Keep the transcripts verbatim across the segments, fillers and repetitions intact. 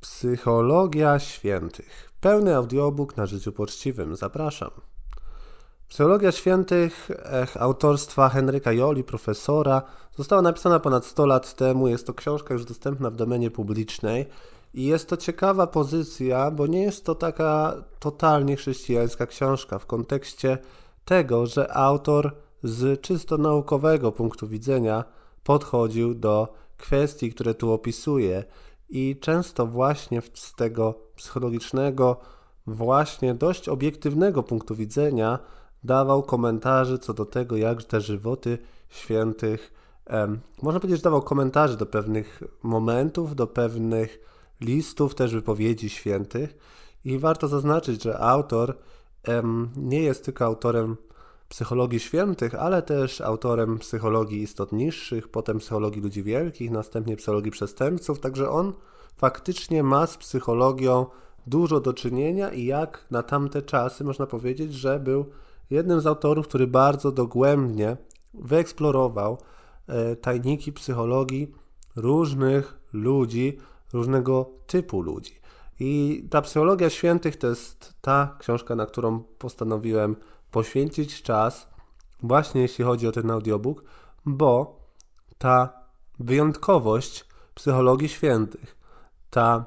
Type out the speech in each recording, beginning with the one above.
Psychologia świętych. Pełny audiobook na życiu poczciwym. Zapraszam. Psychologia świętych eh, autorstwa Henryka Joli, profesora, została napisana ponad sto lat temu. Jest to książka już dostępna w domenie publicznej i jest to ciekawa pozycja, bo nie jest to taka totalnie chrześcijańska książka w kontekście tego, że autor z czysto naukowego punktu widzenia podchodził do kwestii, które tu opisuje. I często właśnie z tego psychologicznego, właśnie dość obiektywnego punktu widzenia dawał komentarze co do tego, jak te żywoty świętych, em, można powiedzieć, że dawał komentarze do pewnych momentów, do pewnych listów, też wypowiedzi świętych. I warto zaznaczyć, że autor em, nie jest tylko autorem psychologii świętych, ale też autorem psychologii istot niższych, potem psychologii ludzi wielkich, następnie psychologii przestępców, także on faktycznie ma z psychologią dużo do czynienia i jak na tamte czasy można powiedzieć, że był jednym z autorów, który bardzo dogłębnie wyeksplorował e, tajniki psychologii różnych ludzi, różnego typu ludzi. I ta psychologia świętych to jest ta książka, na którą postanowiłem poświęcić czas, właśnie jeśli chodzi o ten audiobook, bo ta wyjątkowość psychologii świętych, ta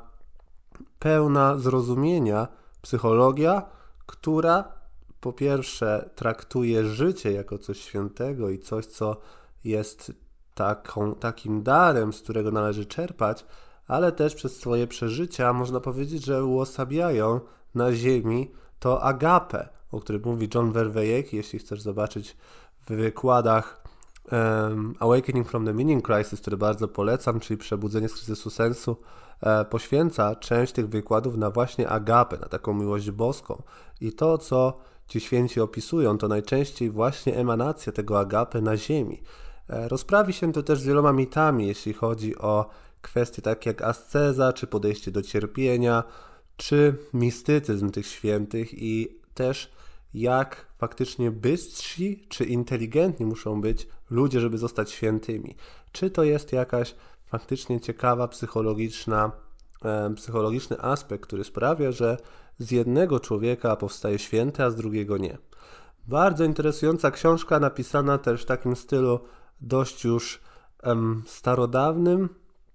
pełna zrozumienia psychologia, która po pierwsze traktuje życie jako coś świętego i coś, co jest taką, takim darem, z którego należy czerpać, ale też przez swoje przeżycia można powiedzieć, że uosabiają na ziemi to agape, o którym mówi John Verweyek. Jeśli chcesz zobaczyć w wykładach um, Awakening from the Meaning Crisis, który bardzo polecam, czyli Przebudzenie z kryzysu sensu, e, poświęca część tych wykładów na właśnie agape, na taką miłość boską. I to, co ci święci opisują, to najczęściej właśnie emanacja tego agape na ziemi. E, rozprawi się to też z wieloma mitami, jeśli chodzi o kwestie takie jak asceza, czy podejście do cierpienia, czy mistycyzm tych świętych i też jak faktycznie bystrzy czy inteligentni muszą być ludzie, żeby zostać świętymi. Czy to jest jakaś faktycznie ciekawa psychologiczna, e, psychologiczny aspekt, który sprawia, że z jednego człowieka powstaje święty, a z drugiego nie. Bardzo interesująca książka, napisana też w takim stylu dość już em, starodawnym,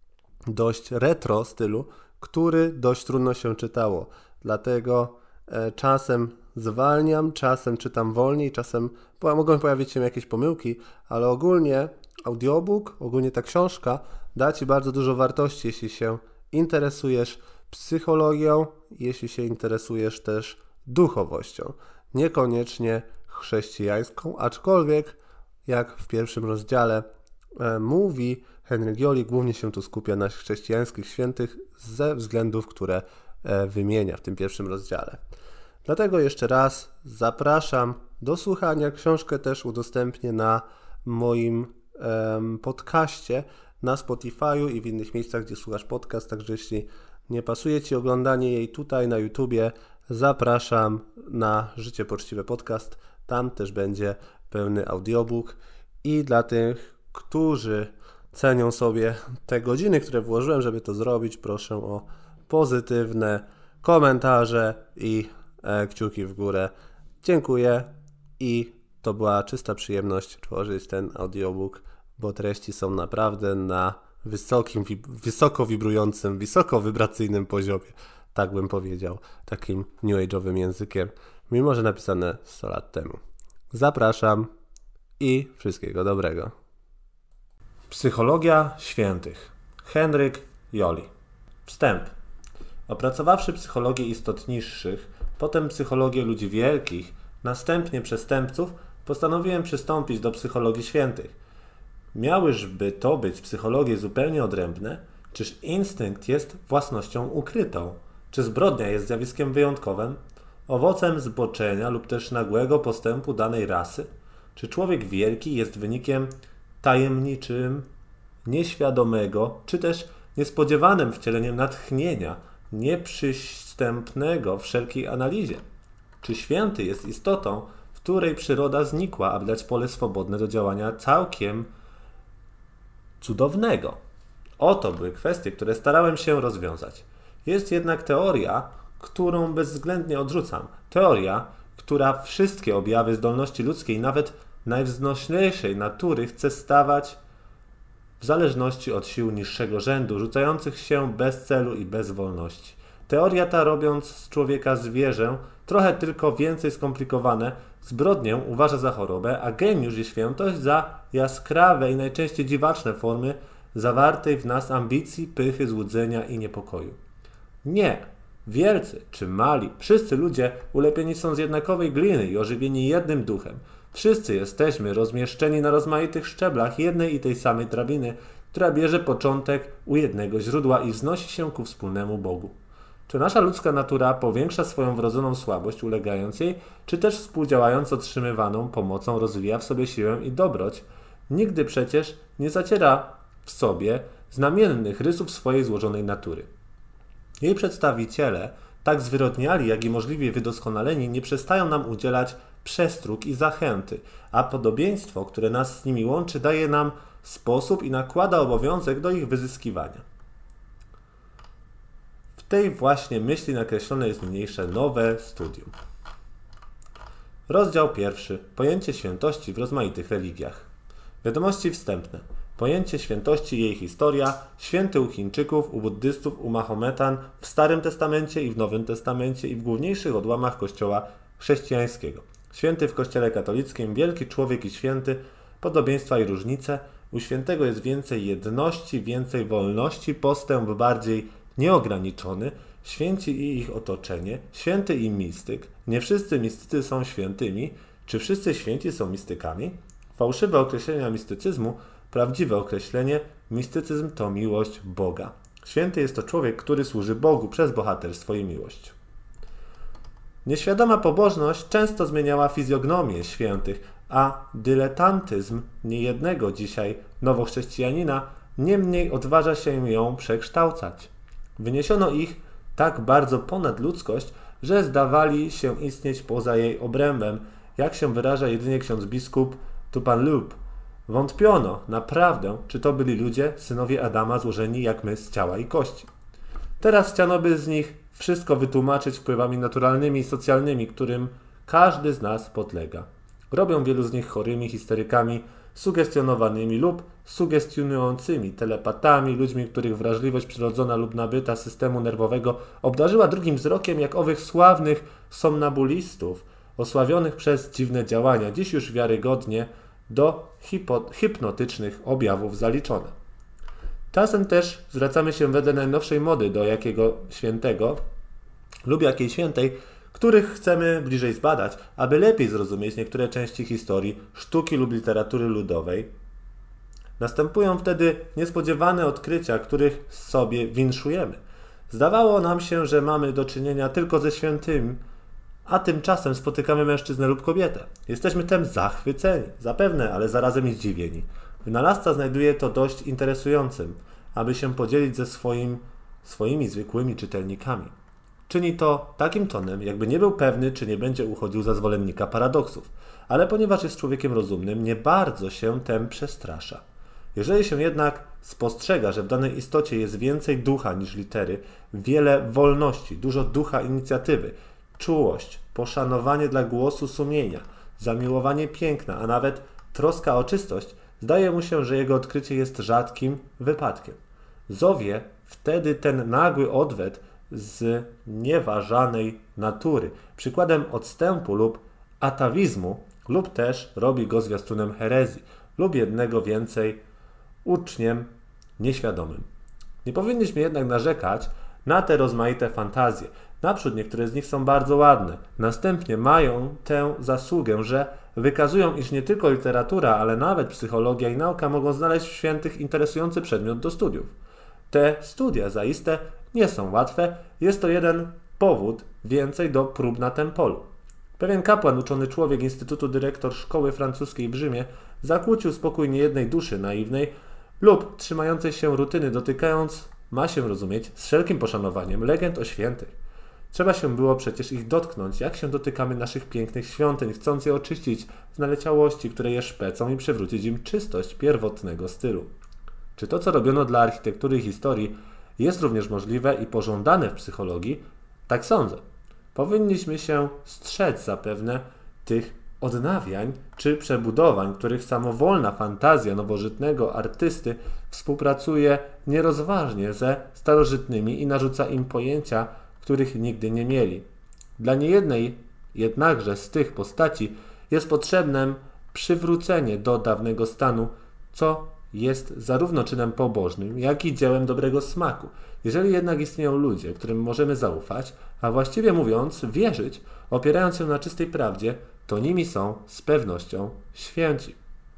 dość retro stylu, który dość trudno się czytało. Dlatego e, czasem zwalniam, czasem czytam wolniej, czasem bo mogą pojawić się jakieś pomyłki, ale ogólnie audiobook, ogólnie ta książka da Ci bardzo dużo wartości, jeśli się interesujesz psychologią, jeśli się interesujesz też duchowością. Niekoniecznie chrześcijańską, aczkolwiek jak w pierwszym rozdziale e, mówi Henryk Joli, głównie się tu skupia na chrześcijańskich świętych ze względów, które e, wymienia w tym pierwszym rozdziale. Dlatego jeszcze raz zapraszam do słuchania. Książkę też udostępnię na moim em, podcaście na Spotify'u i w innych miejscach, gdzie słuchasz podcast, także jeśli nie pasuje Ci oglądanie jej tutaj na YouTubie, zapraszam na Życie Poczciwe Podcast. Tam też będzie pełny audiobook i dla tych, którzy cenią sobie te godziny, które włożyłem, żeby to zrobić, proszę o pozytywne komentarze i e, kciuki w górę. Dziękuję i to była czysta przyjemność tworzyć ten audiobook, bo treści są naprawdę na wysokim, wysoko wibrującym, wysoko wibracyjnym poziomie, tak bym powiedział, takim new age'owym językiem, mimo że napisane sto lat temu. Zapraszam i wszystkiego dobrego. Psychologia świętych. Henryk Joli. Wstęp. Opracowawszy psychologię istot niższych, potem psychologię ludzi wielkich, następnie przestępców, postanowiłem przystąpić do psychologii świętych. Miałyżby to być psychologie zupełnie odrębne? Czyż instynkt jest własnością ukrytą? Czy zbrodnia jest zjawiskiem wyjątkowym? Owocem zboczenia lub też nagłego postępu danej rasy? Czy człowiek wielki jest wynikiem tajemniczym, nieświadomego, czy też niespodziewanym wcieleniem natchnienia, nieprzystępnego wszelkiej analizie? Czy święty jest istotą, w której przyroda znikła, aby dać pole swobodne do działania całkiem cudownego? Oto były kwestie, które starałem się rozwiązać. Jest jednak teoria, którą bezwzględnie odrzucam. Teoria, która wszystkie objawy zdolności ludzkiej, nawet najwznośniejszej natury, chce stawać w zależności od sił niższego rzędu, rzucających się bez celu i bez wolności. Teoria ta, robiąc z człowieka zwierzę, trochę tylko więcej skomplikowane, zbrodnię uważa za chorobę, a geniusz i świętość za jaskrawe i najczęściej dziwaczne formy zawartej w nas ambicji, pychy, złudzenia i niepokoju. Nie! Wielcy czy mali, wszyscy ludzie ulepieni są z jednakowej gliny i ożywieni jednym duchem. Wszyscy jesteśmy rozmieszczeni na rozmaitych szczeblach jednej i tej samej drabiny, która bierze początek u jednego źródła i wznosi się ku wspólnemu Bogu. Czy nasza ludzka natura powiększa swoją wrodzoną słabość, ulegając jej, czy też współdziałając z otrzymywaną pomocą rozwija w sobie siłę i dobroć? Nigdy przecież nie zaciera w sobie znamiennych rysów swojej złożonej natury. Jej przedstawiciele, tak zwyrodniali, jak i możliwie wydoskonaleni, nie przestają nam udzielać przestróg i zachęty, a podobieństwo, które nas z nimi łączy, daje nam sposób i nakłada obowiązek do ich wyzyskiwania. W tej właśnie myśli nakreślone jest niniejsze nowe studium. Rozdział pierwszy. Pojęcie świętości w rozmaitych religiach. Wiadomości wstępne. Pojęcie świętości i jej historia, święty u Chińczyków, u buddystów, u Mahometan, w Starym Testamencie i w Nowym Testamencie i w główniejszych odłamach Kościoła chrześcijańskiego. Święty w Kościele katolickim, wielki człowiek i święty, podobieństwa i różnice. U świętego jest więcej jedności, więcej wolności, postęp bardziej nieograniczony, święci i ich otoczenie, święty i mistyk. Nie wszyscy mistycy są świętymi. Czy wszyscy święci są mistykami? Fałszywe określenia mistycyzmu. Prawdziwe określenie: mistycyzm to miłość Boga. Święty jest to człowiek, który służy Bogu przez bohaterstwo i miłość. Nieświadoma pobożność często zmieniała fizjognomię świętych, a dyletantyzm niejednego dzisiaj nowochrześcijanina niemniej odważa się ją przekształcać. Wyniesiono ich tak bardzo ponad ludzkość, że zdawali się istnieć poza jej obrębem, jak się wyraża jedynie ksiądz biskup Tupanlup. Wątpiono naprawdę, czy to byli ludzie, synowie Adama, złożeni jak my z ciała i kości. Teraz chciano by z nich wszystko wytłumaczyć wpływami naturalnymi i socjalnymi, którym każdy z nas podlega. Robią wielu z nich chorymi histerykami, sugestionowanymi lub sugestionującymi telepatami, ludźmi, których wrażliwość przyrodzona lub nabyta systemu nerwowego obdarzyła drugim wzrokiem, jak owych sławnych somnambulistów, osławionych przez dziwne działania, dziś już wiarygodnie do hipo- hipnotycznych objawów zaliczone. Czasem też zwracamy się wedle najnowszej mody do jakiego świętego lub jakiej świętej, których chcemy bliżej zbadać, aby lepiej zrozumieć niektóre części historii, sztuki lub literatury ludowej. Następują wtedy niespodziewane odkrycia, których sobie winszujemy. Zdawało nam się, że mamy do czynienia tylko ze świętym, a tymczasem spotykamy mężczyznę lub kobietę. Jesteśmy tem zachwyceni, zapewne, ale zarazem i zdziwieni. Wynalazca znajduje to dość interesującym, aby się podzielić ze swoim, swoimi zwykłymi czytelnikami. Czyni to takim tonem, jakby nie był pewny, czy nie będzie uchodził za zwolennika paradoksów, ale ponieważ jest człowiekiem rozumnym, nie bardzo się tem przestrasza. Jeżeli się jednak spostrzega, że w danej istocie jest więcej ducha niż litery, wiele wolności, dużo ducha inicjatywy, czułość, poszanowanie dla głosu sumienia, zamiłowanie piękna, a nawet troska o czystość, zdaje mu się, że jego odkrycie jest rzadkim wypadkiem. Zowie wtedy ten nagły odwet z nieważanej natury, przykładem odstępu lub atawizmu, lub też robi go zwiastunem herezji, lub jednego więcej uczniem nieświadomym. Nie powinniśmy jednak narzekać na te rozmaite fantazje. Naprzód niektóre z nich są bardzo ładne. Następnie mają tę zasługę, że wykazują, iż nie tylko literatura, ale nawet psychologia i nauka mogą znaleźć w świętych interesujący przedmiot do studiów. Te studia zaiste nie są łatwe. Jest to jeden powód więcej do prób na tym polu. Pewien kapłan, uczony człowiek Instytutu, dyrektor szkoły francuskiej w Rzymie, zakłócił spokój niejednej duszy naiwnej lub trzymającej się rutyny, dotykając, ma się rozumieć, z wszelkim poszanowaniem legend o świętych. Trzeba się było przecież ich dotknąć, jak się dotykamy naszych pięknych świątyń, chcąc je oczyścić z naleciałości, które je szpecą, i przywrócić im czystość pierwotnego stylu. Czy to, co robiono dla architektury i historii, jest również możliwe i pożądane w psychologii, tak sądzę. Powinniśmy się strzec zapewne tych odnawiań czy przebudowań, których samowolna fantazja nowożytnego artysty współpracuje nierozważnie ze starożytnymi i narzuca im pojęcia, których nigdy nie mieli. Dla niejednej jednakże z tych postaci jest potrzebne przywrócenie do dawnego stanu, co jest zarówno czynem pobożnym, jak i dziełem dobrego smaku. Jeżeli jednak istnieją ludzie, którym możemy zaufać, a właściwie mówiąc wierzyć, opierając się na czystej prawdzie, to nimi są z pewnością święci.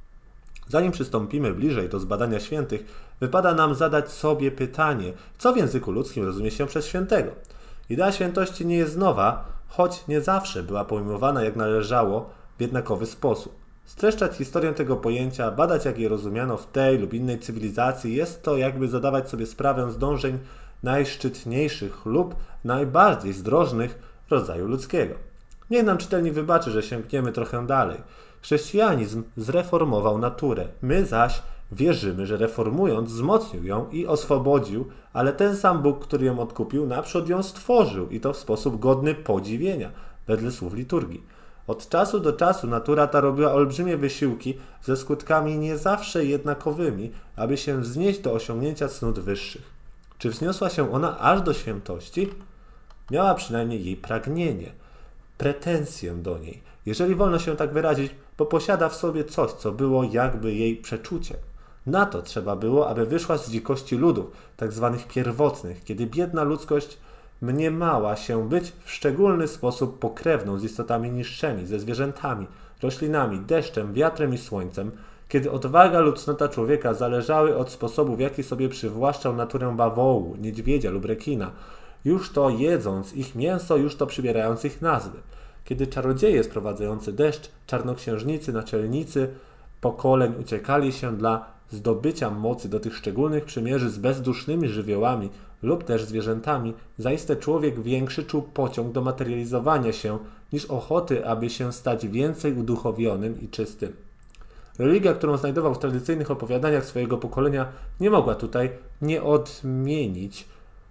Zanim przystąpimy bliżej do zbadania świętych, wypada nam zadać sobie pytanie, co w języku ludzkim rozumie się przez świętego. Idea świętości nie jest nowa, choć nie zawsze była pojmowana jak należało w jednakowy sposób. Streszczać historię tego pojęcia, badać jak je rozumiano w tej lub innej cywilizacji, jest to jakby zadawać sobie sprawę z dążeń najszczytniejszych lub najbardziej zdrożnych rodzaju ludzkiego. Niech nam czytelnik wybaczy, że sięgniemy trochę dalej. Chrześcijanizm zreformował naturę, my zaś wierzymy, że reformując wzmocnił ją i oswobodził, ale ten sam Bóg, który ją odkupił, naprzód ją stworzył i to w sposób godny podziwienia, wedle słów liturgii. Od czasu do czasu natura ta robiła olbrzymie wysiłki ze skutkami nie zawsze jednakowymi, aby się wznieść do osiągnięcia cnót wyższych. Czy wzniosła się ona aż do świętości? Miała przynajmniej jej pragnienie, pretensję do niej, jeżeli wolno się tak wyrazić, bo posiada w sobie coś, co było jakby jej przeczuciem. Na to trzeba było, aby wyszła z dzikości ludów, tak zwanych pierwotnych, kiedy biedna ludzkość mniemała się być w szczególny sposób pokrewną z istotami niższymi, ze zwierzętami, roślinami, deszczem, wiatrem i słońcem, kiedy odwaga lub cnota człowieka zależały od sposobu, w jaki sobie przywłaszczał naturę bawołu, niedźwiedzia lub rekina, już to jedząc ich mięso, już to przybierając ich nazwy. Kiedy czarodzieje sprowadzający deszcz, czarnoksiężnicy, naczelnicy pokoleń uciekali się dla zdobycia mocy do tych szczególnych przymierzy z bezdusznymi żywiołami lub też zwierzętami, zaiste człowiek większy czuł pociąg do materializowania się niż ochoty, aby się stać więcej uduchowionym i czystym. Religia, którą znajdował w tradycyjnych opowiadaniach swojego pokolenia, nie mogła tutaj nie odmienić,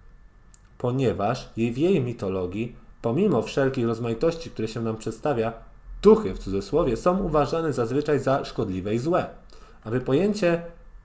ponieważ jej w jej mitologii, pomimo wszelkich rozmaitości, które się nam przedstawia, duchy w cudzysłowie są uważane zazwyczaj za szkodliwe i złe. Aby pojęcie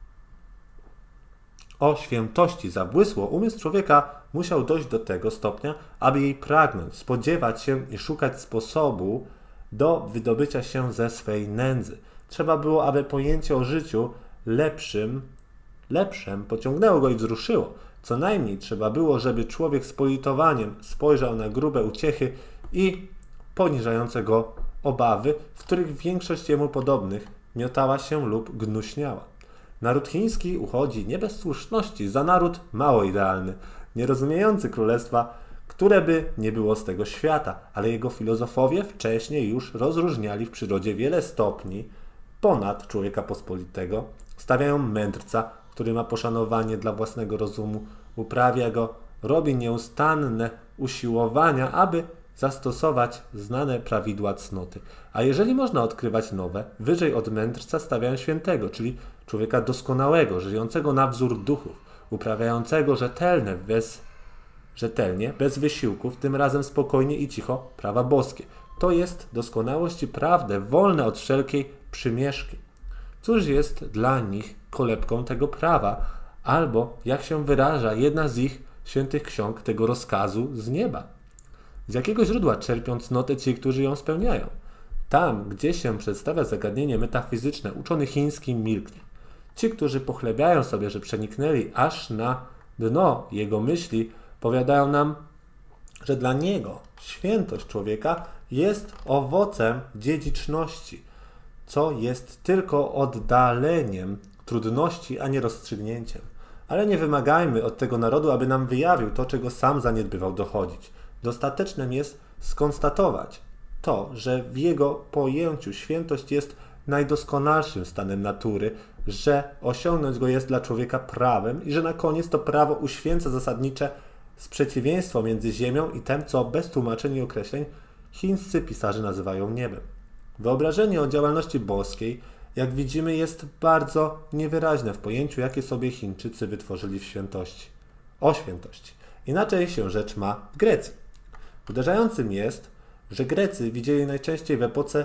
o świętości zabłysło, umysł człowieka musiał dojść do tego stopnia, aby jej pragnąć, spodziewać się i szukać sposobu do wydobycia się ze swej nędzy. Trzeba było, aby pojęcie o życiu lepszym, lepszym pociągnęło go i wzruszyło. Co najmniej trzeba było, żeby człowiek z politowaniem spojrzał na grube uciechy i poniżające go obawy, w których większość jemu podobnych miotała się lub gnuśniała. Naród chiński uchodzi nie bez słuszności za naród mało idealny, nierozumiejący królestwa, które by nie było z tego świata, ale jego filozofowie wcześniej już rozróżniali w przyrodzie wiele stopni ponad człowieka pospolitego, stawiają mędrca, który ma poszanowanie dla własnego rozumu, uprawia go, robi nieustanne usiłowania, aby zastosować znane prawidła cnoty. A jeżeli można odkrywać nowe, wyżej od mędrca stawiają świętego, czyli człowieka doskonałego, żyjącego na wzór duchów, uprawiającego rzetelne, bez, rzetelnie, bez wysiłków, tym razem spokojnie i cicho, prawa boskie. To jest doskonałość i prawdę, wolne od wszelkiej przymieszki. Cóż jest dla nich kolebką tego prawa, albo, jak się wyraża jedna z ich świętych ksiąg, tego rozkazu z nieba? Z jakiego źródła czerpią cnotę ci, którzy ją spełniają? Tam, gdzie się przedstawia zagadnienie metafizyczne, uczony chiński milknie. Ci, którzy pochlebiają sobie, że przeniknęli aż na dno jego myśli, powiadają nam, że dla niego świętość człowieka jest owocem dziedziczności, co jest tylko oddaleniem trudności, a nie rozstrzygnięciem. Ale nie wymagajmy od tego narodu, aby nam wyjawił to, czego sam zaniedbywał dochodzić. Dostatecznym jest skonstatować to, że w jego pojęciu świętość jest najdoskonalszym stanem natury, że osiągnąć go jest dla człowieka prawem i że na koniec to prawo uświęca zasadnicze sprzeciwieństwo między ziemią i tym, co bez tłumaczeń i określeń chińscy pisarze nazywają niebem. Wyobrażenie o działalności boskiej, jak widzimy, jest bardzo niewyraźne w pojęciu, jakie sobie Chińczycy wytworzyli w świętości. o świętości. Inaczej się rzecz ma w Grecji. Uderzającym jest, że Grecy widzieli najczęściej w epoce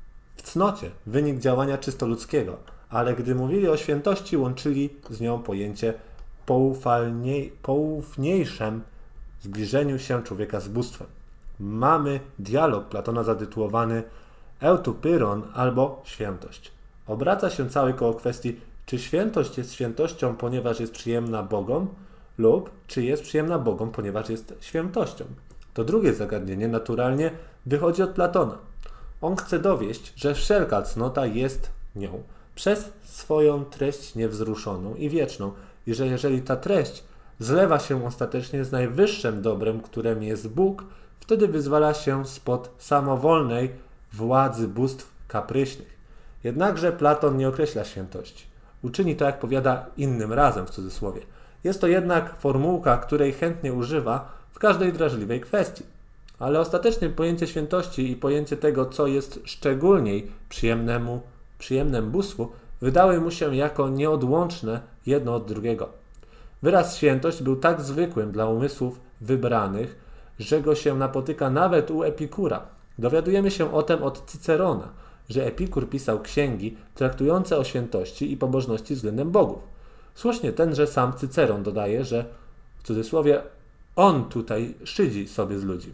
w cnocie wynik działania czysto ludzkiego, ale gdy mówili o świętości, łączyli z nią pojęcie poufalniej, poufniejszym zbliżeniu się człowieka z bóstwem. Mamy dialog Platona zatytułowany Eutopyron albo świętość. Obraca się cały koło kwestii, czy świętość jest świętością, ponieważ jest przyjemna Bogom, lub czy jest przyjemna Bogom, ponieważ jest świętością. To drugie zagadnienie naturalnie wychodzi od Platona. On chce dowieść, że wszelka cnota jest nią przez swoją treść niewzruszoną i wieczną i że jeżeli ta treść zlewa się ostatecznie z najwyższym dobrem, którym jest Bóg, wtedy wyzwala się spod samowolnej władzy bóstw kapryśnych. Jednakże Platon nie określa świętości. Uczyni to, jak powiada, innym razem w cudzysłowie. Jest to jednak formułka, której chętnie używa w każdej drażliwej kwestii. Ale ostatecznie pojęcie świętości i pojęcie tego, co jest szczególniej przyjemnemu, przyjemnem bóstwu, wydały mu się jako nieodłączne jedno od drugiego. Wyraz świętość był tak zwykłym dla umysłów wybranych, że go się napotyka nawet u Epikura. Dowiadujemy się o tym od Cycerona, że Epikur pisał księgi traktujące o świętości i pobożności względem bogów. Słusznie tenże sam Cyceron dodaje, że w cudzysłowie on tutaj szydzi sobie z ludzi.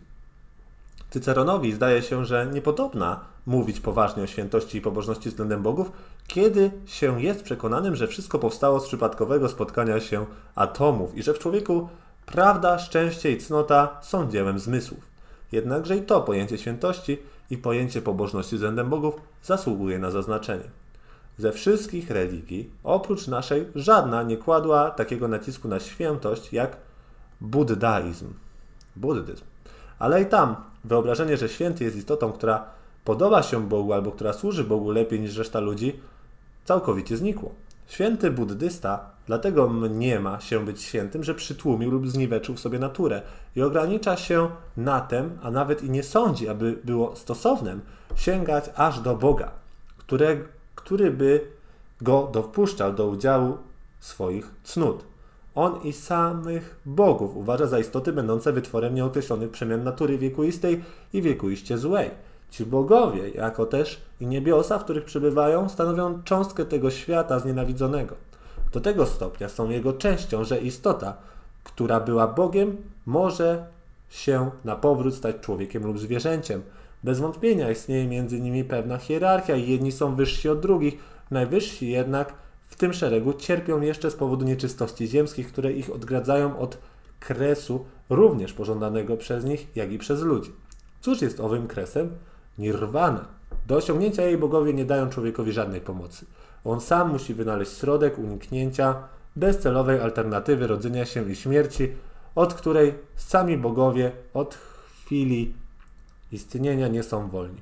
Cyceronowi zdaje się, że niepodobna mówić poważnie o świętości i pobożności względem bogów, kiedy się jest przekonanym, że wszystko powstało z przypadkowego spotkania się atomów i że w człowieku prawda, szczęście i cnota są dziełem zmysłów. Jednakże i to pojęcie świętości i pojęcie pobożności względem bogów zasługuje na zaznaczenie. Ze wszystkich religii, oprócz naszej, żadna nie kładła takiego nacisku na świętość jak buddaizm. Buddyzm. Ale i tam wyobrażenie, że święty jest istotą, która podoba się Bogu albo która służy Bogu lepiej niż reszta ludzi, całkowicie znikło. Święty buddysta dlatego mniema się być świętym, że przytłumił lub zniweczył w sobie naturę i ogranicza się na tem, a nawet i nie sądzi, aby było stosownym, sięgać aż do Boga, które, który by go dopuszczał do udziału swoich cnót. On i samych bogów uważa za istoty będące wytworem nieokreślonych przemian natury wiekuistej i wiekuiście złej. Ci bogowie, jako też i niebiosa, w których przebywają, stanowią cząstkę tego świata znienawidzonego. Do tego stopnia są jego częścią, że istota, która była Bogiem, może się na powrót stać człowiekiem lub zwierzęciem. Bez wątpienia istnieje między nimi pewna hierarchia i jedni są wyżsi od drugich. Najwyżsi jednak w tym szeregu cierpią jeszcze z powodu nieczystości ziemskich, które ich odgradzają od kresu również pożądanego przez nich, jak i przez ludzi. Cóż jest owym kresem? Nirwana. Do osiągnięcia jej bogowie nie dają człowiekowi żadnej pomocy. On sam musi wynaleźć środek uniknięcia bezcelowej alternatywy rodzenia się i śmierci, od której sami bogowie od chwili istnienia nie są wolni.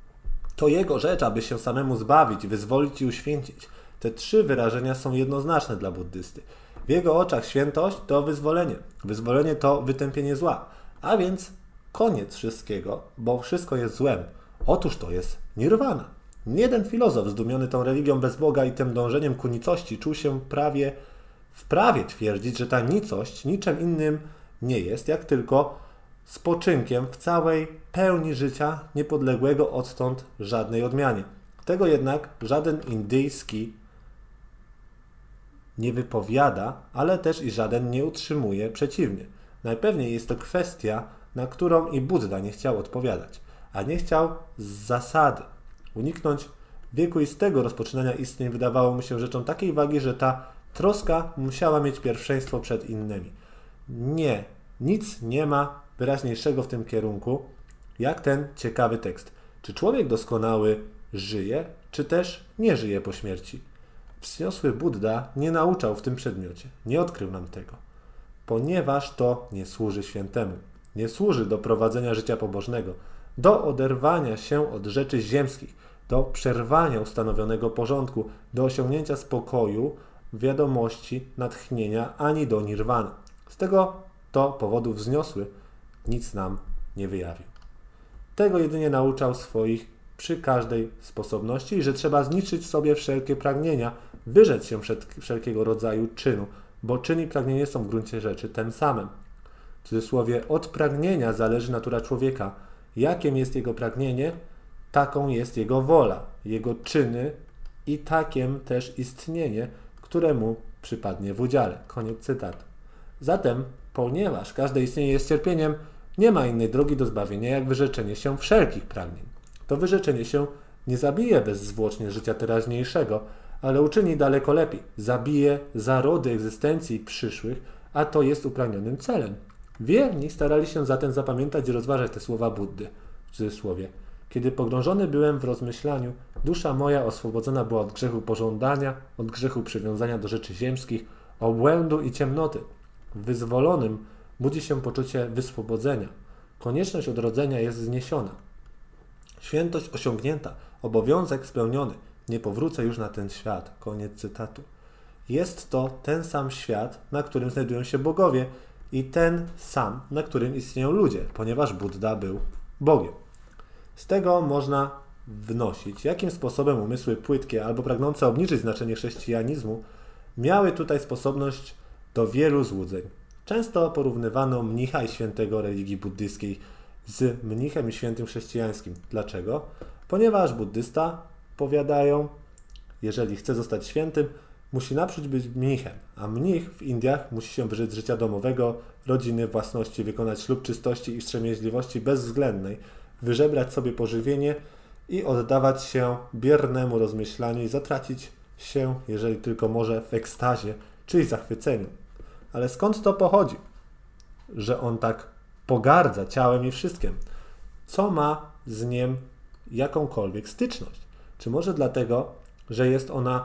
To jego rzecz, aby się samemu zbawić, wyzwolić i uświęcić. Te trzy wyrażenia są jednoznaczne dla buddysty. W jego oczach świętość to wyzwolenie. Wyzwolenie to wytępienie zła. A więc koniec wszystkiego, bo wszystko jest złem. Otóż to jest nirwana. Niejeden filozof zdumiony tą religią bez Boga i tym dążeniem ku nicości czuł się prawie wprawie twierdzić, że ta nicość niczym innym nie jest, jak tylko spoczynkiem w całej pełni życia niepodległego odtąd żadnej odmianie. Tego jednak żaden indyjski nie wypowiada, ale też i żaden nie utrzymuje przeciwnie. Najpewniej jest to kwestia, na którą i Budda nie chciał odpowiadać, a nie chciał z zasady. Uniknąć wiekuistego rozpoczynania istnień wydawało mu się rzeczą takiej wagi, że ta troska musiała mieć pierwszeństwo przed innymi. Nie, nic nie ma wyraźniejszego w tym kierunku, jak ten ciekawy tekst. Czy człowiek doskonały żyje, czy też nie żyje po śmierci? Wzniosły Budda nie nauczał w tym przedmiocie, nie odkrył nam tego, ponieważ to nie służy świętemu, nie służy do prowadzenia życia pobożnego, do oderwania się od rzeczy ziemskich, do przerwania ustanowionego porządku, do osiągnięcia spokoju, wiadomości, natchnienia, ani do nirwany. Z tego to powodu wzniosły nic nam nie wyjawił. Tego jedynie nauczał swoich przy każdej sposobności i że trzeba zniszczyć sobie wszelkie pragnienia, wyrzec się przed wszelkiego rodzaju czynu, bo czyn i pragnienie są w gruncie rzeczy tym samym. W cudzysłowie, od pragnienia zależy natura człowieka. Jakim jest jego pragnienie, taką jest jego wola, jego czyny i takiem też istnienie, któremu przypadnie w udziale. Koniec cytatu. Zatem, ponieważ każde istnienie jest cierpieniem, nie ma innej drogi do zbawienia, jak wyrzeczenie się wszelkich pragnień. To wyrzeczenie się nie zabije bezzwłocznie życia teraźniejszego, ale uczyni daleko lepiej. Zabije zarody egzystencji przyszłych, a to jest upragnionym celem. Wierni starali się zatem zapamiętać i rozważać te słowa Buddy, w cudzysłowie. Kiedy pogrążony byłem w rozmyślaniu, dusza moja oswobodzona była od grzechu pożądania, od grzechu przywiązania do rzeczy ziemskich, obłędu i ciemnoty. W wyzwolonym budzi się poczucie wyswobodzenia. Konieczność odrodzenia jest zniesiona. Świętość osiągnięta, obowiązek spełniony. Nie powrócę już na ten świat. Koniec cytatu. Jest to ten sam świat, na którym znajdują się bogowie i ten sam, na którym istnieją ludzie, ponieważ Buddha był Bogiem. Z tego można wnosić, jakim sposobem umysły płytkie albo pragnące obniżyć znaczenie chrześcijanizmu miały tutaj sposobność do wielu złudzeń. Często porównywano mnicha i świętego religii buddyjskiej z mnichem i świętym chrześcijańskim. Dlaczego? Ponieważ buddysta, powiadają, jeżeli chce zostać świętym, musi naprzód być mnichem, a mnich w Indiach musi się wyrzec życia domowego, rodziny, własności, wykonać ślub czystości i wstrzemięźliwości bezwzględnej, wyżebrać sobie pożywienie i oddawać się biernemu rozmyślaniu i zatracić się, jeżeli tylko może, w ekstazie, czyli zachwyceniu. Ale skąd to pochodzi, że on tak pogardza ciałem i wszystkim? Co ma z nim jakąkolwiek styczność? Czy może dlatego, że jest ona,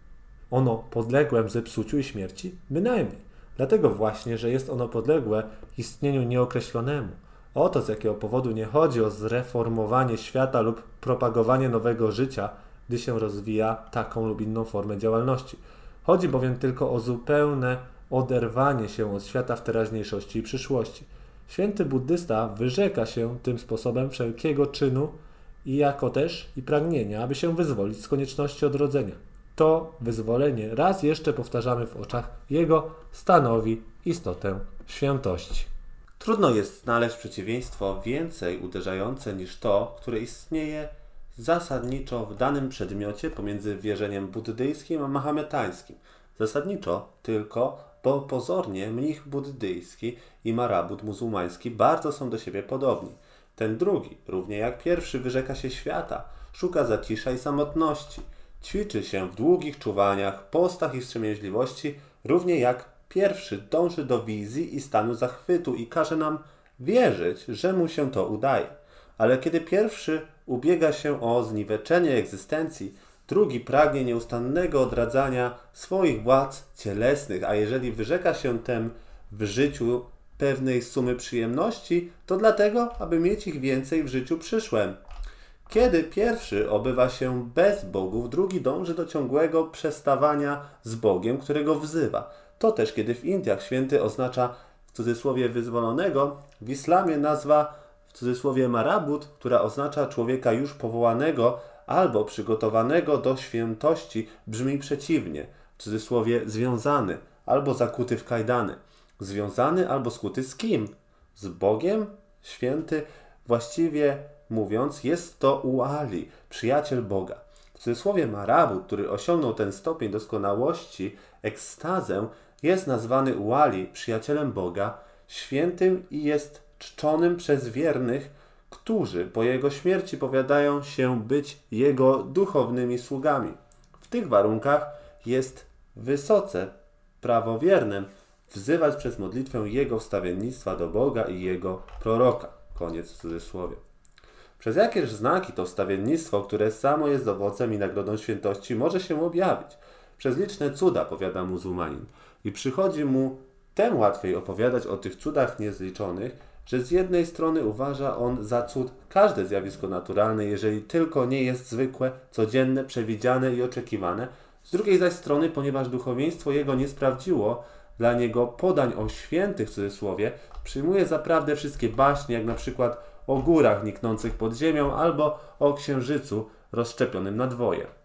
ono podległe zepsuciu i śmierci? Bynajmniej. Dlatego właśnie, że jest ono podległe istnieniu nieokreślonemu. Oto z jakiego powodu nie chodzi o zreformowanie świata lub propagowanie nowego życia, gdy się rozwija taką lub inną formę działalności. Chodzi bowiem tylko o zupełne oderwanie się od świata w teraźniejszości i przyszłości. Święty buddysta wyrzeka się tym sposobem wszelkiego czynu i jako też i pragnienia, aby się wyzwolić z konieczności odrodzenia. To wyzwolenie, raz jeszcze powtarzamy w oczach jego, stanowi istotę świętości. Trudno jest znaleźć przeciwieństwo więcej uderzające niż to, które istnieje zasadniczo w danym przedmiocie pomiędzy wierzeniem buddyjskim a mahometańskim. Zasadniczo tylko, bo pozornie mnich buddyjski i marabut muzułmański bardzo są do siebie podobni. Ten drugi, równie jak pierwszy, wyrzeka się świata, szuka zacisza i samotności, ćwiczy się w długich czuwaniach, postach i wstrzemięźliwości, równie jak pierwszy dąży do wizji i stanu zachwytu i każe nam wierzyć, że mu się to udaje. Ale kiedy pierwszy ubiega się o zniweczenie egzystencji, drugi pragnie nieustannego odradzania swoich władz cielesnych, a jeżeli wyrzeka się tem w życiu pewnej sumy przyjemności, to dlatego, aby mieć ich więcej w życiu przyszłym. Kiedy pierwszy obywa się bez bogów, drugi dąży do ciągłego przestawania z Bogiem, którego wzywa. To też kiedy w Indiach święty oznacza w cudzysłowie wyzwolonego, w islamie nazwa w cudzysłowie marabut, która oznacza człowieka już powołanego albo przygotowanego do świętości, brzmi przeciwnie, w cudzysłowie związany albo zakuty w kajdany. Związany albo skuty z kim? Z Bogiem? Święty, właściwie mówiąc, jest to uali, przyjaciel Boga. W cudzysłowie marabut, który osiągnął ten stopień doskonałości, ekstazę, jest nazwany uali, przyjacielem Boga, świętym i jest czczonym przez wiernych, którzy po jego śmierci powiadają się być jego duchownymi sługami. W tych warunkach jest wysoce prawowiernym wzywać przez modlitwę jego wstawiennictwa do Boga i jego proroka. Koniec w cudzysłowie. Przez jakież znaki to wstawiennictwo, które samo jest owocem i nagrodą świętości, może się objawić? Przez liczne cuda, powiada muzułmanin. I przychodzi mu tem łatwiej opowiadać o tych cudach niezliczonych, że z jednej strony uważa on za cud każde zjawisko naturalne, jeżeli tylko nie jest zwykłe, codzienne, przewidziane i oczekiwane. Z drugiej zaś strony, ponieważ duchowieństwo jego nie sprawdziło dla niego podań o świętych w cudzysłowie, przyjmuje za prawdę wszystkie baśnie, jak na przykład o górach niknących pod ziemią albo o księżycu rozszczepionym na dwoje.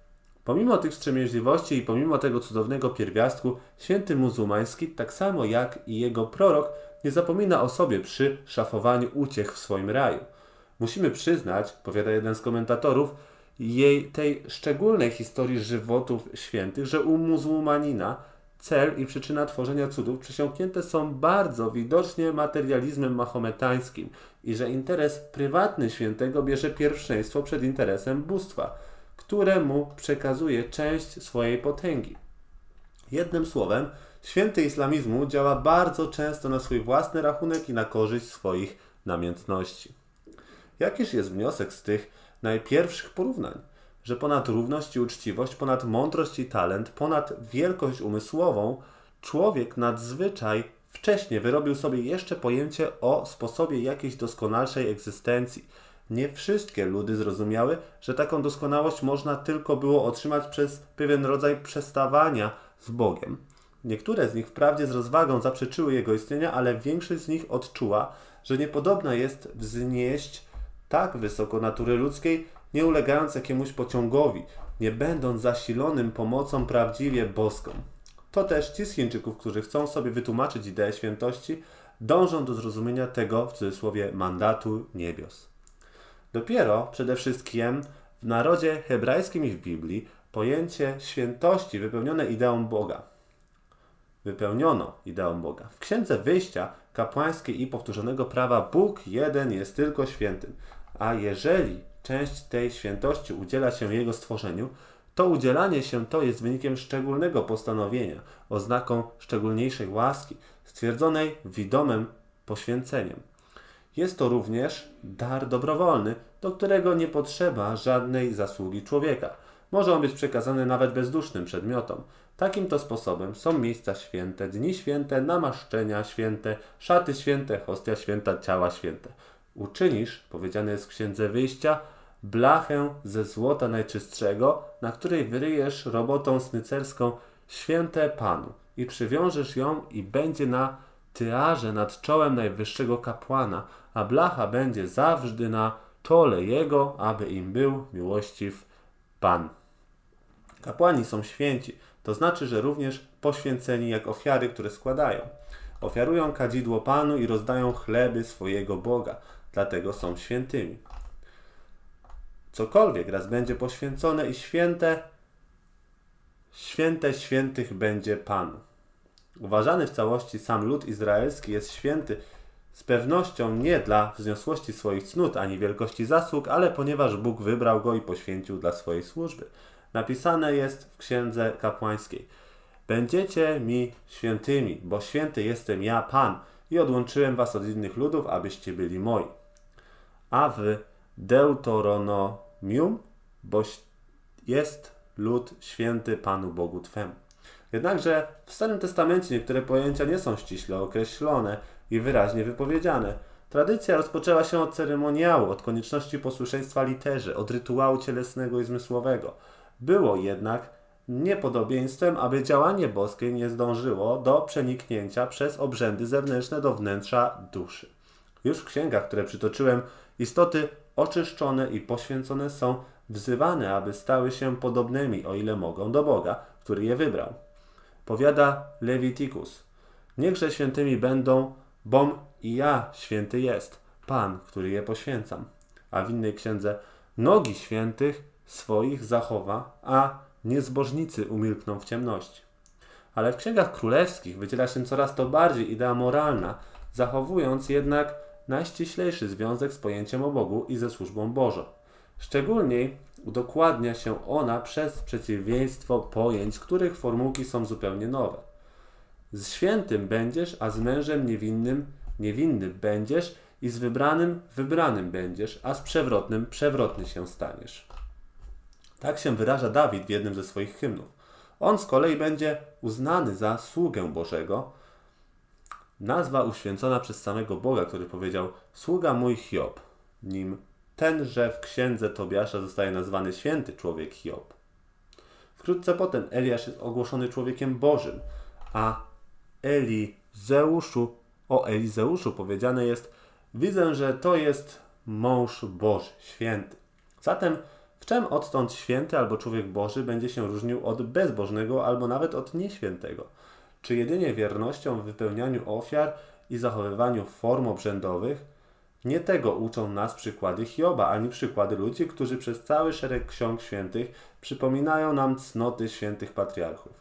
Pomimo tych wstrzemięźliwości i pomimo tego cudownego pierwiastku, święty muzułmański, tak samo jak i jego prorok, nie zapomina o sobie przy szafowaniu uciech w swoim raju. Musimy przyznać, powiada jeden z komentatorów, jej tej szczególnej historii żywotów świętych, że u muzułmanina cel i przyczyna tworzenia cudów przesiąknięte są bardzo widocznie materializmem mahometańskim i że interes prywatny świętego bierze pierwszeństwo przed interesem bóstwa, które mu przekazuje część swojej potęgi. Jednym słowem, święty islamizmu działa bardzo często na swój własny rachunek i na korzyść swoich namiętności. Jakiż jest wniosek z tych najpierwszych porównań? Że ponad równość i uczciwość, ponad mądrość i talent, ponad wielkość umysłową, człowiek nadzwyczaj wcześnie wyrobił sobie jeszcze pojęcie o sposobie jakiejś doskonalszej egzystencji. Nie wszystkie ludy zrozumiały, że taką doskonałość można tylko było otrzymać przez pewien rodzaj przestawania z Bogiem. Niektóre z nich wprawdzie z rozwagą zaprzeczyły jego istnienia, ale większość z nich odczuła, że niepodobna jest wznieść tak wysoko natury ludzkiej, nie ulegając jakiemuś pociągowi, nie będąc zasilonym pomocą prawdziwie boską. To też ci z Chińczyków, którzy chcą sobie wytłumaczyć ideę świętości, dążą do zrozumienia tego, w cudzysłowie, mandatu niebios. Dopiero przede wszystkim w narodzie hebrajskim i w Biblii pojęcie świętości wypełnione ideą Boga. Wypełniono ideą Boga. W Księdze Wyjścia kapłańskiej i powtórzonego prawa Bóg jeden jest tylko świętym, a jeżeli część tej świętości udziela się Jego stworzeniu, to udzielanie się to jest wynikiem szczególnego postanowienia, oznaką szczególniejszej łaski, stwierdzonej widomym poświęceniem. Jest to również dar dobrowolny, do którego nie potrzeba żadnej zasługi człowieka. Może on być przekazany nawet bezdusznym przedmiotom. Takim to sposobem są miejsca święte, dni święte, namaszczenia święte, szaty święte, hostia święta, ciała święte. Uczynisz, powiedziane jest w Księdze Wyjścia, blachę ze złota najczystszego, na której wyryjesz robotą snycerską święte Panu i przywiążesz ją i będzie na tyarze nad czołem najwyższego kapłana, a blacha będzie zawsze na czole jego, aby im był miłościw Pan. Kapłani są święci, to znaczy, że również poświęceni jak ofiary, które składają. Ofiarują kadzidło Panu i rozdają chleby swojego Boga, dlatego są świętymi. Cokolwiek raz będzie poświęcone i święte, święte świętych będzie Panu. Uważany w całości sam lud izraelski jest święty z pewnością nie dla wzniosłości swoich cnót ani wielkości zasług, ale ponieważ Bóg wybrał go i poświęcił dla swojej służby. Napisane jest w Księdze Kapłańskiej: będziecie mi świętymi, bo święty jestem ja, Pan, i odłączyłem was od innych ludów, abyście byli moi. A w Deuteronomium, boś jest lud święty Panu Bogu Twemu. Jednakże w Starym Testamencie niektóre pojęcia nie są ściśle określone i wyraźnie wypowiedziane. Tradycja rozpoczęła się od ceremoniału, od konieczności posłuszeństwa literze, od rytuału cielesnego i zmysłowego. Było jednak niepodobieństwem, aby działanie boskie nie zdążyło do przeniknięcia przez obrzędy zewnętrzne do wnętrza duszy. Już w księgach, które przytoczyłem, istoty oczyszczone i poświęcone są wzywane, aby stały się podobnymi, o ile mogą, do Boga, który je wybrał. Powiada Levitikus: niechże świętymi będą, bom i ja święty jest, Pan, który je poświęcam. A w innej księdze: nogi świętych swoich zachowa, a niezbożnicy umilkną w ciemności. Ale w księgach królewskich wydziela się coraz to bardziej idea moralna, zachowując jednak najściślejszy związek z pojęciem o Bogu i ze służbą Bożą. Szczególniej udokładnia się ona przez przeciwieństwo pojęć, których formułki są zupełnie nowe. Z świętym będziesz, a z mężem niewinnym niewinny będziesz i z wybranym wybranym będziesz, a z przewrotnym przewrotny się staniesz. Tak się wyraża Dawid w jednym ze swoich hymnów. On z kolei będzie uznany za sługę Bożego, nazwa uświęcona przez samego Boga, który powiedział: sługa mój Hiob, nim tenże w księdze Tobiasza zostaje nazwany święty człowiek Hiob. Wkrótce potem Eliasz jest ogłoszony człowiekiem Bożym, a Elizeuszu, o Elizeuszu powiedziane jest: widzę, że to jest mąż Boży, święty. Zatem w czym odtąd święty albo człowiek Boży będzie się różnił od bezbożnego albo nawet od nieświętego? Czy jedynie wiernością w wypełnianiu ofiar i zachowywaniu form obrzędowych? Nie tego uczą nas przykłady Hioba, ani przykłady ludzi, którzy przez cały szereg ksiąg świętych przypominają nam cnoty świętych patriarchów.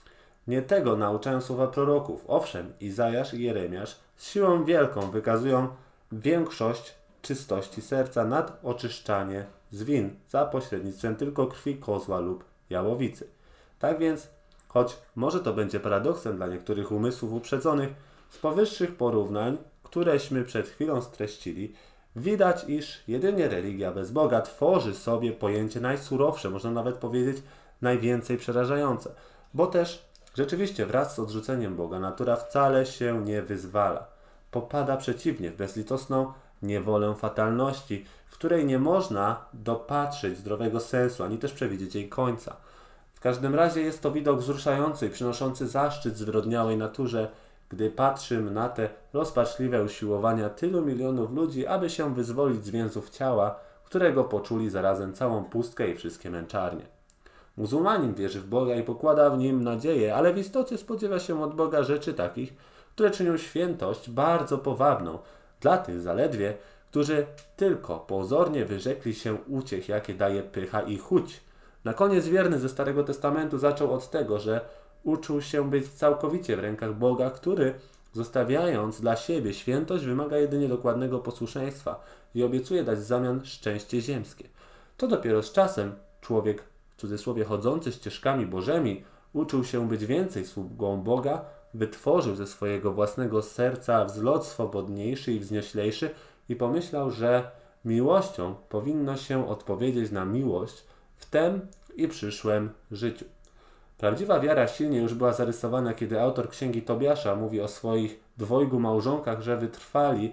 Nie tego nauczają słowa proroków. Owszem, Izajasz i Jeremiasz z siłą wielką wykazują większość czystości serca nad oczyszczanie z win za pośrednictwem tylko krwi kozła lub jałowicy. Tak więc, choć może to będzie paradoksem dla niektórych umysłów uprzedzonych, z powyższych porównań, któreśmy przed chwilą streścili, widać, iż jedynie religia bez Boga tworzy sobie pojęcie najsurowsze, można nawet powiedzieć najwięcej przerażające, bo też rzeczywiście wraz z odrzuceniem Boga natura wcale się nie wyzwala. Popada przeciwnie w bezlitosną niewolę fatalności, w której nie można dopatrzeć zdrowego sensu, ani też przewidzieć jej końca. W każdym razie jest to widok wzruszający i przynoszący zaszczyt zwyrodniałej naturze, gdy patrzymy na te rozpaczliwe usiłowania tylu milionów ludzi, aby się wyzwolić z więzów ciała, którego poczuli zarazem całą pustkę i wszystkie męczarnie. Muzułmanin wierzy w Boga i pokłada w Nim nadzieję, ale w istocie spodziewa się od Boga rzeczy takich, które czynią świętość bardzo powabną dla tych zaledwie, którzy tylko pozornie wyrzekli się uciech, jakie daje pycha i chuć. Na koniec wierny ze Starego Testamentu zaczął od tego, że uczył się być całkowicie w rękach Boga, który, zostawiając dla siebie świętość, wymaga jedynie dokładnego posłuszeństwa i obiecuje dać w zamian szczęście ziemskie. To dopiero z czasem człowiek, w cudzysłowie chodzący ścieżkami Bożymi, uczył się być więcej sługą Boga, wytworzył ze swojego własnego serca wzlot swobodniejszy i wznioślejszy i pomyślał, że miłością powinno się odpowiedzieć na miłość w tem i przyszłym życiu. Prawdziwa wiara silnie już była zarysowana, kiedy autor księgi Tobiasza mówi o swoich dwojgu małżonkach, że wytrwali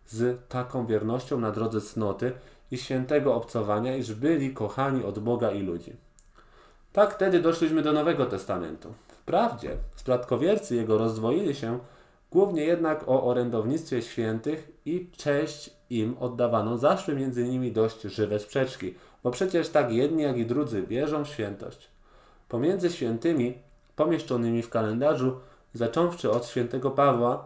z taką wiernością na drodze cnoty i świętego obcowania, iż byli kochani od Boga i ludzi. Tak wtedy doszliśmy do Nowego Testamentu. Wprawdzie spadkobiercy jego rozdwoili się, głównie jednak o orędownictwie świętych i cześć im oddawaną zaszły między nimi dość żywe sprzeczki, bo przecież tak jedni jak i drudzy wierzą w świętość. Pomiędzy świętymi pomieszczonymi w kalendarzu, zacząwszy od świętego Pawła,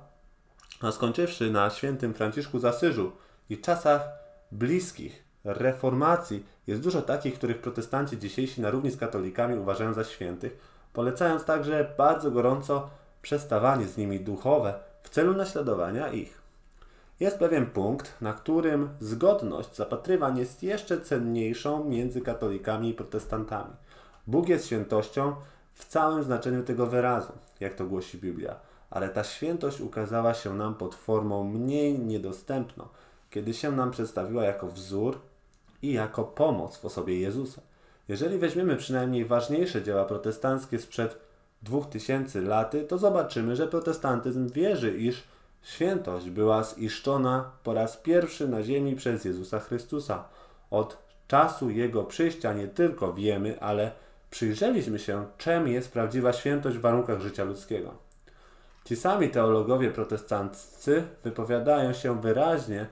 a skończywszy na świętym Franciszku z Asyżu i czasach bliskich reformacji, jest dużo takich, których protestanci dzisiejsi na równi z katolikami uważają za świętych, polecając także bardzo gorąco przestawanie z nimi duchowe w celu naśladowania ich. Jest pewien punkt, na którym zgodność zapatrywań jest jeszcze cenniejszą między katolikami i protestantami. Bóg jest świętością w całym znaczeniu tego wyrazu, jak to głosi Biblia, ale ta świętość ukazała się nam pod formą mniej niedostępną, kiedy się nam przedstawiła jako wzór i jako pomoc w osobie Jezusa. Jeżeli weźmiemy przynajmniej ważniejsze dzieła protestanckie sprzed dwóch tysięcy laty, to zobaczymy, że protestantyzm wierzy, iż świętość była ziszczona po raz pierwszy na ziemi przez Jezusa Chrystusa. Od czasu Jego przyjścia nie tylko wiemy, ale przyjrzeliśmy się, czym jest prawdziwa świętość w warunkach życia ludzkiego. Ci sami teologowie protestanccy wypowiadają się wyraźnie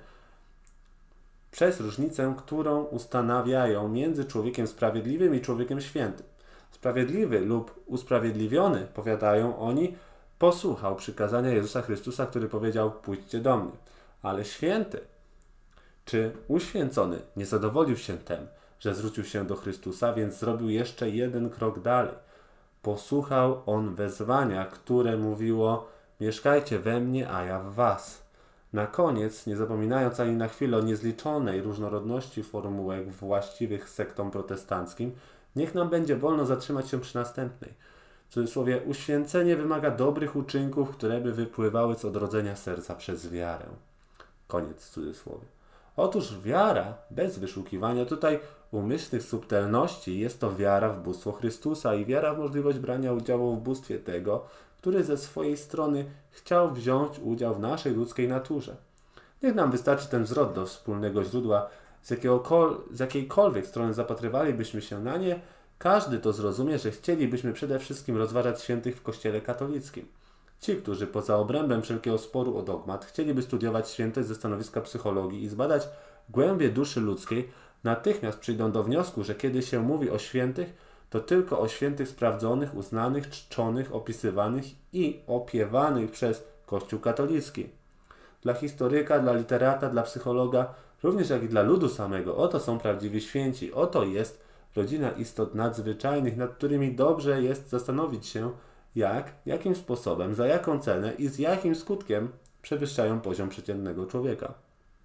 przez różnicę, którą ustanawiają między człowiekiem sprawiedliwym i człowiekiem świętym. Sprawiedliwy lub usprawiedliwiony, powiadają oni, posłuchał przykazania Jezusa Chrystusa, który powiedział: pójdźcie do mnie. Ale święty czy uświęcony nie zadowolił się tym, że zwrócił się do Chrystusa, więc zrobił jeszcze jeden krok dalej. Posłuchał on wezwania, które mówiło: mieszkajcie we mnie, a ja w was. Na koniec, nie zapominając ani na chwilę o niezliczonej różnorodności formułek właściwych sektom protestanckim, niech nam będzie wolno zatrzymać się przy następnej. W cudzysłowie, uświęcenie wymaga dobrych uczynków, które by wypływały z odrodzenia serca przez wiarę. Koniec cudzysłowie. Otóż wiara bez wyszukiwania tutaj umyślnych subtelności jest to wiara w bóstwo Chrystusa i wiara w możliwość brania udziału w bóstwie tego, który ze swojej strony chciał wziąć udział w naszej ludzkiej naturze. Niech nam wystarczy ten zwrot do wspólnego źródła, z, z jakiejkolwiek strony zapatrywalibyśmy się na nie, każdy to zrozumie, że chcielibyśmy przede wszystkim rozważać świętych w Kościele katolickim. Ci, którzy poza obrębem wszelkiego sporu o dogmat chcieliby studiować świętość ze stanowiska psychologii i zbadać głębie duszy ludzkiej, natychmiast przyjdą do wniosku, że kiedy się mówi o świętych, to tylko o świętych sprawdzonych, uznanych, czczonych, opisywanych i opiewanych przez Kościół katolicki. Dla historyka, dla literata, dla psychologa, również jak i dla ludu samego, oto są prawdziwi święci, oto jest rodzina istot nadzwyczajnych, nad którymi dobrze jest zastanowić się, jak, jakim sposobem, za jaką cenę i z jakim skutkiem przewyższają poziom przeciętnego człowieka.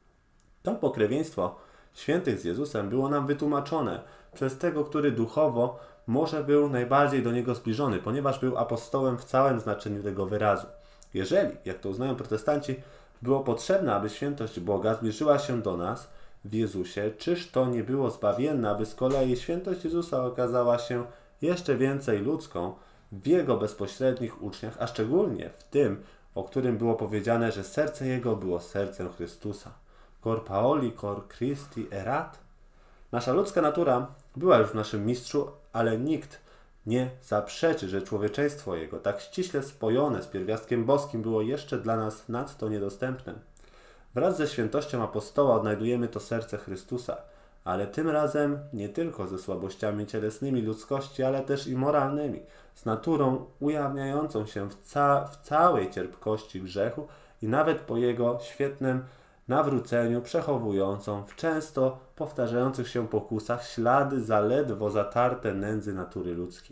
To pokrewieństwo świętych z Jezusem było nam wytłumaczone przez tego, który duchowo może był najbardziej do Niego zbliżony, ponieważ był apostołem w całym znaczeniu tego wyrazu. Jeżeli, jak to uznają protestanci, było potrzebne, aby świętość Boga zbliżyła się do nas w Jezusie, czyż to nie było zbawienne, aby z kolei świętość Jezusa okazała się jeszcze więcej ludzką w Jego bezpośrednich uczniach, a szczególnie w tym, o którym było powiedziane, że serce Jego było sercem Chrystusa. Cor Paoli, cor Christi erat. Nasza ludzka natura była już w naszym mistrzu, ale nikt nie zaprzeczy, że człowieczeństwo Jego, tak ściśle spojone z pierwiastkiem boskim, było jeszcze dla nas nadto niedostępne. Wraz ze świętością apostoła odnajdujemy to serce Chrystusa, ale tym razem nie tylko ze słabościami cielesnymi ludzkości, ale też i moralnymi, z naturą ujawniającą się w, ca w całej cierpkości grzechu i nawet po jego świetnym nawróceniu przechowującą w często powtarzających się pokusach ślady zaledwo zatarte nędzy natury ludzkiej.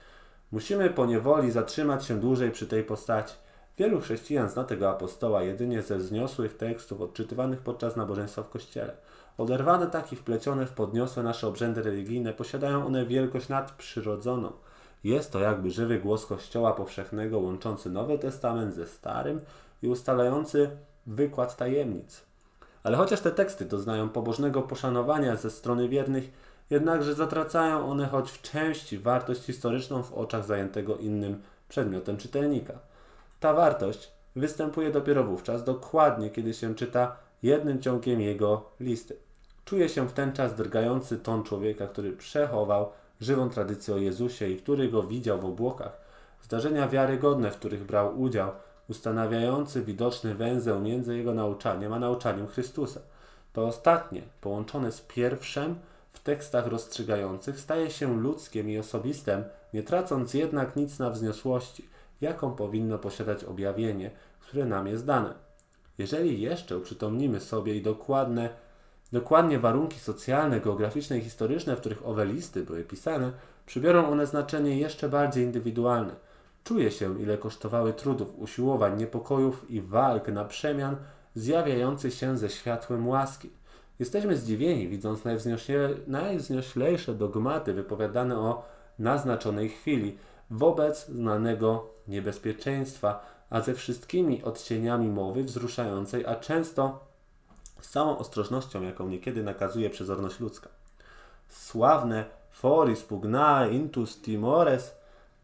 Musimy poniewoli zatrzymać się dłużej przy tej postaci. Wielu chrześcijan zna tego apostoła jedynie ze wzniosłych tekstów odczytywanych podczas nabożeństwa w kościele. Oderwane tak i wplecione w podniosłe nasze obrzędy religijne, posiadają one wielkość nadprzyrodzoną. Jest to jakby żywy głos Kościoła powszechnego, łączący Nowy Testament ze Starym i ustalający wykład tajemnic. Ale chociaż te teksty doznają pobożnego poszanowania ze strony wiernych, jednakże zatracają one choć w części wartość historyczną w oczach zajętego innym przedmiotem czytelnika. Ta wartość występuje dopiero wówczas, dokładnie kiedy się czyta jednym ciągiem jego listy. Czuje się w ten czas drgający ton człowieka, który przechował żywą tradycję o Jezusie i który go widział w obłokach. Zdarzenia wiarygodne, w których brał udział, ustanawiający widoczny węzeł między jego nauczaniem a nauczaniem Chrystusa. To ostatnie, połączone z pierwszym w tekstach rozstrzygających, staje się ludzkiem i osobistym, nie tracąc jednak nic na wzniosłości, jaką powinno posiadać objawienie, które nam jest dane. Jeżeli jeszcze uprzytomnimy sobie i dokładne, dokładnie warunki socjalne, geograficzne i historyczne, w których owe listy były pisane, przybiorą one znaczenie jeszcze bardziej indywidualne. Czuje się, ile kosztowały trudów, usiłowań, niepokojów i walk na przemian zjawiających się ze światłem łaski. Jesteśmy zdziwieni, widząc najwznioślejsze dogmaty wypowiadane o naznaczonej chwili wobec znanego niebezpieczeństwa, a ze wszystkimi odcieniami mowy wzruszającej, a często z całą ostrożnością, jaką niekiedy nakazuje przezorność ludzka. Sławne foris pugnae intus timores,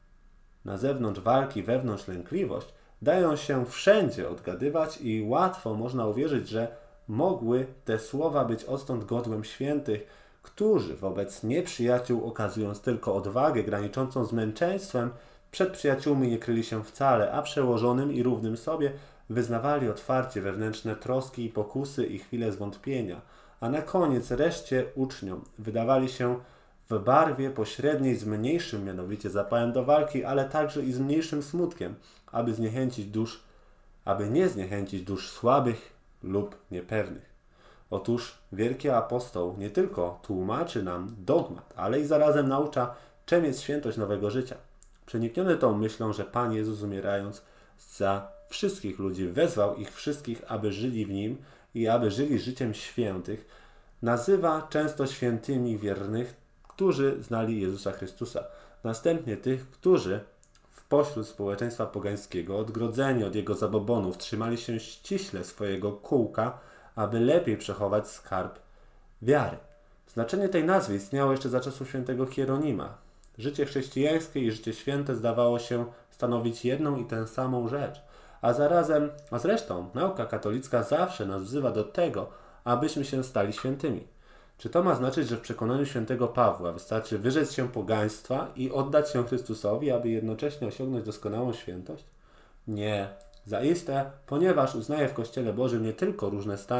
na zewnątrz walki, wewnątrz lękliwość, dają się wszędzie odgadywać i łatwo można uwierzyć, że mogły te słowa być odtąd godłem świętych, którzy wobec nieprzyjaciół, okazując tylko odwagę graniczącą z męczeństwem, przed przyjaciółmi nie kryli się wcale, a przełożonym i równym sobie wyznawali otwarcie wewnętrzne troski i pokusy i chwile zwątpienia, a na koniec reszcie uczniom wydawali się w barwie pośredniej z mniejszym mianowicie zapałem do walki, ale także i z mniejszym smutkiem, aby zniechęcić dusz, aby nie zniechęcić dusz słabych lub niepewnych. Otóż wielki apostoł nie tylko tłumaczy nam dogmat, ale i zarazem naucza, czym jest świętość nowego życia. Przenikniony tą myślą, że Pan Jezus umierając za wszystkich ludzi wezwał ich wszystkich, aby żyli w Nim i aby żyli życiem świętych, nazywa często świętymi wiernych, którzy znali Jezusa Chrystusa. Następnie tych, którzy w pośród społeczeństwa pogańskiego, odgrodzeni od jego zabobonów, trzymali się ściśle swojego kółka, aby lepiej przechować skarb wiary. Znaczenie tej nazwy istniało jeszcze za czasów świętego Hieronima. Życie chrześcijańskie i życie święte zdawało się stanowić jedną i tę samą rzecz, a zarazem, a zresztą nauka katolicka zawsze nas wzywa do tego, abyśmy się stali świętymi. Czy to ma znaczyć, że w przekonaniu świętego Pawła wystarczy wyrzec się pogaństwa i oddać się Chrystusowi, aby jednocześnie osiągnąć doskonałą świętość? Nie. Zaiste, ponieważ uznaje w Kościele Bożym nie tylko różne stany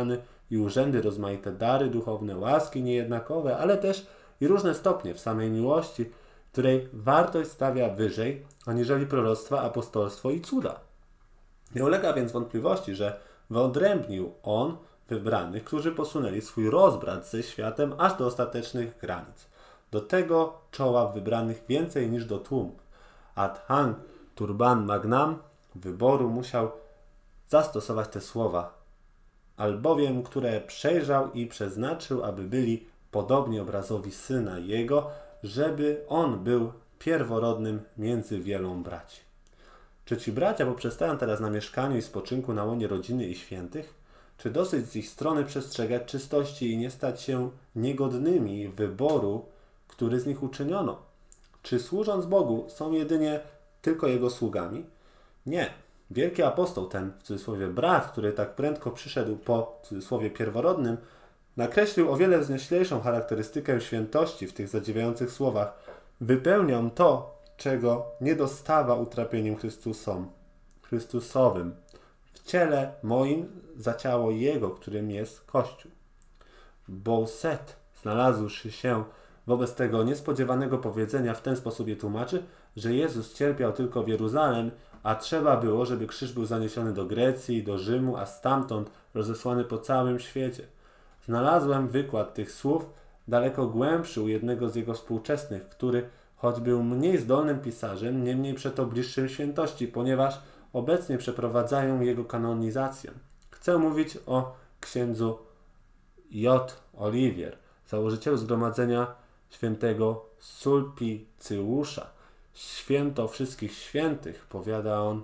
i urzędy, rozmaite dary duchowne, łaski niejednakowe, ale też i różne stopnie w samej miłości, której wartość stawia wyżej aniżeli proroctwa, apostolstwo i cuda. Nie ulega więc wątpliwości, że wyodrębnił on wybranych, którzy posunęli swój rozbrat ze światem aż do ostatecznych granic. Do tego czoła wybranych więcej niż do tłumu. Ad hang turban magnam wyboru musiał zastosować te słowa, albowiem które przejrzał i przeznaczył, aby byli podobni obrazowi Syna Jego, żeby On był pierworodnym między wielą braci. Czy ci bracia poprzestają teraz na mieszkaniu i spoczynku na łonie rodziny i świętych? Czy dosyć z ich strony przestrzegać czystości i nie stać się niegodnymi wyboru, który z nich uczyniono? Czy służąc Bogu są jedynie tylko Jego sługami? Nie. Wielki apostoł ten, w cudzysłowie brat, który tak prędko przyszedł po, w cudzysłowie pierworodnym, nakreślił o wiele wznioślejszą charakterystykę świętości w tych zadziwiających słowach. Wypełniam to, czego nie dostawa utrapieniem Chrystusom, Chrystusowym, w ciele moim za ciało Jego, którym jest Kościół. Bo Set, znalazłszy się wobec tego niespodziewanego powiedzenia, w ten sposób je tłumaczy, że Jezus cierpiał tylko w Jeruzalem, a trzeba było, żeby krzyż był zaniesiony do Grecji, do Rzymu, a stamtąd rozesłany po całym świecie. Znalazłem wykład tych słów daleko głębszy u jednego z jego współczesnych, który, choć był mniej zdolnym pisarzem, niemniej przeto bliższym świętości, ponieważ obecnie przeprowadzają jego kanonizację. Chcę mówić o księdzu J. Olivier, założycielu Zgromadzenia Świętego Sulpicyusza. Święto wszystkich świętych, powiada on,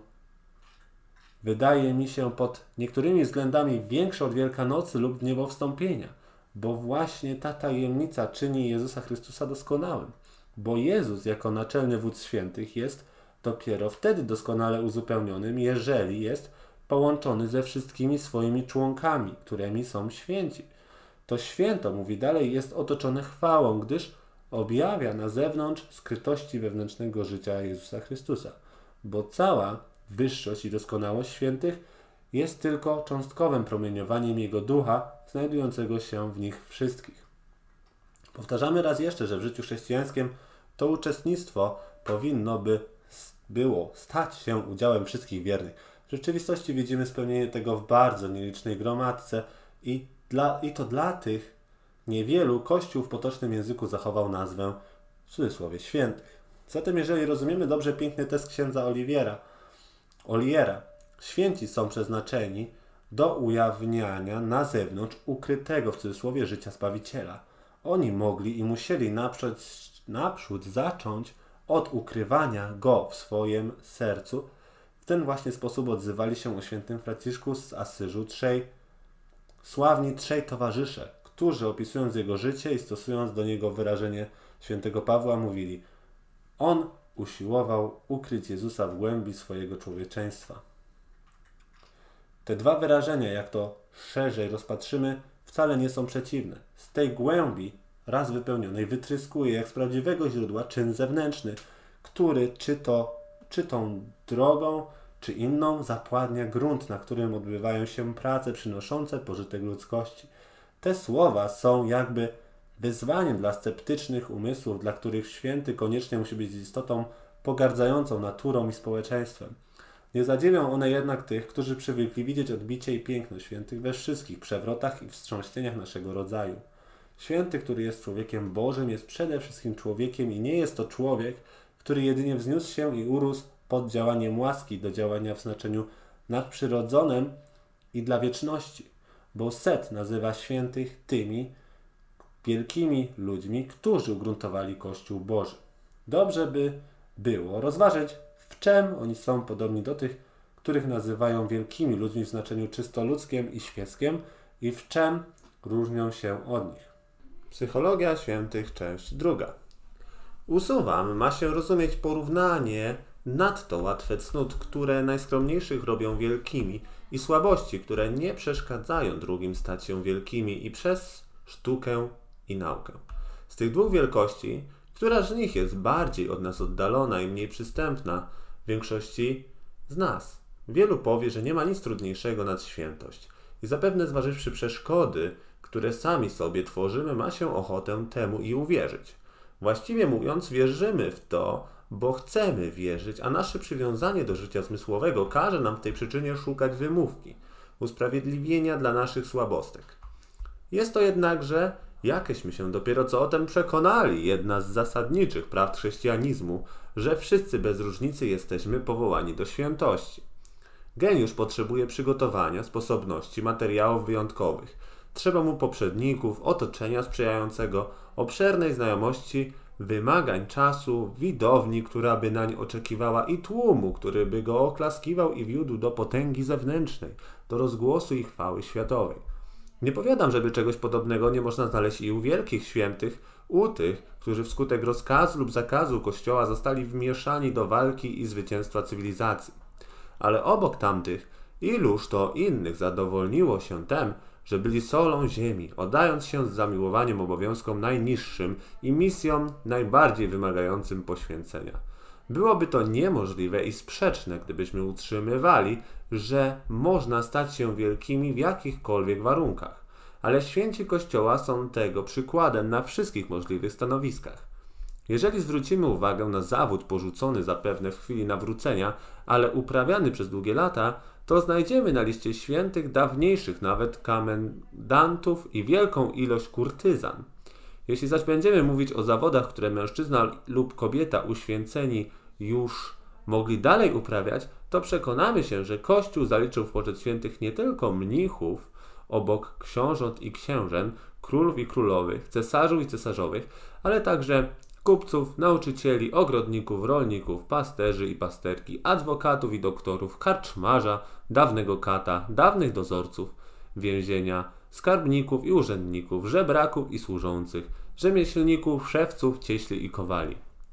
wydaje mi się pod niektórymi względami większe od Wielkanocy lub Niebowstąpienia, bo właśnie ta tajemnica czyni Jezusa Chrystusa doskonałym. Bo Jezus jako naczelny wódz świętych jest dopiero wtedy doskonale uzupełnionym, jeżeli jest połączony ze wszystkimi swoimi członkami, którymi są święci. To święto, mówi dalej, jest otoczone chwałą, gdyż objawia na zewnątrz skrytości wewnętrznego życia Jezusa Chrystusa. Bo cała wyższość i doskonałość świętych jest tylko cząstkowym promieniowaniem Jego ducha, znajdującego się w nich wszystkich. Powtarzamy raz jeszcze, że w życiu chrześcijańskim to uczestnictwo powinno by było stać się udziałem wszystkich wiernych. W rzeczywistości widzimy spełnienie tego w bardzo nielicznej gromadce i, dla, i to dla tych niewielu Kościół w potocznym języku zachował nazwę w cudzysłowie świętych. Zatem jeżeli rozumiemy dobrze piękny tekst księdza Oliviera, Oliera, święci są przeznaczeni do ujawniania na zewnątrz ukrytego w cudzysłowie życia Zbawiciela. Oni mogli i musieli naprzód, naprzód zacząć od ukrywania Go w swoim sercu. W ten właśnie sposób odzywali się o świętym Franciszku z Asyżu trzej, sławni trzej towarzysze, którzy opisując jego życie i stosując do niego wyrażenie świętego Pawła mówili: On usiłował ukryć Jezusa w głębi swojego człowieczeństwa. Te dwa wyrażenia, jak to szerzej rozpatrzymy, wcale nie są przeciwne. Z tej głębi raz wypełnionej wytryskuje jak z prawdziwego źródła czyn zewnętrzny, który czy to, czy tą drogą, czy inną zapładnia grunt, na którym odbywają się prace przynoszące pożytek ludzkości. Te słowa są jakby wyzwaniem dla sceptycznych umysłów, dla których święty koniecznie musi być istotą pogardzającą naturą i społeczeństwem. Nie zadziwią one jednak tych, którzy przywykli widzieć odbicie i piękno świętych we wszystkich przewrotach i wstrząśnieniach naszego rodzaju. Święty, który jest człowiekiem Bożym, jest przede wszystkim człowiekiem i nie jest to człowiek, który jedynie wzniósł się i urósł pod działaniem łaski do działania w znaczeniu nadprzyrodzonym i dla wieczności, bo Set nazywa świętych tymi wielkimi ludźmi, którzy ugruntowali Kościół Boży. Dobrze by było rozważyć, w czym oni są podobni do tych, których nazywają wielkimi ludźmi w znaczeniu czysto ludzkim i świeckim i w czym różnią się od nich. Psychologia świętych, część druga. Usuwam ma się rozumieć porównanie nadto łatwe cnót, które najskromniejszych robią wielkimi i słabości, które nie przeszkadzają drugim stać się wielkimi i przez sztukę i naukę. Z tych dwóch wielkości, która z nich jest bardziej od nas oddalona i mniej przystępna większości z nas? Wielu powie, że nie ma nic trudniejszego nad świętość. i zapewne zważywszy przeszkody, które sami sobie tworzymy, ma się ochotę temu i uwierzyć. Właściwie mówiąc, wierzymy w to, bo chcemy wierzyć, a nasze przywiązanie do życia zmysłowego każe nam w tej przyczynie szukać wymówki, usprawiedliwienia dla naszych słabostek. Jest to jednakże, jakeśmy się dopiero co o tym przekonali, jedna z zasadniczych prawd chrześcijanizmu, że wszyscy bez różnicy jesteśmy powołani do świętości. Geniusz potrzebuje przygotowania, sposobności, materiałów wyjątkowych. Trzeba mu poprzedników, otoczenia sprzyjającego, obszernej znajomości, wymagań czasu, widowni, która by nań oczekiwała i tłumu, który by go oklaskiwał i wiódł do potęgi zewnętrznej, do rozgłosu i chwały światowej. Nie powiadam, żeby czegoś podobnego nie można znaleźć i u wielkich świętych, u tych, którzy wskutek rozkazu lub zakazu Kościoła zostali wmieszani do walki i zwycięstwa cywilizacji. Ale obok tamtych, iluż to innych zadowolniło się tem, że byli solą ziemi, oddając się z zamiłowaniem obowiązkom najniższym i misjom najbardziej wymagającym poświęcenia. Byłoby to niemożliwe i sprzeczne, gdybyśmy utrzymywali, że można stać się wielkimi w jakichkolwiek warunkach. Ale święci Kościoła są tego przykładem na wszystkich możliwych stanowiskach. Jeżeli zwrócimy uwagę na zawód porzucony zapewne w chwili nawrócenia, ale uprawiany przez długie lata, to znajdziemy na liście świętych dawniejszych nawet komendantów i wielką ilość kurtyzan. Jeśli zaś będziemy mówić o zawodach, które mężczyzna lub kobieta uświęceni już mogli dalej uprawiać, to przekonamy się, że Kościół zaliczył w poczet świętych nie tylko mnichów, obok książąt i księżen, królów i królowych, cesarzów i cesarzowych, ale także kupców, nauczycieli, ogrodników, rolników, pasterzy i pasterki, adwokatów i doktorów, karczmarza, dawnego kata, dawnych dozorców więzienia, skarbników i urzędników, żebraków i służących, rzemieślników, szewców, cieśli i kowali.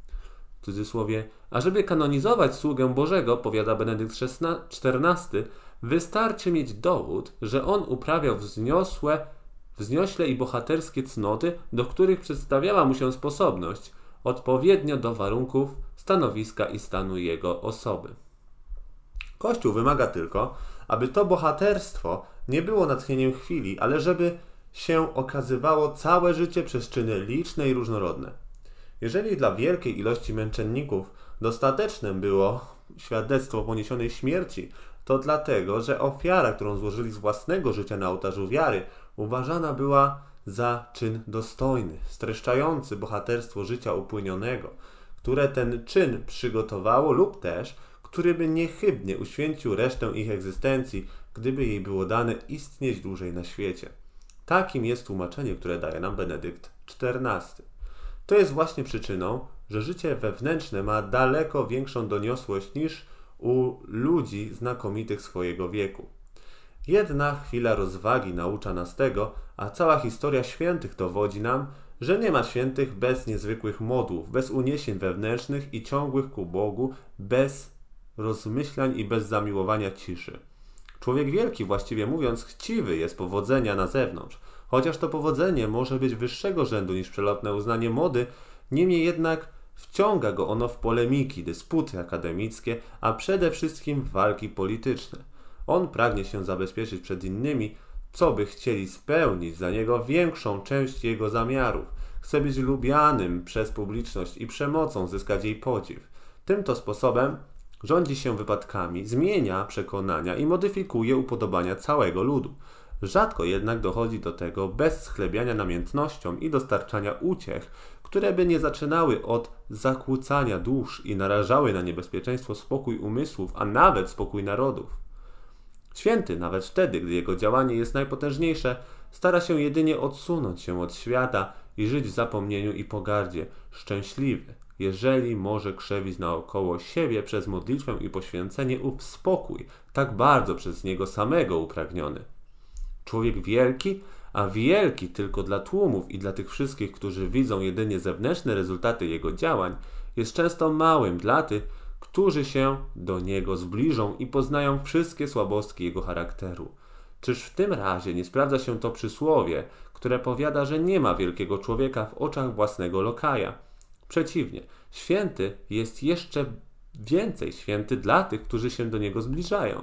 W cudzysłowie, ażeby kanonizować sługę Bożego, powiada Benedykt czternasty, wystarczy mieć dowód, że on uprawiał wzniosłe, wzniośle i bohaterskie cnoty, do których przedstawiała mu się sposobność, odpowiednio do warunków, stanowiska i stanu jego osoby. Kościół wymaga tylko, aby to bohaterstwo nie było natchnieniem chwili, ale żeby się okazywało całe życie przez czyny liczne i różnorodne. Jeżeli dla wielkiej ilości męczenników dostatecznym było świadectwo poniesionej śmierci, to dlatego, że ofiara, którą złożyli z własnego życia na ołtarzu wiary, uważana była za czyn dostojny, streszczający bohaterstwo życia upłynionego, które ten czyn przygotowało lub też, który by niechybnie uświęcił resztę ich egzystencji, gdyby jej było dane istnieć dłużej na świecie. Takim jest tłumaczenie, które daje nam Benedykt czternasty. To jest właśnie przyczyną, że życie wewnętrzne ma daleko większą doniosłość niż u ludzi znakomitych swojego wieku. Jedna chwila rozwagi naucza nas tego, a cała historia świętych dowodzi nam, że nie ma świętych bez niezwykłych modłów, bez uniesień wewnętrznych i ciągłych ku Bogu, bez rozmyślań i bez zamiłowania ciszy. Człowiek wielki, właściwie mówiąc, chciwy jest powodzenia na zewnątrz. Chociaż to powodzenie może być wyższego rzędu niż przelotne uznanie mody, niemniej jednak wciąga go ono w polemiki, dysputy akademickie, a przede wszystkim w walki polityczne. On pragnie się zabezpieczyć przed innymi, co by chcieli spełnić za niego większą część jego zamiarów. Chce być lubianym przez publiczność i przemocą zyskać jej podziw. Tym to sposobem rządzi się wypadkami, zmienia przekonania i modyfikuje upodobania całego ludu. Rzadko jednak dochodzi do tego bez schlebiania namiętnością i dostarczania uciech, które by nie zaczynały od zakłócania dusz i narażały na niebezpieczeństwo spokój umysłów, a nawet spokój narodów. Święty, nawet wtedy, gdy jego działanie jest najpotężniejsze, stara się jedynie odsunąć się od świata i żyć w zapomnieniu i pogardzie, szczęśliwy, jeżeli może krzewić naokoło siebie przez modlitwę i poświęcenie ów spokój, tak bardzo przez niego samego upragniony. Człowiek wielki, a wielki tylko dla tłumów i dla tych wszystkich, którzy widzą jedynie zewnętrzne rezultaty jego działań, jest często małym dla tych, którzy się do niego zbliżą i poznają wszystkie słabostki jego charakteru. Czyż w tym razie nie sprawdza się to przysłowie, które powiada, że nie ma wielkiego człowieka w oczach własnego lokaja? Przeciwnie, święty jest jeszcze więcej święty dla tych, którzy się do niego zbliżają.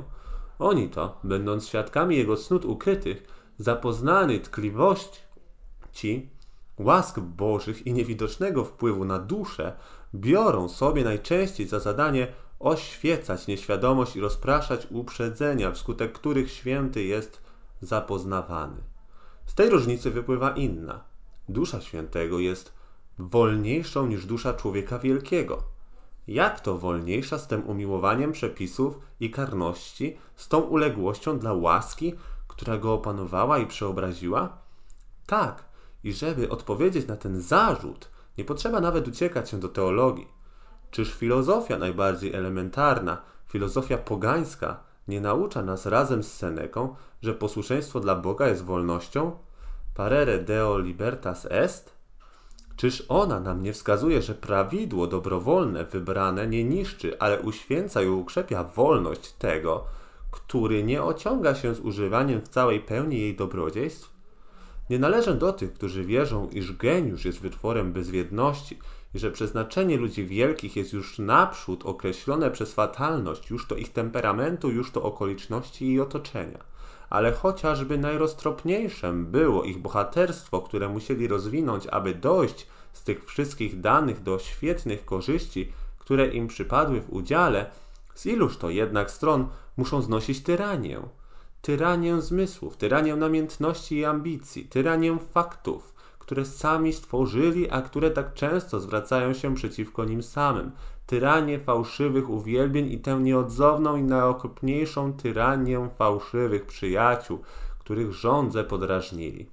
Oni to, będąc świadkami jego cnót ukrytych, zapoznany tkliwości, łask bożych i niewidocznego wpływu na duszę, biorą sobie najczęściej za zadanie oświecać nieświadomość i rozpraszać uprzedzenia, wskutek których święty jest zapoznawany. Z tej różnicy wypływa inna. Dusza świętego jest wolniejszą niż dusza człowieka wielkiego. Jak to wolniejsza z tym umiłowaniem przepisów i karności, z tą uległością dla łaski, która go opanowała i przeobraziła? Tak, i żeby odpowiedzieć na ten zarzut, nie potrzeba nawet uciekać się do teologii. Czyż filozofia najbardziej elementarna, filozofia pogańska, nie naucza nas razem z Seneką, że posłuszeństwo dla Boga jest wolnością? Parere deo libertas est? Czyż ona nam nie wskazuje, że prawidło dobrowolne, wybrane nie niszczy, ale uświęca i ukrzepia wolność tego, który nie ociąga się z używaniem w całej pełni jej dobrodziejstw? Nie należę do tych, którzy wierzą, iż geniusz jest wytworem bezwiedności i że przeznaczenie ludzi wielkich jest już naprzód określone przez fatalność, już to ich temperamentu, już to okoliczności i otoczenia. Ale chociażby najroztropniejszym było ich bohaterstwo, które musieli rozwinąć, aby dojść z tych wszystkich danych do świetnych korzyści, które im przypadły w udziale, z iluż to jednak stron muszą znosić tyranię. Tyranię zmysłów, tyranię namiętności i ambicji, tyranię faktów, które sami stworzyli, a które tak często zwracają się przeciwko nim samym, tyranię fałszywych uwielbień i tę nieodzowną i najokropniejszą tyranię fałszywych przyjaciół, których żądze podrażnili.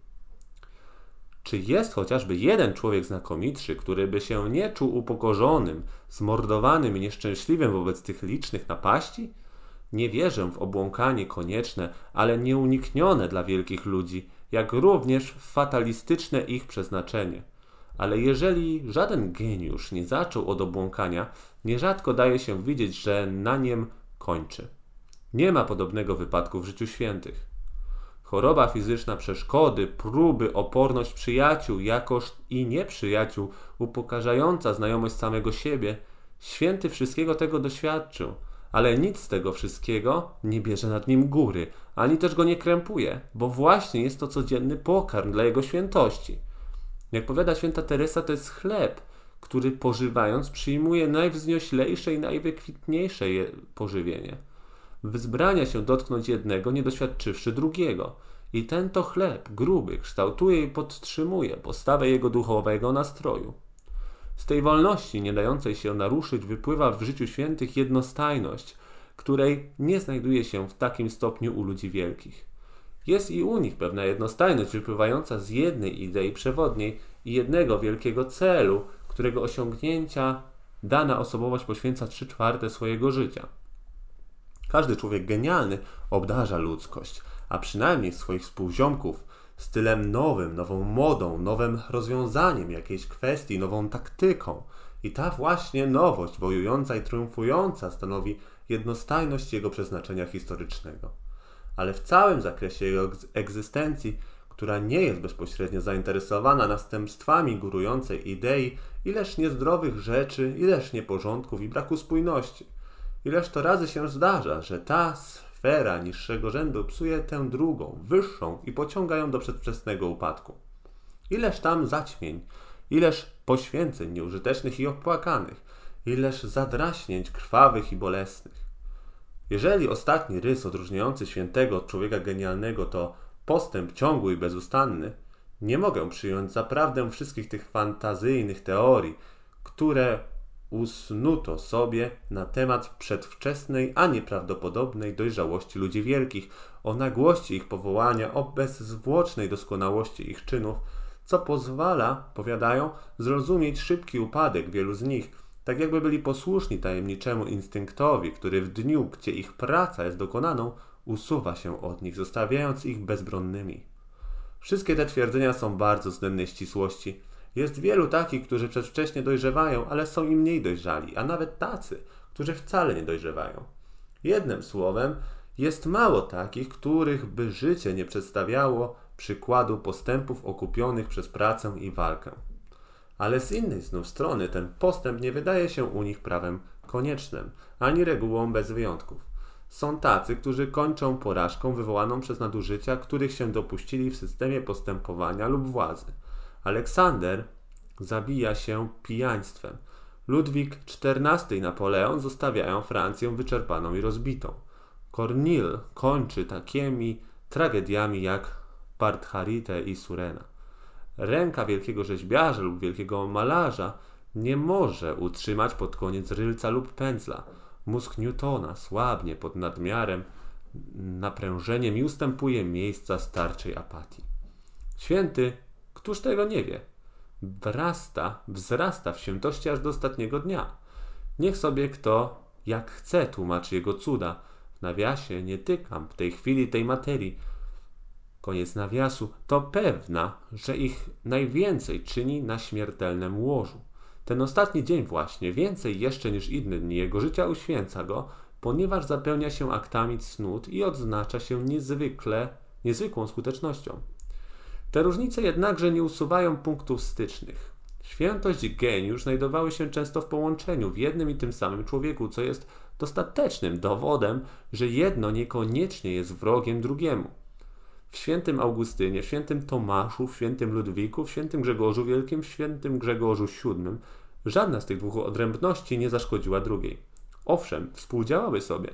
Czy jest chociażby jeden człowiek znakomitszy, który by się nie czuł upokorzonym, zmordowanym i nieszczęśliwym wobec tych licznych napaści? Nie wierzę w obłąkanie konieczne, ale nieuniknione dla wielkich ludzi, jak również w fatalistyczne ich przeznaczenie. Ale jeżeli żaden geniusz nie zaczął od obłąkania, nierzadko daje się widzieć, że na niem kończy. Nie ma podobnego wypadku w życiu świętych. Choroba fizyczna, przeszkody, próby, oporność przyjaciół, jakoż i nieprzyjaciół, upokarzająca znajomość samego siebie, święty wszystkiego tego doświadczył, ale nic z tego wszystkiego nie bierze nad nim góry, ani też go nie krępuje, bo właśnie jest to codzienny pokarm dla jego świętości. Jak powiada święta Teresa, to jest chleb, który pożywając przyjmuje najwznioślejsze i najwykwintniejsze pożywienie. Wzbrania się dotknąć jednego, nie doświadczywszy drugiego. I ten to chleb, gruby, kształtuje i podtrzymuje postawę jego duchowego nastroju. Z tej wolności, nie dającej się naruszyć, wypływa w życiu świętych jednostajność, której nie znajduje się w takim stopniu u ludzi wielkich. Jest i u nich pewna jednostajność wypływająca z jednej idei przewodniej i jednego wielkiego celu, którego osiągnięcia dana osobowość poświęca trzy czwarte swojego życia. Każdy człowiek genialny obdarza ludzkość, a przynajmniej swoich współziomków, stylem nowym, nową modą, nowym rozwiązaniem jakiejś kwestii, nową taktyką. I ta właśnie nowość, wojująca i triumfująca, stanowi jednostajność jego przeznaczenia historycznego. Ale w całym zakresie jego egzystencji, która nie jest bezpośrednio zainteresowana następstwami górującej idei, ileż niezdrowych rzeczy, ileż nieporządków i braku spójności. Ileż to razy się zdarza, że ta sfera niższego rzędu psuje tę drugą, wyższą i pociąga ją do przedwczesnego upadku. Ileż tam zaćmień, ileż poświęceń nieużytecznych i opłakanych, ileż zadraśnięć krwawych i bolesnych. Jeżeli ostatni rys odróżniający świętego od człowieka genialnego to postęp ciągły i bezustanny, nie mogę przyjąć za prawdę wszystkich tych fantazyjnych teorii, które usnuto sobie na temat przedwczesnej, a nieprawdopodobnej dojrzałości ludzi wielkich, o nagłości ich powołania, o bezzwłocznej doskonałości ich czynów, co pozwala, powiadają, zrozumieć szybki upadek wielu z nich, tak jakby byli posłuszni tajemniczemu instynktowi, który w dniu, gdzie ich praca jest dokonaną, usuwa się od nich, zostawiając ich bezbronnymi. Wszystkie te twierdzenia są bardzo względnej ścisłości. Jest wielu takich, którzy przedwcześnie dojrzewają, ale są i mniej dojrzali, a nawet tacy, którzy wcale nie dojrzewają. Jednym słowem, jest mało takich, których by życie nie przedstawiało przykładu postępów okupionych przez pracę i walkę. Ale z innej znów strony ten postęp nie wydaje się u nich prawem koniecznym, ani regułą bez wyjątków. Są tacy, którzy kończą porażką wywołaną przez nadużycia, których się dopuścili w systemie postępowania lub władzy. Aleksander zabija się pijaństwem. Ludwik czternasty i Napoleon zostawiają Francję wyczerpaną i rozbitą. Corneille kończy takimi tragediami jak Partharite i Surena. Ręka wielkiego rzeźbiarza lub wielkiego malarza nie może utrzymać pod koniec rylca lub pędzla. Mózg Newtona słabnie pod nadmiarem, naprężeniem i ustępuje miejsca starczej apatii. Święty, któż tego nie wie, wrasta, wzrasta w świętości aż do ostatniego dnia. Niech sobie kto jak chce tłumaczy jego cuda. W nawiasie nie tykam w tej chwili tej materii. Koniec nawiasu. To pewna, że ich najwięcej czyni na śmiertelnym łożu. Ten ostatni dzień właśnie, więcej jeszcze niż inne dni jego życia uświęca go, ponieważ zapełnia się aktami cnót i odznacza się niezwykle, niezwykłą skutecznością. Te różnice jednakże nie usuwają punktów stycznych. Świętość i geniusz znajdowały się często w połączeniu w jednym i tym samym człowieku, co jest dostatecznym dowodem, że jedno niekoniecznie jest wrogiem drugiemu. W świętym Augustynie, w świętym Tomaszu, w świętym Ludwiku, w świętym Grzegorzu Wielkim, w świętym Grzegorzu siódmym żadna z tych dwóch odrębności nie zaszkodziła drugiej. Owszem, współdziałały sobie.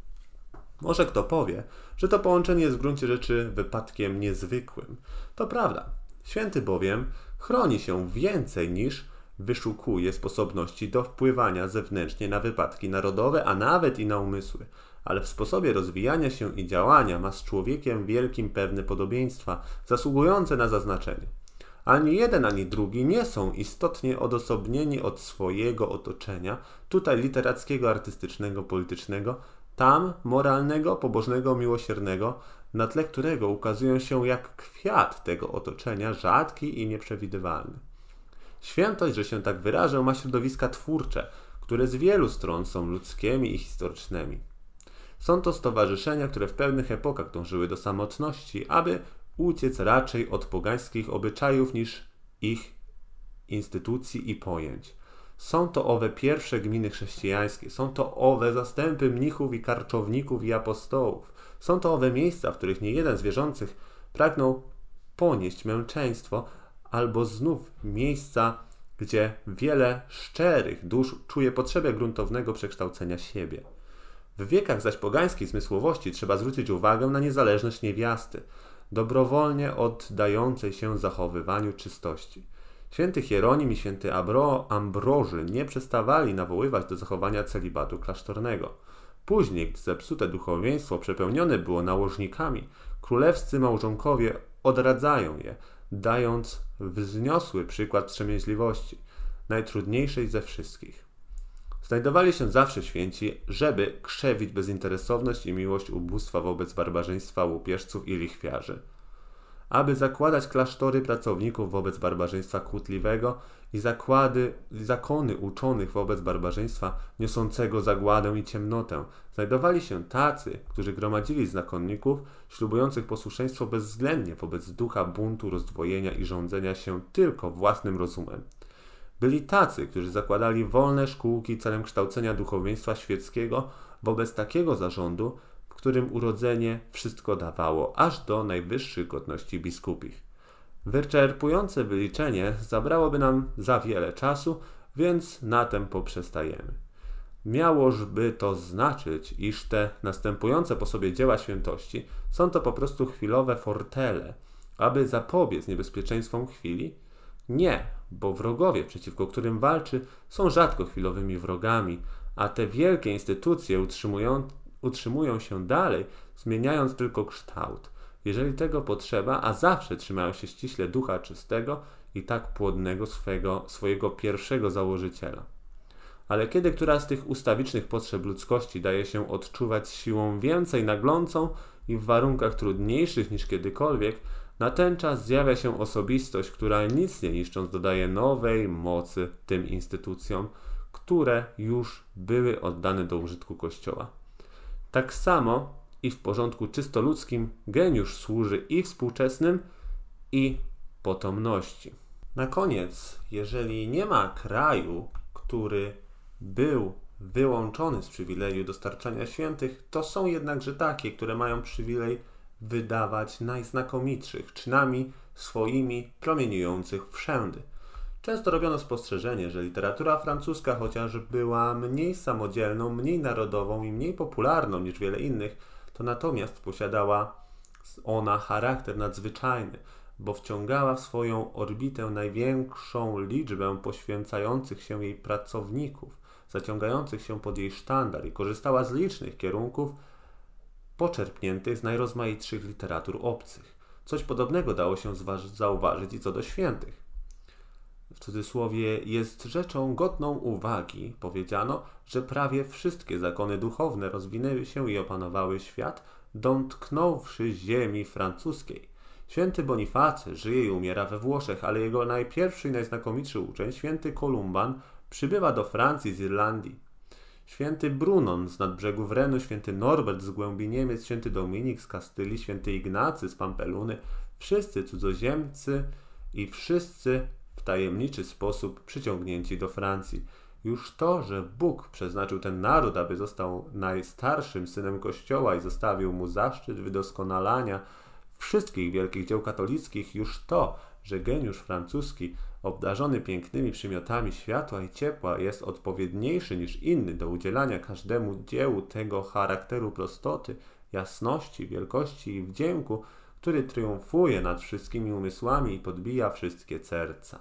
Może kto powie, że to połączenie jest w gruncie rzeczy wypadkiem niezwykłym. To prawda. Święty bowiem chroni się więcej niż wyszukuje sposobności do wpływania zewnętrznie na wypadki narodowe, a nawet i na umysły. Ale w sposobie rozwijania się i działania ma z człowiekiem wielkim pewne podobieństwa, zasługujące na zaznaczenie. Ani jeden, ani drugi nie są istotnie odosobnieni od swojego otoczenia, tutaj literackiego, artystycznego, politycznego, tam moralnego, pobożnego, miłosiernego, na tle którego ukazują się jak kwiat tego otoczenia, rzadki i nieprzewidywalny. Świętość, że się tak wyrażę, ma środowiska twórcze, które z wielu stron są ludzkimi i historycznymi. Są to stowarzyszenia, które w pewnych epokach dążyły do samotności, aby uciec raczej od pogańskich obyczajów niż ich instytucji i pojęć. Są to owe pierwsze gminy chrześcijańskie, są to owe zastępy mnichów i karczowników i apostołów. Są to owe miejsca, w których niejeden z wierzących pragnął ponieść męczeństwo, albo znów miejsca, gdzie wiele szczerych dusz czuje potrzebę gruntownego przekształcenia siebie. W wiekach zaś pogańskiej zmysłowości trzeba zwrócić uwagę na niezależność niewiasty, dobrowolnie oddającej się zachowywaniu czystości. Święty Hieronim i święty Abro, Ambroży nie przestawali nawoływać do zachowania celibatu klasztornego. Później, gdy zepsute duchowieństwo przepełnione było nałożnikami, królewscy małżonkowie odradzają je, dając wzniosły przykład wstrzemięźliwości, najtrudniejszej ze wszystkich. Znajdowali się zawsze święci, żeby krzewić bezinteresowność i miłość ubóstwa wobec barbarzyństwa łupieżców i lichwiarzy, aby zakładać klasztory pracowników wobec barbarzyństwa kłótliwego i zakłady, zakony uczonych wobec barbarzyństwa niosącego zagładę i ciemnotę. Znajdowali się tacy, którzy gromadzili zakonników, ślubujących posłuszeństwo bezwzględnie wobec ducha buntu, rozdwojenia i rządzenia się tylko własnym rozumem. Byli tacy, którzy zakładali wolne szkółki celem kształcenia duchowieństwa świeckiego wobec takiego zarządu, w którym urodzenie wszystko dawało, aż do najwyższych godności biskupich. Wyczerpujące wyliczenie zabrałoby nam za wiele czasu, więc na tem poprzestajemy. Miałożby to znaczyć, iż te następujące po sobie dzieła świętości są to po prostu chwilowe fortele, aby zapobiec niebezpieczeństwom chwili? Nie, bo wrogowie, przeciwko którym walczy, są rzadko chwilowymi wrogami, a te wielkie instytucje utrzymują, utrzymują się dalej, zmieniając tylko kształt, jeżeli tego potrzeba, a zawsze trzymają się ściśle ducha czystego i tak płodnego swego, swojego pierwszego założyciela. Ale kiedy która z tych ustawicznych potrzeb ludzkości daje się odczuwać siłą więcej naglącą i w warunkach trudniejszych niż kiedykolwiek, na ten czas zjawia się osobistość, która nic nie niszcząc dodaje nowej mocy tym instytucjom, które już były oddane do użytku Kościoła. Tak samo i w porządku czysto ludzkim geniusz służy i współczesnym, i potomności. Na koniec, jeżeli nie ma kraju, który był wyłączony z przywileju dostarczania świętych, to są jednakże takie, które mają przywilej wydawać najznakomitszych czynami swoimi promieniujących wszędy. Często robiono spostrzeżenie, że literatura francuska, chociaż była mniej samodzielną, mniej narodową i mniej popularną niż wiele innych, to natomiast posiadała ona charakter nadzwyczajny, bo wciągała w swoją orbitę największą liczbę poświęcających się jej pracowników, zaciągających się pod jej sztandar i korzystała z licznych kierunków poczerpniętych z najrozmaitszych literatur obcych. Coś podobnego dało się zauważyć i co do świętych. W cudzysłowie jest rzeczą godną uwagi, powiedziano, że prawie wszystkie zakony duchowne rozwinęły się i opanowały świat, dotknąwszy ziemi francuskiej. Święty Bonifacy żyje i umiera we Włoszech, ale jego najpierwszy i najznakomitszy uczeń, święty Kolumban, przybywa do Francji z Irlandii. Święty Brunon z nadbrzegów Renu, święty Norbert z głębi Niemiec, święty Dominik z Kastylii, święty Ignacy z Pampeluny, wszyscy cudzoziemcy i wszyscy w tajemniczy sposób przyciągnięci do Francji. Już to, że Bóg przeznaczył ten naród, aby został najstarszym synem Kościoła i zostawił mu zaszczyt wydoskonalania wszystkich wielkich dzieł katolickich, już to, że geniusz francuski, obdarzony pięknymi przymiotami światła i ciepła, jest odpowiedniejszy niż inny do udzielania każdemu dziełu tego charakteru prostoty, jasności, wielkości i wdzięku, który triumfuje nad wszystkimi umysłami i podbija wszystkie serca.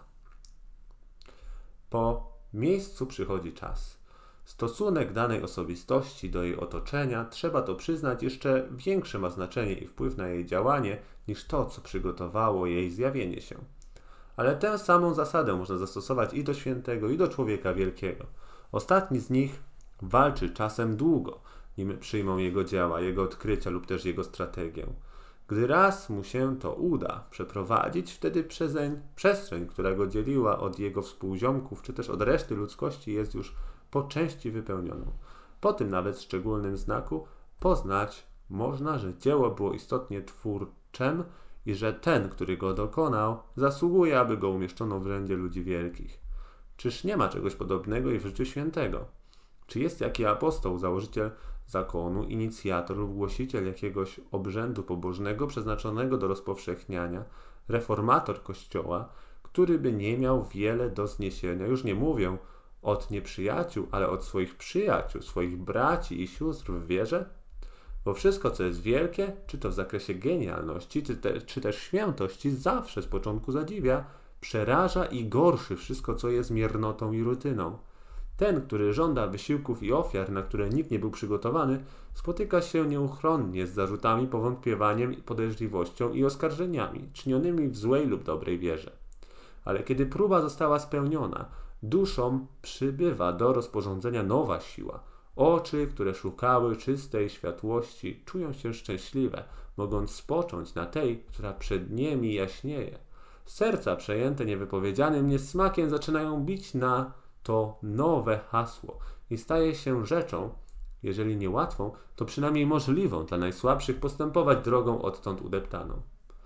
Po miejscu przychodzi czas. Stosunek danej osobistości do jej otoczenia, trzeba to przyznać, jeszcze większe ma znaczenie i wpływ na jej działanie niż to, co przygotowało jej zjawienie się. Ale tę samą zasadę można zastosować i do świętego, i do człowieka wielkiego. Ostatni z nich walczy czasem długo, nim przyjmą jego dzieła, jego odkrycia lub też jego strategię. Gdy raz mu się to uda przeprowadzić, wtedy przezeń, przestrzeń, która go dzieliła od jego współziomków, czy też od reszty ludzkości, jest już po części wypełnioną. Po tym nawet szczególnym znaku poznać można, że dzieło było istotnie twórczem i że ten, który go dokonał, zasługuje, aby go umieszczono w rzędzie ludzi wielkich. Czyż nie ma czegoś podobnego i w życiu świętego? Czy jest jaki apostoł, założyciel zakonu, inicjator lub głosiciel jakiegoś obrzędu pobożnego przeznaczonego do rozpowszechniania, reformator Kościoła, który by nie miał wiele do zniesienia, już nie mówię od nieprzyjaciół, ale od swoich przyjaciół, swoich braci i sióstr w wierze? Bo wszystko, co jest wielkie, czy to w zakresie genialności, czy, te, czy też świętości, zawsze z początku zadziwia, przeraża i gorszy wszystko, co jest miernotą i rutyną. Ten, który żąda wysiłków i ofiar, na które nikt nie był przygotowany, spotyka się nieuchronnie z zarzutami, powątpiewaniem, podejrzliwością i oskarżeniami, czynionymi w złej lub dobrej wierze. Ale kiedy próba została spełniona, duszom przybywa do rozporządzenia nowa siła. Oczy, które szukały czystej światłości, czują się szczęśliwe, mogąc spocząć na tej, która przed nimi jaśnieje. Serca przejęte niewypowiedzianym niesmakiem zaczynają bić na to nowe hasło i staje się rzeczą, jeżeli nie łatwą, to przynajmniej możliwą dla najsłabszych postępować drogą odtąd udeptaną.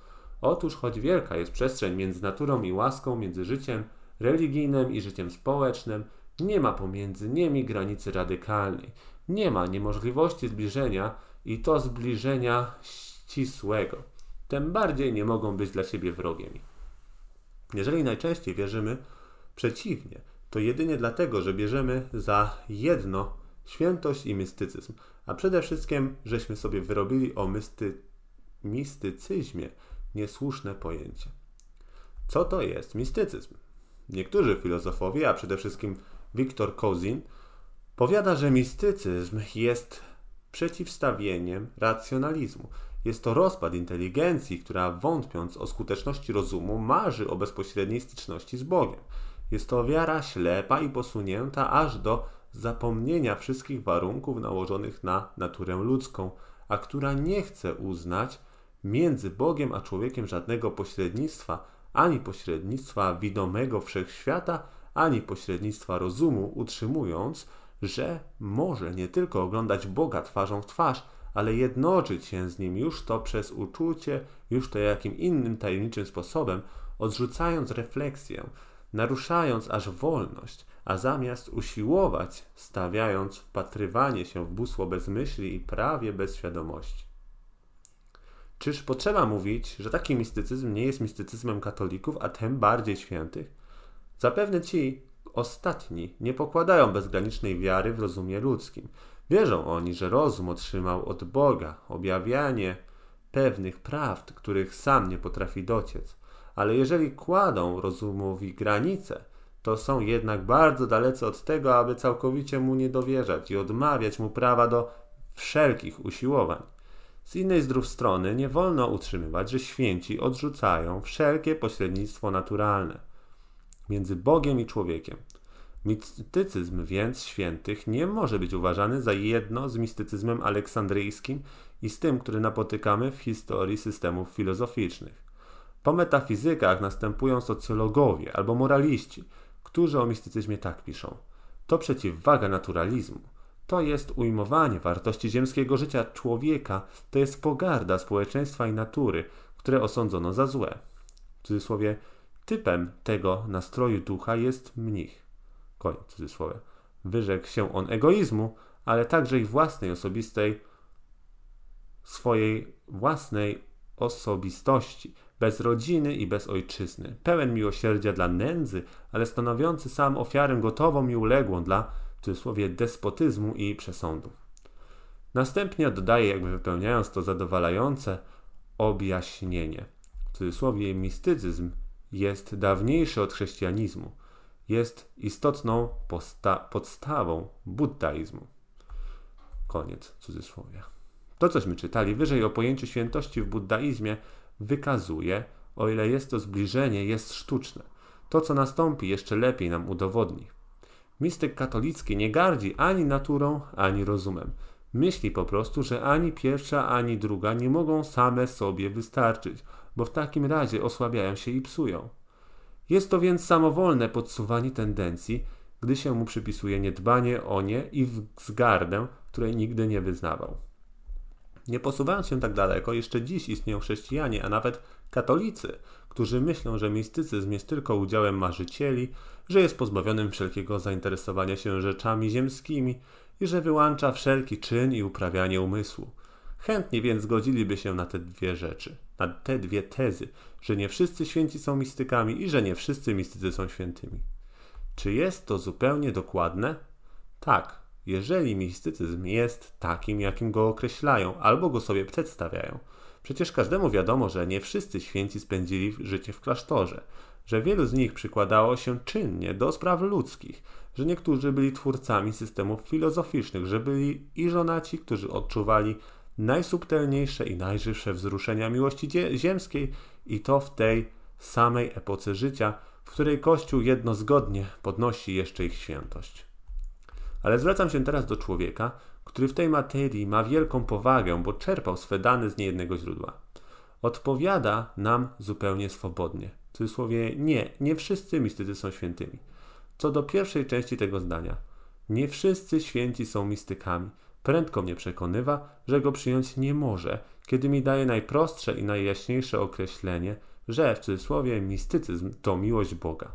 Otóż choć wielka jest przestrzeń między naturą i łaską, między życiem religijnym i życiem społecznym, nie ma pomiędzy nimi granicy radykalnej. Nie ma niemożliwości zbliżenia i to zbliżenia ścisłego. Tym bardziej nie mogą być dla siebie wrogimi. Jeżeli najczęściej wierzymy przeciwnie, to jedynie dlatego, że bierzemy za jedno świętość i mistycyzm, a przede wszystkim, żeśmy sobie wyrobili o misty, mistycyzmie niesłuszne pojęcie. Co to jest mistycyzm? Niektórzy filozofowie, a przede wszystkim Victor Cousin, powiada, że mistycyzm jest przeciwstawieniem racjonalizmu. Jest to rozpad inteligencji, która wątpiąc o skuteczności rozumu, marzy o bezpośredniej styczności z Bogiem. Jest to wiara ślepa i posunięta aż do zapomnienia wszystkich warunków nałożonych na naturę ludzką, a która nie chce uznać między Bogiem a człowiekiem żadnego pośrednictwa, ani pośrednictwa widomego wszechświata, ani pośrednictwa rozumu, utrzymując, że może nie tylko oglądać Boga twarzą w twarz, ale jednoczyć się z Nim już to przez uczucie, już to jakim innym tajemniczym sposobem, odrzucając refleksję, naruszając aż wolność, a zamiast usiłować, stawiając wpatrywanie się w bóstwo bez myśli i prawie bez świadomości. Czyż potrzeba mówić, że taki mistycyzm nie jest mistycyzmem katolików, a tym bardziej świętych? Zapewne ci ostatni nie pokładają bezgranicznej wiary w rozumie ludzkim. Wierzą oni, że rozum otrzymał od Boga objawianie pewnych prawd, których sam nie potrafi dociec. Ale jeżeli kładą rozumowi granice, to są jednak bardzo dalece od tego, aby całkowicie mu nie dowierzać i odmawiać mu prawa do wszelkich usiłowań. Z innej zdrów strony nie wolno utrzymywać, że święci odrzucają wszelkie pośrednictwo naturalne między Bogiem i człowiekiem. Mistycyzm więc świętych nie może być uważany za jedno z mistycyzmem aleksandryjskim i z tym, który napotykamy w historii systemów filozoficznych. Po metafizykach następują socjologowie albo moraliści, którzy o mistycyzmie tak piszą. To przeciwwaga naturalizmu. To jest ujmowanie wartości ziemskiego życia człowieka, to jest pogarda społeczeństwa i natury, które osądzono za złe. W cudzysłowie, typem tego nastroju ducha jest mnich. Koniec cudzysłowie. Wyrzekł się on egoizmu, ale także i własnej osobistej, swojej własnej osobistości, bez rodziny i bez ojczyzny, pełen miłosierdzia dla nędzy, ale stanowiący sam ofiarę gotową i uległą dla, w cudzysłowie, despotyzmu i przesądów. Następnie dodaje, jakby wypełniając to zadowalające objaśnienie. W cudzysłowie, mistycyzm jest dawniejszy od chrześcijanizmu. Jest istotną podstawą buddaizmu. Koniec cudzysłowia. To, cośmy czytali wyżej o pojęciu świętości w buddaizmie, wykazuje, o ile jest to zbliżenie, jest sztuczne. To, co nastąpi, jeszcze lepiej nam udowodni. Mistyk katolicki nie gardzi ani naturą, ani rozumem. Myśli po prostu, że ani pierwsza, ani druga nie mogą same sobie wystarczyć, bo w takim razie osłabiają się i psują. Jest to więc samowolne podsuwanie tendencji, gdy się mu przypisuje niedbanie o nie i wzgardę, której nigdy nie wyznawał. Nie posuwając się tak daleko, jeszcze dziś istnieją chrześcijanie, a nawet katolicy, którzy myślą, że mistycyzm jest tylko udziałem marzycieli, że jest pozbawionym wszelkiego zainteresowania się rzeczami ziemskimi i że wyłącza wszelki czyn i uprawianie umysłu. Chętnie więc zgodziliby się na te dwie rzeczy, na te dwie tezy, że nie wszyscy święci są mistykami i że nie wszyscy mistycy są świętymi. Czy jest to zupełnie dokładne? Tak, jeżeli mistycyzm jest takim, jakim go określają albo go sobie przedstawiają. Przecież każdemu wiadomo, że nie wszyscy święci spędzili życie w klasztorze, że wielu z nich przykładało się czynnie do spraw ludzkich, że niektórzy byli twórcami systemów filozoficznych, że byli i żonaci, którzy odczuwali najsubtelniejsze i najżywsze wzruszenia miłości ziemskiej i to w tej samej epoce życia, w której Kościół jednozgodnie podnosi jeszcze ich świętość. Ale zwracam się teraz do człowieka, który w tej materii ma wielką powagę, bo czerpał swe dane z niejednego źródła. Odpowiada nam zupełnie swobodnie. W cudzysłowie, nie, nie wszyscy mistycy są świętymi. Co do pierwszej części tego zdania, nie wszyscy święci są mistykami. Prędko mnie przekonywa, że go przyjąć nie może, kiedy mi daje najprostsze i najjaśniejsze określenie, że w cudzysłowie mistycyzm to miłość Boga.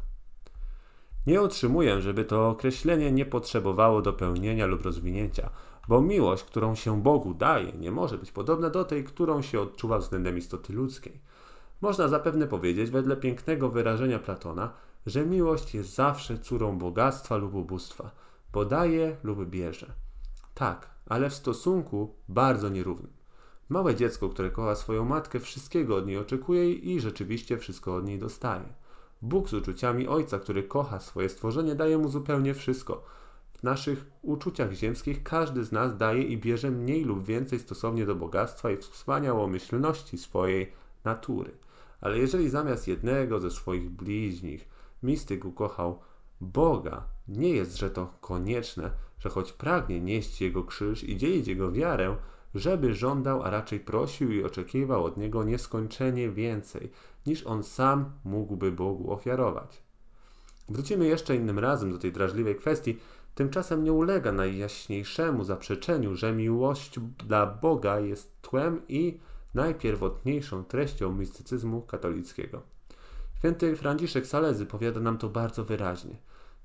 Nie utrzymuję, żeby to określenie nie potrzebowało dopełnienia lub rozwinięcia, bo miłość, którą się Bogu daje, nie może być podobna do tej, którą się odczuwa względem istoty ludzkiej. Można zapewne powiedzieć, wedle pięknego wyrażenia Platona, że miłość jest zawsze córą bogactwa lub ubóstwa, bo daje lub bierze. Tak, ale w stosunku bardzo nierównym. Małe dziecko, które kocha swoją matkę, wszystkiego od niej oczekuje i rzeczywiście wszystko od niej dostaje. Bóg z uczuciami Ojca, który kocha swoje stworzenie, daje mu zupełnie wszystko. W naszych uczuciach ziemskich każdy z nas daje i bierze mniej lub więcej stosownie do bogactwa i wspaniałomyślności swojej natury. Ale jeżeli zamiast jednego ze swoich bliźnich mistyk ukochał Boga, nie jest, że to konieczne, że choć pragnie nieść Jego krzyż i dzielić Jego wiarę, żeby żądał, a raczej prosił i oczekiwał od Niego nieskończenie więcej, niż On sam mógłby Bogu ofiarować. Wrócimy jeszcze innym razem do tej drażliwej kwestii, tymczasem nie ulega najjaśniejszemu zaprzeczeniu, że miłość dla Boga jest tłem i najpierwotniejszą treścią mistycyzmu katolickiego. Święty Franciszek Salezy powiada nam to bardzo wyraźnie.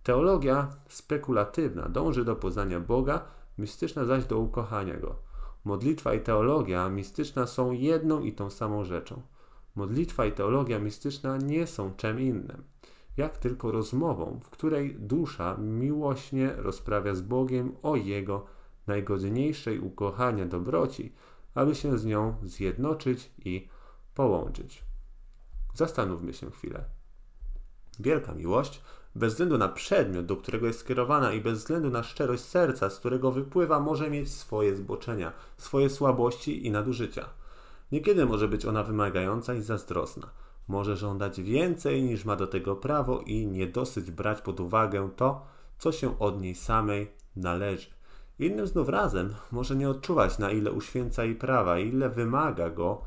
Teologia spekulatywna dąży do poznania Boga, mistyczna zaś do ukochania Go. Modlitwa i teologia mistyczna są jedną i tą samą rzeczą. Modlitwa i teologia mistyczna nie są czym innym, jak tylko rozmową, w której dusza miłośnie rozprawia z Bogiem o Jego najgodniejszej ukochania dobroci, aby się z nią zjednoczyć i połączyć. Zastanówmy się chwilę. Wielka miłość, bez względu na przedmiot, do którego jest skierowana i bez względu na szczerość serca, z którego wypływa, może mieć swoje zboczenia, swoje słabości i nadużycia. Niekiedy może być ona wymagająca i zazdrosna. Może żądać więcej niż ma do tego prawo i nie dosyć brać pod uwagę to, co się od niej samej należy. Innym znów razem może nie odczuwać, na ile uświęca jej prawa, ile wymaga go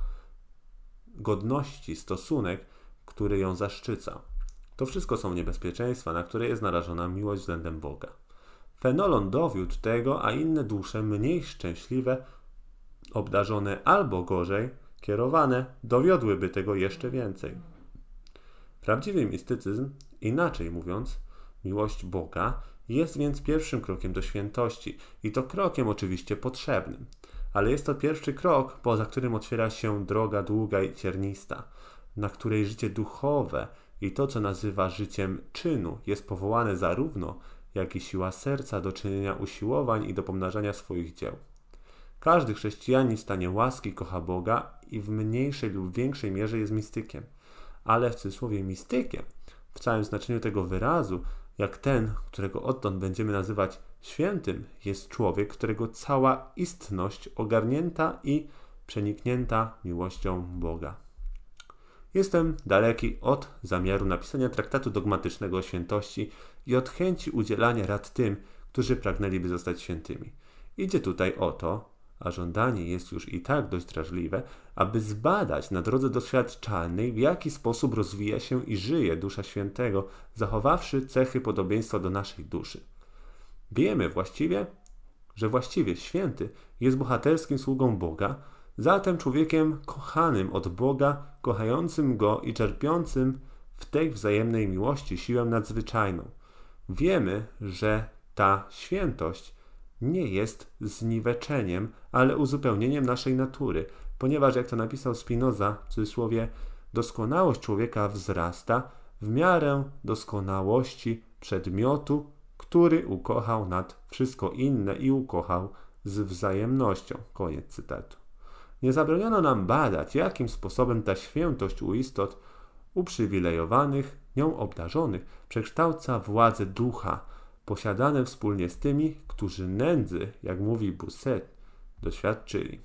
godności stosunek, który ją zaszczyca. To wszystko są niebezpieczeństwa, na które jest narażona miłość względem Boga. Fenolon dowiódł tego, a inne dusze mniej szczęśliwe, obdarzone albo gorzej kierowane, dowiodłyby tego jeszcze więcej. Prawdziwy mistycyzm, inaczej mówiąc, miłość Boga, jest więc pierwszym krokiem do świętości i to krokiem oczywiście potrzebnym. Ale jest to pierwszy krok, poza którym otwiera się droga długa i ciernista, na której życie duchowe i to, co nazywa życiem czynu, jest powołane zarówno, jak i siła serca do czynienia usiłowań i do pomnażania swoich dzieł. Każdy chrześcijanin w stanie łaski kocha Boga i w mniejszej lub większej mierze jest mistykiem. Ale w cudzysłowie mistykiem, w całym znaczeniu tego wyrazu, jak ten, którego odtąd będziemy nazywać świętym, jest człowiek, którego cała istność ogarnięta i przeniknięta miłością Boga. Jestem daleki od zamiaru napisania traktatu dogmatycznego o świętości i od chęci udzielania rad tym, którzy pragnęliby zostać świętymi. Idzie tutaj o to, a żądanie jest już i tak dość drażliwe, aby zbadać na drodze doświadczalnej, w jaki sposób rozwija się i żyje dusza świętego, zachowawszy cechy podobieństwa do naszej duszy. Wiemy właściwie, że właściwie święty jest bohaterskim sługą Boga, zatem człowiekiem kochanym od Boga, kochającym Go i czerpiącym w tej wzajemnej miłości siłę nadzwyczajną. Wiemy, że ta świętość nie jest zniweczeniem, ale uzupełnieniem naszej natury, ponieważ, jak to napisał Spinoza, w cudzysłowie, doskonałość człowieka wzrasta w miarę doskonałości przedmiotu, który ukochał nad wszystko inne i ukochał z wzajemnością. Koniec cytatu. Nie zabroniono nam badać, jakim sposobem ta świętość u istot uprzywilejowanych, nią obdarzonych, przekształca władzę ducha, posiadane wspólnie z tymi, którzy nędzy, jak mówi Bossuet, doświadczyli.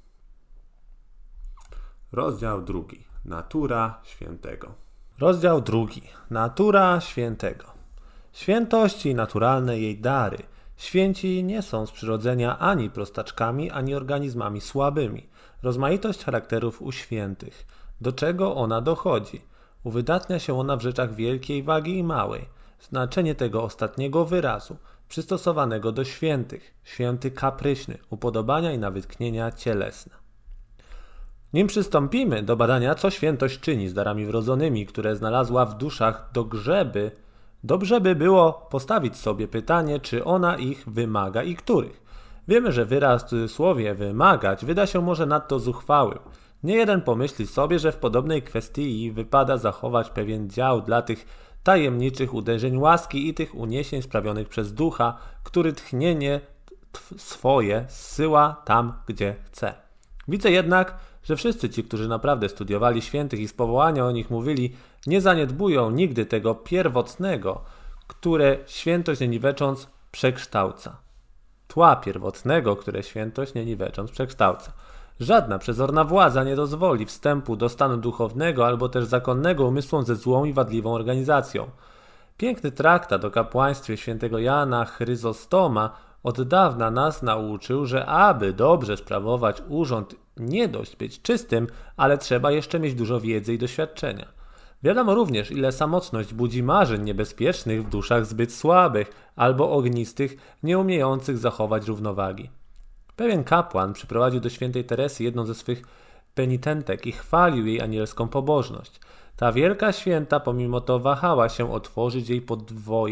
Rozdział drugi. Natura świętego. Rozdział drugi. Natura świętego. Świętość i naturalne jej dary. Święci nie są z przyrodzenia ani prostaczkami, ani organizmami słabymi. Rozmaitość charakterów u świętych. Do czego ona dochodzi? Uwydatnia się ona w rzeczach wielkiej wagi i małej. Znaczenie tego ostatniego wyrazu, przystosowanego do świętych, święty kapryśny, upodobania i nawytknienia cielesne. Nim przystąpimy do badania, co świętość czyni z darami wrodzonymi, które znalazła w duszach do grzeby, dobrze by było postawić sobie pytanie, czy ona ich wymaga i których. Wiemy, że wyraz w cudzysłowie wymagać wyda się może nadto zuchwałym. Nie jeden pomyśli sobie, że w podobnej kwestii wypada zachować pewien dział dla tych tajemniczych uderzeń łaski i tych uniesień sprawionych przez ducha, który tchnienie swoje zsyła tam, gdzie chce. Widzę jednak, że wszyscy ci, którzy naprawdę studiowali świętych i z powołania o nich mówili, nie zaniedbują nigdy tego pierwotnego, które świętość nie niwecząc przekształca. Tła pierwotnego, które świętość nie niwecząc przekształca. Żadna przezorna władza nie dozwoli wstępu do stanu duchownego albo też zakonnego umysłom ze złą i wadliwą organizacją. Piękny traktat o kapłaństwie świętego Jana Chryzostoma od dawna nas nauczył, że aby dobrze sprawować urząd, nie dość być czystym, ale trzeba jeszcze mieć dużo wiedzy i doświadczenia. Wiadomo również, ile samotność budzi marzeń niebezpiecznych w duszach zbyt słabych albo ognistych, nie umiejących zachować równowagi. Pewien kapłan przyprowadził do świętej Teresy jedną ze swych penitentek i chwalił jej anielską pobożność. Ta wielka święta pomimo to wahała się otworzyć jej podwoje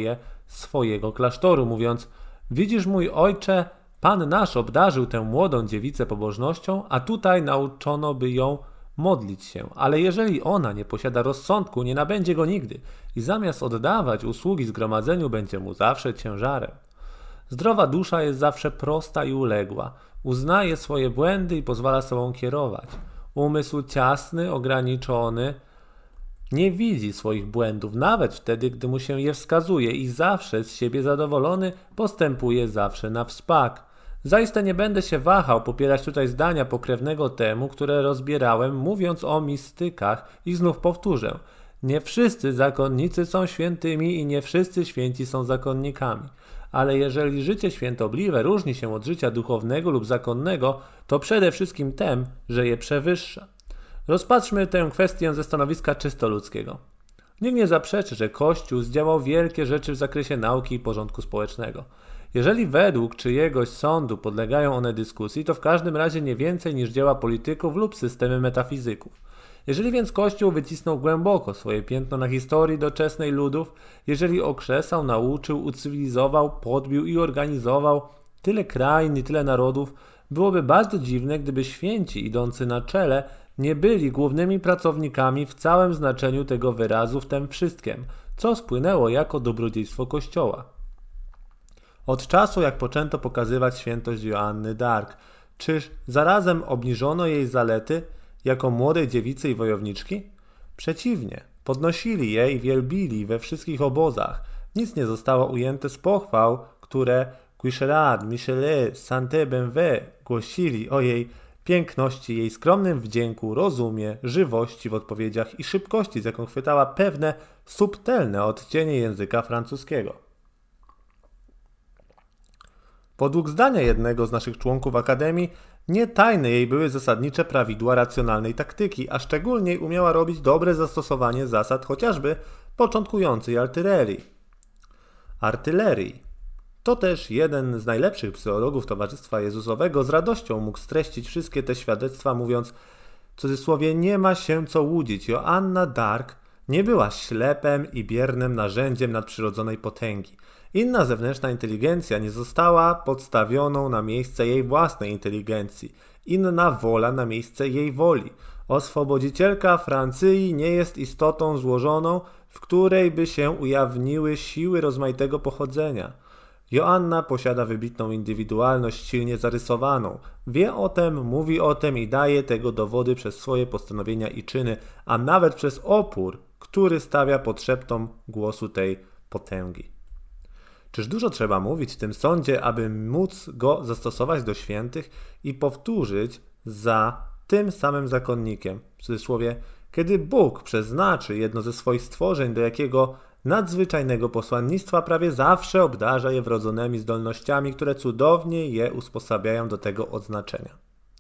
swojego klasztoru, mówiąc: widzisz, mój ojcze, Pan nasz obdarzył tę młodą dziewicę pobożnością, a tutaj nauczono by ją modlić się, ale jeżeli ona nie posiada rozsądku, nie nabędzie go nigdy i zamiast oddawać usługi zgromadzeniu, będzie mu zawsze ciężarem. Zdrowa dusza jest zawsze prosta i uległa, uznaje swoje błędy i pozwala sobą kierować. Umysł ciasny, ograniczony, nie widzi swoich błędów, nawet wtedy, gdy mu się je wskazuje i zawsze z siebie zadowolony postępuje zawsze na wspak. Zaiste nie będę się wahał popierać tutaj zdania pokrewnego temu, które rozbierałem, mówiąc o mistykach i znów powtórzę. Nie wszyscy zakonnicy są świętymi i nie wszyscy święci są zakonnikami. Ale jeżeli życie świętobliwe różni się od życia duchownego lub zakonnego, to przede wszystkim tem, że je przewyższa. Rozpatrzmy tę kwestię ze stanowiska czysto ludzkiego. Nikt nie zaprzeczy, że Kościół zdziałał wielkie rzeczy w zakresie nauki i porządku społecznego. Jeżeli według czyjegoś sądu podlegają one dyskusji, to w każdym razie nie więcej niż dzieła polityków lub systemy metafizyków. Jeżeli więc Kościół wycisnął głęboko swoje piętno na historii doczesnej ludów, jeżeli okrzesał, nauczył, ucywilizował, podbił i organizował tyle krain i tyle narodów, byłoby bardzo dziwne, gdyby święci idący na czele nie byli głównymi pracownikami w całym znaczeniu tego wyrazu w tym wszystkim, co spłynęło jako dobrodziejstwo Kościoła. Od czasu, jak poczęto pokazywać świętość Joanny d'Arc, czyż zarazem obniżono jej zalety jako młodej dziewicy i wojowniczki? Przeciwnie, podnosili je i wielbili we wszystkich obozach. Nic nie zostało ujęte z pochwał, które Quicherat, Michelet, Sainte-Beuve głosili o jej piękności, jej skromnym wdzięku, rozumie, żywości w odpowiedziach i szybkości, z jaką chwytała pewne subtelne odcienie języka francuskiego. Podług zdania jednego z naszych członków Akademii, nie tajne jej były zasadnicze prawidła racjonalnej taktyki, a szczególnie umiała robić dobre zastosowanie zasad chociażby początkującej artylerii. Artylerii. To też jeden z najlepszych psychologów Towarzystwa Jezusowego z radością mógł streścić wszystkie te świadectwa, mówiąc, w cudzysłowie, nie ma się co łudzić. Joanna d'Arc nie była ślepem i biernym narzędziem nadprzyrodzonej potęgi. Inna zewnętrzna inteligencja nie została podstawioną na miejsce jej własnej inteligencji. Inna wola na miejsce jej woli. Oswobodzicielka Francji nie jest istotą złożoną, w której by się ujawniły siły rozmaitego pochodzenia. Joanna posiada wybitną indywidualność silnie zarysowaną. Wie o tym, mówi o tym i daje tego dowody przez swoje postanowienia i czyny, a nawet przez opór, który stawia pod szeptom głosu tej potęgi. Czyż dużo trzeba mówić w tym sądzie, aby móc go zastosować do świętych i powtórzyć za tym samym zakonnikiem? W cudzysłowie, kiedy Bóg przeznaczy jedno ze swoich stworzeń do jakiego nadzwyczajnego posłannictwa, prawie zawsze obdarza je wrodzonymi zdolnościami, które cudownie je usposabiają do tego odznaczenia.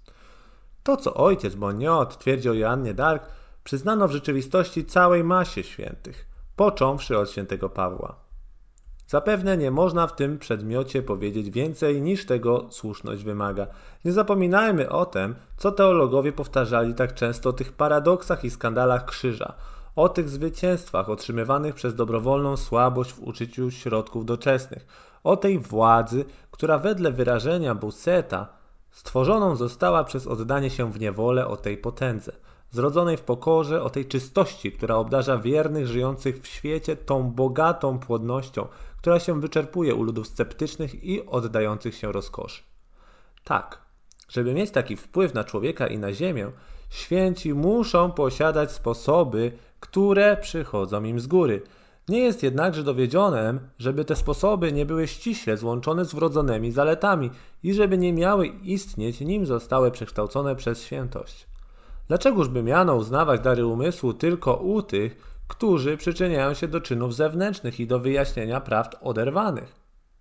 To, co ojciec Boniot twierdził o Joannie d'Arc, przyznano w rzeczywistości całej masie świętych, począwszy od świętego Pawła. Zapewne nie można w tym przedmiocie powiedzieć więcej niż tego słuszność wymaga. Nie zapominajmy o tym, co teologowie powtarzali tak często o tych paradoksach i skandalach krzyża, o tych zwycięstwach otrzymywanych przez dobrowolną słabość w użyciu środków doczesnych, o tej władzy, która wedle wyrażenia Bousseta stworzoną została przez oddanie się w niewolę o tej potędze, zrodzonej w pokorze, o tej czystości, która obdarza wiernych żyjących w świecie tą bogatą płodnością, która się wyczerpuje u ludów sceptycznych i oddających się rozkoszy. Tak, żeby mieć taki wpływ na człowieka i na ziemię, święci muszą posiadać sposoby, które przychodzą im z góry. Nie jest jednakże dowiedzionym, żeby te sposoby nie były ściśle złączone z wrodzonymi zaletami i żeby nie miały istnieć, nim zostały przekształcone przez świętość. Dlaczegoż by miano uznawać dary umysłu tylko u tych, którzy przyczyniają się do czynów zewnętrznych i do wyjaśnienia prawd oderwanych?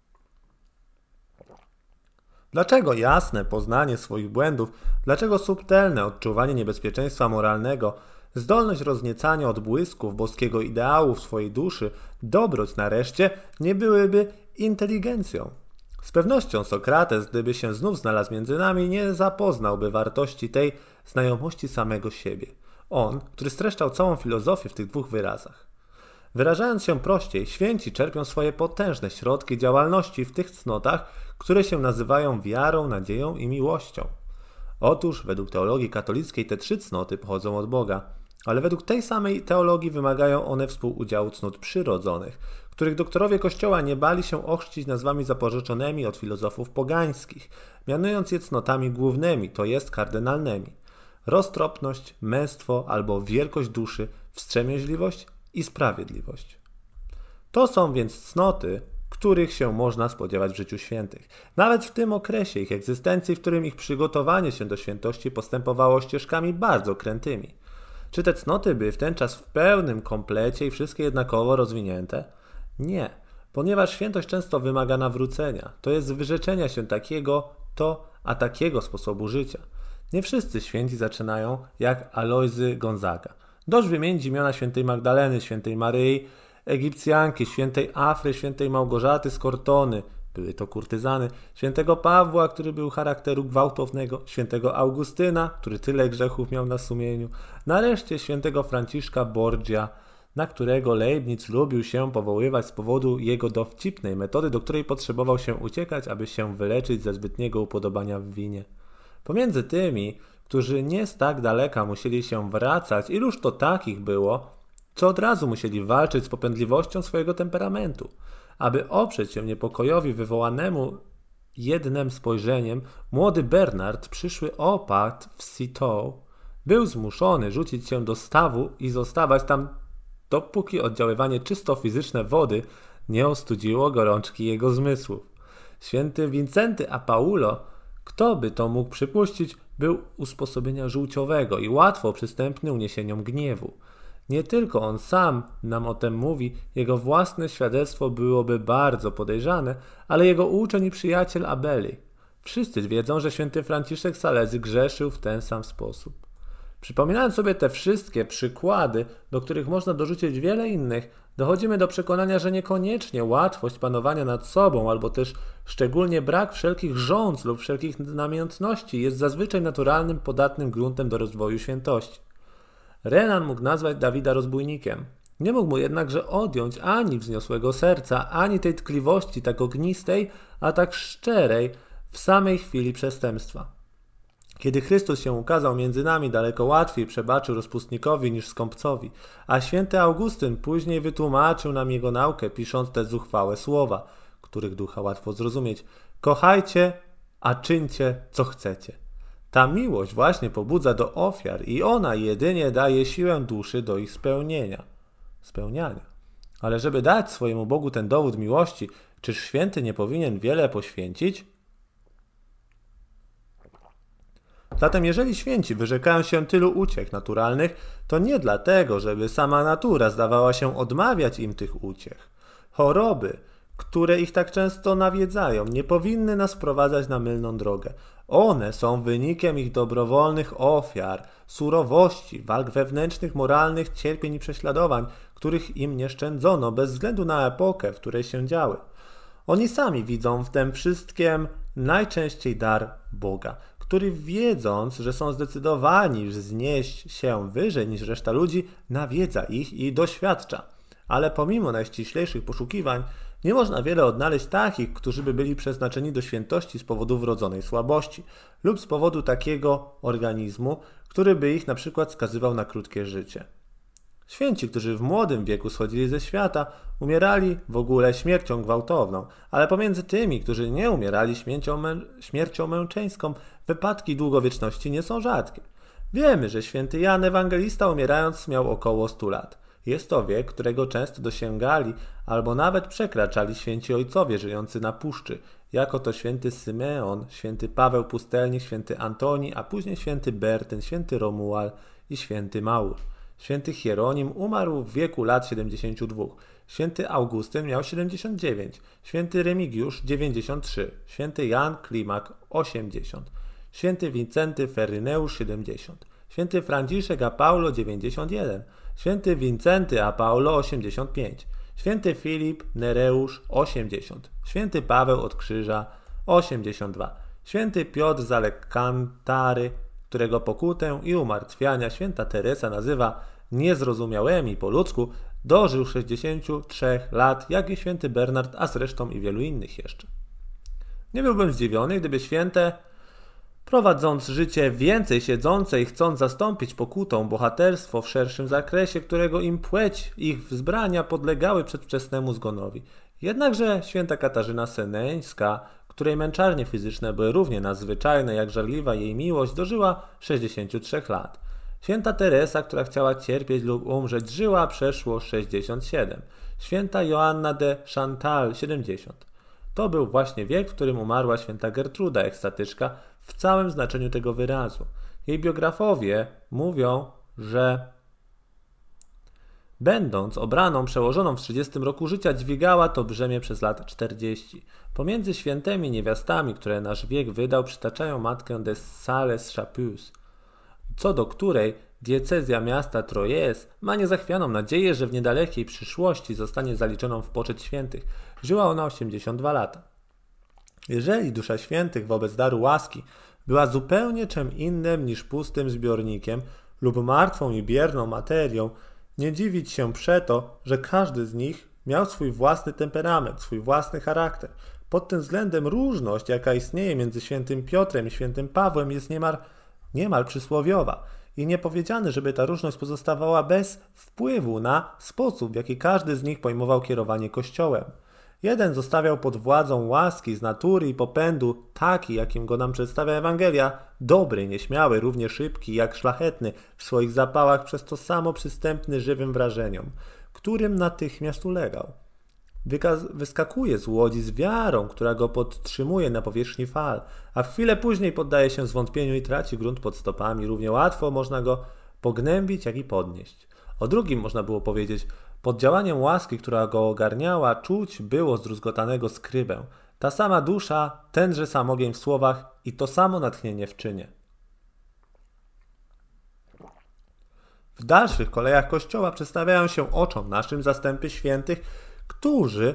Dlaczego jasne poznanie swoich błędów, dlaczego subtelne odczuwanie niebezpieczeństwa moralnego, zdolność rozniecania odbłysków boskiego ideału w swojej duszy, dobroć nareszcie, nie byłyby inteligencją? Z pewnością Sokrates, gdyby się znów znalazł między nami, nie zapoznałby wartości tej znajomości samego siebie. On, który streszczał całą filozofię w tych dwóch wyrazach. Wyrażając się prościej, święci czerpią swoje potężne środki działalności w tych cnotach, które się nazywają wiarą, nadzieją i miłością. Otóż, według teologii katolickiej te trzy cnoty pochodzą od Boga, ale według tej samej teologii wymagają one współudziału cnót przyrodzonych, których doktorowie Kościoła nie bali się ochrzcić nazwami zapożyczonymi od filozofów pogańskich, mianując je cnotami głównymi, to jest kardynalnymi. Roztropność, męstwo albo wielkość duszy, wstrzemięźliwość i sprawiedliwość. To są więc cnoty, których się można spodziewać w życiu świętych. Nawet w tym okresie ich egzystencji, w którym ich przygotowanie się do świętości postępowało ścieżkami bardzo krętymi. Czy te cnoty były w ten czas w pełnym komplecie i wszystkie jednakowo rozwinięte? Nie, ponieważ świętość często wymaga nawrócenia, to jest wyrzeczenia się takiego, to, a takiego sposobu życia. Nie wszyscy święci zaczynają jak Alojzy Gonzaga. Dość wymienić imiona świętej Magdaleny, świętej Maryi Egipcjanki, świętej Afry, świętej Małgorzaty z Kortony, były to kurtyzany, świętego Pawła, który był charakteru gwałtownego, świętego Augustyna, który tyle grzechów miał na sumieniu, nareszcie świętego Franciszka Borgia, na którego Leibniz lubił się powoływać z powodu jego dowcipnej metody, do której potrzebował się uciekać, aby się wyleczyć ze zbytniego upodobania w winie. Pomiędzy tymi, którzy nie z tak daleka musieli się wracać, iluż to takich było, co od razu musieli walczyć z popędliwością swojego temperamentu. Aby oprzeć się niepokojowi wywołanemu jednym spojrzeniem, młody Bernard, przyszły opat w Citeaux, był zmuszony rzucić się do stawu i zostawać tam, dopóki oddziaływanie czysto fizyczne wody nie ostudziło gorączki jego zmysłów. Święty Wincenty a Paulo, kto by to mógł przypuścić, był usposobienia żółciowego i łatwo przystępny uniesieniom gniewu. Nie tylko on sam nam o tym mówi, jego własne świadectwo byłoby bardzo podejrzane, ale jego uczeń i przyjaciel Abeli. Wszyscy wiedzą, że święty Franciszek Salezy grzeszył w ten sam sposób. Przypominając sobie te wszystkie przykłady, do których można dorzucić wiele innych, dochodzimy do przekonania, że niekoniecznie łatwość panowania nad sobą, albo też szczególnie brak wszelkich rządz lub wszelkich namiętności jest zazwyczaj naturalnym, podatnym gruntem do rozwoju świętości. Renan mógł nazwać Dawida rozbójnikiem. Nie mógł mu jednakże odjąć ani wzniosłego serca, ani tej tkliwości tak ognistej, a tak szczerej w samej chwili przestępstwa. Kiedy Chrystus się ukazał między nami, daleko łatwiej przebaczył rozpustnikowi niż skąpcowi, a święty Augustyn później wytłumaczył nam jego naukę, pisząc te zuchwałe słowa, których ducha łatwo zrozumieć. Kochajcie, a czyńcie, co chcecie. Ta miłość właśnie pobudza do ofiar i ona jedynie daje siłę duszy do ich spełnienia. Spełniania. Ale żeby dać swojemu Bogu ten dowód miłości, czyż święty nie powinien wiele poświęcić? Zatem jeżeli święci wyrzekają się tylu uciech naturalnych, to nie dlatego, żeby sama natura zdawała się odmawiać im tych uciech. Choroby, które ich tak często nawiedzają, nie powinny nas wprowadzać na mylną drogę. One są wynikiem ich dobrowolnych ofiar, surowości, walk wewnętrznych, moralnych, cierpień i prześladowań, których im nie szczędzono bez względu na epokę, w której się działy. Oni sami widzą w tym wszystkim najczęściej dar Boga, który wiedząc, że są zdecydowani wznieść się wyżej niż reszta ludzi, nawiedza ich i doświadcza. Ale pomimo najściślejszych poszukiwań, nie można wiele odnaleźć takich, którzy by byli przeznaczeni do świętości z powodu wrodzonej słabości lub z powodu takiego organizmu, który by ich na przykład skazywał na krótkie życie. Święci, którzy w młodym wieku schodzili ze świata, umierali w ogóle śmiercią gwałtowną, ale pomiędzy tymi, którzy nie umierali śmiercią, mę śmiercią męczeńską, wypadki długowieczności nie są rzadkie. Wiemy, że święty Jan Ewangelista umierając miał około stu lat. Jest to wiek, którego często dosięgali albo nawet przekraczali święci ojcowie żyjący na puszczy, jako to święty Symeon, święty Paweł Pustelnik, święty Antoni, a później święty Bertyn, święty Romuald i święty Maur. Święty Hieronim umarł w wieku lat siedemdziesięciu dwóch. Święty Augustyn miał siedemdziesiąt dziewięć, święty Remigiusz dziewięćdziesiąt trzy, święty Jan Klimak osiemdziesiąt, święty Wincenty Feryneusz siedemdziesiąt, święty Franciszek a Paulo dziewięćdziesiąt jeden, święty Wincenty a Paulo osiemdziesiąt pięć, święty Filip Nereusz osiemdziesiąt, święty Paweł od Krzyża osiemdziesiąt dwa, święty Piotr z Aleksandry, którego pokutę i umartwiania święta Teresa nazywa niezrozumiałymi po ludzku, Dożył sześćdziesięciu trzech lat, jak i święty Bernard, a zresztą i wielu innych jeszcze. Nie byłbym zdziwiony, gdyby święte, prowadząc życie więcej siedzące i chcąc zastąpić pokutą bohaterstwo w szerszym zakresie, którego im płeć ich wzbrania, podlegały przedwczesnemu zgonowi. Jednakże święta Katarzyna Seneńska, której męczarnie fizyczne były równie nadzwyczajne jak żarliwa jej miłość, dożyła sześćdziesięciu trzech lat. Święta Teresa, która chciała cierpieć lub umrzeć, żyła przeszło sześćdziesiąt siedem. Święta Joanna de Chantal siedemdziesiąt. To był właśnie wiek, w którym umarła święta Gertruda, ekstatyczka w całym znaczeniu tego wyrazu. Jej biografowie mówią, że będąc obraną, przełożoną w trzydziestym roku życia, dźwigała to brzemię przez lat czterdzieści. Pomiędzy świętymi niewiastami, które nasz wiek wydał, przytaczają matkę de Sales-Chapuz, co do której diecezja miasta Troyes ma niezachwianą nadzieję, że w niedalekiej przyszłości zostanie zaliczoną w poczet świętych. Żyła ona osiemdziesiąt dwa lata. Jeżeli dusza świętych wobec daru łaski była zupełnie czym innym niż pustym zbiornikiem lub martwą i bierną materią, nie dziwić się przeto, że każdy z nich miał swój własny temperament, swój własny charakter. Pod tym względem różność, jaka istnieje między świętym Piotrem i świętym Pawłem, jest niemal, niemal przysłowiowa i nie powiedziane, żeby ta różność pozostawała bez wpływu na sposób, w jaki każdy z nich pojmował kierowanie Kościołem. Jeden zostawiał pod władzą łaski z natury i popędu taki, jakim go nam przedstawia Ewangelia, dobry, nieśmiały, równie szybki jak szlachetny, w swoich zapałach przez to samo przystępny żywym wrażeniom, którym natychmiast ulegał. Wykaz- wyskakuje z łodzi z wiarą, która go podtrzymuje na powierzchni fal, a w chwilę później poddaje się zwątpieniu i traci grunt pod stopami. Równie łatwo można go pognębić, jak i podnieść. O drugim można było powiedzieć: pod działaniem łaski, która go ogarniała, czuć było zdruzgotanego skrybę. Ta sama dusza, tenże sam ogień w słowach i to samo natchnienie w czynie. W dalszych kolejach Kościoła przedstawiają się oczom naszym zastępy świętych, którzy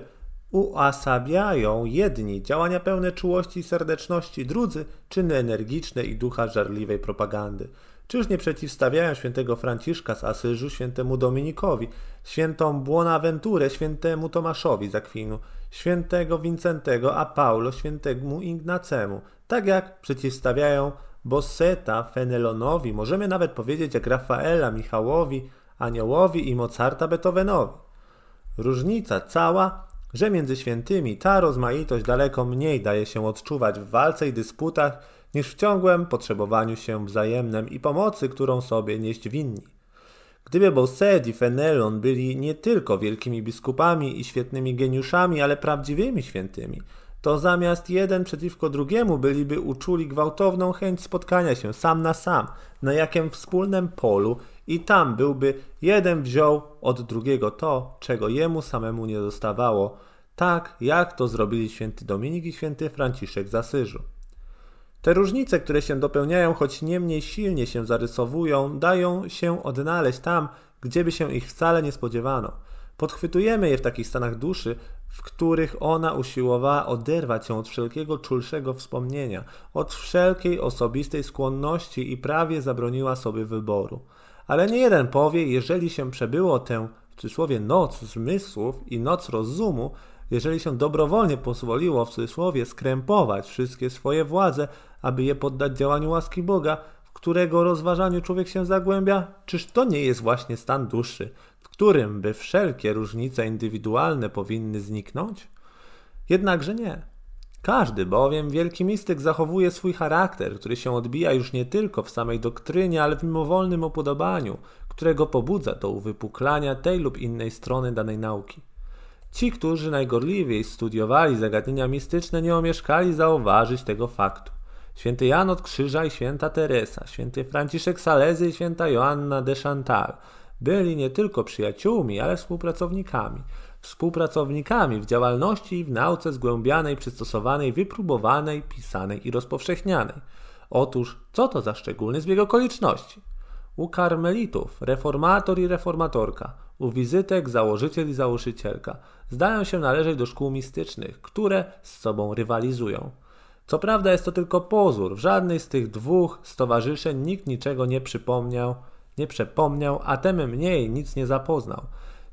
uosabiają jedni działania pełne czułości i serdeczności, drudzy czyny energiczne i ducha żarliwej propagandy. Czyż nie przeciwstawiają świętego Franciszka z Asyżu świętemu Dominikowi, świętą Buonaventurę świętemu Tomaszowi z Akwinu, świętego Wincentego a Paulo świętemu Ignacemu, tak jak przeciwstawiają Bosseta Fenelonowi, możemy nawet powiedzieć jak Rafaela Michałowi, Aniołowi i Mozarta Beethovenowi. Różnica cała, że między świętymi ta rozmaitość daleko mniej daje się odczuwać w walce i dysputach, niż w ciągłym potrzebowaniu się wzajemnym i pomocy, którą sobie nieść winni. Gdyby Bosset i Fenelon byli nie tylko wielkimi biskupami i świetnymi geniuszami, ale prawdziwymi świętymi, to zamiast jeden przeciwko drugiemu byliby uczuli gwałtowną chęć spotkania się sam na sam, na jakim wspólnym polu i tam byłby jeden wziął od drugiego to, czego jemu samemu nie dostawało, tak jak to zrobili święty Dominik i święty Franciszek z Asyżu. Te różnice, które się dopełniają, choć nie mniej silnie się zarysowują, dają się odnaleźć tam, gdzie by się ich wcale nie spodziewano. Podchwytujemy je w takich stanach duszy, w których ona usiłowała oderwać się od wszelkiego czulszego wspomnienia, od wszelkiej osobistej skłonności i prawie zabroniła sobie wyboru. Ale nie jeden powie, jeżeli się przebyło tę, w cudzysłowie, noc zmysłów i noc rozumu, jeżeli się dobrowolnie pozwoliło, w cudzysłowie, skrępować wszystkie swoje władze, aby je poddać działaniu łaski Boga, w którego rozważaniu człowiek się zagłębia, czyż to nie jest właśnie stan duszy, w którym by wszelkie różnice indywidualne powinny zniknąć? Jednakże nie. Każdy bowiem wielki mistyk zachowuje swój charakter, który się odbija już nie tylko w samej doktrynie, ale w mimowolnym upodobaniu, którego pobudza do uwypuklania tej lub innej strony danej nauki. Ci, którzy najgorliwiej studiowali zagadnienia mistyczne, nie omieszkali zauważyć tego faktu. Święty Jan od Krzyża i święta Teresa, święty Franciszek Salezy i święta Joanna de Chantal byli nie tylko przyjaciółmi, ale współpracownikami. Współpracownikami w działalności i w nauce zgłębianej, przystosowanej, wypróbowanej, pisanej i rozpowszechnianej. Otóż, co to za szczególny zbieg okoliczności? U karmelitów reformator i reformatorka, u wizytek założyciel i założycielka zdają się należeć do szkół mistycznych, które z sobą rywalizują. Co prawda jest to tylko pozór, w żadnej z tych dwóch stowarzyszeń nikt niczego nie przypomniał, nie przepomniał, a tem mniej nic nie zapoznał.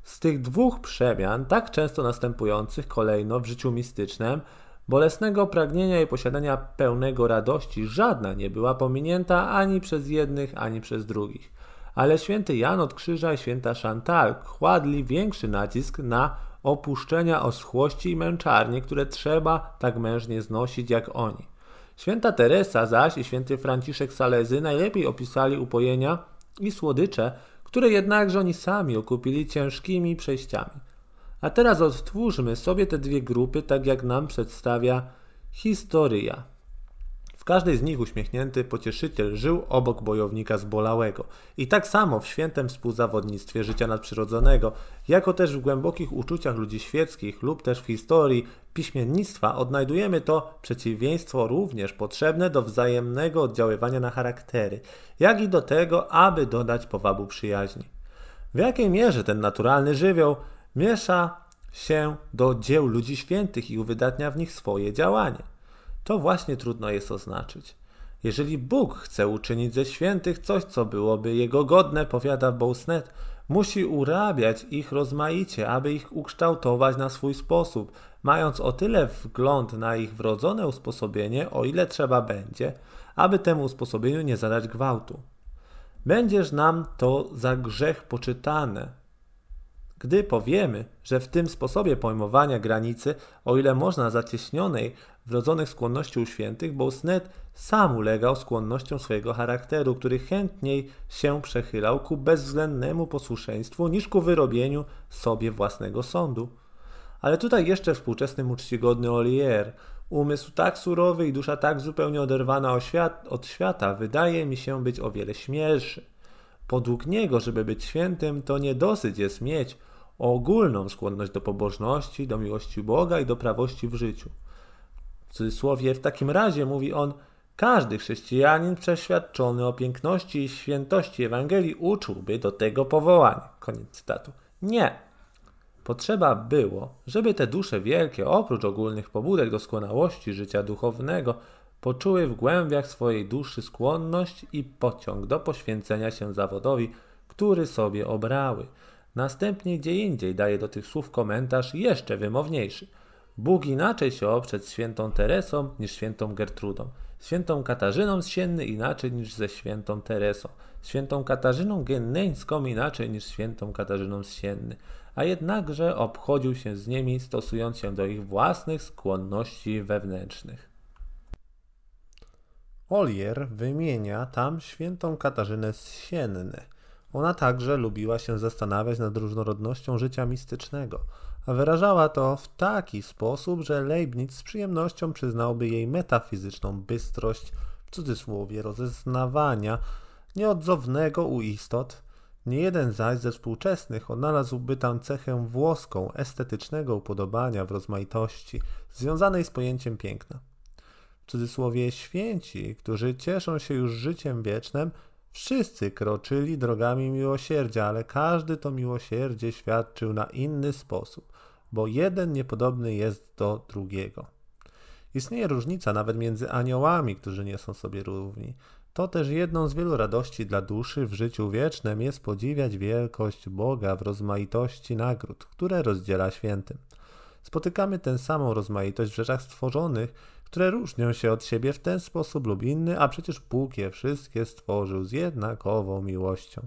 Z tych dwóch przemian, tak często następujących kolejno w życiu mistycznym, bolesnego pragnienia i posiadania pełnego radości, żadna nie była pominięta ani przez jednych, ani przez drugich. Ale święty Jan od Krzyża i święta Chantal kładli większy nacisk na opuszczenia oschłości i męczarnie, które trzeba tak mężnie znosić jak oni. Święta Teresa zaś i święty Franciszek Salezy najlepiej opisali upojenia i słodycze, które jednakże oni sami okupili ciężkimi przejściami. A teraz odtwórzmy sobie te dwie grupy, tak jak nam przedstawia historia. W każdej z nich uśmiechnięty pocieszyciel żył obok bojownika zbolałego. I tak samo w świętym współzawodnictwie życia nadprzyrodzonego, jako też w głębokich uczuciach ludzi świeckich lub też w historii piśmiennictwa odnajdujemy to przeciwieństwo również potrzebne do wzajemnego oddziaływania na charaktery, jak i do tego, aby dodać powabu przyjaźni. W jakiej mierze ten naturalny żywioł miesza się do dzieł ludzi świętych i uwydatnia w nich swoje działanie? To właśnie trudno jest oznaczyć. Jeżeli Bóg chce uczynić ze świętych coś, co byłoby Jego godne, powiada Bossuet, musi urabiać ich rozmaicie, aby ich ukształtować na swój sposób, mając o tyle wgląd na ich wrodzone usposobienie, o ile trzeba będzie, aby temu usposobieniu nie zadać gwałtu. Będzież nam to za grzech poczytane, gdy powiemy, że w tym sposobie pojmowania granicy, o ile można zacieśnionej wrodzonych skłonności u świętych, Bossuet sam ulegał skłonnościom swojego charakteru, który chętniej się przechylał ku bezwzględnemu posłuszeństwu niż ku wyrobieniu sobie własnego sądu. Ale tutaj jeszcze współczesny mu czcigodny Olier, umysł tak surowy i dusza tak zupełnie oderwana od świata, wydaje mi się być o wiele śmielszy. Podług niego, żeby być świętym, to nie dosyć jest mieć ogólną skłonność do pobożności, do miłości Boga i do prawości w życiu. W cudzysłowie, w takim razie, mówi on, każdy chrześcijanin przeświadczony o piękności i świętości Ewangelii uczułby do tego powołania. Koniec cytatu. Nie. Potrzeba było, żeby te dusze wielkie, oprócz ogólnych pobudek doskonałości życia duchownego, poczuły w głębiach swojej duszy skłonność i pociąg do poświęcenia się zawodowi, który sobie obrały. Następnie gdzie indziej daje do tych słów komentarz jeszcze wymowniejszy. Bóg inaczej się oprzeć świętą Teresą niż świętą Gertrudą, świętą Katarzyną z Sienny inaczej niż ze świętą Teresą, świętą Katarzyną Genneńską inaczej niż świętą Katarzyną z Sienny, a jednakże obchodził się z nimi, stosując się do ich własnych skłonności wewnętrznych. Olier wymienia tam świętą Katarzynę z Sienny. Ona także lubiła się zastanawiać nad różnorodnością życia mistycznego, a wyrażała to w taki sposób, że Leibniz z przyjemnością przyznałby jej metafizyczną bystrość, w cudzysłowie rozeznawania, nieodzownego u istot. Niejeden zaś ze współczesnych odnalazłby tam cechę włoską, estetycznego upodobania w rozmaitości, związanej z pojęciem piękna. W cudzysłowie święci, którzy cieszą się już życiem wiecznym, wszyscy kroczyli drogami miłosierdzia, ale każdy to miłosierdzie świadczył na inny sposób, bo jeden niepodobny jest do drugiego. Istnieje różnica nawet między aniołami, którzy nie są sobie równi. To też jedną z wielu radości dla duszy w życiu wiecznym jest podziwiać wielkość Boga w rozmaitości nagród, które rozdziela świętym. Spotykamy tę samą rozmaitość w rzeczach stworzonych, które różnią się od siebie w ten sposób lub inny, a przecież Bóg je wszystkie stworzył z jednakową miłością.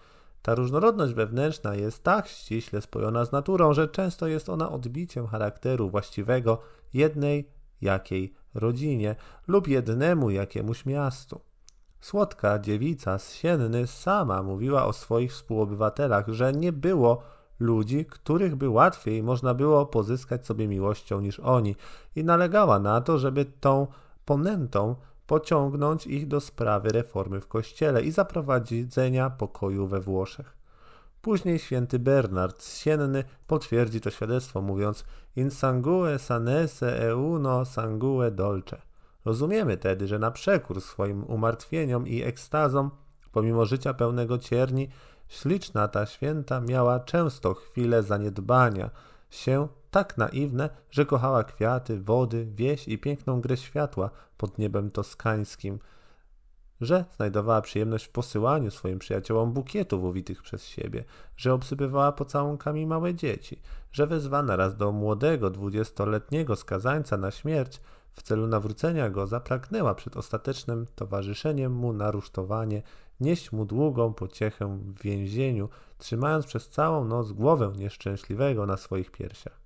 Ta różnorodność wewnętrzna jest tak ściśle spojona z naturą, że często jest ona odbiciem charakteru właściwego jednej jakiej rodzinie lub jednemu jakiemuś miastu. Słodka dziewica z Sienny sama mówiła o swoich współobywatelach, że nie było ludzi, których by łatwiej można było pozyskać sobie miłością niż oni i nalegała na to, żeby tą ponętą pociągnąć ich do sprawy reformy w kościele i zaprowadzenia pokoju we Włoszech. Później święty Bernard z Sienny potwierdzi to świadectwo, mówiąc in sangue sanese e uno sangue dolce. Rozumiemy tedy, że na przekór swoim umartwieniom i ekstazom, pomimo życia pełnego cierni, śliczna ta święta miała często chwile zaniedbania się tak naiwne, że kochała kwiaty, wody, wieś i piękną grę światła pod niebem toskańskim. że znajdowała przyjemność w posyłaniu swoim przyjaciołom bukietów uwitych przez siebie, że obsypywała pocałunkami małe dzieci, że wezwana raz do młodego, dwudziestoletniego skazańca na śmierć w celu nawrócenia go zapragnęła przed ostatecznym towarzyszeniem mu na rusztowanie nieść mu długą pociechę w więzieniu, trzymając przez całą noc głowę nieszczęśliwego na swoich piersiach.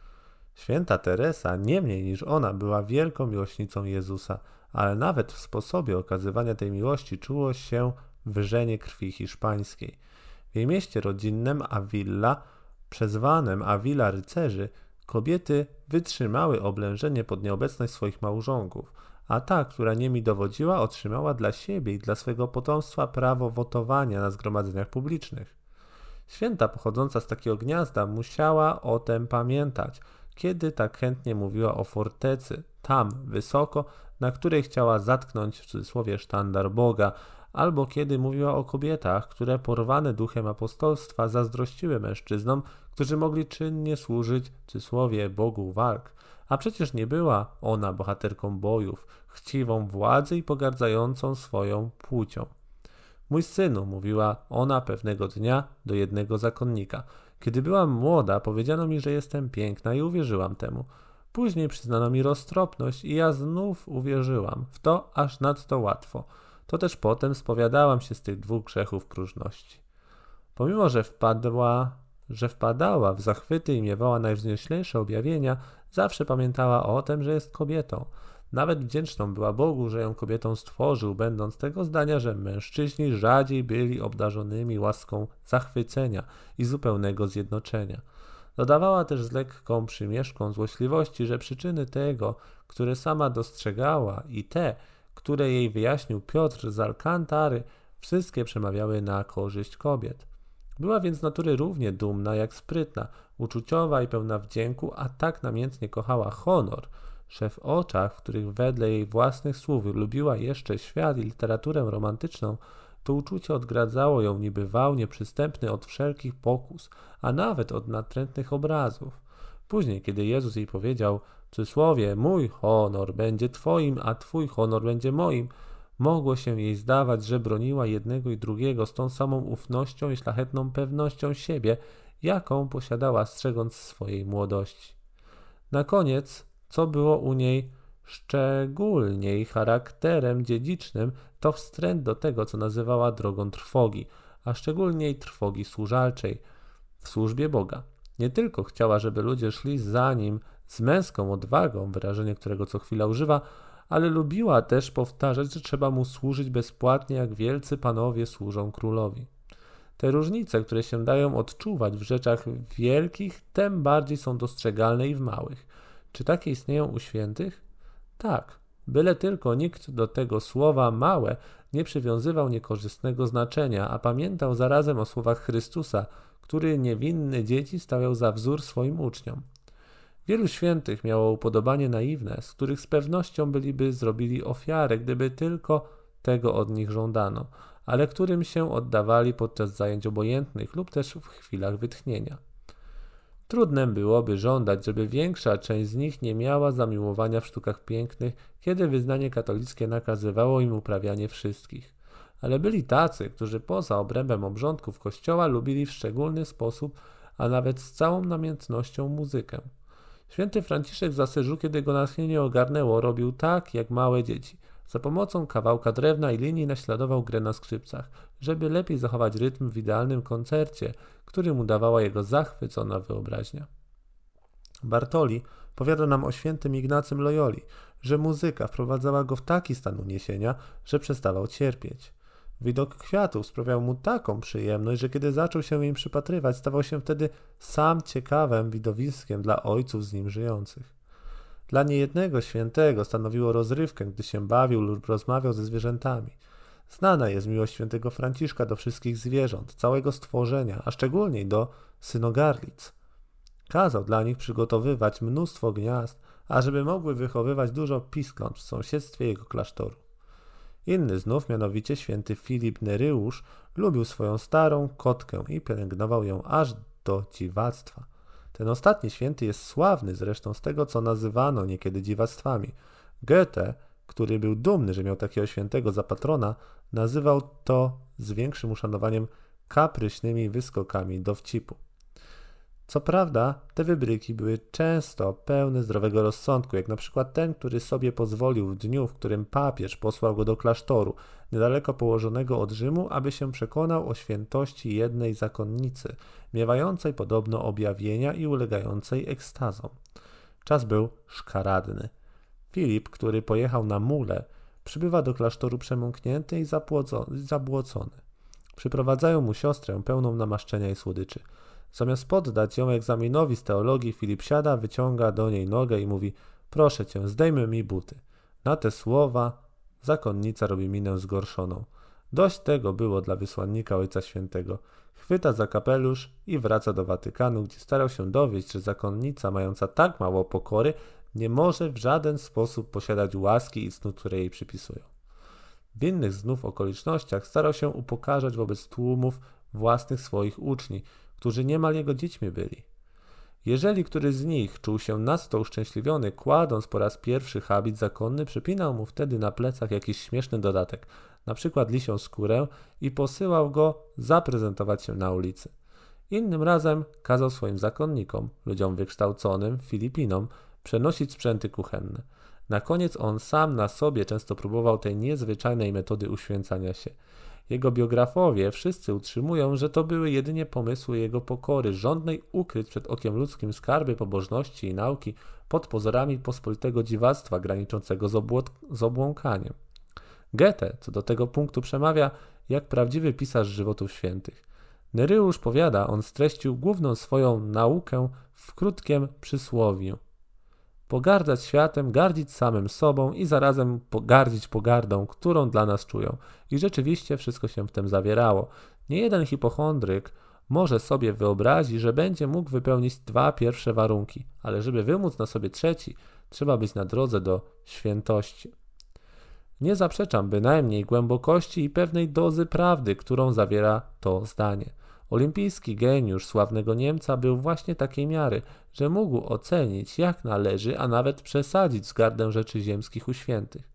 Święta Teresa, nie mniej niż ona, była wielką miłośnicą Jezusa, ale nawet w sposobie okazywania tej miłości czuło się wyrzenie krwi hiszpańskiej. W jej mieście rodzinnym Avila, przezwanym Avila rycerzy, kobiety wytrzymały oblężenie pod nieobecność swoich małżonków, a ta, która nimi dowodziła, otrzymała dla siebie i dla swego potomstwa prawo wotowania na zgromadzeniach publicznych. Święta pochodząca z takiego gniazda musiała o tem pamiętać, kiedy tak chętnie mówiła o fortecy, tam, wysoko, na której chciała zatknąć w cudzysłowie sztandar Boga, albo kiedy mówiła o kobietach, które porwane duchem apostolstwa zazdrościły mężczyznom, którzy mogli czynnie służyć w cudzysłowie Bogu walk. A przecież nie była ona bohaterką bojów, chciwą władzy i pogardzającą swoją płcią. Mój synu, mówiła ona pewnego dnia do jednego zakonnika. Kiedy byłam młoda, powiedziano mi, że jestem piękna i uwierzyłam temu. Później przyznano mi roztropność i ja znów uwierzyłam w to aż nadto łatwo. To też potem spowiadałam się z tych dwóch grzechów próżności. Pomimo, że wpadła, że wpadała w zachwyty i miewała najwznioślejsze objawienia, zawsze pamiętała o tym, że jest kobietą. Nawet wdzięczną była Bogu, że ją kobietą stworzył, będąc tego zdania, że mężczyźni rzadziej byli obdarzonymi łaską zachwycenia i zupełnego zjednoczenia. Dodawała też z lekką przymieszką złośliwości, że przyczyny tego, które sama dostrzegała i te, które jej wyjaśnił Piotr z Alcantary, wszystkie przemawiały na korzyść kobiet. Była więc z natury równie dumna jak sprytna, uczuciowa i pełna wdzięku, a tak namiętnie kochała honor, że w oczach, w których wedle jej własnych słów lubiła jeszcze świat i literaturę romantyczną, to uczucie odgradzało ją niby wał nieprzystępny od wszelkich pokus, a nawet od natrętnych obrazów. Później, kiedy Jezus jej powiedział, w cudzysłowie, mój honor będzie twoim, a twój honor będzie moim, mogło się jej zdawać, że broniła jednego i drugiego z tą samą ufnością i szlachetną pewnością siebie, jaką posiadała strzegąc swojej młodości. Na koniec, co było u niej szczególniej charakterem dziedzicznym, to wstręt do tego, co nazywała drogą trwogi, a szczególnie trwogi służalczej w służbie Boga. Nie tylko chciała, żeby ludzie szli za nim z męską odwagą, wyrażenie którego co chwila używa, ale lubiła też powtarzać, że trzeba mu służyć bezpłatnie, jak wielcy panowie służą królowi. Te różnice, które się dają odczuwać w rzeczach wielkich, tem bardziej są dostrzegalne i w małych. Czy takie istnieją u świętych? Tak, byle tylko nikt do tego słowa małe nie przywiązywał niekorzystnego znaczenia, a pamiętał zarazem o słowach Chrystusa, który niewinne dzieci stawiał za wzór swoim uczniom. Wielu świętych miało upodobanie naiwne, z których z pewnością byliby zrobili ofiarę, gdyby tylko tego od nich żądano, ale którym się oddawali podczas zajęć obojętnych lub też w chwilach wytchnienia. Trudne byłoby żądać, żeby większa część z nich nie miała zamiłowania w sztukach pięknych, kiedy wyznanie katolickie nakazywało im uprawianie wszystkich. Ale byli tacy, którzy poza obrębem obrządków kościoła lubili w szczególny sposób, a nawet z całą namiętnością muzykę. Święty Franciszek z Asyżu, kiedy go natchnienie ogarnęło, robił tak, jak małe dzieci. Za pomocą kawałka drewna i linii naśladował grę na skrzypcach, żeby lepiej zachować rytm w idealnym koncercie, który mu dawała jego zachwycona wyobraźnia. Bartoli powiada nam o świętym Ignacym Loyoli, że muzyka wprowadzała go w taki stan uniesienia, że przestawał cierpieć. Widok kwiatów sprawiał mu taką przyjemność, że kiedy zaczął się im przypatrywać, stawał się wtedy sam ciekawym widowiskiem dla ojców z nim żyjących. Dla niejednego świętego stanowiło rozrywkę, gdy się bawił lub rozmawiał ze zwierzętami. Znana jest miłość świętego Franciszka do wszystkich zwierząt, całego stworzenia, a szczególnie do synogarlic. Kazał dla nich przygotowywać mnóstwo gniazd, ażeby mogły wychowywać dużo piskląt w sąsiedztwie jego klasztoru. Inny znów, mianowicie święty Filip Neryusz, lubił swoją starą kotkę i pielęgnował ją aż do dziwactwa. Ten ostatni święty jest sławny zresztą z tego, co nazywano niekiedy dziwactwami. Goethe który był dumny, że miał takiego świętego za patrona, nazywał to z większym uszanowaniem kapryśnymi wyskokami dowcipu. Co prawda, te wybryki były często pełne zdrowego rozsądku, jak na przykład ten, który sobie pozwolił w dniu, w którym papież posłał go do klasztoru, niedaleko położonego od Rzymu, aby się przekonał o świętości jednej zakonnicy, miewającej podobno objawienia i ulegającej ekstazom. Czas był szkaradny. Filip, który pojechał na mule, przybywa do klasztoru przemąknięty i zabłocony. Przyprowadzają mu siostrę pełną namaszczenia i słodyczy. Zamiast poddać ją egzaminowi z teologii, Filip siada, wyciąga do niej nogę i mówi: proszę cię, zdejmij mi buty. Na te słowa zakonnica robi minę zgorszoną. Dość tego było dla wysłannika Ojca Świętego. Chwyta za kapelusz i wraca do Watykanu, gdzie starał się dowieść, że zakonnica mająca tak mało pokory nie może w żaden sposób posiadać łaski i cnót, które jej przypisują. W innych znów okolicznościach starał się upokarzać wobec tłumów własnych swoich uczniów, którzy niemal jego dziećmi byli. Jeżeli który z nich czuł się nadto uszczęśliwiony, kładąc po raz pierwszy habit zakonny, przypinał mu wtedy na plecach jakiś śmieszny dodatek, na przykład lisią skórę, i posyłał go zaprezentować się na ulicy. Innym razem kazał swoim zakonnikom, ludziom wykształconym, Filipinom, przenosić sprzęty kuchenne. Na koniec on sam na sobie często próbował tej niezwyczajnej metody uświęcania się. Jego biografowie wszyscy utrzymują, że to były jedynie pomysły jego pokory, żądnej ukryć przed okiem ludzkim skarby pobożności i nauki pod pozorami pospolitego dziwactwa graniczącego z, obłot- z obłąkaniem. Goethe co do tego punktu przemawia jak prawdziwy pisarz żywotów świętych. Neryusz, powiada, on streścił główną swoją naukę w krótkim przysłowiu: pogardzać światem, gardzić samym sobą i zarazem pogardzić pogardą, którą dla nas czują. I rzeczywiście wszystko się w tym zawierało. Niejeden hipochondryk może sobie wyobrazić, że będzie mógł wypełnić dwa pierwsze warunki, ale żeby wymóc na sobie trzeci, trzeba być na drodze do świętości. Nie zaprzeczam bynajmniej głębokości i pewnej dozy prawdy, którą zawiera to zdanie. Olimpijski geniusz sławnego Niemca był właśnie takiej miary, że mógł ocenić jak należy, a nawet przesadzić względem rzeczy ziemskich u świętych.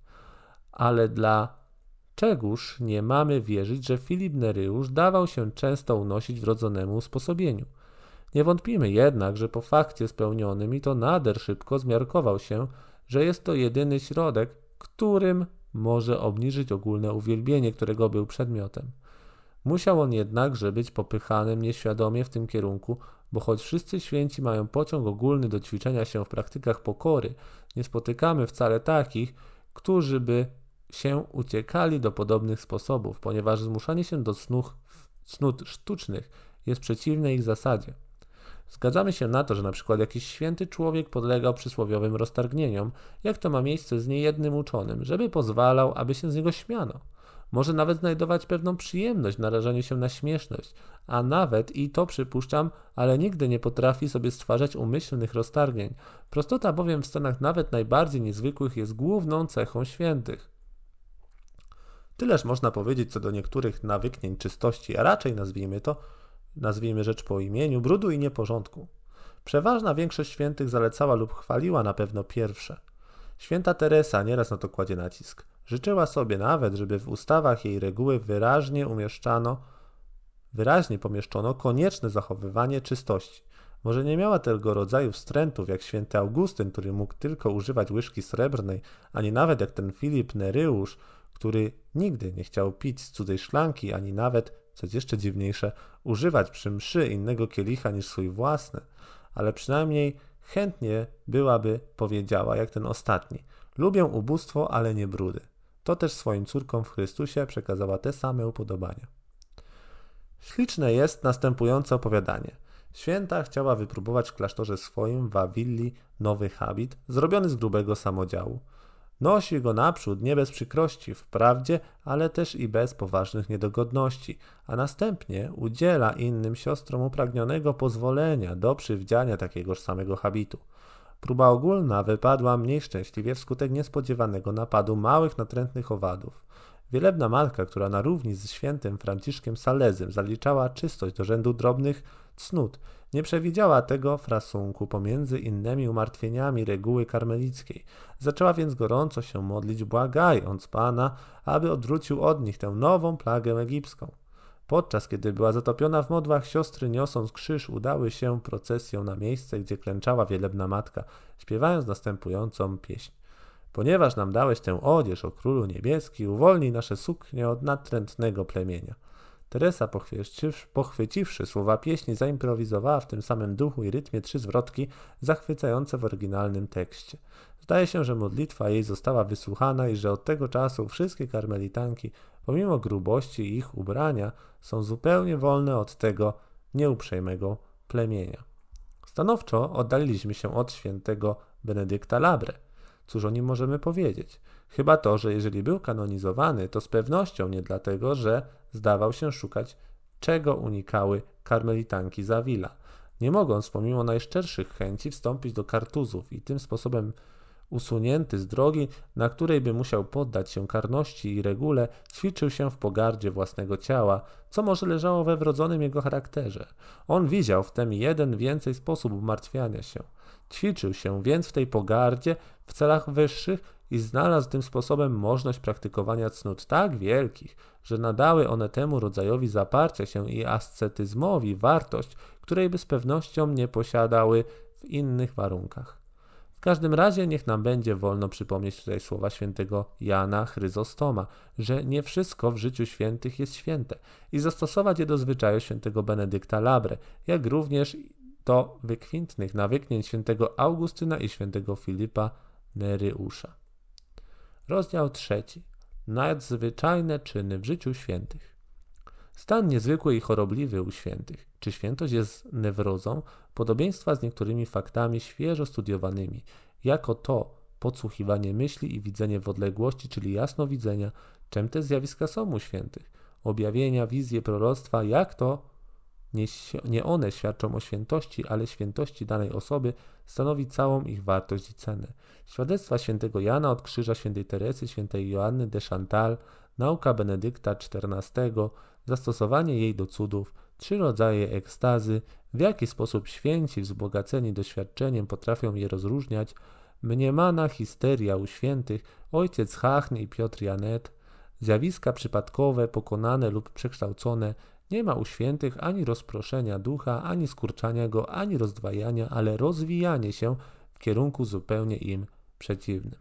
Ale dla czegóż nie mamy wierzyć, że Filip Neryusz dawał się często unosić wrodzonemu usposobieniu? Nie wątpimy jednak, że po fakcie spełnionym i to nader szybko zmiarkował się, że jest to jedyny środek, którym może obniżyć ogólne uwielbienie, którego był przedmiotem. Musiał on jednakże być popychanym nieświadomie w tym kierunku, bo choć wszyscy święci mają pociąg ogólny do ćwiczenia się w praktykach pokory, nie spotykamy wcale takich, którzy by się uciekali do podobnych sposobów, ponieważ zmuszanie się do snów, cnót sztucznych jest przeciwne ich zasadzie. Zgadzamy się na to, że na przykład jakiś święty człowiek podlegał przysłowiowym roztargnieniom, jak to ma miejsce z niejednym uczonym, żeby pozwalał, aby się z niego śmiano. Może nawet znajdować pewną przyjemność w narażaniu się na śmieszność, a nawet, i to przypuszczam, ale nigdy nie potrafi sobie stwarzać umyślnych roztargnień. Prostota bowiem w scenach nawet najbardziej niezwykłych jest główną cechą świętych. Tyleż można powiedzieć co do niektórych nawyknień czystości, a raczej nazwijmy to, nazwijmy rzecz po imieniu, brudu i nieporządku. Przeważna większość świętych zalecała lub chwaliła na pewno pierwsze. Święta Teresa nieraz na to kładzie nacisk. Życzyła sobie nawet, żeby w ustawach jej reguły wyraźnie umieszczano, wyraźnie pomieszczono konieczne zachowywanie czystości. Może nie miała tego rodzaju wstrętów jak święty Augustyn, który mógł tylko używać łyżki srebrnej, ani nawet jak ten Filip Neryusz, który nigdy nie chciał pić z cudzej szklanki, ani nawet, co jeszcze dziwniejsze, używać przy mszy innego kielicha niż swój własny, ale przynajmniej chętnie byłaby powiedziała, jak ten ostatni: lubię ubóstwo, ale nie brudy. To też swoim córkom w Chrystusie przekazała te same upodobania. Śliczne jest następujące opowiadanie. Święta chciała wypróbować w klasztorze swoim w Awilli nowy habit, zrobiony z grubego samodziału. Nosi go naprzód nie bez przykrości, wprawdzie, ale też i bez poważnych niedogodności, a następnie udziela innym siostrom upragnionego pozwolenia do przywdziania takiegoż samego habitu. Próba ogólna wypadła mniej szczęśliwie wskutek niespodziewanego napadu małych, natrętnych owadów. Wielebna matka, która na równi z świętym Franciszkiem Salezym zaliczała czystość do rzędu drobnych cnót, nie przewidziała tego frasunku pomiędzy innymi umartwieniami reguły karmelickiej. Zaczęła więc gorąco się modlić, błagając Pana, aby odwrócił od nich tę nową plagę egipską. Podczas kiedy była zatopiona w modłach, siostry, niosąc krzyż, udały się procesją na miejsce, gdzie klęczała wielebna matka, śpiewając następującą pieśń. Ponieważ nam dałeś tę odzież, o Królu Niebieski, uwolnij nasze suknie od natrętnego plemienia. Teresa, pochwyciwszy, pochwyciwszy słowa pieśni, zaimprowizowała w tym samym duchu i rytmie trzy zwrotki zachwycające w oryginalnym tekście. Zdaje się, że modlitwa jej została wysłuchana i że od tego czasu wszystkie karmelitanki, pomimo grubości ich ubrania, są zupełnie wolne od tego nieuprzejmego plemienia. Stanowczo oddaliliśmy się od świętego Benedykta Labre. Cóż o nim możemy powiedzieć? Chyba to, że jeżeli był kanonizowany, to z pewnością nie dlatego, że zdawał się szukać, czego unikały karmelitanki z Avila, nie mogąc pomimo najszczerszych chęci wstąpić do Kartuzów i tym sposobem usunięty z drogi, na której by musiał poddać się karności i regule, ćwiczył się w pogardzie własnego ciała, co może leżało we wrodzonym jego charakterze. On widział w tym jeden więcej sposób umartwiania się. Ćwiczył się więc w tej pogardzie w celach wyższych i znalazł tym sposobem możliwość praktykowania cnót tak wielkich, że nadały one temu rodzajowi zaparcia się i ascetyzmowi wartość, której by z pewnością nie posiadały w innych warunkach. W każdym razie niech nam będzie wolno przypomnieć tutaj słowa świętego Jana Chryzostoma, że nie wszystko w życiu świętych jest święte i zastosować je do zwyczaju świętego Benedykta Labre, jak również do wykwintnych nawyknięć świętego Augustyna i świętego Filipa Neryusza. Rozdział trzeci. Nadzwyczajne czyny w życiu świętych. Stan niezwykły i chorobliwy u świętych. Czy świętość jest newrozą? Podobieństwa z niektórymi faktami świeżo studiowanymi, jako to podsłuchiwanie myśli i widzenie w odległości, czyli jasnowidzenia, czym te zjawiska są u świętych. Objawienia, wizje, proroctwa, jak to nie, nie one świadczą o świętości, ale świętości danej osoby stanowi całą ich wartość i cenę. Świadectwa świętego Jana od Krzyża, świętej Teresy, świętej Joanny de Chantal, nauka Benedykta czternastego, zastosowanie jej do cudów, trzy rodzaje ekstazy, w jaki sposób święci wzbogaceni doświadczeniem potrafią je rozróżniać, mniemana histeria u świętych, ojciec Hachny i Piotr Janet, zjawiska przypadkowe, pokonane lub przekształcone. Nie ma u świętych ani rozproszenia ducha, ani skurczania go, ani rozdwajania, ale rozwijanie się w kierunku zupełnie im przeciwnym.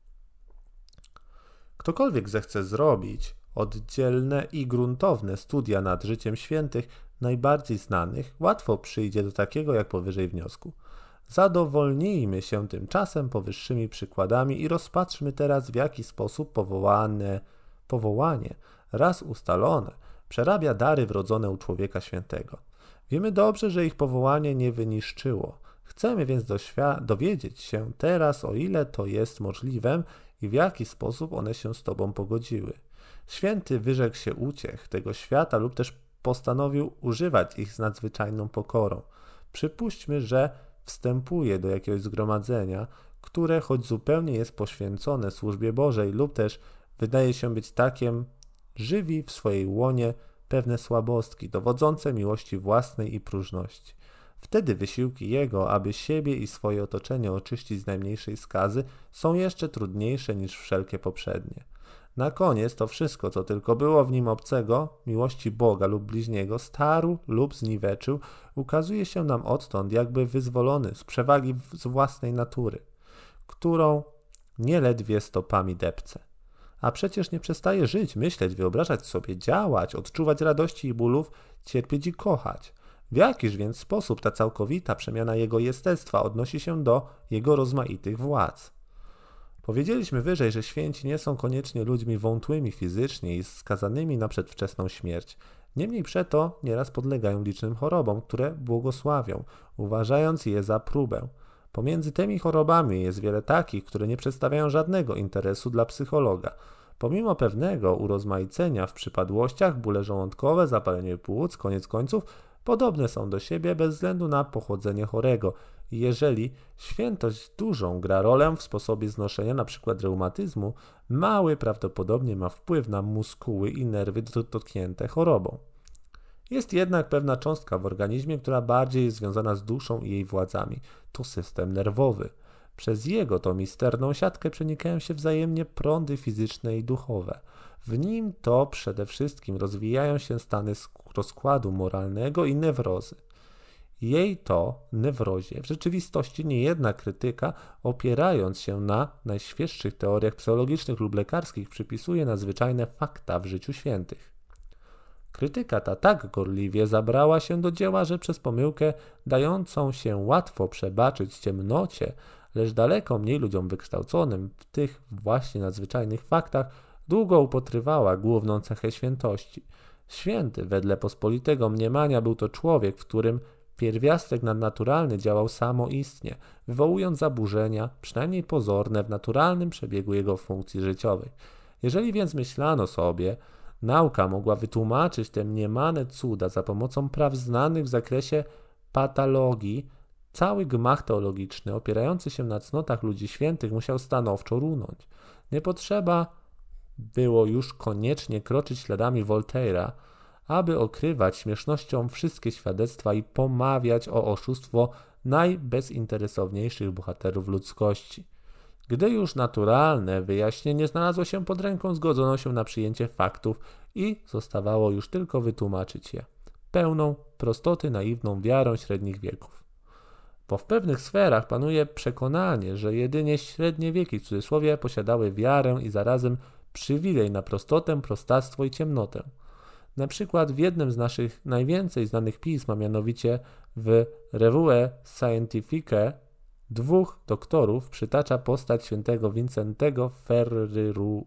Ktokolwiek zechce zrobić oddzielne i gruntowne studia nad życiem świętych, najbardziej znanych, łatwo przyjdzie do takiego jak powyżej wniosku. Zadowolnijmy się tymczasem powyższymi przykładami i rozpatrzmy teraz, w jaki sposób powołane, powołanie, raz ustalone, przerabia dary wrodzone u człowieka świętego. Wiemy dobrze, że ich powołanie nie wyniszczyło. Chcemy więc dowiedzieć się teraz, o ile to jest możliwe i w jaki sposób one się z Tobą pogodziły. Święty wyrzekł się uciech tego świata lub też postanowił używać ich z nadzwyczajną pokorą. Przypuśćmy, że wstępuje do jakiegoś zgromadzenia, które choć zupełnie jest poświęcone służbie Bożej lub też wydaje się być takiem, żywi w swojej łonie pewne słabostki dowodzące miłości własnej i próżności. Wtedy wysiłki jego, aby siebie i swoje otoczenie oczyścić z najmniejszej skazy, są jeszcze trudniejsze niż wszelkie poprzednie. Na koniec to wszystko, co tylko było w nim obcego, miłości Boga lub bliźniego, starł lub zniweczył, ukazuje się nam odtąd jakby wyzwolony z przewagi z własnej natury, którą nieledwie stopami depce. A przecież nie przestaje żyć, myśleć, wyobrażać sobie, działać, odczuwać radości i bólów, cierpieć i kochać. W jakiż więc sposób ta całkowita przemiana jego jestestwa odnosi się do jego rozmaitych władz? Powiedzieliśmy wyżej, że święci nie są koniecznie ludźmi wątłymi fizycznie i skazanymi na przedwczesną śmierć. Niemniej przeto nieraz podlegają licznym chorobom, które błogosławią, uważając je za próbę. Pomiędzy tymi chorobami jest wiele takich, które nie przedstawiają żadnego interesu dla psychologa. Pomimo pewnego urozmaicenia w przypadłościach, bóle żołądkowe, zapalenie płuc, koniec końców, podobne są do siebie bez względu na pochodzenie chorego. I jeżeli świętość dużą gra rolę w sposobie znoszenia np. reumatyzmu, mały prawdopodobnie ma wpływ na muskuły i nerwy dotknięte chorobą. Jest jednak pewna cząstka w organizmie, która bardziej jest związana z duszą i jej władzami. To system nerwowy. Przez jego to misterną siatkę przenikają się wzajemnie prądy fizyczne i duchowe. W nim to przede wszystkim rozwijają się stany rozkładu moralnego i newrozy. Jej to newrozie w rzeczywistości niejedna krytyka, opierając się na najświeższych teoriach psychologicznych lub lekarskich, przypisuje nadzwyczajne fakta w życiu świętych. Krytyka ta tak gorliwie zabrała się do dzieła, że przez pomyłkę dającą się łatwo przebaczyć ciemnocie, lecz daleko mniej ludziom wykształconym w tych właśnie nadzwyczajnych faktach, długo upatrywała główną cechę świętości. Święty, wedle pospolitego mniemania, był to człowiek, w którym pierwiastek nadnaturalny działał samoistnie, wywołując zaburzenia, przynajmniej pozorne, w naturalnym przebiegu jego funkcji życiowej. Jeżeli więc myślano sobie, nauka mogła wytłumaczyć te mniemane cuda za pomocą praw znanych w zakresie patologii, cały gmach teologiczny opierający się na cnotach ludzi świętych musiał stanowczo runąć. Nie potrzeba było już koniecznie kroczyć śladami Voltaira, aby okrywać śmiesznością wszystkie świadectwa i pomawiać o oszustwo najbezinteresowniejszych bohaterów ludzkości. Gdy już naturalne wyjaśnienie znalazło się pod ręką, zgodzono się na przyjęcie faktów i zostawało już tylko wytłumaczyć je, pełną prostoty naiwną wiarą średnich wieków. Bo w pewnych sferach panuje przekonanie, że jedynie średnie wieki w cudzysłowie posiadały wiarę i zarazem przywilej na prostotę, prostactwo i ciemnotę. Na przykład w jednym z naszych najwięcej znanych pism, a mianowicie w Revue Scientifique, dwóch doktorów przytacza postać świętego Wincentego Ferreru,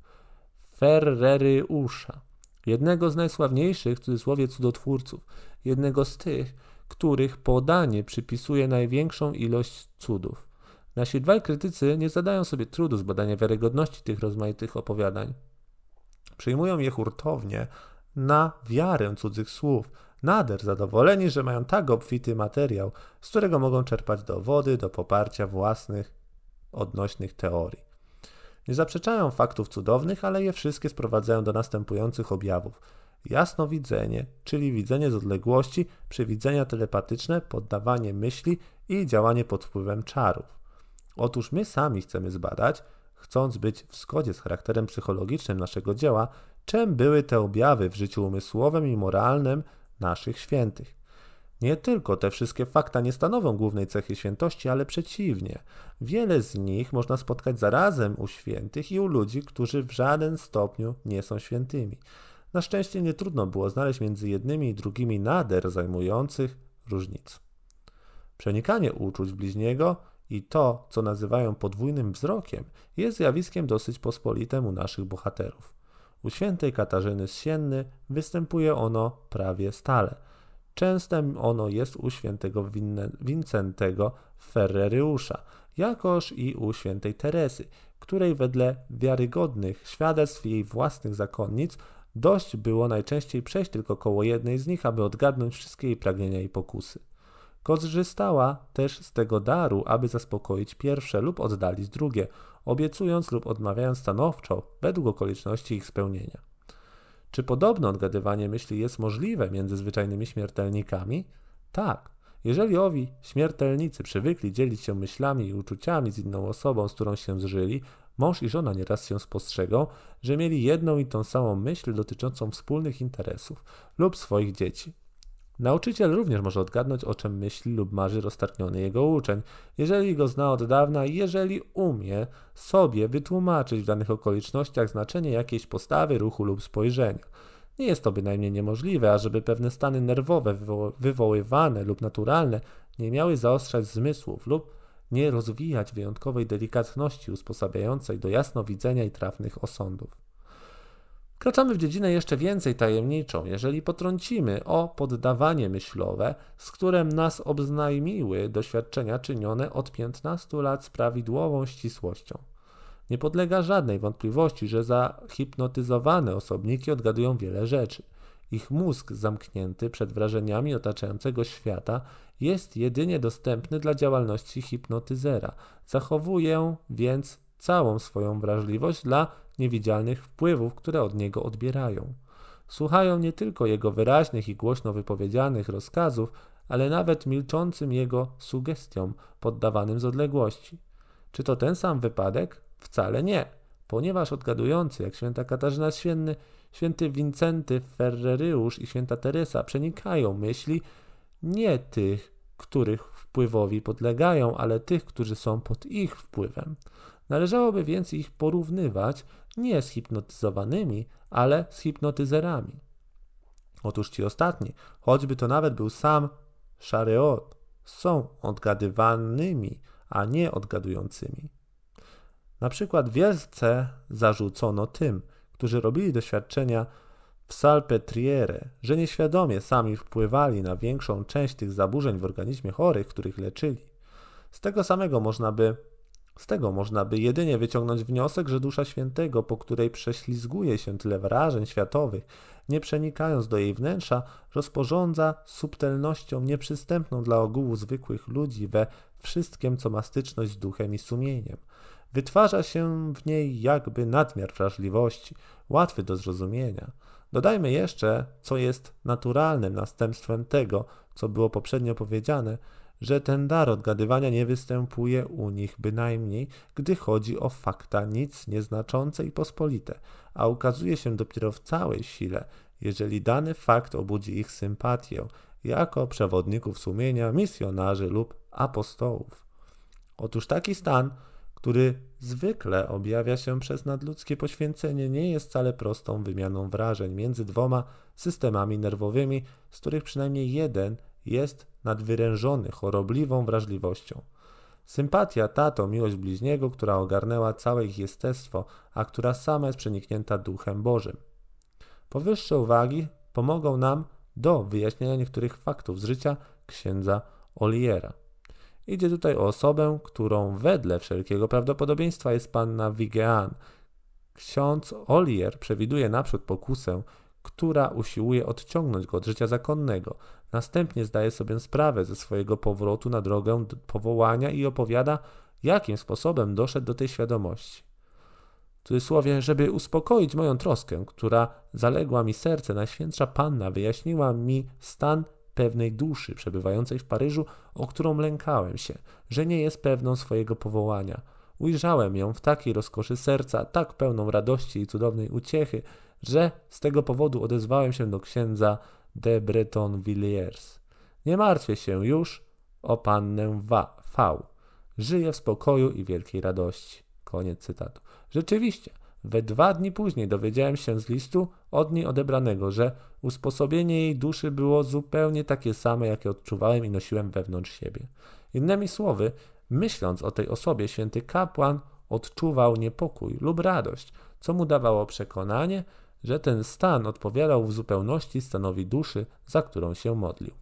Ferreriusza, jednego z najsławniejszych w cudzysłowie cudotwórców, jednego z tych, których podanie przypisuje największą ilość cudów. Nasi dwaj krytycy nie zadają sobie trudu zbadania wiarygodności tych rozmaitych opowiadań. Przyjmują je hurtownie na wiarę cudzych słów, nader zadowoleni, że mają tak obfity materiał, z którego mogą czerpać dowody do poparcia własnych odnośnych teorii. Nie zaprzeczają faktów cudownych, ale je wszystkie sprowadzają do następujących objawów. Jasnowidzenie, czyli widzenie z odległości, przewidzenia telepatyczne, poddawanie myśli i działanie pod wpływem czarów. Otóż my sami chcemy zbadać, chcąc być w zgodzie z charakterem psychologicznym naszego dzieła, czym były te objawy w życiu umysłowym i moralnym naszych świętych. Nie tylko te wszystkie fakta nie stanowią głównej cechy świętości, ale przeciwnie. Wiele z nich można spotkać zarazem u świętych i u ludzi, którzy w żaden stopniu nie są świętymi. Na szczęście nie trudno było znaleźć między jednymi i drugimi nader zajmujących różnic. Przenikanie uczuć bliźniego i to, co nazywają podwójnym wzrokiem, jest zjawiskiem dosyć pospolitym u naszych bohaterów. U świętej Katarzyny z Sienny występuje ono prawie stale. Częstem ono jest u świętego Wincentego Ferreriusza, jakoż i u świętej Teresy, której wedle wiarygodnych świadectw jej własnych zakonnic dość było najczęściej przejść tylko koło jednej z nich, aby odgadnąć wszystkie jej pragnienia i pokusy. Korzystała też z tego daru, aby zaspokoić pierwsze lub oddalić drugie, obiecując lub odmawiając stanowczo według okoliczności ich spełnienia. Czy podobne odgadywanie myśli jest możliwe między zwyczajnymi śmiertelnikami? Tak. Jeżeli owi śmiertelnicy przywykli dzielić się myślami i uczuciami z inną osobą, z którą się zżyli, mąż i żona nieraz się spostrzegą, że mieli jedną i tą samą myśl dotyczącą wspólnych interesów lub swoich dzieci. Nauczyciel również może odgadnąć, o czym myśli lub marzy roztargniony jego uczeń, jeżeli go zna od dawna i jeżeli umie sobie wytłumaczyć w danych okolicznościach znaczenie jakiejś postawy, ruchu lub spojrzenia. Nie jest to bynajmniej niemożliwe, ażeby pewne stany nerwowe wywo- wywoływane lub naturalne nie miały zaostrzać zmysłów lub nie rozwijać wyjątkowej delikatności usposabiającej do jasnowidzenia i trafnych osądów. Wkraczamy w dziedzinę jeszcze więcej tajemniczą, jeżeli potrącimy o poddawanie myślowe, z którym nas obznajmiły doświadczenia czynione od piętnastu lat z prawidłową ścisłością. Nie podlega żadnej wątpliwości, że zahipnotyzowane osobniki odgadują wiele rzeczy. Ich mózg zamknięty przed wrażeniami otaczającego świata jest jedynie dostępny dla działalności hipnotyzera. Zachowuje więc całą swoją wrażliwość dla niewidzialnych wpływów, które od niego odbierają. Słuchają nie tylko jego wyraźnych i głośno wypowiedzianych rozkazów, ale nawet milczącym jego sugestiom poddawanym z odległości. Czy to ten sam wypadek? Wcale nie, ponieważ odgadujący, jak święta Katarzyna Sienny, święty Wincenty Ferreryusz i święta Teresa przenikają myśli nie tych, których wpływowi podlegają, ale tych, którzy są pod ich wpływem. Należałoby więc ich porównywać nie z hipnotyzowanymi, ale z hipnotyzerami. Otóż ci ostatni, choćby to nawet był sam Chariot, są odgadywanymi, a nie odgadującymi. Na przykład wielce zarzucono tym, którzy robili doświadczenia w Salpêtrière, że nieświadomie sami wpływali na większą część tych zaburzeń w organizmie chorych, których leczyli. Z tego samego można by, z tego można by jedynie wyciągnąć wniosek, że Dusza Świętego, po której prześlizguje się tyle wrażeń światowych, nie przenikając do jej wnętrza, rozporządza subtelnością nieprzystępną dla ogółu zwykłych ludzi we wszystkim, co ma styczność z duchem i sumieniem. Wytwarza się w niej jakby nadmiar wrażliwości, łatwy do zrozumienia. Dodajmy jeszcze, co jest naturalnym następstwem tego, co było poprzednio powiedziane, że ten dar odgadywania nie występuje u nich bynajmniej, gdy chodzi o fakta nic nieznaczące i pospolite, a ukazuje się dopiero w całej sile, jeżeli dany fakt obudzi ich sympatię, jako przewodników sumienia, misjonarzy lub apostołów. Otóż taki stan, który zwykle objawia się przez nadludzkie poświęcenie, nie jest wcale prostą wymianą wrażeń między dwoma systemami nerwowymi, z których przynajmniej jeden jest nadwyrężony chorobliwą wrażliwością. Sympatia ta to miłość bliźniego, która ogarnęła całe ich jestestwo, a która sama jest przeniknięta Duchem Bożym. Powyższe uwagi pomogą nam do wyjaśnienia niektórych faktów z życia księdza Olliera. Idzie tutaj o osobę, którą wedle wszelkiego prawdopodobieństwa jest panna Vigean. Ksiądz Ollier przewiduje naprzód pokusę, która usiłuje odciągnąć go od życia zakonnego. Następnie zdaje sobie sprawę ze swojego powrotu na drogę powołania i opowiada, jakim sposobem doszedł do tej świadomości. W cudzysłowie, żeby uspokoić moją troskę, która zaległa mi serce, Najświętsza Panna wyjaśniła mi stan pewnej duszy przebywającej w Paryżu, o którą lękałem się, że nie jest pewną swojego powołania. Ujrzałem ją w takiej rozkoszy serca, tak pełną radości i cudownej uciechy, że z tego powodu odezwałem się do księdza de Breton-Villiers. Nie martwię się już o pannę V. Żyję w spokoju i wielkiej radości. Koniec cytatu. Rzeczywiście, we dwa dni później dowiedziałem się z listu od niej odebranego, że usposobienie jej duszy było zupełnie takie same, jakie odczuwałem i nosiłem wewnątrz siebie. Innymi słowy, myśląc o tej osobie, święty kapłan odczuwał niepokój lub radość, co mu dawało przekonanie, że ten stan odpowiadał w zupełności stanowi duszy, za którą się modlił.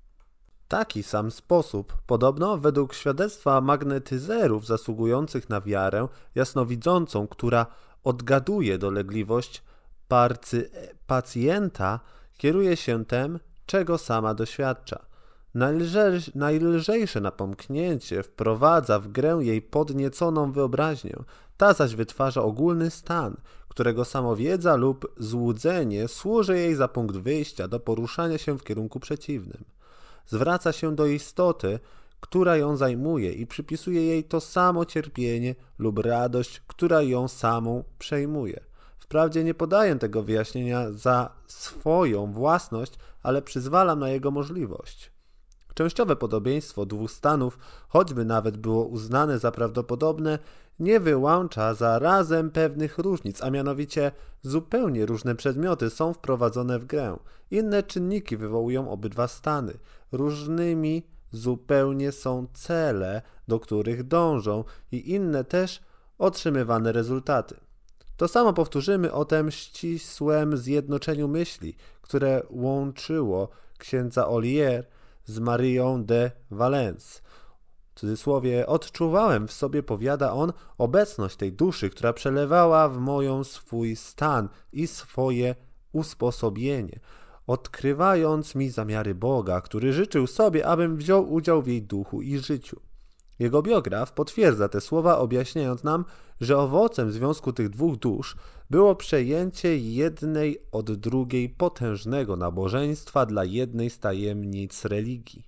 Taki sam sposób, podobno według świadectwa magnetyzerów zasługujących na wiarę, jasnowidzącą, która odgaduje dolegliwość parcy, pacjenta, kieruje się tem, czego sama doświadcza. Najlżej, najlżejsze napomknięcie wprowadza w grę jej podnieconą wyobraźnię, ta zaś wytwarza ogólny stan, którego samowiedza lub złudzenie służy jej za punkt wyjścia do poruszania się w kierunku przeciwnym. Zwraca się do istoty, która ją zajmuje i przypisuje jej to samo cierpienie lub radość, która ją samą przejmuje. Wprawdzie nie podaję tego wyjaśnienia za swoją własność, ale przyzwalam na jego możliwość. Częściowe podobieństwo dwóch stanów, choćby nawet było uznane za prawdopodobne, nie wyłącza zarazem pewnych różnic, a mianowicie zupełnie różne przedmioty są wprowadzone w grę. Inne czynniki wywołują obydwa stany. Różnymi zupełnie są cele, do których dążą i inne też otrzymywane rezultaty. To samo powtórzymy o tym ścisłym zjednoczeniu myśli, które łączyło księdza Ollier z Marią de Valence. W cudzysłowie, odczuwałem w sobie, powiada on, obecność tej duszy, która przelewała w moją swój stan i swoje usposobienie, odkrywając mi zamiary Boga, który życzył sobie, abym wziął udział w jej duchu i życiu. Jego biograf potwierdza te słowa, objaśniając nam, że owocem związku tych dwóch dusz było przejęcie jednej od drugiej potężnego nabożeństwa dla jednej z tajemnic religii.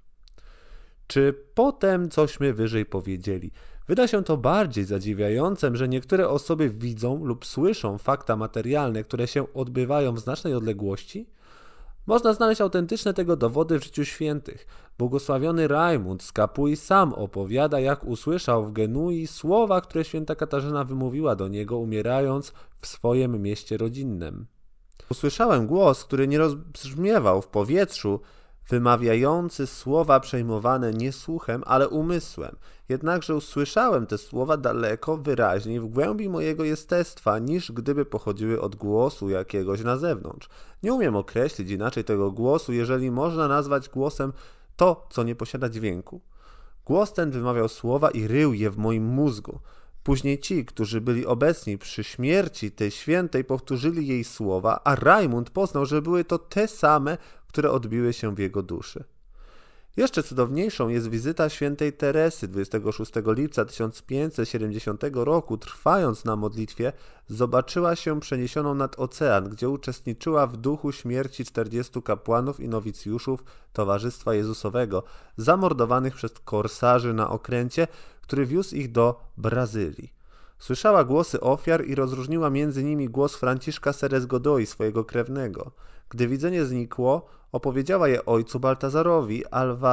Czy potem cośmy wyżej powiedzieli? Wyda się to bardziej zadziwiającym, że niektóre osoby widzą lub słyszą fakta materialne, które się odbywają w znacznej odległości? Można znaleźć autentyczne tego dowody w życiu świętych. Błogosławiony Rajmund z Kapui sam opowiada, jak usłyszał w Genui słowa, które święta Katarzyna wymówiła do niego, umierając w swoim mieście rodzinnym. Usłyszałem głos, który nie rozbrzmiewał w powietrzu, wymawiający słowa przejmowane nie słuchem, ale umysłem. Jednakże usłyszałem te słowa daleko wyraźniej w głębi mojego jestestwa, niż gdyby pochodziły od głosu jakiegoś na zewnątrz. Nie umiem określić inaczej tego głosu, jeżeli można nazwać głosem to, co nie posiada dźwięku. Głos ten wymawiał słowa i rył je w moim mózgu. Później ci, którzy byli obecni przy śmierci tej świętej, powtórzyli jej słowa, a Rajmund poznał, że były to te same, które odbiły się w jego duszy. Jeszcze cudowniejszą jest wizyta świętej Teresy dwudziestego szóstego lipca tysiąc pięćset siedemdziesiątego roku. Trwając na modlitwie, zobaczyła się przeniesioną nad ocean, gdzie uczestniczyła w duchu śmierci czterdziestu kapłanów i nowicjuszów Towarzystwa Jezusowego, zamordowanych przez korsarzy na okręcie, który wiózł ich do Brazylii. Słyszała głosy ofiar i rozróżniła między nimi głos Franciszka Serez Godoy, swojego krewnego. Gdy widzenie znikło, opowiedziała je ojcu Baltazarowi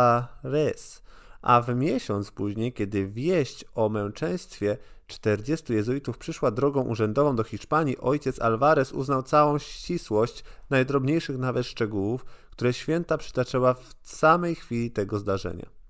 Alvarez, a w miesiąc później, kiedy wieść o męczeństwie czterdziestu jezuitów przyszła drogą urzędową do Hiszpanii, ojciec Alvarez uznał całą ścisłość najdrobniejszych nawet szczegółów, które święta przytaczała w samej chwili tego zdarzenia.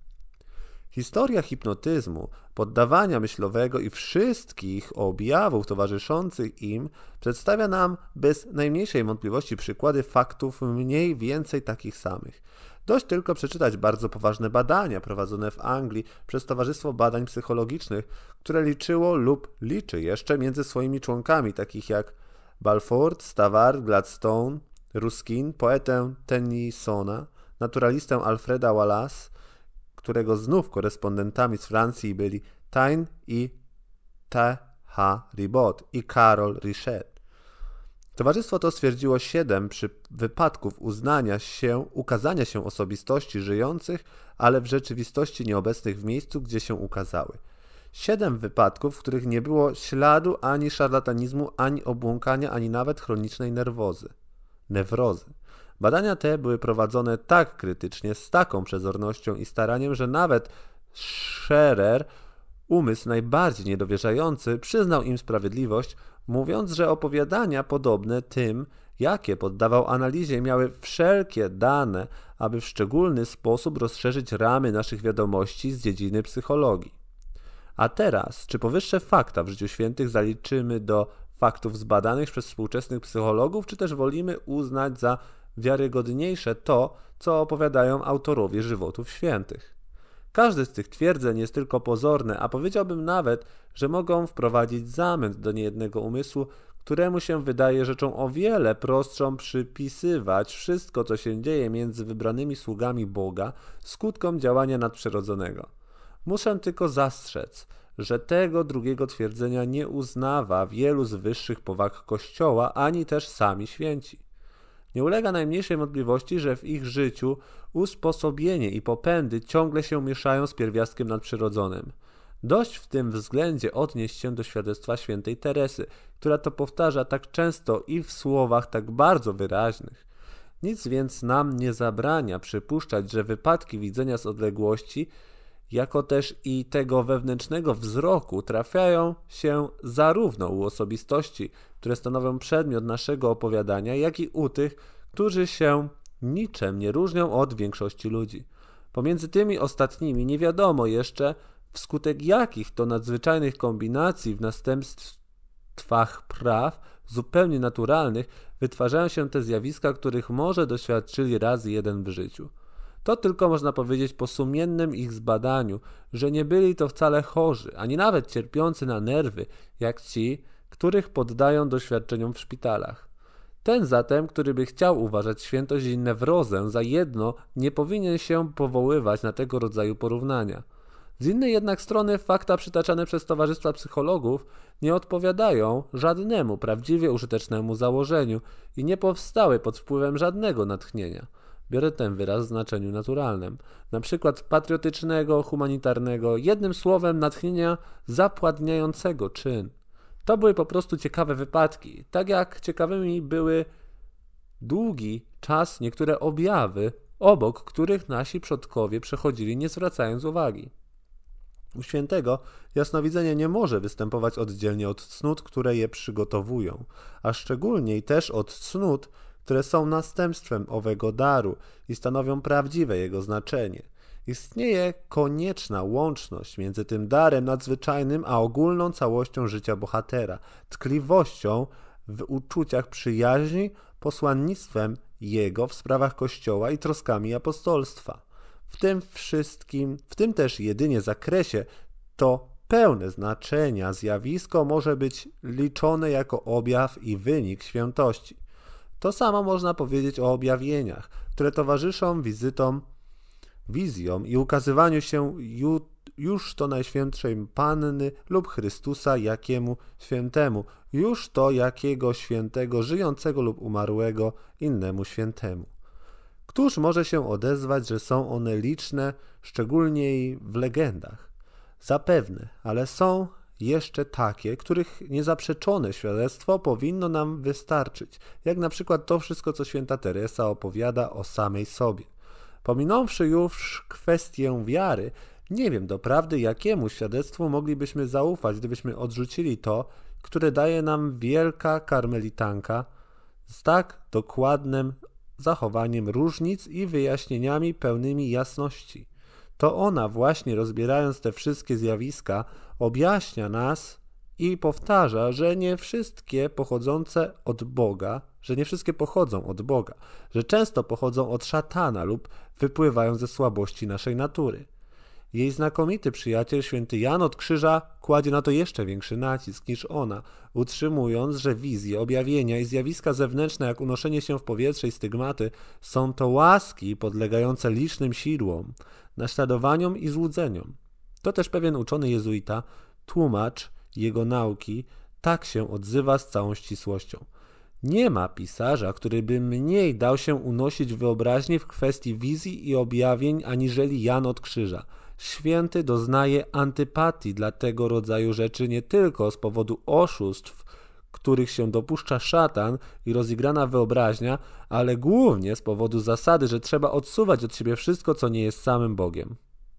Historia hipnotyzmu, poddawania myślowego i wszystkich objawów towarzyszących im przedstawia nam bez najmniejszej wątpliwości przykłady faktów mniej więcej takich samych. Dość tylko przeczytać bardzo poważne badania prowadzone w Anglii przez Towarzystwo Badań Psychologicznych, które liczyło lub liczy jeszcze między swoimi członkami, takich jak Balfour, Stavard, Gladstone, Ruskin, poetę Tennysona, naturalistę Alfreda Wallace, którego znów korespondentami z Francji byli Taine i T H Ribot i Karol Richet. Towarzystwo to stwierdziło siedem przy wypadków uznania się, ukazania się osobistości żyjących, ale w rzeczywistości nieobecnych w miejscu, gdzie się ukazały. Siedem wypadków, w których nie było śladu ani szarlatanizmu, ani obłąkania, ani nawet chronicznej nerwozy. Newrozy. Badania te były prowadzone tak krytycznie, z taką przezornością i staraniem, że nawet Scherer, umysł najbardziej niedowierzający, przyznał im sprawiedliwość, mówiąc, że opowiadania podobne tym, jakie poddawał analizie, miały wszelkie dane, aby w szczególny sposób rozszerzyć ramy naszych wiadomości z dziedziny psychologii. A teraz, czy powyższe fakta w życiu świętych zaliczymy do faktów zbadanych przez współczesnych psychologów, czy też wolimy uznać za wiarygodniejsze to, co opowiadają autorowie żywotów świętych? Każde z tych twierdzeń jest tylko pozorne, a powiedziałbym nawet, że mogą wprowadzić zamęt do niejednego umysłu, któremu się wydaje rzeczą o wiele prostszą przypisywać wszystko, co się dzieje między wybranymi sługami Boga, skutkom działania nadprzyrodzonego. Muszę tylko zastrzec, że tego drugiego twierdzenia nie uznawa wielu z wyższych powag Kościoła, ani też sami święci. Nie ulega najmniejszej wątpliwości, że w ich życiu usposobienie i popędy ciągle się mieszają z pierwiastkiem nadprzyrodzonym. Dość w tym względzie odnieść się do świadectwa świętej Teresy, która to powtarza tak często i w słowach tak bardzo wyraźnych. Nic więc nam nie zabrania przypuszczać, że wypadki widzenia z odległości, jako też i tego wewnętrznego wzroku trafiają się zarówno u osobistości, które stanowią przedmiot naszego opowiadania, jak i u tych, którzy się niczym nie różnią od większości ludzi. Pomiędzy tymi ostatnimi nie wiadomo jeszcze, wskutek jakich to nadzwyczajnych kombinacji w następstwach praw zupełnie naturalnych wytwarzają się te zjawiska, których może doświadczyli raz jeden w życiu. To tylko można powiedzieć po sumiennym ich zbadaniu, że nie byli to wcale chorzy, ani nawet cierpiący na nerwy, jak ci, których poddają doświadczeniom w szpitalach. Ten zatem, który by chciał uważać świętość i newrozę za jedno, nie powinien się powoływać na tego rodzaju porównania. Z innej jednak strony fakta przytaczane przez towarzystwa psychologów nie odpowiadają żadnemu prawdziwie użytecznemu założeniu i nie powstały pod wpływem żadnego natchnienia. Biorę ten wyraz w znaczeniu naturalnym, na przykład patriotycznego, humanitarnego, jednym słowem natchnienia zapładniającego czyn. To były po prostu ciekawe wypadki, tak jak ciekawymi były długi czas niektóre objawy, obok których nasi przodkowie przechodzili nie zwracając uwagi. U świętego jasnowidzenie nie może występować oddzielnie od cnót, które je przygotowują, a szczególnie też od cnót, które są następstwem owego daru i stanowią prawdziwe jego znaczenie. Istnieje konieczna łączność między tym darem nadzwyczajnym a ogólną całością życia bohatera, tkliwością w uczuciach przyjaźni, posłannictwem jego w sprawach Kościoła i troskami apostolstwa. W tym wszystkim, w tym też jedynie zakresie to pełne znaczenia zjawisko może być liczone jako objaw i wynik świętości. To samo można powiedzieć o objawieniach, które towarzyszą wizytom, wizjom i ukazywaniu się ju, już to Najświętszej Panny lub Chrystusa jakiemu świętemu, już to jakiego świętego, żyjącego lub umarłego innemu świętemu. Któż może się odezwać, że są one liczne, szczególnie w legendach? Zapewne, ale są jeszcze takie, których niezaprzeczone świadectwo powinno nam wystarczyć, jak na przykład to wszystko, co święta Teresa opowiada o samej sobie. Pominąwszy już kwestię wiary, nie wiem doprawdy, jakiemu świadectwu moglibyśmy zaufać, gdybyśmy odrzucili to, które daje nam wielka karmelitanka z tak dokładnym zachowaniem różnic i wyjaśnieniami pełnymi jasności. To ona właśnie, rozbierając te wszystkie zjawiska, objaśnia nas i powtarza, że nie wszystkie pochodzące od Boga, że nie wszystkie pochodzą od Boga, że często pochodzą od szatana lub wypływają ze słabości naszej natury. Jej znakomity przyjaciel, święty Jan od Krzyża, kładzie na to jeszcze większy nacisk niż ona, utrzymując, że wizje, objawienia i zjawiska zewnętrzne, jak unoszenie się w powietrze i stygmaty, są to łaski podlegające licznym sidłom, naśladowaniom i złudzeniom. To też pewien uczony jezuita, tłumacz jego nauki, tak się odzywa z całą ścisłością. Nie ma pisarza, który by mniej dał się unosić w wyobraźni w kwestii wizji i objawień aniżeli Jan od Krzyża. Święty doznaje antypatii dla tego rodzaju rzeczy nie tylko z powodu oszustw, których się dopuszcza szatan i rozigrana wyobraźnia, ale głównie z powodu zasady, że trzeba odsuwać od siebie wszystko, co nie jest samym Bogiem.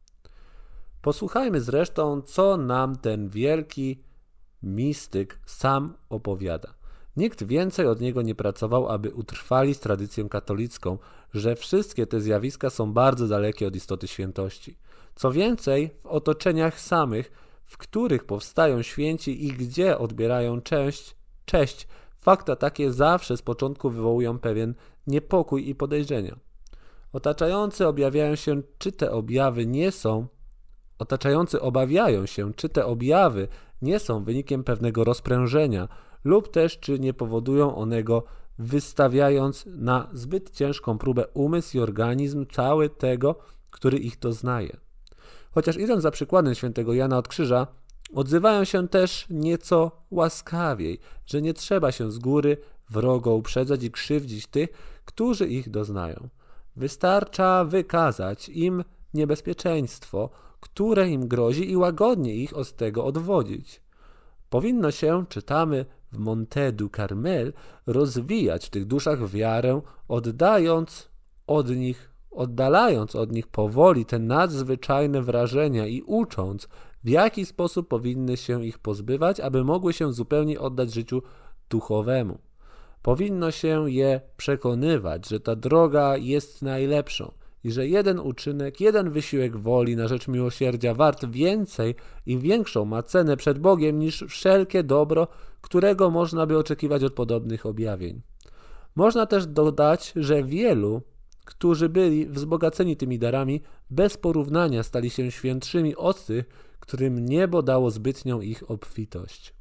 Posłuchajmy zresztą, co nam ten wielki mistyk sam opowiada. Nikt więcej od niego nie pracował, aby utrwalić tradycję katolicką, że wszystkie te zjawiska są bardzo dalekie od istoty świętości. Co więcej, w otoczeniach samych, w których powstają święci i gdzie odbierają cześć, cześć, fakta takie zawsze z początku wywołują pewien niepokój i podejrzenia. Otaczający objawiają się, czy te objawy nie są, otaczający obawiają się, czy te objawy nie są wynikiem pewnego rozprężenia, lub też czy nie powodują onego, wystawiając na zbyt ciężką próbę umysł i organizm cały tego, który ich doznaje. Chociaż idąc za przykładem świętego Jana od Krzyża, odzywają się też nieco łaskawiej, że nie trzeba się z góry wrogo uprzedzać i krzywdzić tych, którzy ich doznają. Wystarcza wykazać im niebezpieczeństwo, które im grozi i łagodnie ich od tego odwodzić. Powinno się, czytamy w Monte du Carmel, rozwijać w tych duszach wiarę, oddając od nich, oddalając od nich powoli te nadzwyczajne wrażenia i ucząc, w jaki sposób powinny się ich pozbywać, aby mogły się zupełnie oddać życiu duchowemu. Powinno się je przekonywać, że ta droga jest najlepszą i że jeden uczynek, jeden wysiłek woli na rzecz miłosierdzia wart więcej i większą ma cenę przed Bogiem niż wszelkie dobro, którego można by oczekiwać od podobnych objawień. Można też dodać, że wielu, którzy byli wzbogaceni tymi darami, bez porównania stali się świętszymi od tych, którym niebo dało zbytnią ich obfitość.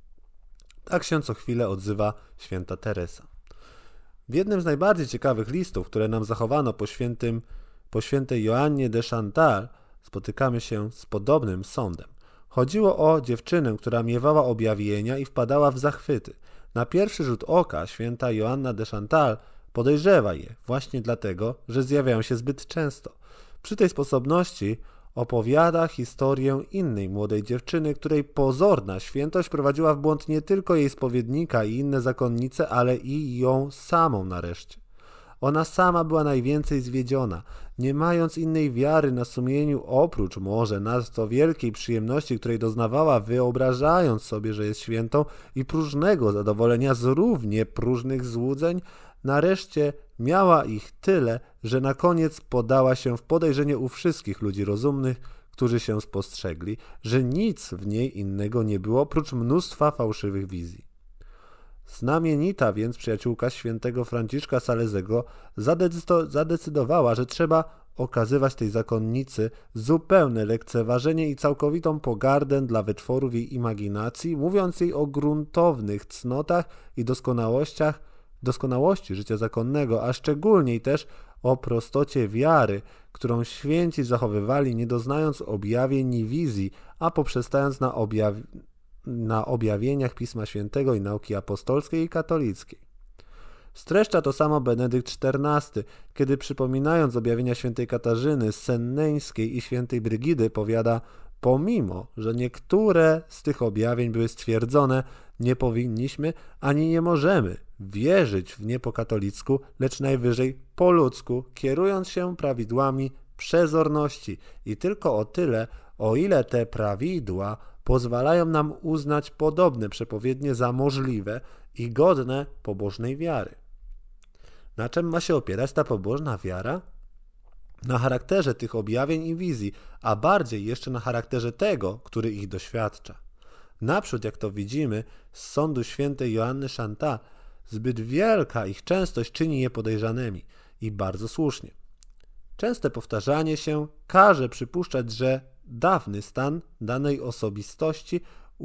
Tak się co chwilę odzywa święta Teresa. W jednym z najbardziej ciekawych listów, które nam zachowano po, świętym, po świętej Joannie de Chantal, spotykamy się z podobnym sądem. Chodziło o dziewczynę, która miewała objawienia i wpadała w zachwyty. Na pierwszy rzut oka święta Joanna de Chantal podejrzewa je właśnie dlatego, że zjawiają się zbyt często. Przy tej sposobności opowiada historię innej młodej dziewczyny, której pozorna świętość prowadziła w błąd nie tylko jej spowiednika i inne zakonnice, ale i ją samą nareszcie. Ona sama była najwięcej zwiedziona, nie mając innej wiary na sumieniu oprócz może nadto wielkiej przyjemności, której doznawała, wyobrażając sobie, że jest świętą, i próżnego zadowolenia z równie próżnych złudzeń, nareszcie miała ich tyle, że na koniec podała się w podejrzenie u wszystkich ludzi rozumnych, którzy się spostrzegli, że nic w niej innego nie było oprócz mnóstwa fałszywych wizji. Znamienita więc przyjaciółka świętego Franciszka Salezego zadecydowała, że trzeba okazywać tej zakonnicy zupełne lekceważenie i całkowitą pogardę dla wytworów jej imaginacji, mówiąc jej o gruntownych cnotach i doskonałościach, doskonałości życia zakonnego, a szczególniej też o prostocie wiary, którą święci zachowywali, nie doznając objawień i wizji, a poprzestając na objawieniach na objawieniach Pisma Świętego i nauki apostolskiej i katolickiej. Streszcza to samo Benedykt czternasty, kiedy przypominając objawienia świętej Katarzyny Senneńskiej i świętej Brygidy powiada: pomimo, że niektóre z tych objawień były stwierdzone, nie powinniśmy ani nie możemy wierzyć w nie po katolicku, lecz najwyżej po ludzku, kierując się prawidłami przezorności i tylko o tyle, o ile te prawidła pozwalają nam uznać podobne przepowiednie za możliwe i godne pobożnej wiary. Na czym ma się opierać ta pobożna wiara? Na charakterze tych objawień i wizji, a bardziej jeszcze na charakterze tego, który ich doświadcza. Naprzód, jak to widzimy, z sądu świętej Joanny Chantal, zbyt wielka ich częstość czyni je podejrzanymi i bardzo słusznie. Częste powtarzanie się każe przypuszczać, że dawny stan danej osobistości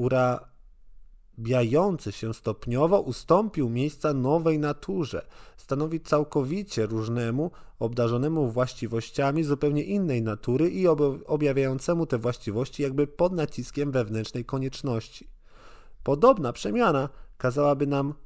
urabiający się stopniowo ustąpił miejsca nowej naturze, stanowi całkowicie różnemu, obdarzonemu właściwościami zupełnie innej natury i objawiającemu te właściwości jakby pod naciskiem wewnętrznej konieczności. Podobna przemiana kazałaby nam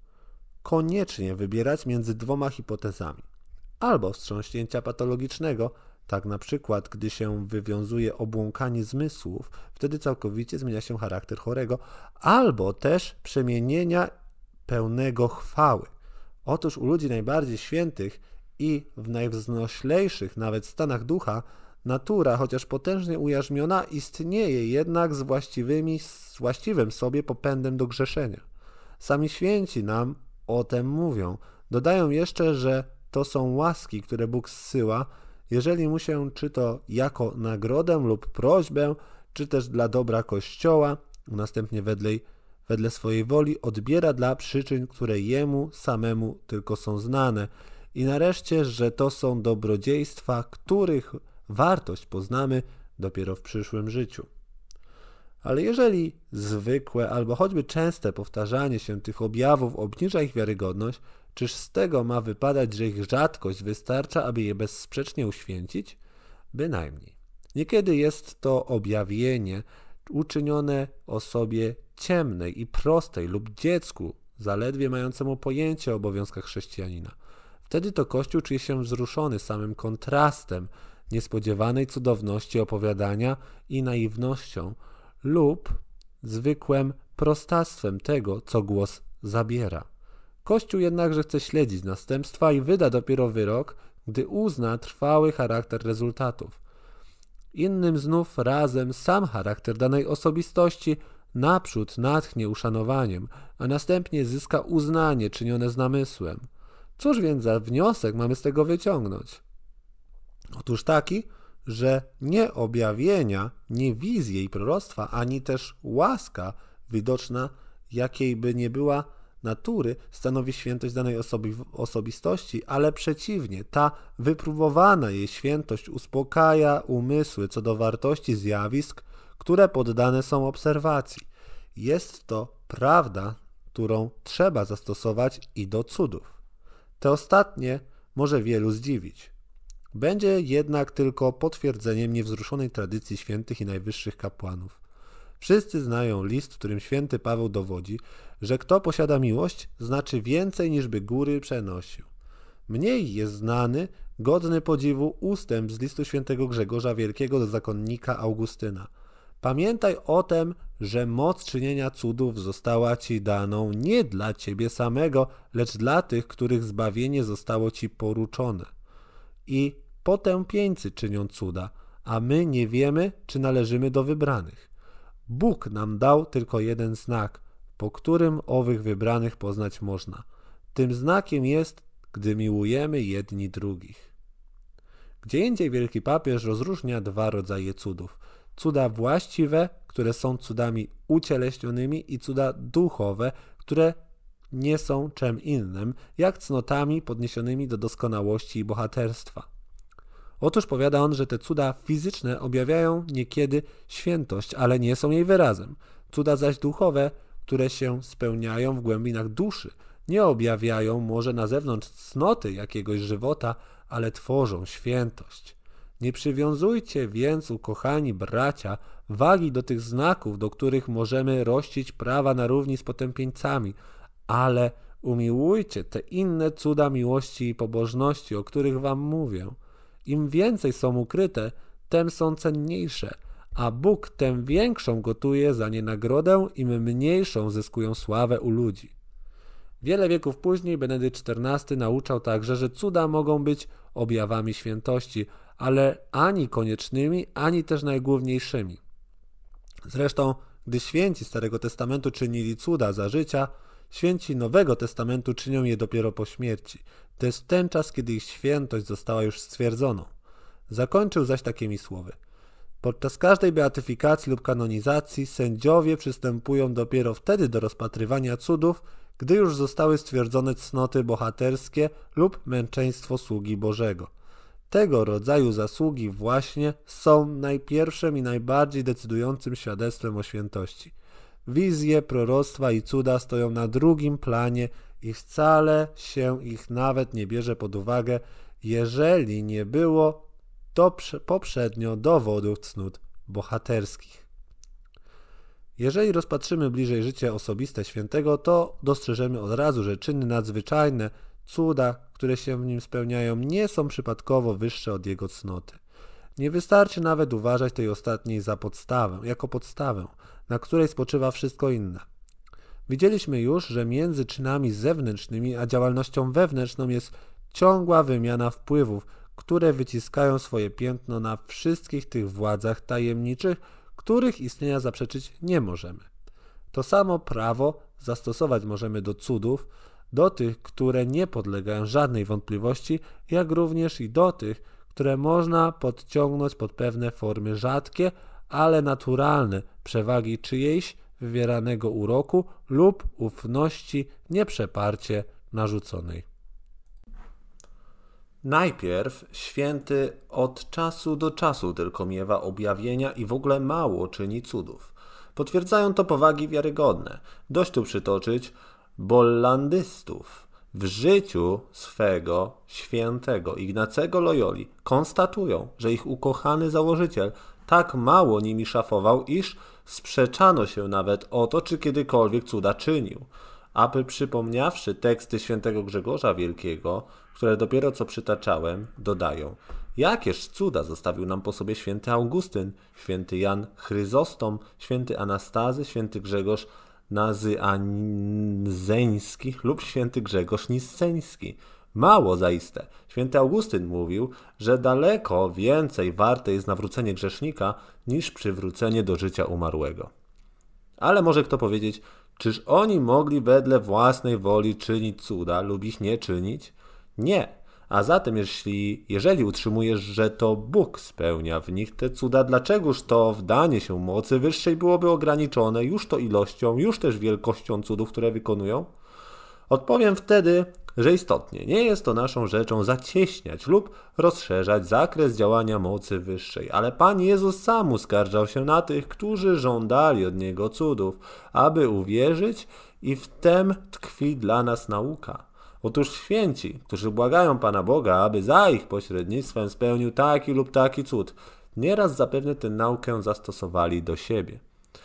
koniecznie wybierać między dwoma hipotezami. Albo wstrząśnięcia patologicznego, tak na przykład, gdy się wywiązuje obłąkanie zmysłów, wtedy całkowicie zmienia się charakter chorego, albo też przemienienia pełnego chwały. Otóż u ludzi najbardziej świętych i w najwznoślejszych nawet stanach ducha natura, chociaż potężnie ujarzmiona, istnieje jednak z, właściwymi, z właściwym sobie popędem do grzeszenia. Sami święci nam o tym mówią. Dodają jeszcze, że to są łaski, które Bóg zsyła, jeżeli mu się czy to jako nagrodę lub prośbę, czy też dla dobra Kościoła, następnie wedle, wedle swojej woli odbiera dla przyczyn, które jemu samemu tylko są znane. I nareszcie, że to są dobrodziejstwa, których wartość poznamy dopiero w przyszłym życiu. Ale jeżeli zwykłe albo choćby częste powtarzanie się tych objawów obniża ich wiarygodność, czyż z tego ma wypadać, że ich rzadkość wystarcza, aby je bezsprzecznie uświęcić? Bynajmniej. Niekiedy jest to objawienie uczynione osobie ciemnej i prostej lub dziecku, zaledwie mającemu pojęcie o obowiązkach chrześcijanina. Wtedy to Kościół czuje się wzruszony samym kontrastem niespodziewanej cudowności opowiadania i naiwnością lub zwykłym prostactwem tego, co głos zabiera. Kościół jednakże chce śledzić następstwa i wyda dopiero wyrok, gdy uzna trwały charakter rezultatów. Innym znów razem sam charakter danej osobistości naprzód natchnie uszanowaniem, a następnie zyska uznanie czynione z namysłem. Cóż więc za wniosek mamy z tego wyciągnąć? Otóż taki, że nie objawienia, nie wizje i proroctwa, ani też łaska widoczna, jakiej by nie była natury, stanowi świętość danej osobi osobistości, ale przeciwnie, ta wypróbowana jej świętość uspokaja umysły co do wartości zjawisk, które poddane są obserwacji. Jest to prawda, którą trzeba zastosować i do cudów. Te ostatnie może wielu zdziwić. Będzie jednak tylko potwierdzeniem niewzruszonej tradycji świętych i najwyższych kapłanów. Wszyscy znają list, w którym święty Paweł dowodzi, że kto posiada miłość, znaczy więcej niż by góry przenosił. Mniej jest znany, godny podziwu ustęp z listu świętego Grzegorza Wielkiego do zakonnika Augustyna. Pamiętaj o tem, że moc czynienia cudów została ci daną nie dla ciebie samego, lecz dla tych, których zbawienie zostało ci poruczone. I potępieńcy czynią cuda, a my nie wiemy, czy należymy do wybranych. Bóg nam dał tylko jeden znak, po którym owych wybranych poznać można. Tym znakiem jest, gdy miłujemy jedni drugich. Gdzie indziej wielki papież rozróżnia dwa rodzaje cudów. Cuda właściwe, które są cudami ucieleśnionymi, i cuda duchowe, które nie są czym innym, jak cnotami podniesionymi do doskonałości i bohaterstwa. Otóż powiada on, że te cuda fizyczne objawiają niekiedy świętość, ale nie są jej wyrazem. Cuda zaś duchowe, które się spełniają w głębinach duszy, nie objawiają może na zewnątrz cnoty jakiegoś żywota, ale tworzą świętość. Nie przywiązujcie więc, ukochani bracia, wagi do tych znaków, do których możemy rościć prawa na równi z potępieńcami, ale umiłujcie te inne cuda miłości i pobożności, o których wam mówię. Im więcej są ukryte, tem są cenniejsze, a Bóg tem większą gotuje za nie nagrodę, im mniejszą zyskują sławę u ludzi. Wiele wieków później Benedykt czternasty nauczał także, że cuda mogą być objawami świętości, ale ani koniecznymi, ani też najgłówniejszymi. Zresztą, gdy święci Starego Testamentu czynili cuda za życia, święci Nowego Testamentu czynią je dopiero po śmierci. To jest ten czas, kiedy ich świętość została już stwierdzoną. Zakończył zaś takimi słowy. Podczas każdej beatyfikacji lub kanonizacji sędziowie przystępują dopiero wtedy do rozpatrywania cudów, gdy już zostały stwierdzone cnoty bohaterskie lub męczeństwo sługi Bożego. Tego rodzaju zasługi właśnie są najpierwszym i najbardziej decydującym świadectwem o świętości. Wizje, proroctwa i cuda stoją na drugim planie i wcale się ich nawet nie bierze pod uwagę, jeżeli nie było to poprzednio dowodów cnót bohaterskich. Jeżeli rozpatrzymy bliżej życie osobiste świętego, to dostrzeżemy od razu, że czyny nadzwyczajne, cuda, które się w nim spełniają, nie są przypadkowo wyższe od jego cnoty. Nie wystarczy nawet uważać tej ostatniej za podstawę, jako podstawę, na której spoczywa wszystko inne. Widzieliśmy już, że między czynami zewnętrznymi a działalnością wewnętrzną jest ciągła wymiana wpływów, które wyciskają swoje piętno na wszystkich tych władzach tajemniczych, których istnienia zaprzeczyć nie możemy. To samo prawo zastosować możemy do cudów, do tych, które nie podlegają żadnej wątpliwości, jak również i do tych, które można podciągnąć pod pewne formy rzadkie, ale naturalne przewagi czyjejś wywieranego uroku lub ufności nieprzeparcie narzuconej. Najpierw święty od czasu do czasu tylko miewa objawienia i w ogóle mało czyni cudów. Potwierdzają to powagi wiarygodne. Dość tu przytoczyć bollandystów. W życiu swego świętego Ignacego Loyoli konstatują, że ich ukochany założyciel tak mało nimi szafował, iż sprzeczano się nawet o to, czy kiedykolwiek cuda czynił. Aby przypomniawszy teksty świętego Grzegorza Wielkiego, które dopiero co przytaczałem, dodają: jakież cuda zostawił nam po sobie święty Augustyn, święty Jan Chryzostom, święty Anastazy, święty Grzegorz Nazyanzeński lub święty Grzegorz Nisceński. Mało zaiste. Święty Augustyn mówił, że daleko więcej warte jest nawrócenie grzesznika niż przywrócenie do życia umarłego. Ale może kto powiedzieć, czyż oni mogli wedle własnej woli czynić cuda lub ich nie czynić? Nie. A zatem jeśli, jeżeli utrzymujesz, że to Bóg spełnia w nich te cuda, dlaczegoż to wdanie się mocy wyższej byłoby ograniczone już to ilością, już też wielkością cudów, które wykonują? Odpowiem wtedy, że istotnie nie jest to naszą rzeczą zacieśniać lub rozszerzać zakres działania mocy wyższej, ale Pan Jezus sam uskarżał się na tych, którzy żądali od Niego cudów, aby uwierzyć, i w tem tkwi dla nas nauka. Otóż święci, którzy błagają Pana Boga, aby za ich pośrednictwem spełnił taki lub taki cud, nieraz zapewne tę naukę zastosowali do siebie.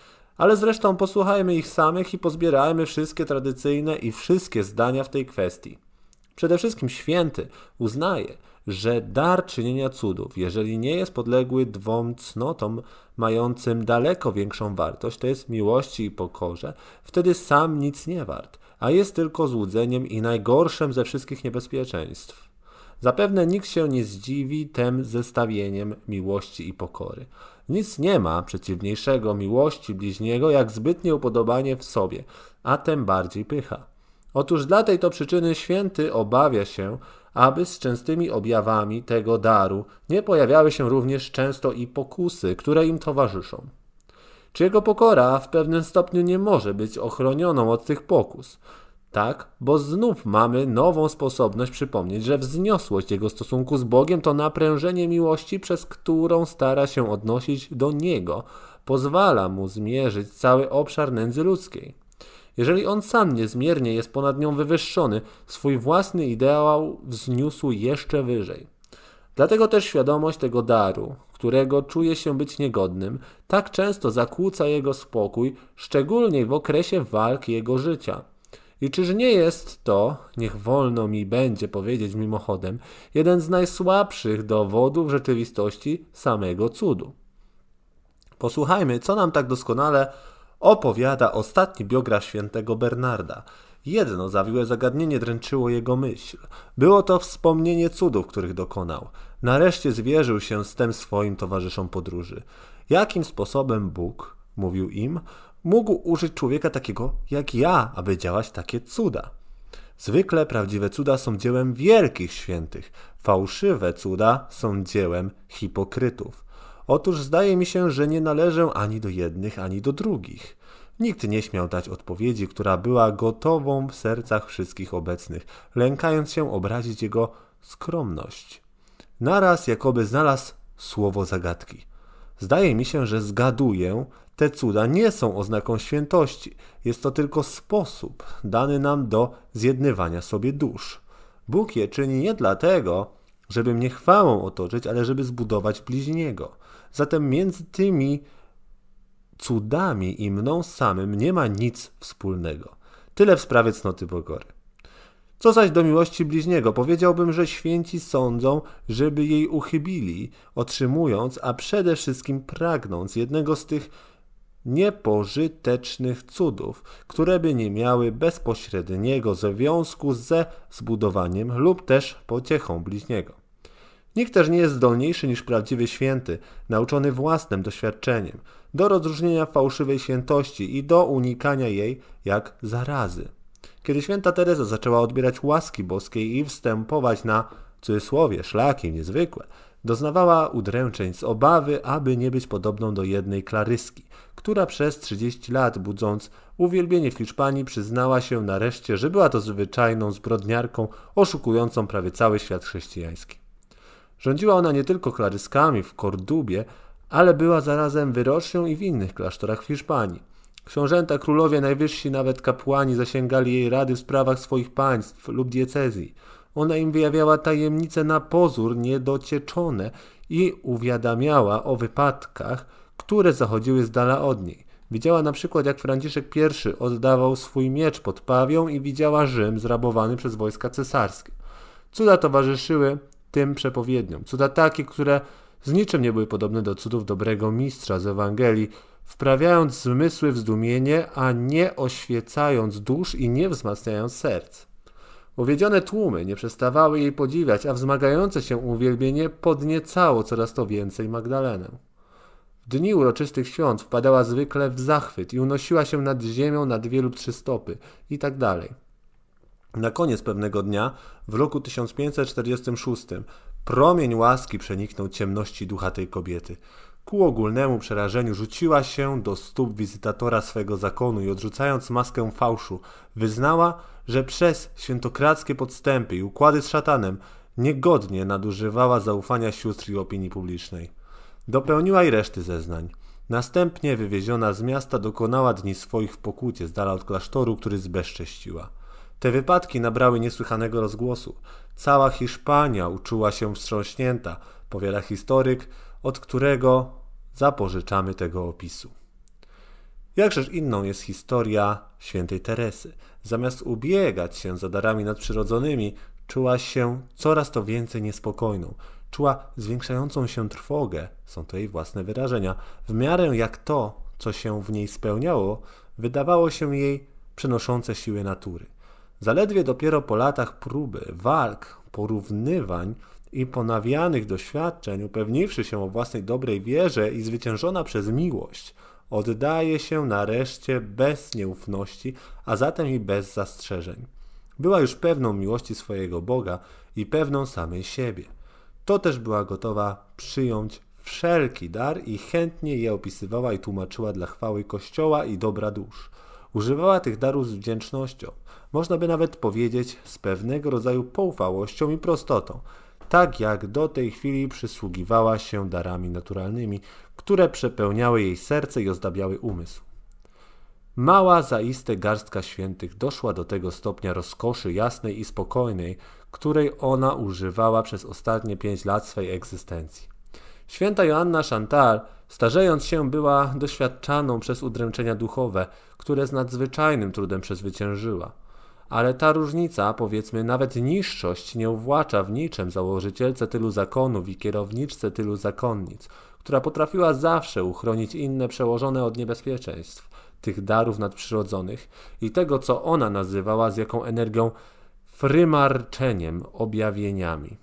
Ale zresztą posłuchajmy ich samych i pozbierajmy wszystkie tradycyjne i wszystkie zdania w tej kwestii. Przede wszystkim święty uznaje, że dar czynienia cudów, jeżeli nie jest podległy dwom cnotom mającym daleko większą wartość, to jest miłości i pokorze, wtedy sam nic nie wart, a jest tylko złudzeniem i najgorszym ze wszystkich niebezpieczeństw. Zapewne nikt się nie zdziwi tem zestawieniem miłości i pokory. Nic nie ma przeciwniejszego miłości bliźniego jak zbytnie upodobanie w sobie, a tem bardziej pycha. Otóż dla tej to przyczyny święty obawia się, aby z częstymi objawami tego daru nie pojawiały się również często i pokusy, które im towarzyszą. Czy jego pokora w pewnym stopniu nie może być ochronioną od tych pokus? Tak, bo znów mamy nową sposobność przypomnieć, że wzniosłość jego stosunku z Bogiem to naprężenie miłości, przez którą stara się odnosić do Niego, pozwala mu zmierzyć cały obszar nędzy ludzkiej. Jeżeli on sam niezmiernie jest ponad nią wywyższony, swój własny ideał wzniósł jeszcze wyżej. Dlatego też świadomość tego daru, którego czuje się być niegodnym, tak często zakłóca jego spokój, szczególnie w okresie walk jego życia. I czyż nie jest to, niech wolno mi będzie powiedzieć mimochodem, jeden z najsłabszych dowodów rzeczywistości samego cudu? Posłuchajmy, co nam tak doskonale opowiada ostatni biograf świętego Bernarda. Jedno zawiłe zagadnienie dręczyło jego myśl. Było to wspomnienie cudów, których dokonał. Nareszcie zwierzył się z tym swoim towarzyszom podróży. Jakim sposobem Bóg, mówił im, mógł użyć człowieka takiego jak ja, aby działać takie cuda? Zwykle prawdziwe cuda są dziełem wielkich świętych. Fałszywe cuda są dziełem hipokrytów. Otóż zdaje mi się, że nie należę ani do jednych, ani do drugich. Nikt nie śmiał dać odpowiedzi, która była gotową w sercach wszystkich obecnych, lękając się obrazić jego skromność. Naraz jakoby znalazł słowo zagadki. Zdaje mi się, że zgaduję, te cuda nie są oznaką świętości. Jest to tylko sposób dany nam do zjednywania sobie dusz. Bóg je czyni nie dlatego, żeby mnie chwałą otoczyć, ale żeby zbudować bliźniego. Zatem między tymi cudami i mną samym nie ma nic wspólnego. Tyle w sprawie cnoty pokory. Co zaś do miłości bliźniego, powiedziałbym, że święci sądzą, żeby jej uchybili, otrzymując, a przede wszystkim pragnąc jednego z tych niepożytecznych cudów, które by nie miały bezpośredniego związku ze zbudowaniem lub też pociechą bliźniego. Nikt też nie jest zdolniejszy niż prawdziwy święty, nauczony własnym doświadczeniem, do rozróżnienia fałszywej świętości i do unikania jej jak zarazy. Kiedy święta Teresa zaczęła odbierać łaski boskiej i wstępować na, w cudzysłowie, szlaki niezwykłe, doznawała udręczeń z obawy, aby nie być podobną do jednej klaryski, która przez trzydzieści lat, budząc uwielbienie w Hiszpanii, przyznała się nareszcie, że była to zwyczajną zbrodniarką oszukującą prawie cały świat chrześcijański. Rządziła ona nie tylko klaryskami w Kordubie, ale była zarazem wyrocznią i w innych klasztorach w Hiszpanii. Książęta, królowie, najwyżsi, nawet kapłani zasięgali jej rady w sprawach swoich państw lub diecezji. Ona im wyjawiała tajemnice na pozór niedocieczone i uwiadamiała o wypadkach, które zachodziły z dala od niej. Widziała na przykład, jak Franciszek I oddawał swój miecz pod Pawią i widziała Rzym zrabowany przez wojska cesarskie. Cuda towarzyszyły tym przepowiedniom. Cuda takie, które z niczym nie były podobne do cudów dobrego mistrza z Ewangelii, wprawiając zmysły w zdumienie, a nie oświecając dusz i nie wzmacniając serc. Uwiedzione tłumy nie przestawały jej podziwiać, a wzmagające się uwielbienie podniecało coraz to więcej Magdalenę. W dni uroczystych świąt wpadała zwykle w zachwyt i unosiła się nad ziemią na dwie lub trzy stopy i tak dalej. Na koniec pewnego dnia, w roku tysiąc pięćset czterdziestym szóstym, promień łaski przeniknął ciemności ducha tej kobiety. Ku ogólnemu przerażeniu rzuciła się do stóp wizytatora swego zakonu i odrzucając maskę fałszu, wyznała, że przez świętokradzkie podstępy i układy z szatanem niegodnie nadużywała zaufania sióstr i opinii publicznej. Dopełniła i reszty zeznań. Następnie wywieziona z miasta dokonała dni swoich w pokucie z dala od klasztoru, który zbezcześciła. Te wypadki nabrały niesłychanego rozgłosu. Cała Hiszpania uczuła się wstrząśnięta, powiada historyk, od którego zapożyczamy tego opisu. Jakżeż inną jest historia świętej Teresy. Zamiast ubiegać się za darami nadprzyrodzonymi, czuła się coraz to więcej niespokojną. Czuła zwiększającą się trwogę, są to jej własne wyrażenia, w miarę jak to, co się w niej spełniało, wydawało się jej przenoszące siły natury. Zaledwie dopiero po latach próby, walk, porównywań i ponawianych doświadczeń, upewniwszy się o własnej dobrej wierze i zwyciężona przez miłość, oddaje się nareszcie bez nieufności, a zatem i bez zastrzeżeń. Była już pewną miłości swojego Boga i pewną samej siebie. To też była gotowa przyjąć wszelki dar i chętnie je opisywała i tłumaczyła dla chwały Kościoła i dobra dusz. Używała tych darów z wdzięcznością, można by nawet powiedzieć z pewnego rodzaju poufałością i prostotą, tak jak do tej chwili przysługiwała się darami naturalnymi, które przepełniały jej serce i ozdabiały umysł. Mała zaiste garstka świętych doszła do tego stopnia rozkoszy jasnej i spokojnej, której ona używała przez ostatnie pięć lat swej egzystencji. Święta Joanna Chantal, starzejąc się, była doświadczaną przez udręczenia duchowe, które z nadzwyczajnym trudem przezwyciężyła. Ale ta różnica, powiedzmy nawet niższość, nie uwłacza w niczym założycielce tylu zakonów i kierowniczce tylu zakonnic, która potrafiła zawsze uchronić inne przełożone od niebezpieczeństw, tych darów nadprzyrodzonych i tego, co ona nazywała z jaką energią frymarczeniem, objawieniami.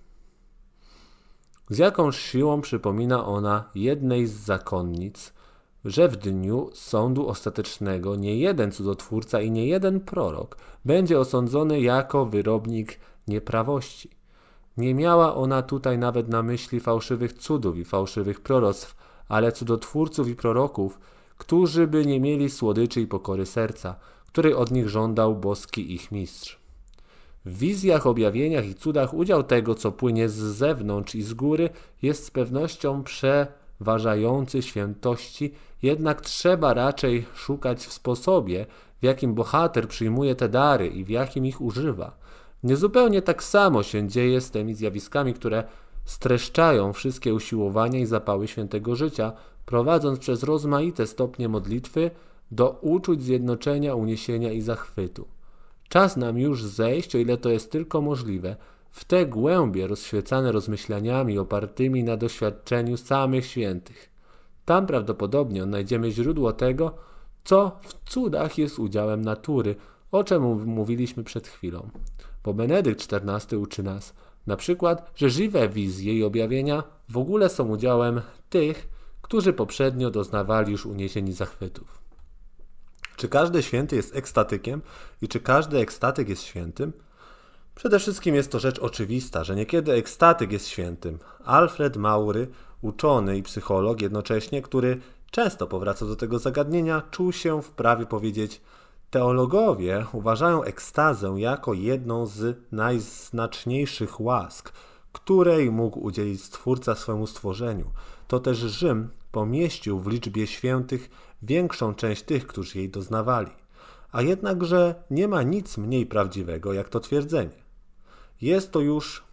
Z jakąż siłą przypomina ona jednej z zakonnic, że w dniu sądu ostatecznego nie jeden cudotwórca i nie jeden prorok będzie osądzony jako wyrobnik nieprawości. Nie miała ona tutaj nawet na myśli fałszywych cudów i fałszywych proroctw, ale cudotwórców i proroków, którzy by nie mieli słodyczy i pokory serca, której od nich żądał boski ich mistrz. W wizjach, objawieniach i cudach udział tego, co płynie z zewnątrz i z góry, jest z pewnością przeważający świętości, jednak trzeba raczej szukać w sposobie, w jakim bohater przyjmuje te dary i w jakim ich używa. Niezupełnie tak samo się dzieje z tymi zjawiskami, które streszczają wszystkie usiłowania i zapały świętego życia, prowadząc przez rozmaite stopnie modlitwy do uczuć zjednoczenia, uniesienia i zachwytu. Czas nam już zejść, o ile to jest tylko możliwe, w te głębie rozświecane rozmyślaniami opartymi na doświadczeniu samych świętych. Tam prawdopodobnie odnajdziemy źródło tego, co w cudach jest udziałem natury, o czym mówiliśmy przed chwilą. Bo Benedykt czternasty uczy nas, na przykład, że żywe wizje i objawienia w ogóle są udziałem tych, którzy poprzednio doznawali już uniesień i zachwytów. Czy każdy święty jest ekstatykiem i czy każdy ekstatyk jest świętym? Przede wszystkim jest to rzecz oczywista, że niekiedy ekstatyk jest świętym. Alfred Maury, uczony i psycholog jednocześnie, który często powraca do tego zagadnienia, czuł się wprawie powiedzieć: teologowie uważają ekstazę jako jedną z najznaczniejszych łask, której mógł udzielić Stwórca swemu stworzeniu. To też Rzym pomieścił w liczbie świętych większą część tych, którzy jej doznawali. A jednakże nie ma nic mniej prawdziwego jak to twierdzenie. Jest to już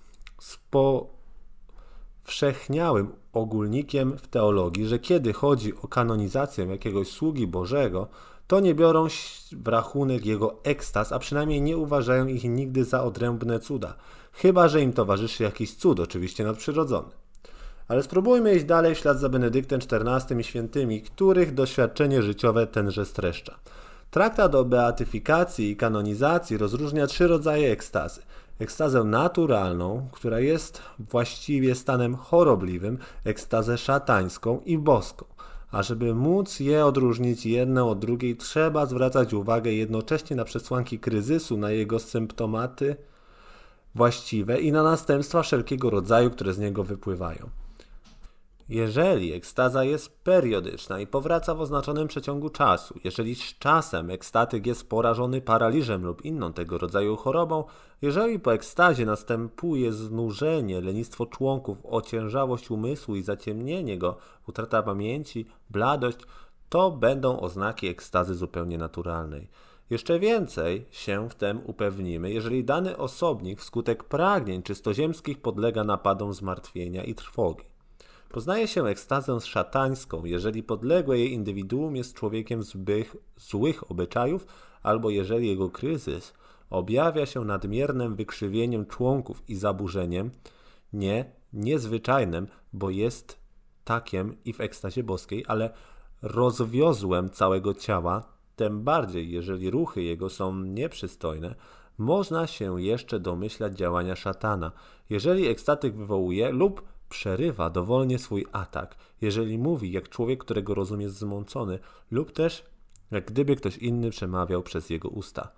spowszechniałym ogólnikiem w teologii, że kiedy chodzi o kanonizację jakiegoś sługi Bożego, to nie biorą w rachunek jego ekstaz, a przynajmniej nie uważają ich nigdy za odrębne cuda, chyba że im towarzyszy jakiś cud, oczywiście nadprzyrodzony. Ale spróbujmy iść dalej w ślad za Benedyktem czternastym i świętymi, których doświadczenie życiowe tenże streszcza. Traktat o beatyfikacji i kanonizacji rozróżnia trzy rodzaje ekstazy. Ekstazę naturalną, która jest właściwie stanem chorobliwym, ekstazę szatańską i boską. A żeby móc je odróżnić jedną od drugiej, trzeba zwracać uwagę jednocześnie na przesłanki kryzysu, na jego symptomaty właściwe i na następstwa wszelkiego rodzaju, które z niego wypływają. Jeżeli ekstaza jest periodyczna i powraca w oznaczonym przeciągu czasu, jeżeli z czasem ekstatyk jest porażony paraliżem lub inną tego rodzaju chorobą, jeżeli po ekstazie następuje znużenie, lenistwo członków, ociężałość umysłu i zaciemnienie go, utrata pamięci, bladość, to będą oznaki ekstazy zupełnie naturalnej. Jeszcze więcej się w tym upewnimy, jeżeli dany osobnik wskutek pragnień czystoziemskich podlega napadom zmartwienia i trwogi. Poznaje się ekstazę szatańską, jeżeli podległe jej indywiduum jest człowiekiem zbych, złych obyczajów, albo jeżeli jego kryzys objawia się nadmiernym wykrzywieniem członków i zaburzeniem, nie niezwyczajnym, bo jest takiem i w ekstazie boskiej, ale rozwiozłem całego ciała, tym bardziej jeżeli ruchy jego są nieprzystojne, można się jeszcze domyślać działania szatana, jeżeli ekstatyk wywołuje lub przerywa dowolnie swój atak, jeżeli mówi jak człowiek, którego rozum jest zmącony, lub też jak gdyby ktoś inny przemawiał przez jego usta.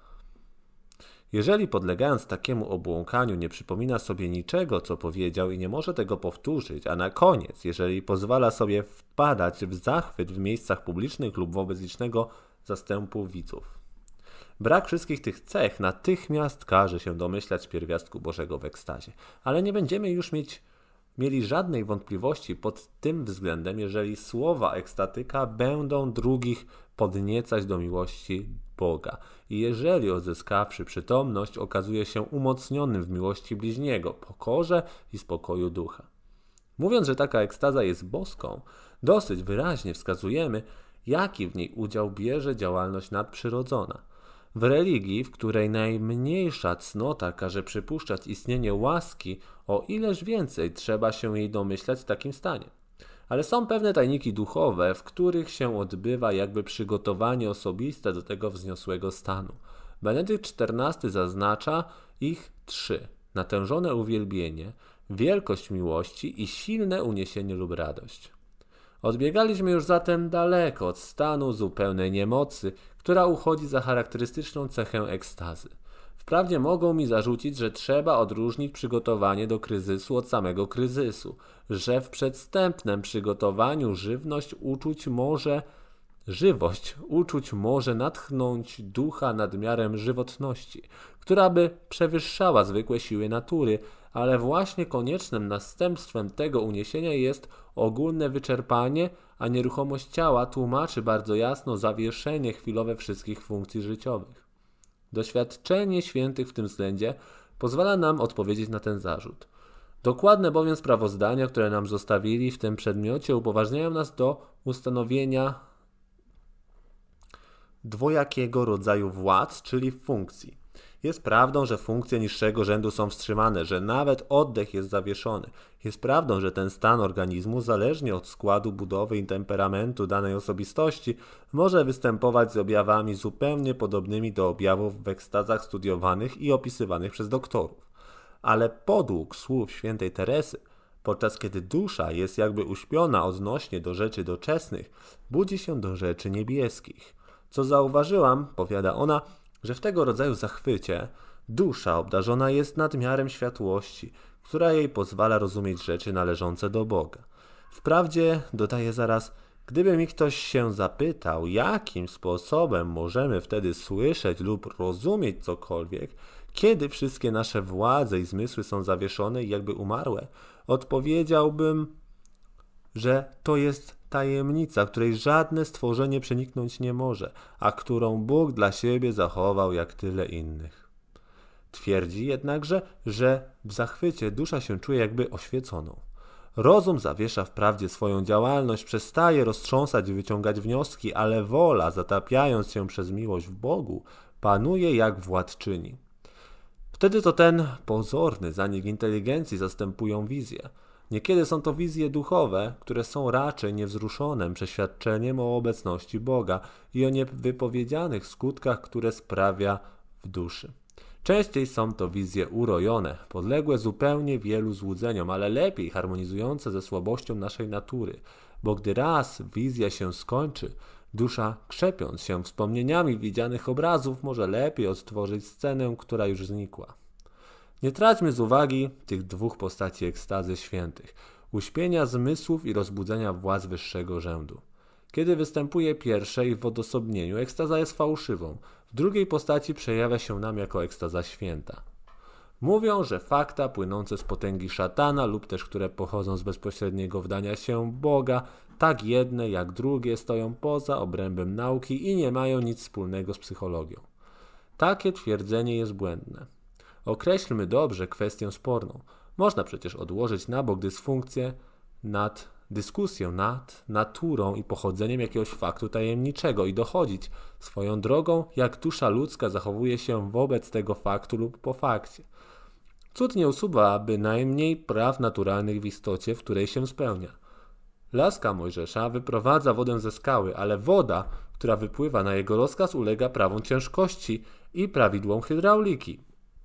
Jeżeli podlegając takiemu obłąkaniu nie przypomina sobie niczego, co powiedział i nie może tego powtórzyć, a na koniec, jeżeli pozwala sobie wpadać w zachwyt w miejscach publicznych lub wobec licznego zastępu widzów. Brak wszystkich tych cech natychmiast każe się domyślać pierwiastku Bożego w ekstazie, ale nie będziemy już mieć mieli żadnej wątpliwości pod tym względem, jeżeli słowa ekstatyka będą drugich podniecać do miłości Boga i jeżeli odzyskawszy przytomność okazuje się umocnionym w miłości bliźniego, pokorze i spokoju ducha. Mówiąc, że taka ekstaza jest boską, dosyć wyraźnie wskazujemy, jaki w niej udział bierze działalność nadprzyrodzona. W religii, w której najmniejsza cnota każe przypuszczać istnienie łaski, o ileż więcej trzeba się jej domyślać w takim stanie. Ale są pewne tajniki duchowe, w których się odbywa jakby przygotowanie osobiste do tego wzniosłego stanu. Benedykt czternasty zaznacza ich trzy: natężone uwielbienie, wielkość miłości i silne uniesienie lub radość. Odbiegaliśmy już zatem daleko od stanu zupełnej niemocy, która uchodzi za charakterystyczną cechę ekstazy. Wprawdzie mogą mi zarzucić, że trzeba odróżnić przygotowanie do kryzysu od samego kryzysu, że w przedwstępnym przygotowaniu żywność uczuć może, żywość uczuć może natchnąć ducha nadmiarem żywotności, która by przewyższała zwykłe siły natury, ale właśnie koniecznym następstwem tego uniesienia jest ogólne wyczerpanie, a nieruchomość ciała tłumaczy bardzo jasno zawieszenie chwilowe wszystkich funkcji życiowych. Doświadczenie świętych w tym względzie pozwala nam odpowiedzieć na ten zarzut. Dokładne bowiem sprawozdania, które nam zostawili w tym przedmiocie, upoważniają nas do ustanowienia dwojakiego rodzaju władz, czyli funkcji. Jest prawdą, że funkcje niższego rzędu są wstrzymane, że nawet oddech jest zawieszony. Jest prawdą, że ten stan organizmu, zależnie od składu budowy i temperamentu danej osobistości, może występować z objawami zupełnie podobnymi do objawów w ekstazach studiowanych i opisywanych przez doktorów. Ale podług słów świętej Teresy, podczas kiedy dusza jest jakby uśpiona odnośnie do rzeczy doczesnych, budzi się do rzeczy niebieskich. Co zauważyłam, powiada ona, że w tego rodzaju zachwycie dusza obdarzona jest nadmiarem światłości, która jej pozwala rozumieć rzeczy należące do Boga. Wprawdzie, dodaje zaraz, gdyby mi ktoś się zapytał, jakim sposobem możemy wtedy słyszeć lub rozumieć cokolwiek, kiedy wszystkie nasze władze i zmysły są zawieszone i jakby umarłe, odpowiedziałbym, że to jest tajemnica, której żadne stworzenie przeniknąć nie może, a którą Bóg dla siebie zachował jak tyle innych. Twierdzi jednakże, że w zachwycie dusza się czuje jakby oświeconą. Rozum zawiesza wprawdzie swoją działalność, przestaje roztrząsać i wyciągać wnioski, ale wola, zatapiając się przez miłość w Bogu, panuje jak władczyni. Wtedy to ten pozorny zanik inteligencji zastępują wizje. Niekiedy są to wizje duchowe, które są raczej niewzruszonym przeświadczeniem o obecności Boga i o niewypowiedzianych skutkach, które sprawia w duszy. Częściej są to wizje urojone, podległe zupełnie wielu złudzeniom, ale lepiej harmonizujące ze słabością naszej natury, bo gdy raz wizja się skończy, dusza, krzepiąc się wspomnieniami widzianych obrazów, może lepiej odtworzyć scenę, która już znikła. Nie traćmy z uwagi tych dwóch postaci ekstazy świętych, uśpienia zmysłów i rozbudzenia władz wyższego rzędu. Kiedy występuje pierwszej w odosobnieniu, ekstaza jest fałszywą, w drugiej postaci przejawia się nam jako ekstaza święta. Mówią, że fakta płynące z potęgi szatana lub też które pochodzą z bezpośredniego wdania się Boga, tak jedne jak drugie stoją poza obrębem nauki i nie mają nic wspólnego z psychologią. Takie twierdzenie jest błędne. Określmy dobrze kwestię sporną. Można przecież odłożyć na bok dysfunkcję nad dyskusję nad naturą i pochodzeniem jakiegoś faktu tajemniczego i dochodzić swoją drogą, jak dusza ludzka zachowuje się wobec tego faktu lub po fakcie. Cud nie usuwa bynajmniej praw naturalnych w istocie, w której się spełnia. Laska Mojżesza wyprowadza wodę ze skały, ale woda, która wypływa na jego rozkaz, ulega prawom ciężkości i prawidłom hydrauliki.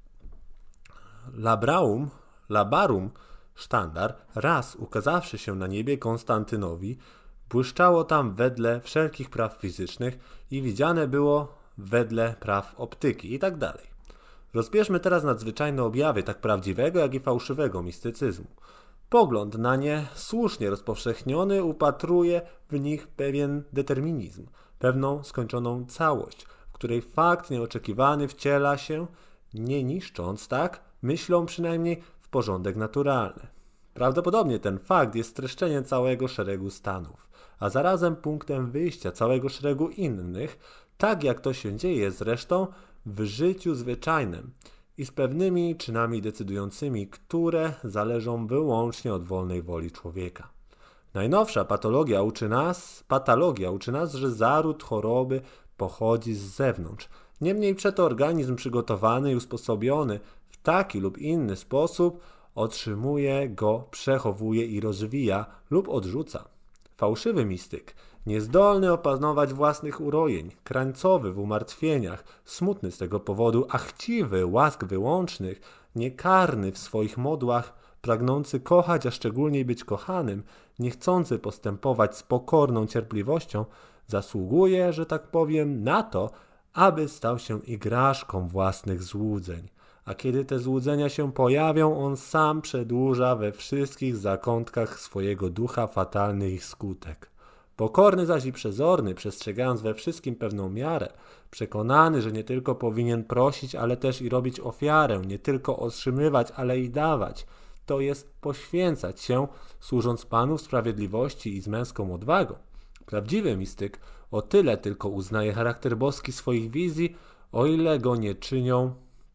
Labraum, labarum, sztandar, raz ukazawszy się na niebie Konstantynowi, błyszczało tam wedle wszelkich praw fizycznych i widziane było wedle praw optyki i tak dalej. Rozbierzmy teraz nadzwyczajne objawy tak prawdziwego, jak i fałszywego mistycyzmu. Pogląd na nie, słusznie rozpowszechniony, upatruje w nich pewien determinizm, pewną skończoną całość, w której fakt nieoczekiwany wciela się, nie niszcząc, tak, myślą przynajmniej, w porządek naturalny. Prawdopodobnie ten fakt jest streszczeniem całego szeregu stanów, a zarazem punktem wyjścia całego szeregu innych, tak jak to się dzieje zresztą w życiu zwyczajnym i z pewnymi czynami decydującymi, które zależą wyłącznie od wolnej woli człowieka. Najnowsza patologia uczy nas, patologia uczy nas, że zaród choroby pochodzi z zewnątrz. Niemniej przeto organizm przygotowany i usposobiony w taki lub inny sposób otrzymuje go, przechowuje i rozwija lub odrzuca. Fałszywy mistyk, niezdolny opanować własnych urojeń, krańcowy w umartwieniach, smutny z tego powodu, a chciwy łask wyłącznych, niekarny w swoich modłach, pragnący kochać, a szczególnie być kochanym, niechcący postępować z pokorną cierpliwością, zasługuje, że tak powiem, na to, aby stał się igraszką własnych złudzeń. A kiedy te złudzenia się pojawią, on sam przedłuża we wszystkich zakątkach swojego ducha fatalny ich skutek. Pokorny zaś i przezorny, przestrzegając we wszystkim pewną miarę, przekonany, że nie tylko powinien prosić, ale też i robić ofiarę, nie tylko otrzymywać, ale i dawać, to jest poświęcać się, służąc Panu w sprawiedliwości i z męską odwagą. Prawdziwy mistyk o tyle tylko uznaje charakter boski swoich wizji, o ile go nie czynią,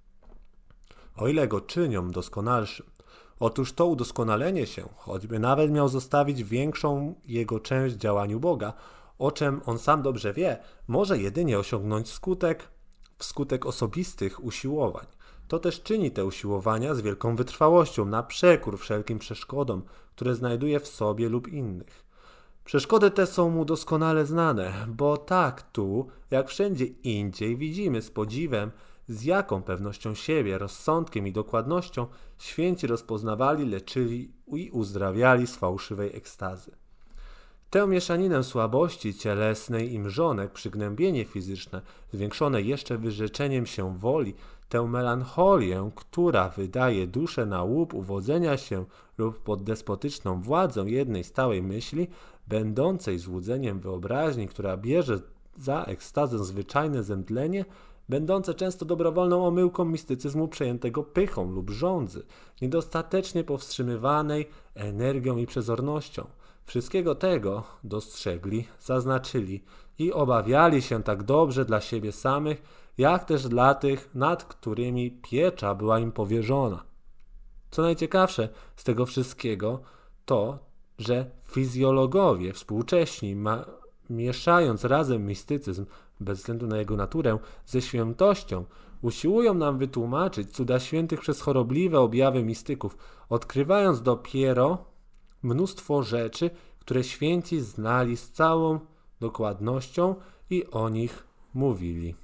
o ile go czynią doskonalszym. Otóż to udoskonalenie się, choćby nawet miał zostawić większą jego część działaniu Boga, o czym on sam dobrze wie, może jedynie osiągnąć skutek wskutek osobistych usiłowań. To też czyni te usiłowania z wielką wytrwałością, na przekór wszelkim przeszkodom, które znajduje w sobie lub innych. Przeszkody te są mu doskonale znane, bo tak tu, jak wszędzie indziej, widzimy z podziwem, z jaką pewnością siebie, rozsądkiem i dokładnością święci rozpoznawali, leczyli i uzdrawiali z fałszywej ekstazy. Tę mieszaninę słabości cielesnej i mrzonek, przygnębienie fizyczne, zwiększone jeszcze wyrzeczeniem się woli, tę melancholię, która wydaje duszę na łup uwodzenia się lub pod despotyczną władzą jednej stałej myśli, będącej złudzeniem wyobraźni, która bierze za ekstazę zwyczajne zemdlenie, będące często dobrowolną omyłką mistycyzmu przejętego pychą lub żądzy, niedostatecznie powstrzymywanej energią i przezornością. Wszystkiego tego dostrzegli, zaznaczyli i obawiali się tak dobrze dla siebie samych, jak też dla tych, nad którymi piecza była im powierzona. Co najciekawsze z tego wszystkiego to, że fizjologowie współcześni, ma, mieszając razem mistycyzm, bez względu na jego naturę, ze świętością, usiłują nam wytłumaczyć cuda świętych przez chorobliwe objawy mistyków, odkrywając dopiero mnóstwo rzeczy, które święci znali z całą dokładnością i o nich mówili.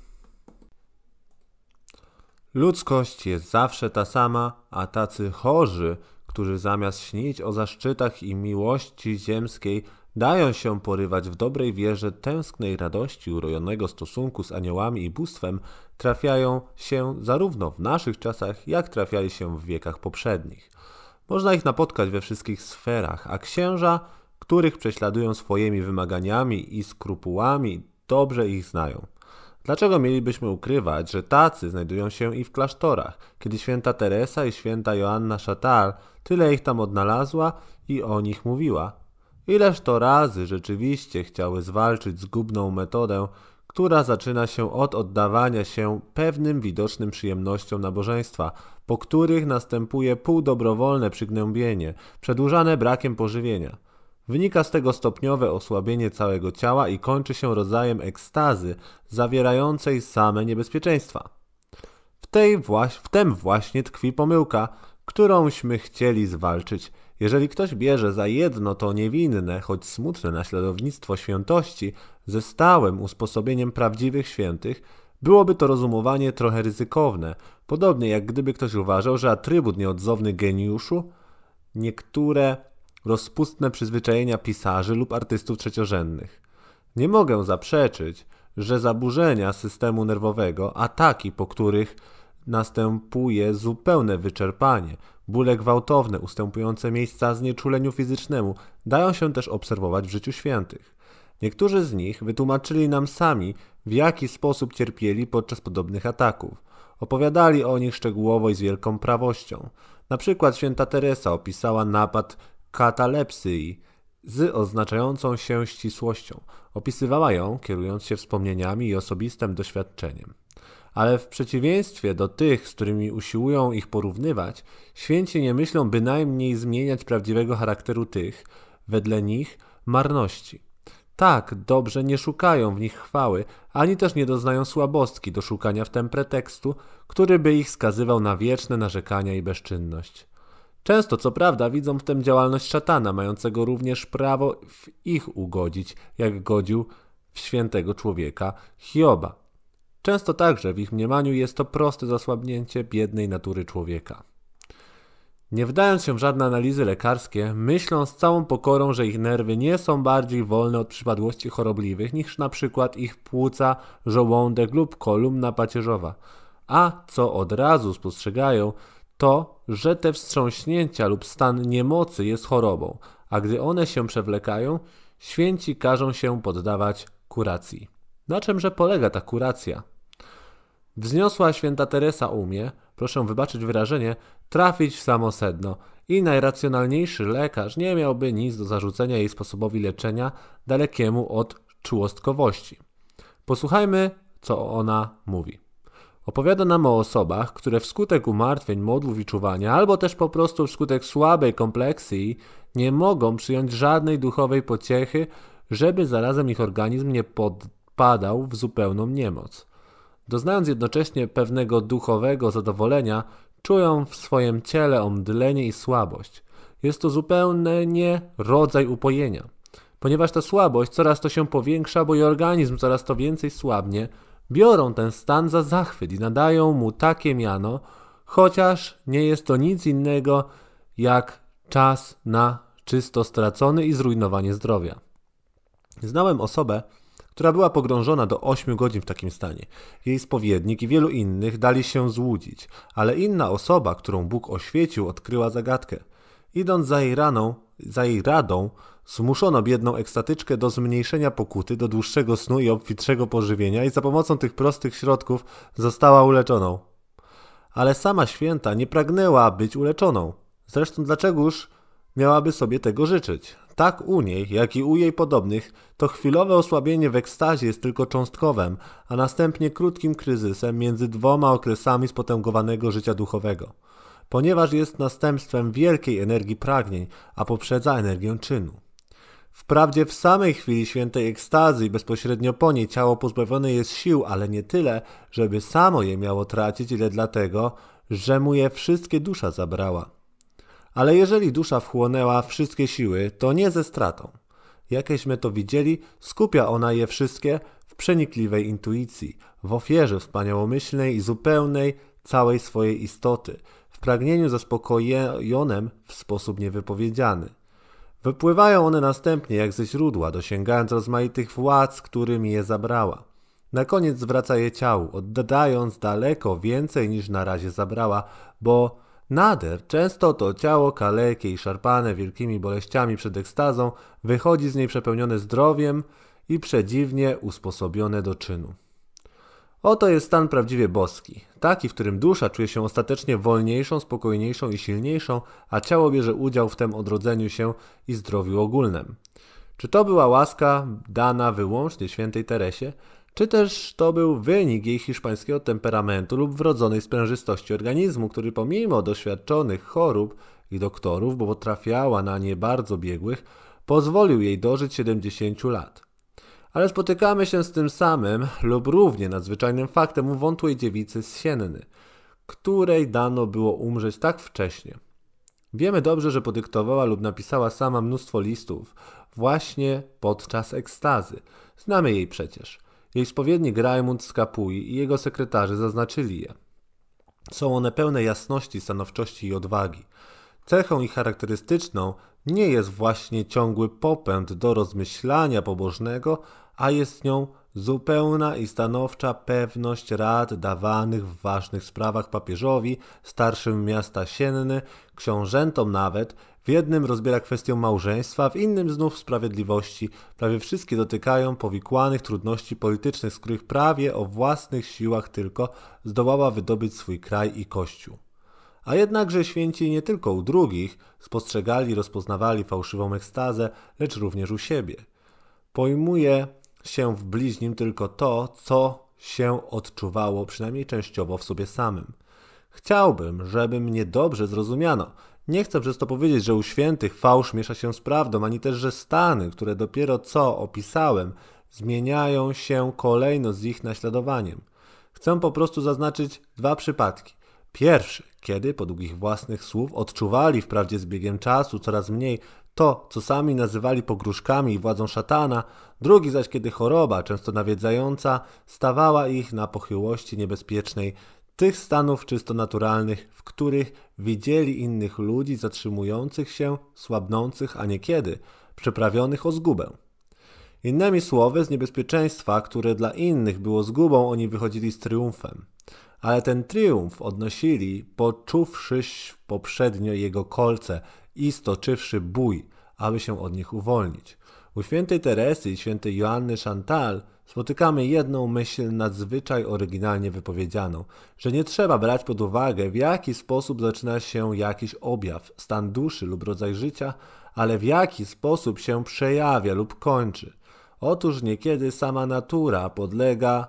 Ludzkość jest zawsze ta sama, a tacy chorzy, którzy zamiast śnić o zaszczytach i miłości ziemskiej, dają się porywać w dobrej wierze tęsknej radości urojonego stosunku z aniołami i bóstwem, trafiają się zarówno w naszych czasach, jak trafiali się w wiekach poprzednich. Można ich napotkać we wszystkich sferach, a księża, których prześladują swoimi wymaganiami i skrupułami, dobrze ich znają. Dlaczego mielibyśmy ukrywać, że tacy znajdują się i w klasztorach, kiedy święta Teresa i święta Joanna Chantal tyle ich tam odnalazła i o nich mówiła? Ileż to razy rzeczywiście chciały zwalczyć zgubną metodę, która zaczyna się od oddawania się pewnym widocznym przyjemnościom nabożeństwa, po których następuje półdobrowolne przygnębienie, przedłużane brakiem pożywienia. Wynika z tego stopniowe osłabienie całego ciała i kończy się rodzajem ekstazy zawierającej same niebezpieczeństwa. W, tej właś- w tem właśnie tkwi pomyłka, którąśmy chcieli zwalczyć. Jeżeli ktoś bierze za jedno to niewinne, choć smutne naśladownictwo świętości ze stałym usposobieniem prawdziwych świętych, byłoby to rozumowanie trochę ryzykowne, podobnie jak gdyby ktoś uważał, że atrybut nieodzowny geniuszu, niektóre rozpustne przyzwyczajenia pisarzy lub artystów trzeciorzędnych. Nie mogę zaprzeczyć, że zaburzenia systemu nerwowego, ataki, po których następuje zupełne wyczerpanie, bóle gwałtowne ustępujące miejsca znieczuleniu fizycznemu, dają się też obserwować w życiu świętych. Niektórzy z nich wytłumaczyli nam sami, w jaki sposób cierpieli podczas podobnych ataków. Opowiadali o nich szczegółowo i z wielką prawością. Na przykład święta Teresa opisała napad katalepsyi z oznaczającą się ścisłością. Opisywała ją, kierując się wspomnieniami i osobistym doświadczeniem. Ale w przeciwieństwie do tych, z którymi usiłują ich porównywać, święci nie myślą bynajmniej zmieniać prawdziwego charakteru tych, wedle nich, marności. Tak, dobrze nie szukają w nich chwały, ani też nie doznają słabostki do szukania w tem pretekstu, który by ich skazywał na wieczne narzekania i bezczynność. Często, co prawda, widzą w tym działalność szatana, mającego również prawo w ich ugodzić, jak godził w świętego człowieka Hioba. Często także w ich mniemaniu jest to proste zasłabnięcie biednej natury człowieka. Nie wdając się w żadne analizy lekarskie, myślą z całą pokorą, że ich nerwy nie są bardziej wolne od przypadłości chorobliwych niż na przykład ich płuca, żołądek lub kolumna pacierzowa. A co od razu spostrzegają, to, że te wstrząśnięcia lub stan niemocy jest chorobą, a gdy one się przewlekają, święci każą się poddawać kuracji. Na czymże polega ta kuracja? Wzniosła święta Teresa umie, proszę wybaczyć wyrażenie, trafić w samo sedno i najracjonalniejszy lekarz nie miałby nic do zarzucenia jej sposobowi leczenia dalekiemu od czułostkowości. Posłuchajmy, co ona mówi. Opowiada nam o osobach, które wskutek umartwień, modłów i czuwania, albo też po prostu wskutek słabej kompleksji nie mogą przyjąć żadnej duchowej pociechy, żeby zarazem ich organizm nie podpadał w zupełną niemoc. Doznając jednocześnie pewnego duchowego zadowolenia, czują w swoim ciele omdlenie i słabość. Jest to zupełnie rodzaj upojenia. Ponieważ ta słabość coraz to się powiększa, bo i organizm coraz to więcej słabnie, biorą ten stan za zachwyt i nadają mu takie miano, chociaż nie jest to nic innego jak czas na czysto stracony i zrujnowanie zdrowia. Znałem osobę, która była pogrążona do ośmiu godzin w takim stanie. Jej spowiednik i wielu innych dali się złudzić, ale inna osoba, którą Bóg oświecił, odkryła zagadkę. Idąc za jej raną, za jej radą, zmuszono biedną ekstatyczkę do zmniejszenia pokuty, do dłuższego snu i obfitszego pożywienia i za pomocą tych prostych środków została uleczoną. Ale sama święta nie pragnęła być uleczoną. Zresztą dlaczegoż miałaby sobie tego życzyć? Tak u niej, jak i u jej podobnych, to chwilowe osłabienie w ekstazie jest tylko cząstkowym, a następnie krótkim kryzysem między dwoma okresami spotęgowanego życia duchowego. Ponieważ jest następstwem wielkiej energii pragnień, a poprzedza energię czynu. Wprawdzie w samej chwili świętej ekstazy i bezpośrednio po niej ciało pozbawione jest sił, ale nie tyle, żeby samo je miało tracić, ile dlatego, że mu je wszystkie dusza zabrała. Ale jeżeli dusza wchłonęła wszystkie siły, to nie ze stratą. Jakieśmy to widzieli, skupia ona je wszystkie w przenikliwej intuicji, w ofierze wspaniałomyślnej i zupełnej całej swojej istoty, w pragnieniu zaspokojonym w sposób niewypowiedziany. Wypływają one następnie jak ze źródła, dosięgając rozmaitych władz, którymi je zabrała. Na koniec zwraca je ciału, oddając daleko więcej niż na razie zabrała, bo nader często to ciało kalekie i szarpane wielkimi boleściami przed ekstazą wychodzi z niej przepełnione zdrowiem i przedziwnie usposobione do czynu. Oto jest stan prawdziwie boski, taki, w którym dusza czuje się ostatecznie wolniejszą, spokojniejszą i silniejszą, a ciało bierze udział w tym odrodzeniu się i zdrowiu ogólnym. Czy to była łaska dana wyłącznie świętej Teresie? czy też to był wynik jej hiszpańskiego temperamentu lub wrodzonej sprężystości organizmu, który pomimo doświadczonych chorób i doktorów, bo trafiała na nie bardzo biegłych, pozwolił jej dożyć siedemdziesięciu lat. Ale spotykamy się z tym samym lub równie nadzwyczajnym faktem u wątłej dziewicy z Sienny, której dano było umrzeć tak wcześnie. Wiemy dobrze, że podyktowała lub napisała sama mnóstwo listów właśnie podczas ekstazy. Znamy jej przecież. Jej spowiednik Rajmund z Capui i jego sekretarze zaznaczyli je. Są one pełne jasności, stanowczości i odwagi. Cechą ich charakterystyczną nie jest właśnie ciągły popęd do rozmyślania pobożnego, a jest nią zupełna i stanowcza pewność rad dawanych w ważnych sprawach papieżowi, starszym miasta Sienny, książętom nawet. W jednym rozbiera kwestię małżeństwa, w innym znów sprawiedliwości. Prawie wszystkie dotykają powikłanych trudności politycznych, z których prawie o własnych siłach tylko zdołała wydobyć swój kraj i kościół. A jednakże święci nie tylko u drugich spostrzegali i rozpoznawali fałszywą ekstazę, lecz również u siebie. Pojmuje się w bliźnim tylko to, co się odczuwało przynajmniej częściowo w sobie samym. Chciałbym, żeby mnie dobrze zrozumiano. Nie chcę przez to powiedzieć, że u świętych fałsz miesza się z prawdą, ani też, że stany, które dopiero co opisałem, zmieniają się kolejno z ich naśladowaniem. Chcę po prostu zaznaczyć dwa przypadki. Pierwszy, kiedy, podług ich własnych słów, odczuwali wprawdzie z biegiem czasu coraz mniej to, co sami nazywali pogróżkami i władzą szatana, drugi zaś, kiedy choroba, często nawiedzająca, stawała ich na pochyłości niebezpiecznej, tych stanów czysto naturalnych, w których widzieli innych ludzi zatrzymujących się, słabnących, a niekiedy przyprawionych o zgubę. Innymi słowy, z niebezpieczeństwa, które dla innych było zgubą, oni wychodzili z triumfem. Ale ten triumf odnosili, poczuwszy poprzednio jego kolce i stoczywszy bój, aby się od nich uwolnić. U świętej Teresy i świętej Joanny Chantal spotykamy jedną myśl nadzwyczaj oryginalnie wypowiedzianą, że nie trzeba brać pod uwagę, w jaki sposób zaczyna się jakiś objaw, stan duszy lub rodzaj życia, ale w jaki sposób się przejawia lub kończy. Otóż niekiedy sama natura podlega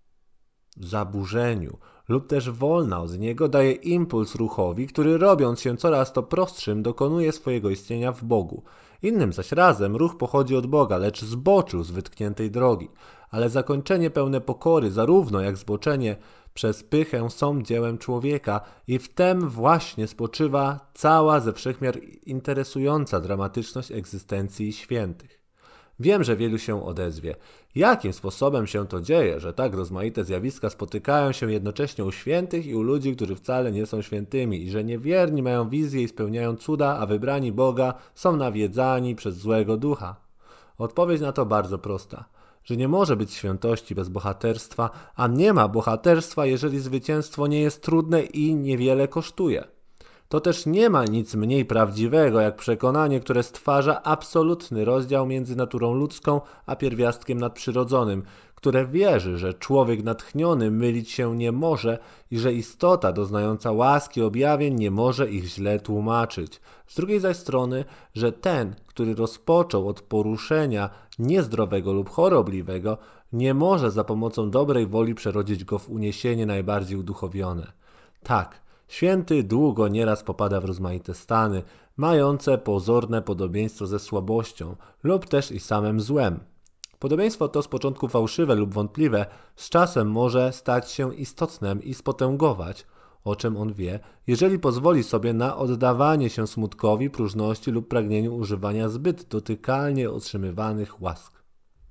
zaburzeniu lub też wolna od niego daje impuls ruchowi, który robiąc się coraz to prostszym dokonuje swojego istnienia w Bogu. Innym zaś razem ruch pochodzi od Boga, lecz zboczył z wytkniętej drogi. Ale zakończenie pełne pokory, zarówno jak zboczenie przez pychę są dziełem człowieka i w tem właśnie spoczywa cała ze wszechmiar interesująca dramatyczność egzystencji świętych. Wiem, że wielu się odezwie. Jakim sposobem się to dzieje, że tak rozmaite zjawiska spotykają się jednocześnie u świętych i u ludzi, którzy wcale nie są świętymi i że niewierni mają wizje i spełniają cuda, a wybrani Boga są nawiedzani przez złego ducha? Odpowiedź na to bardzo prosta, że nie może być świętości bez bohaterstwa, a nie ma bohaterstwa, jeżeli zwycięstwo nie jest trudne i niewiele kosztuje. To też nie ma nic mniej prawdziwego, jak przekonanie, które stwarza absolutny rozdział między naturą ludzką a pierwiastkiem nadprzyrodzonym, które wierzy, że człowiek natchniony mylić się nie może i że istota doznająca łaski objawień nie może ich źle tłumaczyć. Z drugiej zaś strony, że ten, który rozpoczął od poruszenia niezdrowego lub chorobliwego, nie może za pomocą dobrej woli przerodzić go w uniesienie najbardziej uduchowione. Tak, święty długo nieraz popada w rozmaite stany, mające pozorne podobieństwo ze słabością lub też i samym złem. Podobieństwo to z początku fałszywe lub wątpliwe, z czasem może stać się istotnym i spotęgować, o czym on wie, jeżeli pozwoli sobie na oddawanie się smutkowi, próżności lub pragnieniu używania zbyt dotykalnie otrzymywanych łask.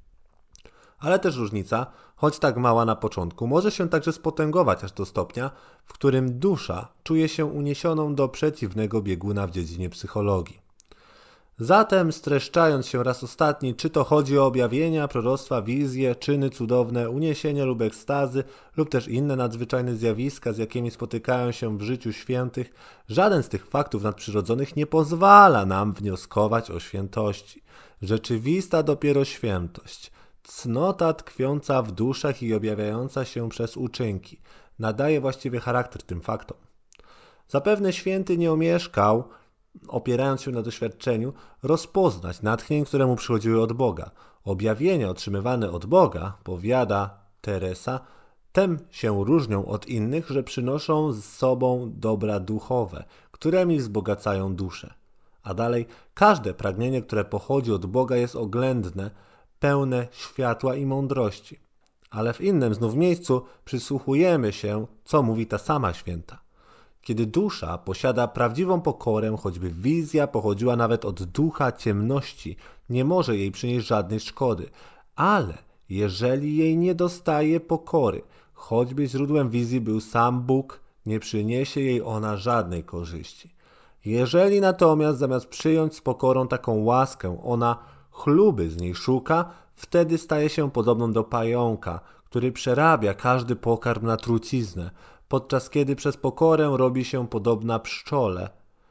Ale też różnica, choć tak mała na początku, może się także spotęgować aż do stopnia, w którym dusza czuje się uniesioną do przeciwnego bieguna w dziedzinie psychologii. Zatem, streszczając się raz ostatni, czy to chodzi o objawienia, proroctwa, wizje, czyny cudowne, uniesienia lub ekstazy, lub też inne nadzwyczajne zjawiska, z jakimi spotykają się w życiu świętych, żaden z tych faktów nadprzyrodzonych nie pozwala nam wnioskować o świętości. Rzeczywista dopiero świętość, cnota tkwiąca w duszach i objawiająca się przez uczynki, nadaje właściwie charakter tym faktom. Zapewne święty nie omieszkał, opierając się na doświadczeniu, rozpoznać natchnień, które mu przychodziły od Boga. Objawienia otrzymywane od Boga, powiada Teresa, tem się różnią od innych, że przynoszą z sobą dobra duchowe, którymi wzbogacają duszę. A dalej, każde pragnienie, które pochodzi od Boga, jest oględne, pełne światła i mądrości. Ale w innym znów miejscu przysłuchujemy się, co mówi ta sama święta. Kiedy dusza posiada prawdziwą pokorę, choćby wizja pochodziła nawet od ducha ciemności, nie może jej przynieść żadnej szkody. Ale jeżeli jej nie dostaje pokory, choćby źródłem wizji był sam Bóg, nie przyniesie jej ona żadnej korzyści. Jeżeli natomiast zamiast przyjąć z pokorą taką łaskę, ona chluby z niej szuka, wtedy staje się podobną do pająka, który przerabia każdy pokarm na truciznę, podczas kiedy przez pokorę robi się podobna pszczole,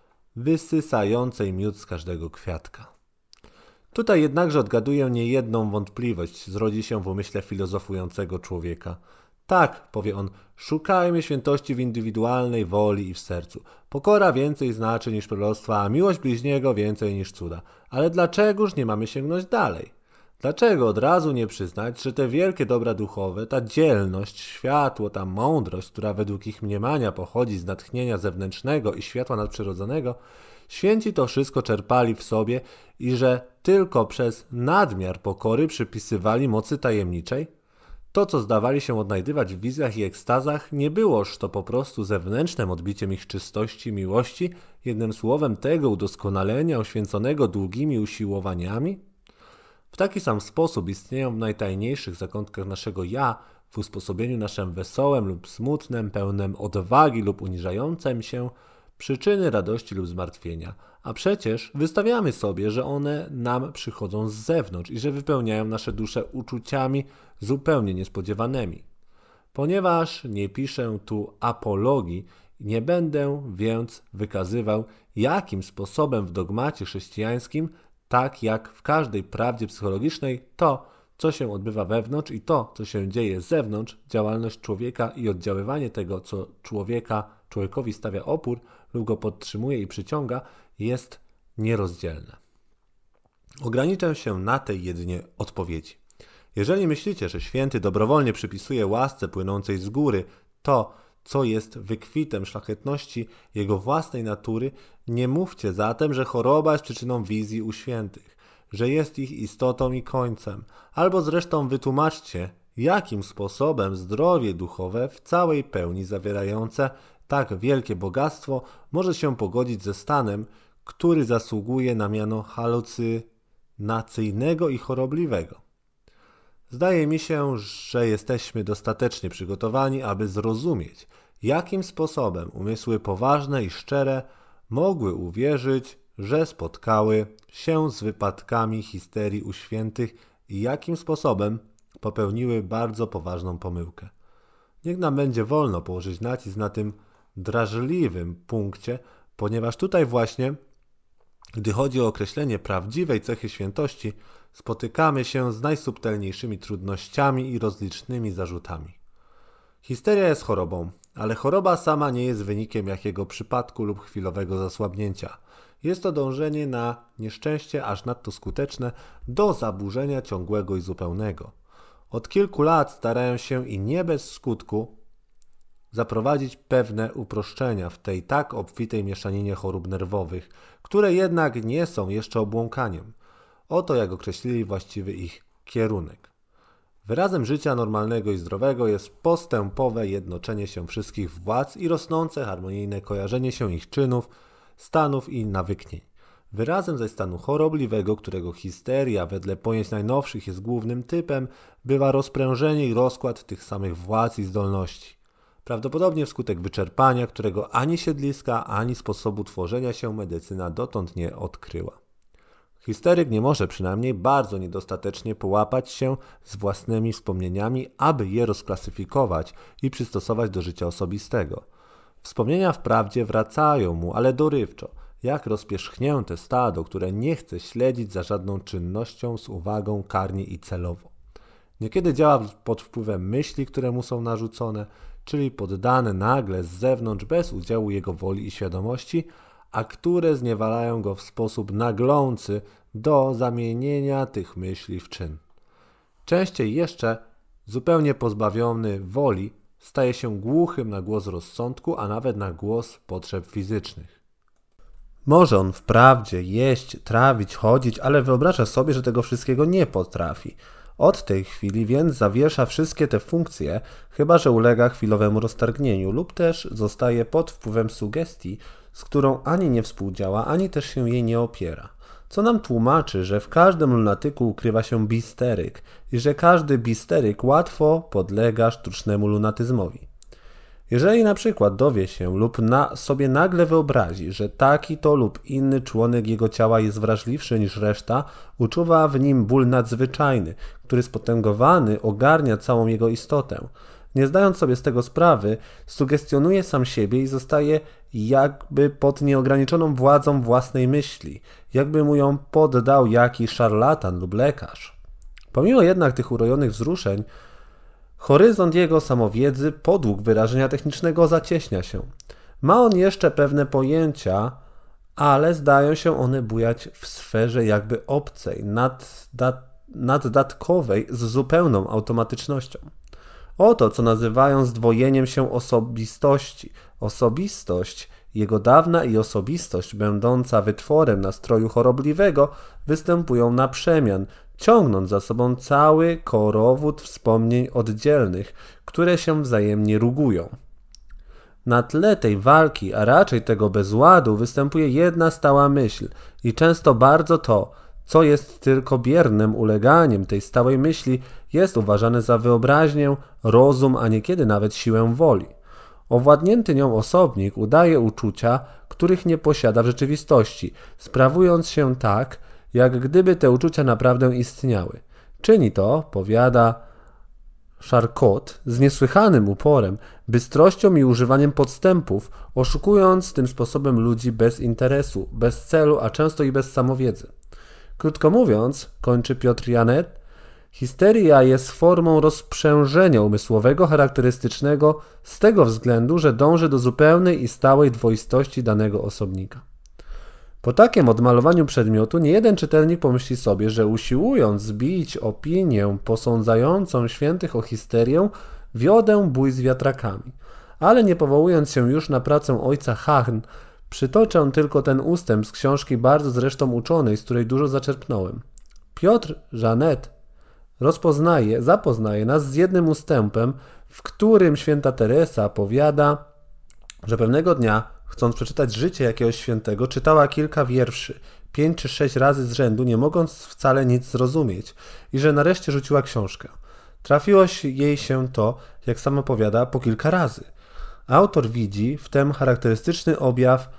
wysysającej miód z każdego kwiatka. Tutaj jednakże odgaduję niejedną wątpliwość, zrodzi się w umyśle filozofującego człowieka. Tak, powie on, szukajmy świętości w indywidualnej woli i w sercu. Pokora więcej znaczy niż proroctwa, a miłość bliźniego więcej niż cuda. Ale dlaczegoż nie mamy sięgnąć dalej? Dlaczego od razu nie przyznać, że te wielkie dobra duchowe, ta dzielność, światło, ta mądrość, która według ich mniemania pochodzi z natchnienia zewnętrznego i światła nadprzyrodzonego, święci to wszystko czerpali w sobie i że tylko przez nadmiar pokory przypisywali mocy tajemniczej? To, co zdawali się odnajdywać w wizjach i ekstazach, nie byłoż to po prostu zewnętrznym odbiciem ich czystości, miłości, jednym słowem tego udoskonalenia oświęconego długimi usiłowaniami? W taki sam sposób istnieją w najtajniejszych zakątkach naszego ja, w usposobieniu naszym wesołym lub smutnym, pełnym odwagi lub uniżającym się, przyczyny radości lub zmartwienia, a przecież wystawiamy sobie, że one nam przychodzą z zewnątrz i że wypełniają nasze dusze uczuciami zupełnie niespodziewanymi. Ponieważ nie piszę tu apologii, nie będę więc wykazywał, jakim sposobem w dogmacie chrześcijańskim, tak jak w każdej prawdzie psychologicznej, to, co się odbywa wewnątrz i to, co się dzieje z zewnątrz, działalność człowieka i oddziaływanie tego, co człowieka, człowiekowi stawia opór lub go podtrzymuje i przyciąga, jest nierozdzielne. Ograniczę się na tej jedynie odpowiedzi. Jeżeli myślicie, że święty dobrowolnie przypisuje łasce płynącej z góry to, co jest wykwitem szlachetności jego własnej natury, nie mówcie zatem, że choroba jest przyczyną wizji u świętych, że jest ich istotą i końcem, albo zresztą wytłumaczcie, jakim sposobem zdrowie duchowe w całej pełni zawierające tak wielkie bogactwo może się pogodzić ze stanem, który zasługuje na miano halucynacyjnego i chorobliwego. Zdaje mi się, że jesteśmy dostatecznie przygotowani, aby zrozumieć, jakim sposobem umysły poważne i szczere mogły uwierzyć, że spotkały się z wypadkami histerii u świętych i jakim sposobem popełniły bardzo poważną pomyłkę. Niech nam będzie wolno położyć nacisk na tym drażliwym punkcie, ponieważ tutaj właśnie, gdy chodzi o określenie prawdziwej cechy świętości, spotykamy się z najsubtelniejszymi trudnościami i rozlicznymi zarzutami. Histeria jest chorobą, ale choroba sama nie jest wynikiem jakiego przypadku lub chwilowego zasłabnięcia. Jest to dążenie na nieszczęście aż nadto skuteczne do zaburzenia ciągłego i zupełnego. Od kilku lat starają się i nie bez skutku zaprowadzić pewne uproszczenia w tej tak obfitej mieszaninie chorób nerwowych, które jednak nie są jeszcze obłąkaniem. Oto jak określili właściwy ich kierunek. Wyrazem życia normalnego i zdrowego jest postępowe jednoczenie się wszystkich władz i rosnące harmonijne kojarzenie się ich czynów, stanów i nawyknień. Wyrazem zaś stanu chorobliwego, którego histeria wedle pojęć najnowszych jest głównym typem, bywa rozprężenie i rozkład tych samych władz i zdolności. Prawdopodobnie wskutek wyczerpania, którego ani siedliska, ani sposobu tworzenia się medycyna dotąd nie odkryła. Histeryk nie może przynajmniej bardzo niedostatecznie połapać się z własnymi wspomnieniami, aby je rozklasyfikować i przystosować do życia osobistego. Wspomnienia wprawdzie wracają mu, ale dorywczo, jak rozpierzchnięte stado, które nie chce śledzić za żadną czynnością z uwagą, karnie i celowo. Niekiedy działa pod wpływem myśli, które mu są narzucone, czyli poddane nagle z zewnątrz bez udziału jego woli i świadomości, a które zniewalają go w sposób naglący do zamienienia tych myśli w czyn. Częściej jeszcze zupełnie pozbawiony woli, staje się głuchym na głos rozsądku, a nawet na głos potrzeb fizycznych. Może on wprawdzie jeść, trawić, chodzić, ale wyobraża sobie, że tego wszystkiego nie potrafi. Od tej chwili więc zawiesza wszystkie te funkcje, chyba że ulega chwilowemu roztargnieniu lub też zostaje pod wpływem sugestii, z którą ani nie współdziała, ani też się jej nie opiera. Co nam tłumaczy, że w każdym lunatyku ukrywa się bisteryk i że każdy bisteryk łatwo podlega sztucznemu lunatyzmowi. Jeżeli na przykład dowie się lub na sobie nagle wyobrazi, że taki to lub inny członek jego ciała jest wrażliwszy niż reszta, uczuwa w nim ból nadzwyczajny, który spotęgowany ogarnia całą jego istotę. Nie zdając sobie z tego sprawy, sugestionuje sam siebie i zostaje jakby pod nieograniczoną władzą własnej myśli, jakby mu ją poddał jakiś szarlatan lub lekarz. Pomimo jednak tych urojonych wzruszeń, horyzont jego samowiedzy podług wyrażenia technicznego zacieśnia się. Ma on jeszcze pewne pojęcia, ale zdają się one bujać w sferze jakby obcej, nadda- naddatkowej z zupełną automatycznością. Oto, co nazywają zdwojeniem się osobistości. Osobistość, jego dawna i osobistość, będąca wytworem nastroju chorobliwego, występują na przemian, ciągnąc za sobą cały korowód wspomnień oddzielnych, które się wzajemnie rugują. Na tle tej walki, a raczej tego bezładu, występuje jedna stała myśl i często bardzo to, co jest tylko biernym uleganiem tej stałej myśli, jest uważane za wyobraźnię, rozum, a niekiedy nawet siłę woli. Owładnięty nią osobnik udaje uczucia, których nie posiada w rzeczywistości, sprawując się tak, jak gdyby te uczucia naprawdę istniały. Czyni to, powiada Charcot, z niesłychanym uporem, bystrością i używaniem podstępów, oszukując tym sposobem ludzi bez interesu, bez celu, a często i bez samowiedzy. Krótko mówiąc, kończy Piotr Janet, histeria jest formą rozprzężenia umysłowego charakterystycznego z tego względu, że dąży do zupełnej i stałej dwoistości danego osobnika. Po takim odmalowaniu przedmiotu niejeden czytelnik pomyśli sobie, że usiłując zbić opinię posądzającą świętych o histerię, wiodę bój z wiatrakami. Ale nie powołując się już na pracę ojca Hahn, przytoczę tylko ten ustęp z książki bardzo zresztą uczonej, z której dużo zaczerpnąłem. Piotr Janet rozpoznaje, zapoznaje nas z jednym ustępem, w którym święta Teresa powiada, że pewnego dnia, chcąc przeczytać życie jakiegoś świętego, czytała kilka wierszy, pięć czy sześć razy z rzędu, nie mogąc wcale nic zrozumieć, i że nareszcie rzuciła książkę. Trafiło jej się to, jak sama powiada, po kilka razy. Autor widzi w tym charakterystyczny objaw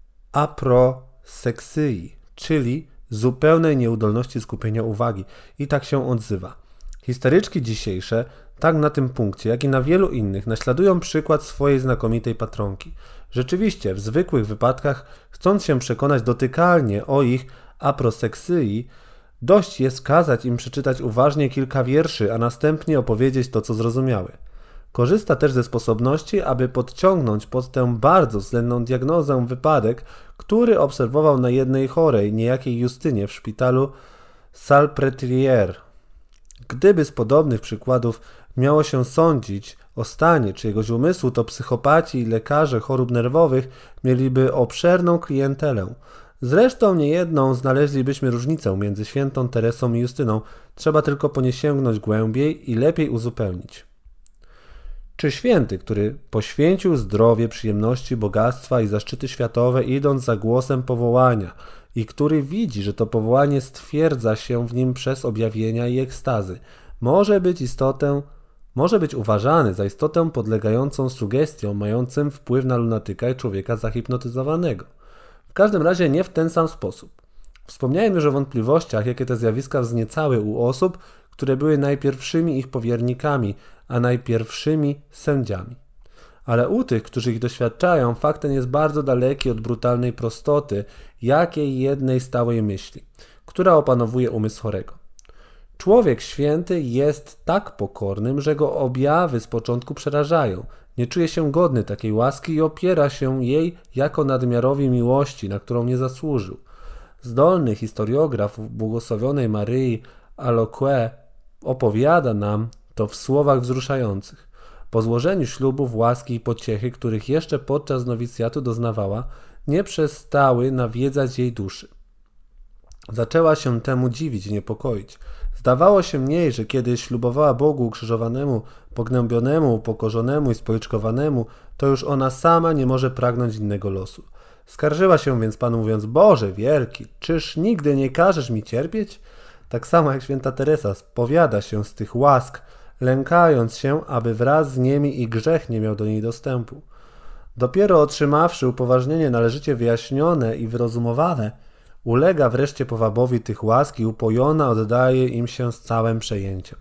aproseksyi, czyli zupełnej nieudolności skupienia uwagi, i tak się odzywa. Histeryczki dzisiejsze, tak na tym punkcie, jak i na wielu innych, naśladują przykład swojej znakomitej patronki. Rzeczywiście, w zwykłych wypadkach, chcąc się przekonać dotykalnie o ich aproseksyi, dość jest kazać im przeczytać uważnie kilka wierszy, a następnie opowiedzieć to, co zrozumiały. Korzysta też ze sposobności, aby podciągnąć pod tę bardzo względną diagnozę wypadek, który obserwował na jednej chorej, niejakiej Justynie w szpitalu Salpêtrière. Gdyby z podobnych przykładów miało się sądzić o stanie czyjegoś umysłu, to psychopaci i lekarze chorób nerwowych mieliby obszerną klientelę. Zresztą niejedną znaleźlibyśmy różnicę między świętą Teresą i Justyną, trzeba tylko po nie sięgnąć głębiej i lepiej uzupełnić. Czy święty, który poświęcił zdrowie, przyjemności, bogactwa i zaszczyty światowe, idąc za głosem powołania i który widzi, że to powołanie stwierdza się w nim przez objawienia i ekstazy, może być istotę, może być uważany za istotę podlegającą sugestiom, mającym wpływ na lunatyka i człowieka zahipnotyzowanego? W każdym razie nie w ten sam sposób. Wspomniałem już o wątpliwościach, jakie te zjawiska wzniecały u osób, które były najpierwszymi ich powiernikami, a najpierwszymi sędziami. Ale u tych, którzy ich doświadczają, fakt ten jest bardzo daleki od brutalnej prostoty jakiej jednej stałej myśli, która opanowuje umysł chorego. Człowiek święty jest tak pokornym, że go objawy z początku przerażają. Nie czuje się godny takiej łaski i opiera się jej jako nadmiarowi miłości, na którą nie zasłużył. Zdolny historiograf błogosławionej Maryi Aloque opowiada nam, to w słowach wzruszających. Po złożeniu ślubów, łaski i pociechy, których jeszcze podczas nowicjatu doznawała, nie przestały nawiedzać jej duszy. Zaczęła się temu dziwić i niepokoić. Zdawało się jej, że kiedy ślubowała Bogu ukrzyżowanemu, pognębionemu, upokorzonemu i spoliczkowanemu, to już ona sama nie może pragnąć innego losu. Skarżyła się więc Panu, mówiąc: Boże wielki, czyż nigdy nie każesz mi cierpieć? Tak samo jak święta Teresa spowiada się z tych łask, lękając się, aby wraz z nimi i grzech nie miał do niej dostępu. Dopiero otrzymawszy upoważnienie należycie wyjaśnione i wyrozumowane, ulega wreszcie powabowi tych łask i upojona oddaje im się z całym przejęciem.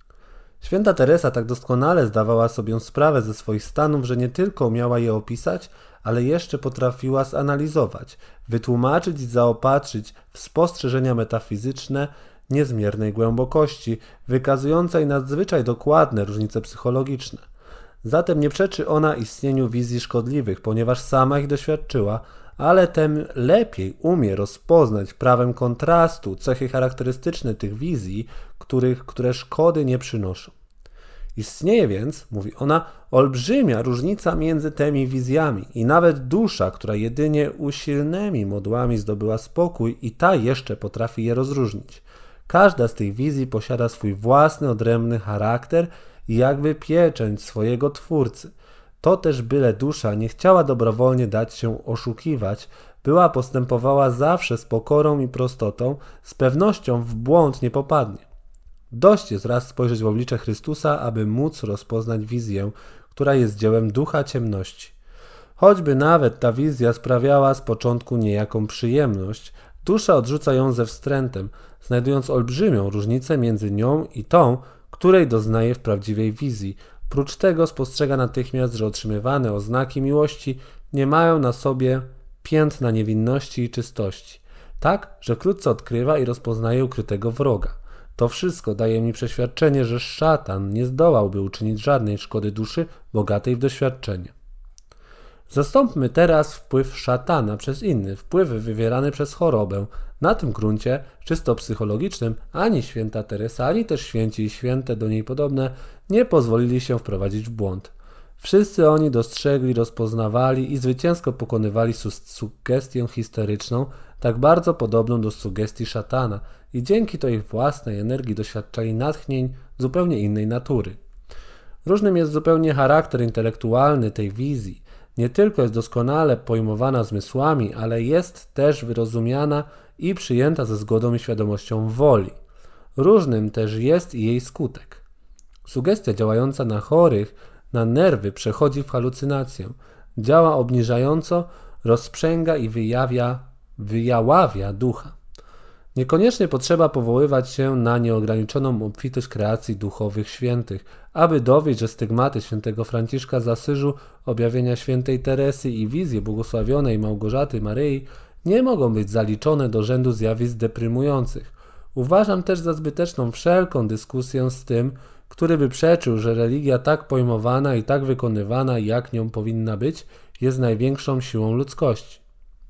Święta Teresa tak doskonale zdawała sobie sprawę ze swoich stanów, że nie tylko umiała je opisać, ale jeszcze potrafiła zanalizować, wytłumaczyć i zaopatrzyć w spostrzeżenia metafizyczne niezmiernej głębokości, wykazującej nadzwyczaj dokładne różnice psychologiczne. Zatem nie przeczy ona istnieniu wizji szkodliwych, ponieważ sama ich doświadczyła, ale tem lepiej umie rozpoznać prawem kontrastu cechy charakterystyczne tych wizji, których, które szkody nie przynoszą. Istnieje więc, mówi ona, olbrzymia różnica między tymi wizjami i nawet dusza, która jedynie usilnymi modłami zdobyła spokój, i ta jeszcze potrafi je rozróżnić. Każda z tych wizji posiada swój własny, odrębny charakter i jakby pieczęć swojego Twórcy. To też byle dusza nie chciała dobrowolnie dać się oszukiwać, była postępowała zawsze z pokorą i prostotą, z pewnością w błąd nie popadnie. Dość jest raz spojrzeć w oblicze Chrystusa, aby móc rozpoznać wizję, która jest dziełem ducha ciemności. Choćby nawet ta wizja sprawiała z początku niejaką przyjemność, dusza odrzuca ją ze wstrętem, znajdując olbrzymią różnicę między nią i tą, której doznaje w prawdziwej wizji. Prócz tego spostrzega natychmiast, że otrzymywane oznaki miłości nie mają na sobie piętna niewinności i czystości. Tak, że wkrótce odkrywa i rozpoznaje ukrytego wroga. To wszystko daje mi przeświadczenie, że szatan nie zdołałby uczynić żadnej szkody duszy bogatej w doświadczenie. Zastąpmy teraz wpływ szatana przez inny, wpływ wywierany przez chorobę. Na tym gruncie, czysto psychologicznym, ani święta Teresa, ani też święci i święte do niej podobne nie pozwolili się wprowadzić w błąd. Wszyscy oni dostrzegli, rozpoznawali i zwycięsko pokonywali su- sugestię histeryczną, tak bardzo podobną do sugestii szatana, i dzięki to ich własnej energii doświadczali natchnień zupełnie innej natury. Różnym jest zupełnie charakter intelektualny tej wizji. Nie tylko jest doskonale pojmowana zmysłami, ale jest też wyrozumiana i przyjęta ze zgodą i świadomością woli. Różnym też jest i jej skutek. Sugestia działająca na chorych, na nerwy przechodzi w halucynację. Działa obniżająco, rozprzęga i wyjawia, wyjaławia ducha. Niekoniecznie potrzeba powoływać się na nieograniczoną obfitość kreacji duchowych świętych, aby dowieść, że stygmaty świętego Franciszka z Asyżu, objawienia świętej Teresy i wizje błogosławionej Małgorzaty Maryi nie mogą być zaliczone do rzędu zjawisk deprymujących. Uważam też za zbyteczną wszelką dyskusję z tym, który by przeczył, że religia tak pojmowana i tak wykonywana, jak nią powinna być, jest największą siłą ludzkości.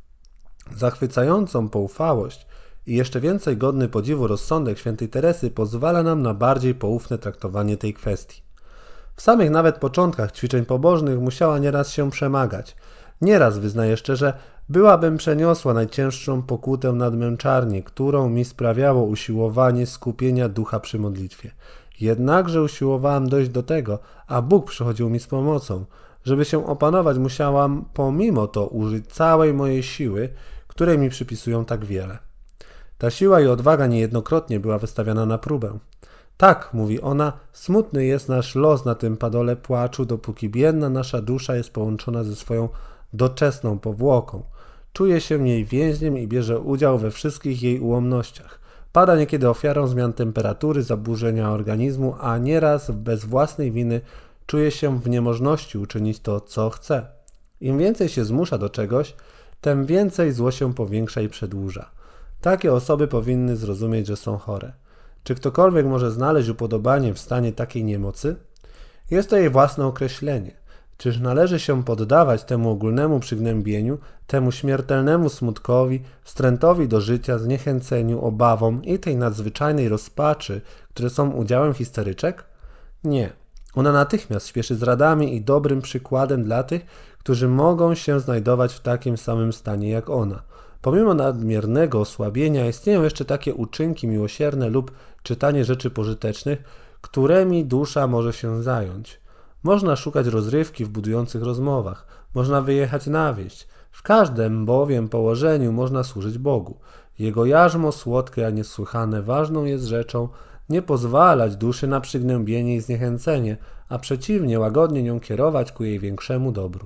Zachwycającą poufałość i jeszcze więcej godny podziwu rozsądek świętej Teresy pozwala nam na bardziej poufne traktowanie tej kwestii. W samych nawet początkach ćwiczeń pobożnych musiała nieraz się przemagać. Nieraz, wyznaję szczerze, byłabym przeniosła najcięższą pokutę nadmęczarnię, którą mi sprawiało usiłowanie skupienia ducha przy modlitwie. Jednakże usiłowałam dojść do tego, a Bóg przychodził mi z pomocą. Żeby się opanować, musiałam pomimo to użyć całej mojej siły, której mi przypisują tak wiele. Ta siła i odwaga niejednokrotnie była wystawiana na próbę. Tak, mówi ona, smutny jest nasz los na tym padole płaczu, dopóki biedna nasza dusza jest połączona ze swoją doczesną powłoką. Czuje się jej więźniem i bierze udział we wszystkich jej ułomnościach. Pada niekiedy ofiarą zmian temperatury, zaburzenia organizmu, a nieraz bez własnej winy czuje się w niemożności uczynić to, co chce. Im więcej się zmusza do czegoś, tym więcej zło się powiększa i przedłuża. Takie osoby powinny zrozumieć, że są chore. Czy ktokolwiek może znaleźć upodobanie w stanie takiej niemocy? Jest to jej własne określenie. Czyż należy się poddawać temu ogólnemu przygnębieniu, temu śmiertelnemu smutkowi, wstrętowi do życia, zniechęceniu, obawom i tej nadzwyczajnej rozpaczy, które są udziałem histeryczek? Nie. Ona natychmiast śpieszy z radami i dobrym przykładem dla tych, którzy mogą się znajdować w takim samym stanie jak ona. Pomimo nadmiernego osłabienia istnieją jeszcze takie uczynki miłosierne lub czytanie rzeczy pożytecznych, którymi dusza może się zająć. Można szukać rozrywki w budujących rozmowach, można wyjechać na wieś. W każdym bowiem położeniu można służyć Bogu. Jego jarzmo słodkie, a niesłychane ważną jest rzeczą nie pozwalać duszy na przygnębienie i zniechęcenie, a przeciwnie łagodnie nią kierować ku jej większemu dobru.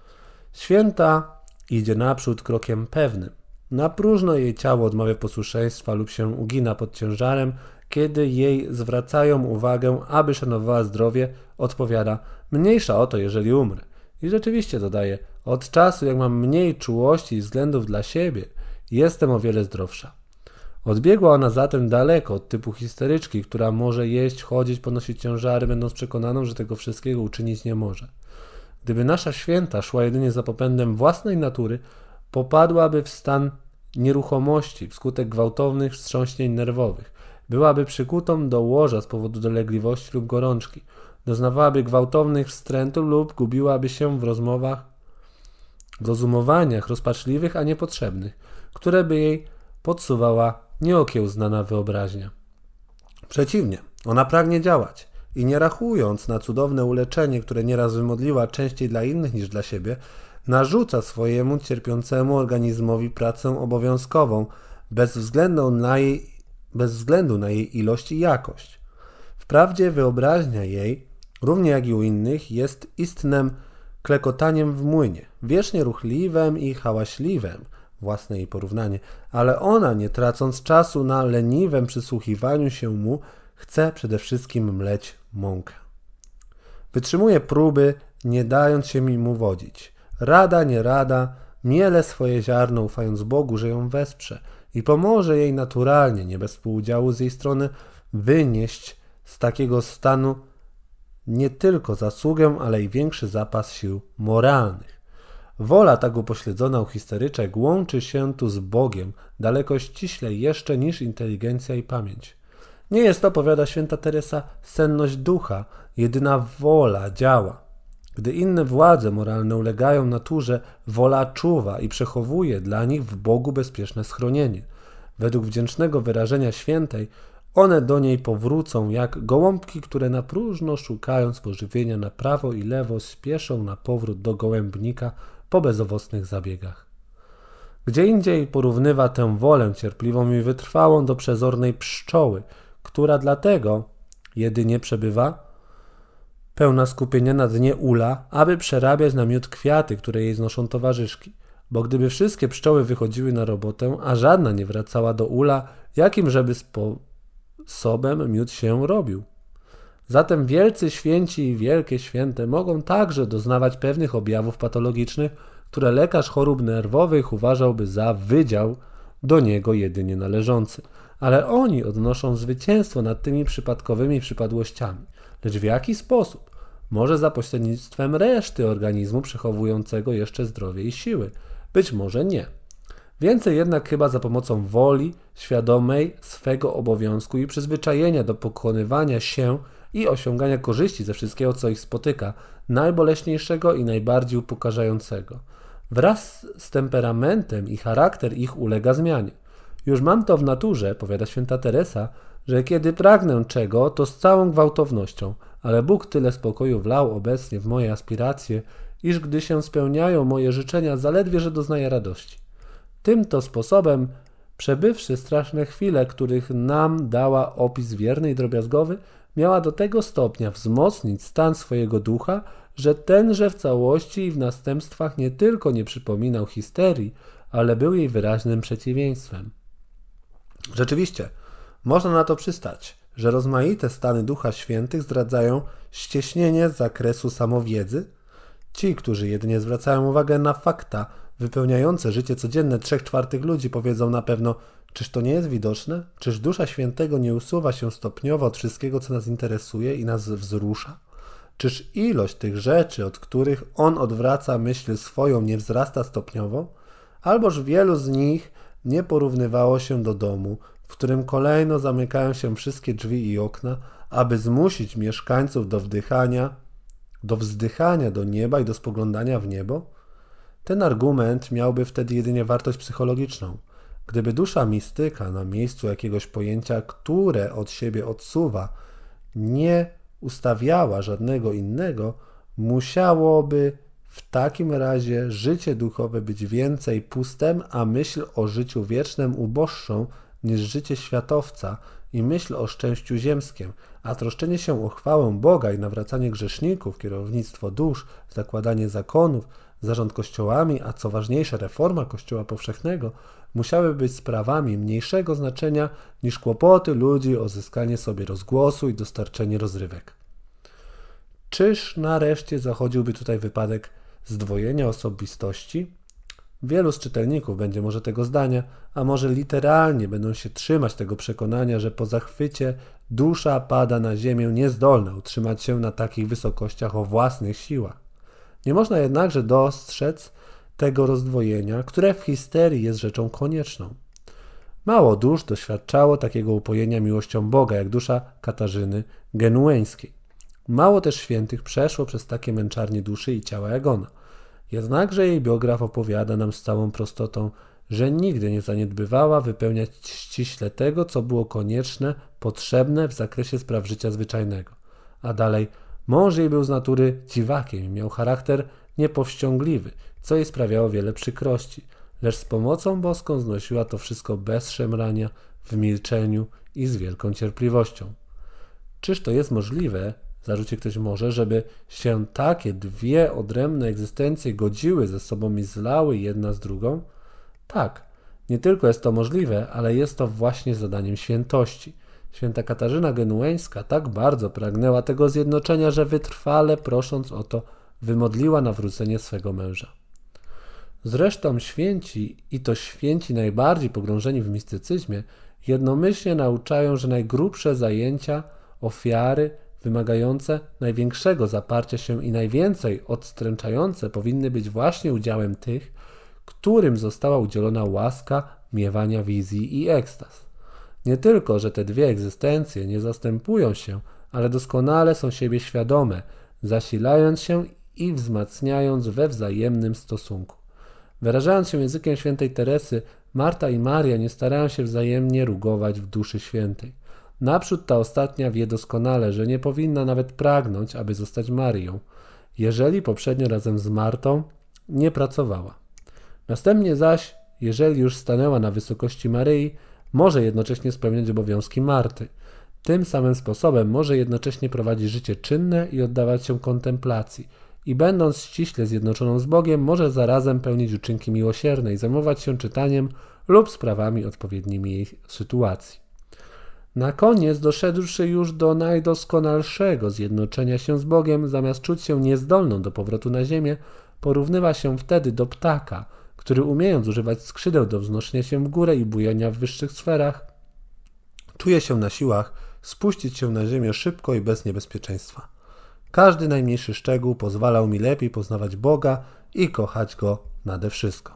Święta idzie naprzód krokiem pewnym. Na próżno jej ciało odmawia posłuszeństwa lub się ugina pod ciężarem, kiedy jej zwracają uwagę, aby szanowała zdrowie, odpowiada: mniejsza o to, jeżeli umrę. I rzeczywiście dodaje: od czasu, jak mam mniej czułości i względów dla siebie, jestem o wiele zdrowsza. Odbiegła ona zatem daleko od typu histeryczki, która może jeść, chodzić, ponosić ciężary, będąc przekonaną, że tego wszystkiego uczynić nie może. Gdyby nasza święta szła jedynie za popędem własnej natury, popadłaby w stan nieruchomości wskutek gwałtownych wstrząśnień nerwowych. Byłaby przykutą do łoża z powodu dolegliwości lub gorączki. Doznawałaby gwałtownych wstrętów lub gubiłaby się w rozmowach, w rozumowaniach rozpaczliwych, a niepotrzebnych, które by jej podsuwała nieokiełznana wyobraźnia. Przeciwnie, ona pragnie działać i nie rachując na cudowne uleczenie, które nieraz wymodliła częściej dla innych niż dla siebie, narzuca swojemu cierpiącemu organizmowi pracę obowiązkową, bez względu na jej, bez względu na jej ilość i jakość. Wprawdzie wyobraźnia jej, równie jak i u innych, jest istnym klekotaniem w młynie, wiecznie ruchliwem i hałaśliwem, własne jej porównanie, ale ona, nie tracąc czasu na leniwym przysłuchiwaniu się mu, chce przede wszystkim mleć mąkę. Wytrzymuje próby, nie dając się mu wodzić. Rada, nie rada, miele swoje ziarno, ufając Bogu, że ją wesprze i pomoże jej naturalnie, nie bez współudziału z jej strony, wynieść z takiego stanu nie tylko zasługę, ale i większy zapas sił moralnych. Wola tak upośledzona u histeryczek łączy się tu z Bogiem daleko ściślej jeszcze niż inteligencja i pamięć. Nie jest to, powiada święta Teresa, senność ducha, jedyna wola działa. Gdy inne władze moralne ulegają naturze, wola czuwa i przechowuje dla nich w Bogu bezpieczne schronienie. Według wdzięcznego wyrażenia świętej, one do niej powrócą jak gołąbki, które na próżno szukając pożywienia na prawo i lewo spieszą na powrót do gołębnika po bezowocnych zabiegach. Gdzie indziej porównywa tę wolę cierpliwą i wytrwałą do przezornej pszczoły, która dlatego jedynie przebywa pełna skupienia na dnie ula, aby przerabiać na miód kwiaty, które jej znoszą towarzyszki. Bo gdyby wszystkie pszczoły wychodziły na robotę, a żadna nie wracała do ula, jakim żeby sposobem miód się robił? Zatem wielcy święci i wielkie święte mogą także doznawać pewnych objawów patologicznych, które lekarz chorób nerwowych uważałby za wydział do niego jedynie należący. Ale oni odnoszą zwycięstwo nad tymi przypadkowymi przypadłościami. Lecz w jaki sposób? Może za pośrednictwem reszty organizmu przechowującego jeszcze zdrowie i siły. Być może nie. Więcej jednak chyba za pomocą woli świadomej swego obowiązku i przyzwyczajenia do pokonywania się i osiągania korzyści ze wszystkiego, co ich spotyka, najboleśniejszego i najbardziej upokarzającego. Wraz z temperamentem i charakter ich ulega zmianie. Już mam to w naturze, powiada święta Teresa, że kiedy pragnę czego, to z całą gwałtownością, ale Bóg tyle spokoju wlał obecnie w moje aspiracje, iż gdy się spełniają moje życzenia, zaledwie, że doznaję radości. Tym to sposobem, przebywszy straszne chwile, których nam dała opis wierny i drobiazgowy, miała do tego stopnia wzmocnić stan swojego ducha, że tenże w całości i w następstwach nie tylko nie przypominał histerii, ale był jej wyraźnym przeciwieństwem. Rzeczywiście, można na to przystać, że rozmaite stany Ducha Świętych zdradzają ścieśnienie zakresu samowiedzy. Ci, którzy jedynie zwracają uwagę na fakta wypełniające życie codzienne trzech czwartych ludzi, powiedzą na pewno: czyż to nie jest widoczne? Czyż Dusza Świętego nie usuwa się stopniowo od wszystkiego, co nas interesuje i nas wzrusza? Czyż ilość tych rzeczy, od których On odwraca myśl swoją, nie wzrasta stopniowo? Alboż wielu z nich nie porównywało się do domu, w którym kolejno zamykają się wszystkie drzwi i okna, aby zmusić mieszkańców do wdychania, do wzdychania do nieba i do spoglądania w niebo? Ten argument miałby wtedy jedynie wartość psychologiczną. Gdyby dusza mistyka na miejscu jakiegoś pojęcia, które od siebie odsuwa, nie ustawiała żadnego innego, musiałoby w takim razie życie duchowe być więcej pustem, a myśl o życiu wiecznym uboższą niż życie światowca i myśl o szczęściu ziemskim, a troszczenie się o chwałę Boga i nawracanie grzeszników, kierownictwo dusz, zakładanie zakonów, zarząd kościołami, a co ważniejsze reforma Kościoła powszechnego, musiały być sprawami mniejszego znaczenia niż kłopoty ludzi o zyskanie sobie rozgłosu i dostarczenie rozrywek. Czyż nareszcie zachodziłby tutaj wypadek zdwojenia osobistości? Wielu z czytelników będzie może tego zdania, a może literalnie będą się trzymać tego przekonania, że po zachwycie dusza pada na ziemię niezdolna utrzymać się na takich wysokościach o własnych siłach. Nie można jednakże dostrzec tego rozdwojenia, które w histerii jest rzeczą konieczną. Mało dusz doświadczało takiego upojenia miłością Boga, jak dusza Katarzyny Genueńskiej. Mało też świętych przeszło przez takie męczarnie duszy i ciała jak ona. Jednakże jej biograf opowiada nam z całą prostotą, że nigdy nie zaniedbywała wypełniać ściśle tego, co było konieczne, potrzebne w zakresie spraw życia zwyczajnego. A dalej, mąż jej był z natury dziwakiem i miał charakter niepowściągliwy, co jej sprawiało wiele przykrości, lecz z pomocą boską znosiła to wszystko bez szemrania, w milczeniu i z wielką cierpliwością. Czyż to jest możliwe, zarzuci ktoś może, żeby się takie dwie odrębne egzystencje godziły ze sobą i zlały jedna z drugą? Tak, nie tylko jest to możliwe, ale jest to właśnie zadaniem świętości. Święta Katarzyna Genueńska tak bardzo pragnęła tego zjednoczenia, że wytrwale prosząc o to, wymodliła nawrócenie swego męża. Zresztą święci, i to święci najbardziej pogrążeni w mistycyzmie, jednomyślnie nauczają, że najgrubsze zajęcia, ofiary, wymagające największego zaparcia się i najwięcej odstręczające powinny być właśnie udziałem tych, którym została udzielona łaska miewania wizji i ekstaz. Nie tylko, że te dwie egzystencje nie zastępują się, ale doskonale są siebie świadome, zasilając się i wzmacniając we wzajemnym stosunku. Wyrażając się językiem świętej Teresy, Marta i Maria nie starają się wzajemnie rugować w duszy świętej. Naprzód ta ostatnia wie doskonale, że nie powinna nawet pragnąć, aby zostać Marią, jeżeli poprzednio razem z Martą nie pracowała. Następnie zaś, jeżeli już stanęła na wysokości Maryi, może jednocześnie spełniać obowiązki Marty. Tym samym sposobem może jednocześnie prowadzić życie czynne i oddawać się kontemplacji i będąc ściśle zjednoczoną z Bogiem, może zarazem pełnić uczynki miłosierne i zajmować się czytaniem lub sprawami odpowiednimi jej sytuacji. Na koniec, doszedłszy już do najdoskonalszego zjednoczenia się z Bogiem, zamiast czuć się niezdolną do powrotu na ziemię, porównywa się wtedy do ptaka, który umiejąc używać skrzydeł do wznoszenia się w górę i bujania w wyższych sferach, czuje się na siłach spuścić się na ziemię szybko i bez niebezpieczeństwa. Każdy najmniejszy szczegół pozwalał mi lepiej poznawać Boga i kochać Go nade wszystko.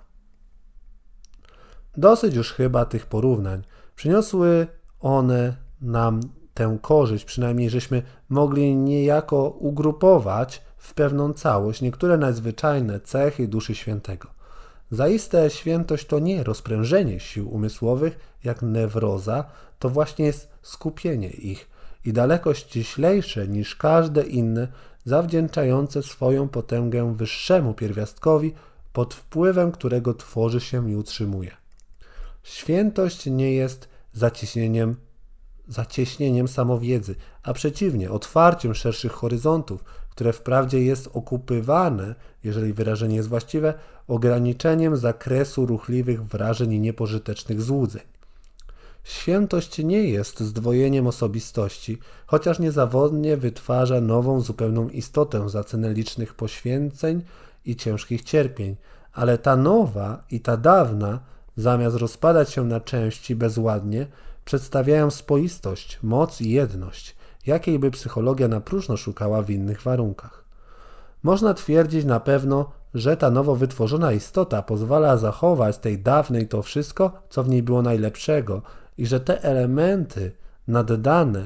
Dosyć już chyba tych porównań. Przyniosły one nam tę korzyść, przynajmniej żeśmy mogli niejako ugrupować w pewną całość niektóre nadzwyczajne cechy Duszy Świętego. Zaiste świętość to nie rozprężenie sił umysłowych, jak newroza, to właśnie jest skupienie ich i daleko ściślejsze niż każde inne, zawdzięczające swoją potęgę wyższemu pierwiastkowi, pod wpływem którego tworzy się i utrzymuje. Świętość nie jest zacieśnieniem, zacieśnieniem samowiedzy, a przeciwnie, otwarciem szerszych horyzontów, które wprawdzie jest okupywane, jeżeli wyrażenie jest właściwe, ograniczeniem zakresu ruchliwych wrażeń i niepożytecznych złudzeń. Świętość nie jest zdwojeniem osobistości, chociaż niezawodnie wytwarza nową, zupełną istotę za cenę licznych poświęceń i ciężkich cierpień, ale ta nowa i ta dawna, zamiast rozpadać się na części bezładnie, przedstawiają spoistość, moc i jedność, jakiej by psychologia na próżno szukała w innych warunkach. Można twierdzić na pewno, że ta nowo wytworzona istota pozwala zachować tej dawnej to wszystko, co w niej było najlepszego i że te elementy naddane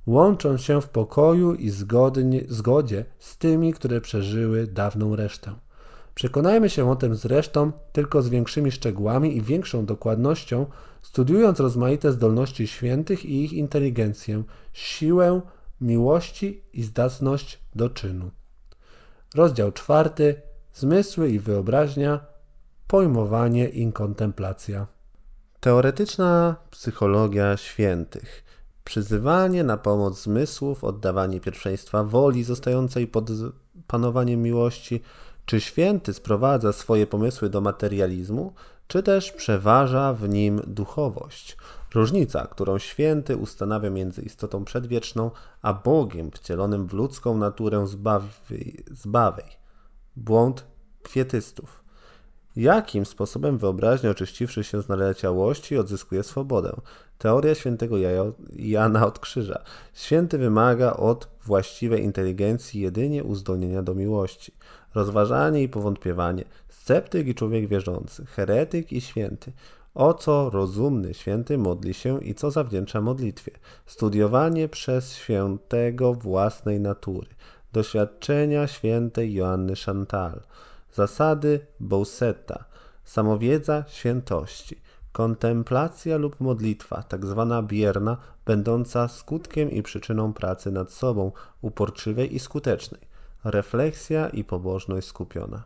łączą się w pokoju i zgodnie, zgodzie z tymi, które przeżyły dawną resztę. Przekonajmy się o tym zresztą tylko z większymi szczegółami i większą dokładnością, studiując rozmaite zdolności świętych i ich inteligencję, siłę miłości i zdatność do czynu. Rozdział czwarty. Zmysły i wyobraźnia, pojmowanie i kontemplacja. Teoretyczna psychologia świętych. Przyzywanie na pomoc zmysłów, oddawanie pierwszeństwa woli zostającej pod panowaniem miłości. Czy święty sprowadza swoje pomysły do materializmu, czy też przeważa w nim duchowość? Różnica, którą święty ustanawia między istotą przedwieczną, a Bogiem wcielonym w ludzką naturę zbawi, zbawej. Błąd kwietystów. Jakim sposobem wyobraźnia, oczyściwszy się z naleciałości, odzyskuje swobodę? Teoria świętego Jana od Krzyża. Święty wymaga od właściwej inteligencji jedynie uzdolnienia do miłości. Rozważanie i powątpiewanie. Sceptyk i człowiek wierzący. Heretyk i święty. O co rozumny święty modli się i co zawdzięcza modlitwie. Studiowanie przez świętego własnej natury. Doświadczenia świętej Joanny Chantal. Zasady Bousseta. Samowiedza świętości. Kontemplacja lub modlitwa, tak zwana bierna, będąca skutkiem i przyczyną pracy nad sobą, uporczywej i skutecznej. Refleksja i pobożność skupiona.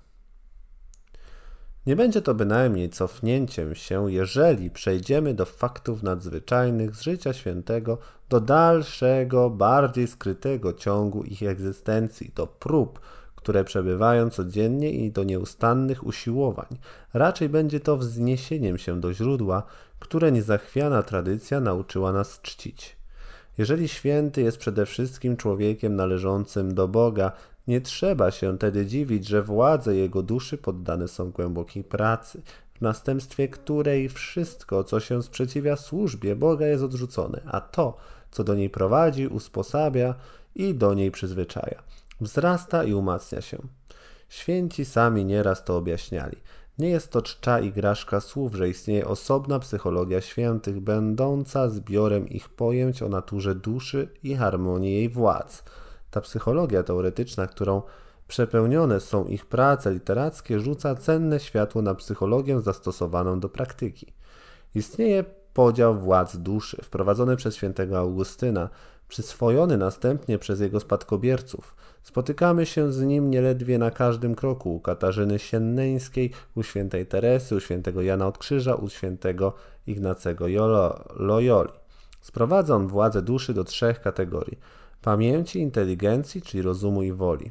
Nie będzie to bynajmniej cofnięciem się, jeżeli przejdziemy do faktów nadzwyczajnych z życia świętego, do dalszego, bardziej skrytego ciągu ich egzystencji, do prób, które przebywają codziennie i do nieustannych usiłowań. Raczej będzie to wzniesieniem się do źródła, które niezachwiana tradycja nauczyła nas czcić. Jeżeli święty jest przede wszystkim człowiekiem należącym do Boga, nie trzeba się tedy dziwić, że władze jego duszy poddane są głębokiej pracy, w następstwie której wszystko, co się sprzeciwia służbie Boga, jest odrzucone, a to, co do niej prowadzi, usposabia i do niej przyzwyczaja. Wzrasta i umacnia się. Święci sami nieraz to objaśniali. Nie jest to czcza igraszka słów, że istnieje osobna psychologia świętych, będąca zbiorem ich pojęć o naturze duszy i harmonii jej władz. Ta psychologia teoretyczna, którą przepełnione są ich prace literackie, rzuca cenne światło na psychologię zastosowaną do praktyki. Istnieje podział władz duszy, wprowadzony przez świętego Augustyna, przyswojony następnie przez jego spadkobierców. Spotykamy się z nim nieledwie na każdym kroku u Katarzyny Sienneńskiej, u świętej Teresy, u świętego Jana od Krzyża, u świętego Ignacego Loyoli. Sprowadza on władzę duszy do trzech kategorii: pamięci, inteligencji, czyli rozumu i woli.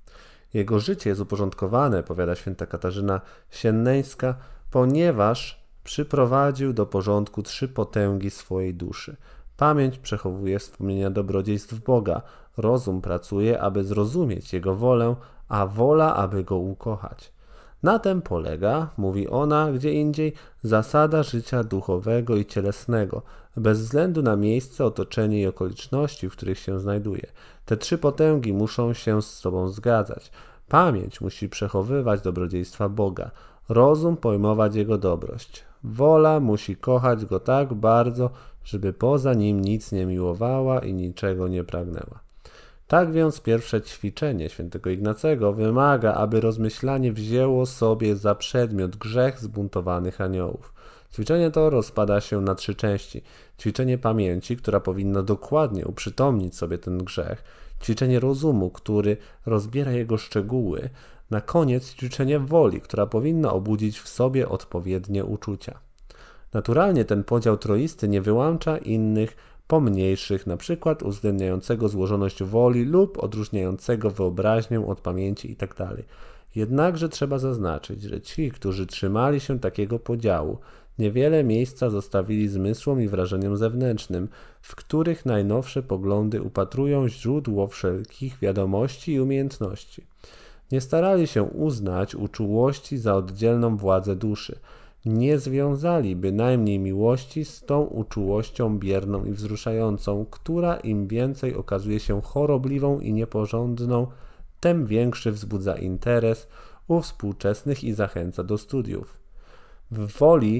Jego życie jest uporządkowane, powiada święta Katarzyna Sienneńska, ponieważ przyprowadził do porządku trzy potęgi swojej duszy. Pamięć przechowuje wspomnienia dobrodziejstw Boga, rozum pracuje, aby zrozumieć Jego wolę, a wola, aby Go ukochać. Na tym polega, mówi ona gdzie indziej, zasada życia duchowego i cielesnego, bez względu na miejsce, otoczenie i okoliczności, w których się znajduje. Te trzy potęgi muszą się z sobą zgadzać. Pamięć musi przechowywać dobrodziejstwa Boga, rozum pojmować Jego dobrość. Wola musi kochać Go tak bardzo, żeby poza Nim nic nie miłowała i niczego nie pragnęła. Tak więc pierwsze ćwiczenie świętego Ignacego wymaga, aby rozmyślanie wzięło sobie za przedmiot grzech zbuntowanych aniołów. Ćwiczenie to rozpada się na trzy części. Ćwiczenie pamięci, która powinna dokładnie uprzytomnić sobie ten grzech. Ćwiczenie rozumu, który rozbiera jego szczegóły. Na koniec ćwiczenie woli, która powinna obudzić w sobie odpowiednie uczucia. Naturalnie ten podział troisty nie wyłącza innych pomniejszych, na przykład uwzględniającego złożoność woli lub odróżniającego wyobraźnię od pamięci itd. Jednakże trzeba zaznaczyć, że ci, którzy trzymali się takiego podziału, niewiele miejsca zostawili zmysłom i wrażeniom zewnętrznym, w których najnowsze poglądy upatrują źródło wszelkich wiadomości i umiejętności. Nie starali się uznać uczułości za oddzielną władzę duszy. Nie związali bynajmniej miłości z tą uczułością bierną i wzruszającą, która im więcej okazuje się chorobliwą i nieporządną, tem większy wzbudza interes u współczesnych i zachęca do studiów. W woli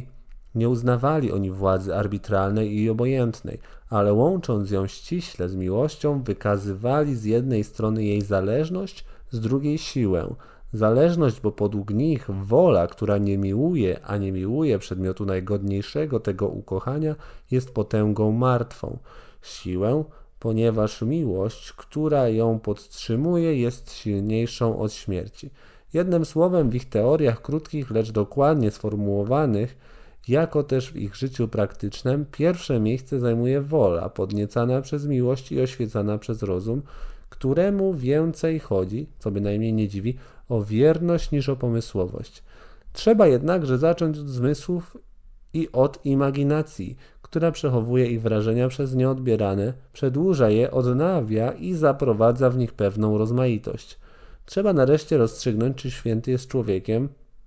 Nie uznawali oni władzy arbitralnej i obojętnej, ale łącząc ją ściśle z miłością, wykazywali z jednej strony jej zależność, z drugiej siłę. Zależność, bo podług nich wola, która nie miłuje, a nie miłuje przedmiotu najgodniejszego tego ukochania, jest potęgą martwą. Siłę, ponieważ miłość, która ją podtrzymuje, jest silniejszą od śmierci. Jednym słowem, w ich teoriach krótkich, lecz dokładnie sformułowanych, jako też w ich życiu praktycznym, pierwsze miejsce zajmuje wola, podniecana przez miłość i oświecana przez rozum, któremu więcej chodzi, co bynajmniej nie dziwi, o wierność niż o pomysłowość. Trzeba jednakże zacząć od zmysłów i od imaginacji, która przechowuje ich wrażenia przez nie odbierane, przedłuża je, odnawia i zaprowadza w nich pewną rozmaitość. Trzeba nareszcie rozstrzygnąć, czy święty jest człowiekiem,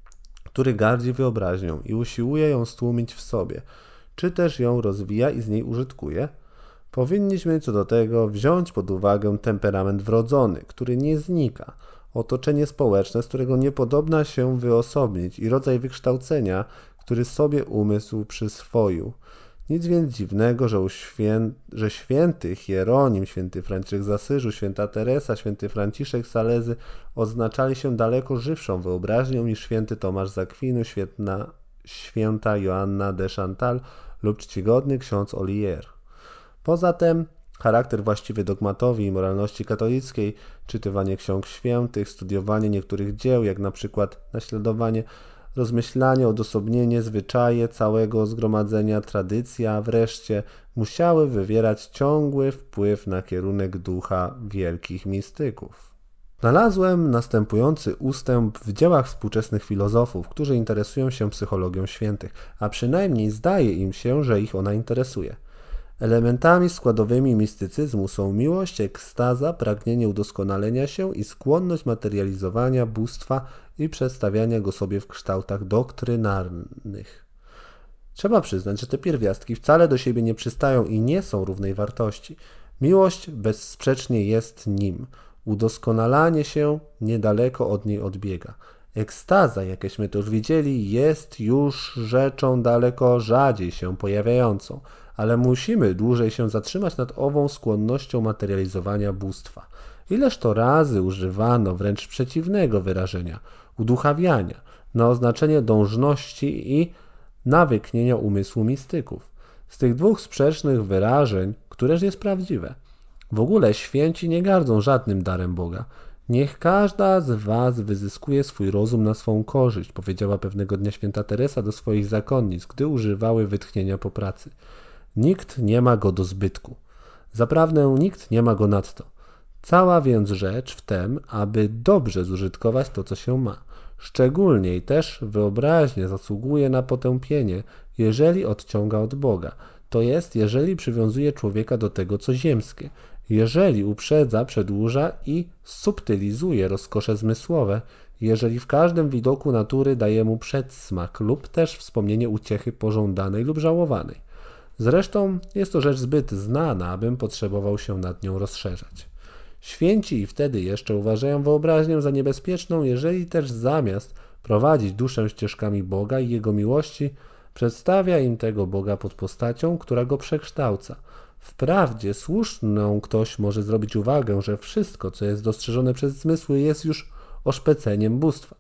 który gardzi wyobraźnią i usiłuje ją stłumić w sobie, czy też ją rozwija i z niej użytkuje. Powinniśmy co do tego wziąć pod uwagę temperament wrodzony, który nie znika, otoczenie społeczne, z którego niepodobna się wyosobnić i rodzaj wykształcenia, który sobie umysł przyswoił. Nic więc dziwnego, że, u świę... że święty Hieronim, święty Franciszek z Asyżu, święta Teresa, święty Franciszek Salezy odznaczali się daleko żywszą wyobraźnią niż święty Tomasz z Akwinu, świętna... święta Joanna de Chantal lub czcigodny ksiądz Olier. Poza tym charakter właściwy dogmatowi i moralności katolickiej, czytywanie ksiąg świętych, studiowanie niektórych dzieł, jak na przykład naśladowanie, rozmyślanie, odosobnienie, zwyczaje całego zgromadzenia, tradycja wreszcie musiały wywierać ciągły wpływ na kierunek ducha wielkich mistyków. Znalazłem następujący ustęp w dziełach współczesnych filozofów, którzy interesują się psychologią świętych, a przynajmniej zdaje im się, że ich ona interesuje. Elementami składowymi mistycyzmu są miłość, ekstaza, pragnienie udoskonalenia się i skłonność materializowania bóstwa i przedstawiania go sobie w kształtach doktrynalnych. Trzeba przyznać, że te pierwiastki wcale do siebie nie przystają i nie są równej wartości. Miłość bezsprzecznie jest nim. Udoskonalanie się niedaleko od niej odbiega. Ekstaza, jakieśmy to już widzieli, jest już rzeczą daleko rzadziej się pojawiającą, ale musimy dłużej się zatrzymać nad ową skłonnością materializowania bóstwa. Ileż to razy używano wręcz przeciwnego wyrażenia, uduchawiania, na oznaczenie dążności i nawyknienia umysłu mistyków. Z tych dwóch sprzecznych wyrażeń, któreż jest prawdziwe? W ogóle święci nie gardzą żadnym darem Boga. Niech każda z was wyzyskuje swój rozum na swą korzyść, powiedziała pewnego dnia święta Teresa do swoich zakonnic, gdy używały wytchnienia po pracy. Nikt nie ma go do zbytku. Zaprawdę nikt nie ma go nadto. Cała więc rzecz w tem, aby dobrze zużytkować to, co się ma. Szczególniej też wyobraźnia zasługuje na potępienie, jeżeli odciąga od Boga, to jest, jeżeli przywiązuje człowieka do tego, co ziemskie, jeżeli uprzedza, przedłuża i subtylizuje rozkosze zmysłowe, jeżeli w każdym widoku natury daje mu przedsmak lub też wspomnienie uciechy pożądanej lub żałowanej. Zresztą jest to rzecz zbyt znana, abym potrzebował się nad nią rozszerzać. Święci i wtedy jeszcze uważają wyobraźnię za niebezpieczną, jeżeli też zamiast prowadzić duszę ścieżkami Boga i Jego miłości, przedstawia im tego Boga pod postacią, która go przekształca. Wprawdzie słuszną ktoś może zrobić uwagę, że wszystko, co jest dostrzeżone przez zmysły, jest już oszpeceniem bóstwa.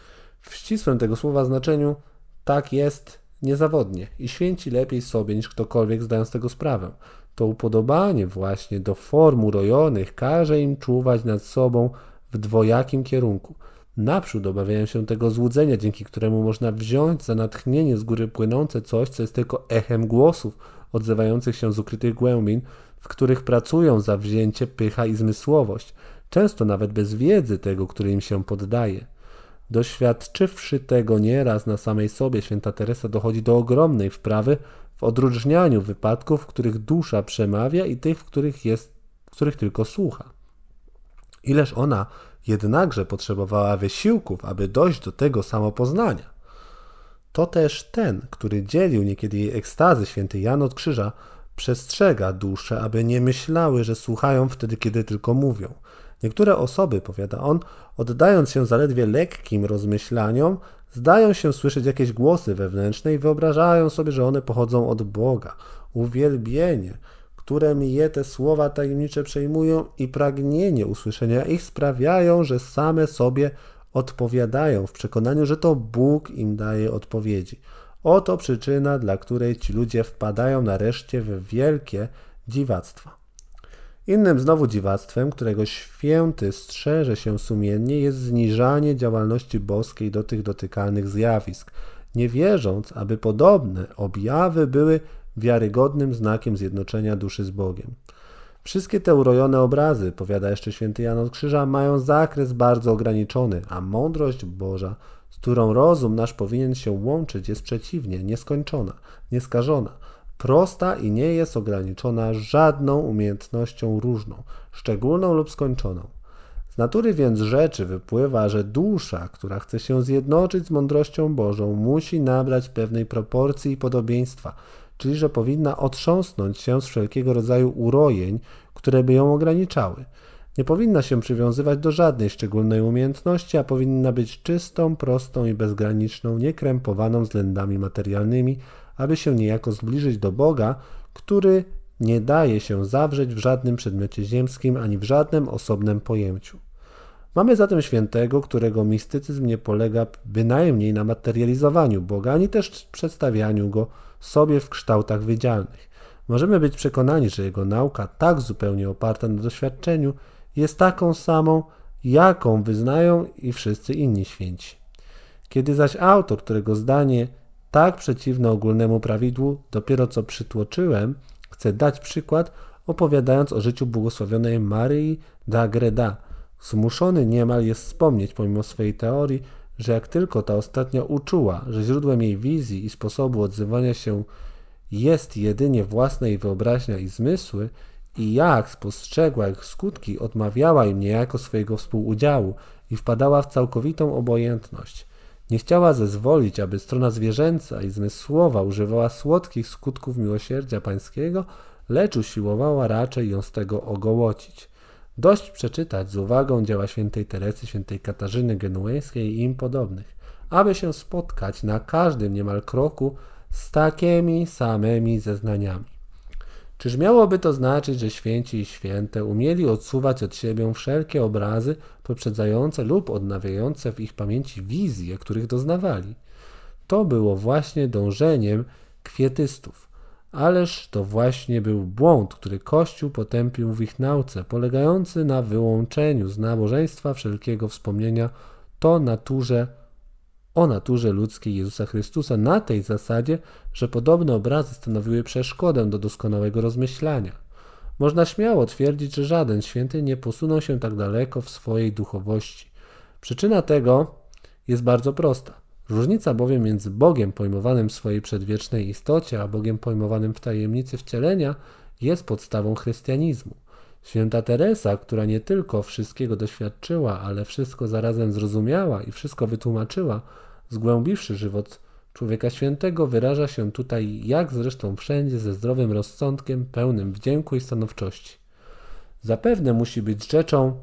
W ścisłym tego słowa znaczeniu tak jest niezawodnie i święci lepiej sobie niż ktokolwiek zdają z tego sprawę. To upodobanie właśnie do form urojonych każe im czuwać nad sobą w dwojakim kierunku. Naprzód obawiają się tego złudzenia, dzięki któremu można wziąć za natchnienie z góry płynące coś, co jest tylko echem głosów odzywających się z ukrytych głębin, w których pracują zawzięcie, pycha i zmysłowość, często nawet bez wiedzy tego, który im się poddaje. Doświadczywszy tego nieraz na samej sobie, święta Teresa dochodzi do ogromnej wprawy w odróżnianiu wypadków, w których dusza przemawia i tych, w których jest, w których tylko słucha. Ileż ona jednakże potrzebowała wysiłków, aby dojść do tego samopoznania. To też ten, który dzielił niekiedy jej ekstazy, święty Jan od Krzyża, przestrzega dusze, aby nie myślały, że słuchają wtedy, kiedy tylko mówią. Niektóre osoby, powiada on, oddając się zaledwie lekkim rozmyślaniom, Zdają się słyszeć jakieś głosy wewnętrzne i wyobrażają sobie, że one pochodzą od Boga. Uwielbienie, które je te słowa tajemnicze przejmują i pragnienie usłyszenia ich sprawiają, że same sobie odpowiadają w przekonaniu, że to Bóg im daje odpowiedzi. Oto przyczyna, dla której ci ludzie wpadają nareszcie w wielkie dziwactwa. Innym znowu dziwactwem, którego święty strzeże się sumiennie, jest zniżanie działalności boskiej do tych dotykalnych zjawisk, nie wierząc, aby podobne objawy były wiarygodnym znakiem zjednoczenia duszy z Bogiem. Wszystkie te urojone obrazy, powiada jeszcze święty Jan od Krzyża, mają zakres bardzo ograniczony, a mądrość Boża, z którą rozum nasz powinien się łączyć, jest przeciwnie, nieskończona, nieskażona, prosta i nie jest ograniczona żadną umiejętnością różną, szczególną lub skończoną. Z natury więc rzeczy wypływa, że dusza, która chce się zjednoczyć z mądrością Bożą, musi nabrać pewnej proporcji i podobieństwa, czyli że powinna otrząsnąć się z wszelkiego rodzaju urojeń, które by ją ograniczały. Nie powinna się przywiązywać do żadnej szczególnej umiejętności, a powinna być czystą, prostą i bezgraniczną, niekrępowaną względami materialnymi, aby się niejako zbliżyć do Boga, który nie daje się zawrzeć w żadnym przedmiocie ziemskim ani w żadnym osobnym pojęciu. Mamy zatem świętego, którego mistycyzm nie polega bynajmniej na materializowaniu Boga, ani też przedstawianiu Go sobie w kształtach widzialnych. Możemy być przekonani, że jego nauka, tak zupełnie oparta na doświadczeniu, jest taką samą, jaką wyznają i wszyscy inni święci. Kiedy zaś autor, którego zdanie tak przeciwne ogólnemu prawidłu, dopiero co przytłoczyłem, chce dać przykład, opowiadając o życiu błogosławionej Maryi d'Agreda, zmuszony niemal jest wspomnieć pomimo swojej teorii, że jak tylko ta ostatnia uczuła, że źródłem jej wizji i sposobu odzywania się jest jedynie własna jej wyobraźnia i zmysły, i jak spostrzegła ich skutki, odmawiała im niejako swojego współudziału i wpadała w całkowitą obojętność. Nie chciała zezwolić, aby strona zwierzęca i zmysłowa używała słodkich skutków miłosierdzia pańskiego, lecz usiłowała raczej ją z tego ogołocić. Dość przeczytać z uwagą dzieła świętej Teresy, świętej Katarzyny Genueńskiej i im podobnych, aby się spotkać na każdym niemal kroku z takimi samymi zeznaniami. Czyż miałoby to znaczyć, że święci i święte umieli odsuwać od siebie wszelkie obrazy poprzedzające lub odnawiające w ich pamięci wizje, których doznawali? To było właśnie dążeniem kwietystów. Ależ to właśnie był błąd, który Kościół potępił w ich nauce, polegający na wyłączeniu z nabożeństwa wszelkiego wspomnienia to naturze, o naturze ludzkiej Jezusa Chrystusa na tej zasadzie, że podobne obrazy stanowiły przeszkodę do doskonałego rozmyślania. Można śmiało twierdzić, że żaden święty nie posunął się tak daleko w swojej duchowości. Przyczyna tego jest bardzo prosta. Różnica bowiem między Bogiem pojmowanym w swojej przedwiecznej istocie, a Bogiem pojmowanym w tajemnicy wcielenia jest podstawą chrystianizmu. Święta Teresa, która nie tylko wszystkiego doświadczyła, ale wszystko zarazem zrozumiała i wszystko wytłumaczyła, zgłębiwszy żywot człowieka świętego, wyraża się tutaj, jak zresztą wszędzie, ze zdrowym rozsądkiem, pełnym wdzięku i stanowczości. Zapewne musi być rzeczą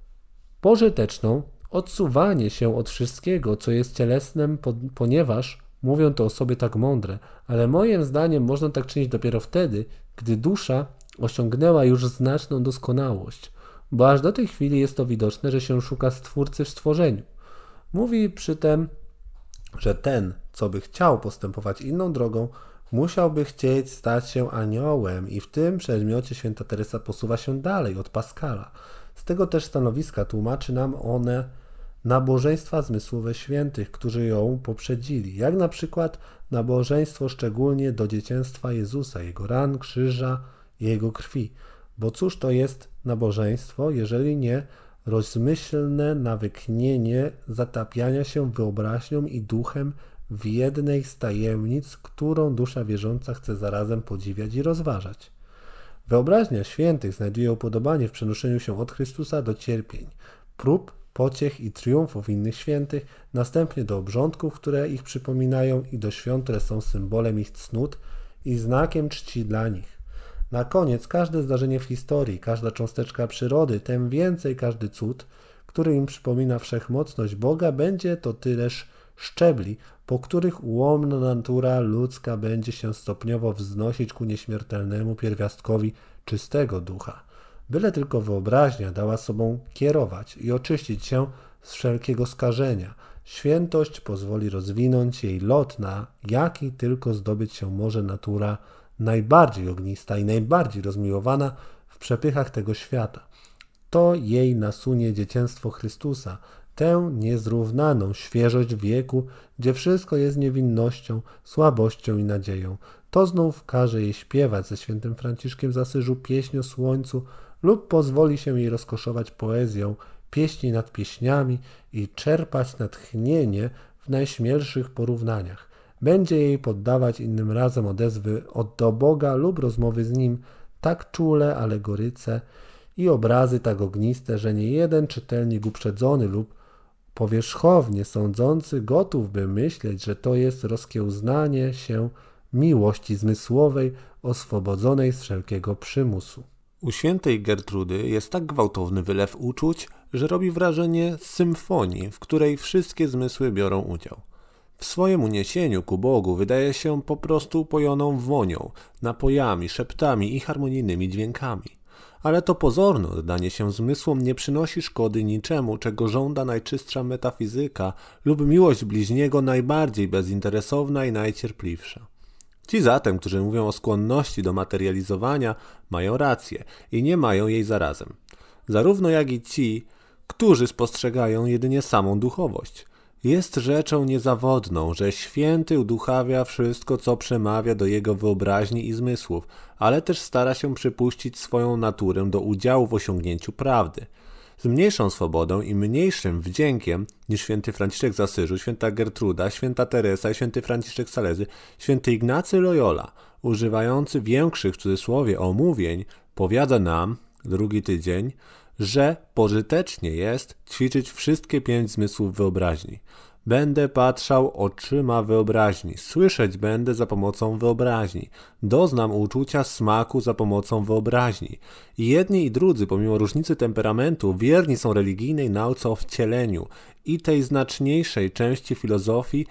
pożyteczną odsuwanie się od wszystkiego, co jest cielesnym, ponieważ mówią to osoby tak mądre, ale moim zdaniem można tak czynić dopiero wtedy, gdy dusza osiągnęła już znaczną doskonałość, bo aż do tej chwili jest to widoczne, że się szuka Stwórcy w stworzeniu. Mówi przy tym, że ten, co by chciał postępować inną drogą, musiałby chcieć stać się aniołem i w tym przedmiocie święta Teresa posuwa się dalej od Pascala. Z tego też stanowiska tłumaczy nam one nabożeństwa zmysłowe świętych, którzy ją poprzedzili, jak na przykład nabożeństwo szczególnie do dzieciństwa Jezusa, Jego ran, krzyża i Jego krwi. Bo cóż to jest nabożeństwo, jeżeli nie rozmyślne nawyknienie zatapiania się wyobraźnią i duchem w jednej z tajemnic, którą dusza wierząca chce zarazem podziwiać i rozważać. Wyobraźnia świętych znajduje upodobanie w przenoszeniu się od Chrystusa do cierpień, prób, pociech i triumfów innych świętych, następnie do obrządków, które ich przypominają i do świąt, które są symbolem ich cnót i znakiem czci dla nich. Na koniec każde zdarzenie w historii, każda cząsteczka przyrody, tym więcej każdy cud, który im przypomina wszechmocność Boga, będzie to tyleż szczebli, po których ułomna natura ludzka będzie się stopniowo wznosić ku nieśmiertelnemu pierwiastkowi czystego ducha. Byle tylko wyobraźnia dała sobą kierować i oczyścić się z wszelkiego skażenia. Świętość pozwoli rozwinąć jej lot, na jaki tylko zdobyć się może natura najbardziej ognista i najbardziej rozmiłowana w przepychach tego świata. To jej nasunie dzieciństwo Chrystusa, tę niezrównaną świeżość wieku, gdzie wszystko jest niewinnością, słabością i nadzieją. To znów każe jej śpiewać ze świętym Franciszkiem z Asyżu pieśń o słońcu lub pozwoli się jej rozkoszować poezją, pieśni nad pieśniami i czerpać natchnienie w najśmielszych porównaniach. Będzie jej poddawać innym razem odezwy od do Boga lub rozmowy z Nim, tak czule alegoryce i obrazy tak ogniste, że nie jeden czytelnik uprzedzony lub powierzchownie sądzący gotów by myśleć, że to jest rozkiełznanie się miłości zmysłowej oswobodzonej z wszelkiego przymusu. U świętej Gertrudy jest tak gwałtowny wylew uczuć, że robi wrażenie symfonii, w której wszystkie zmysły biorą udział. W swoim uniesieniu ku Bogu wydaje się po prostu upojoną wonią, napojami, szeptami i harmonijnymi dźwiękami. Ale to pozorne oddanie się zmysłom nie przynosi szkody niczemu, czego żąda najczystsza metafizyka lub miłość bliźniego najbardziej bezinteresowna i najcierpliwsza. Ci zatem, którzy mówią o skłonności do materializowania, mają rację i nie mają jej zarazem. Zarówno jak i ci, którzy spostrzegają jedynie samą duchowość. Jest rzeczą niezawodną, że święty uduchawia wszystko, co przemawia do jego wyobraźni i zmysłów, ale też stara się przypuścić swoją naturę do udziału w osiągnięciu prawdy. Z mniejszą swobodą i mniejszym wdziękiem niż święty Franciszek z Asyżu, święta Gertruda, święta Teresa i święty Franciszek z Salezy, święty Ignacy Loyola, używający większych w cudzysłowie omówień, powiada nam, drugi tydzień, że pożytecznie jest ćwiczyć wszystkie pięć zmysłów wyobraźni. Będę patrzał oczyma wyobraźni, słyszeć będę za pomocą wyobraźni, doznam uczucia smaku za pomocą wyobraźni. I jedni i drudzy, pomimo różnicy temperamentu, wierni są religijnej nauce o wcieleniu i tej znaczniejszej części filozofii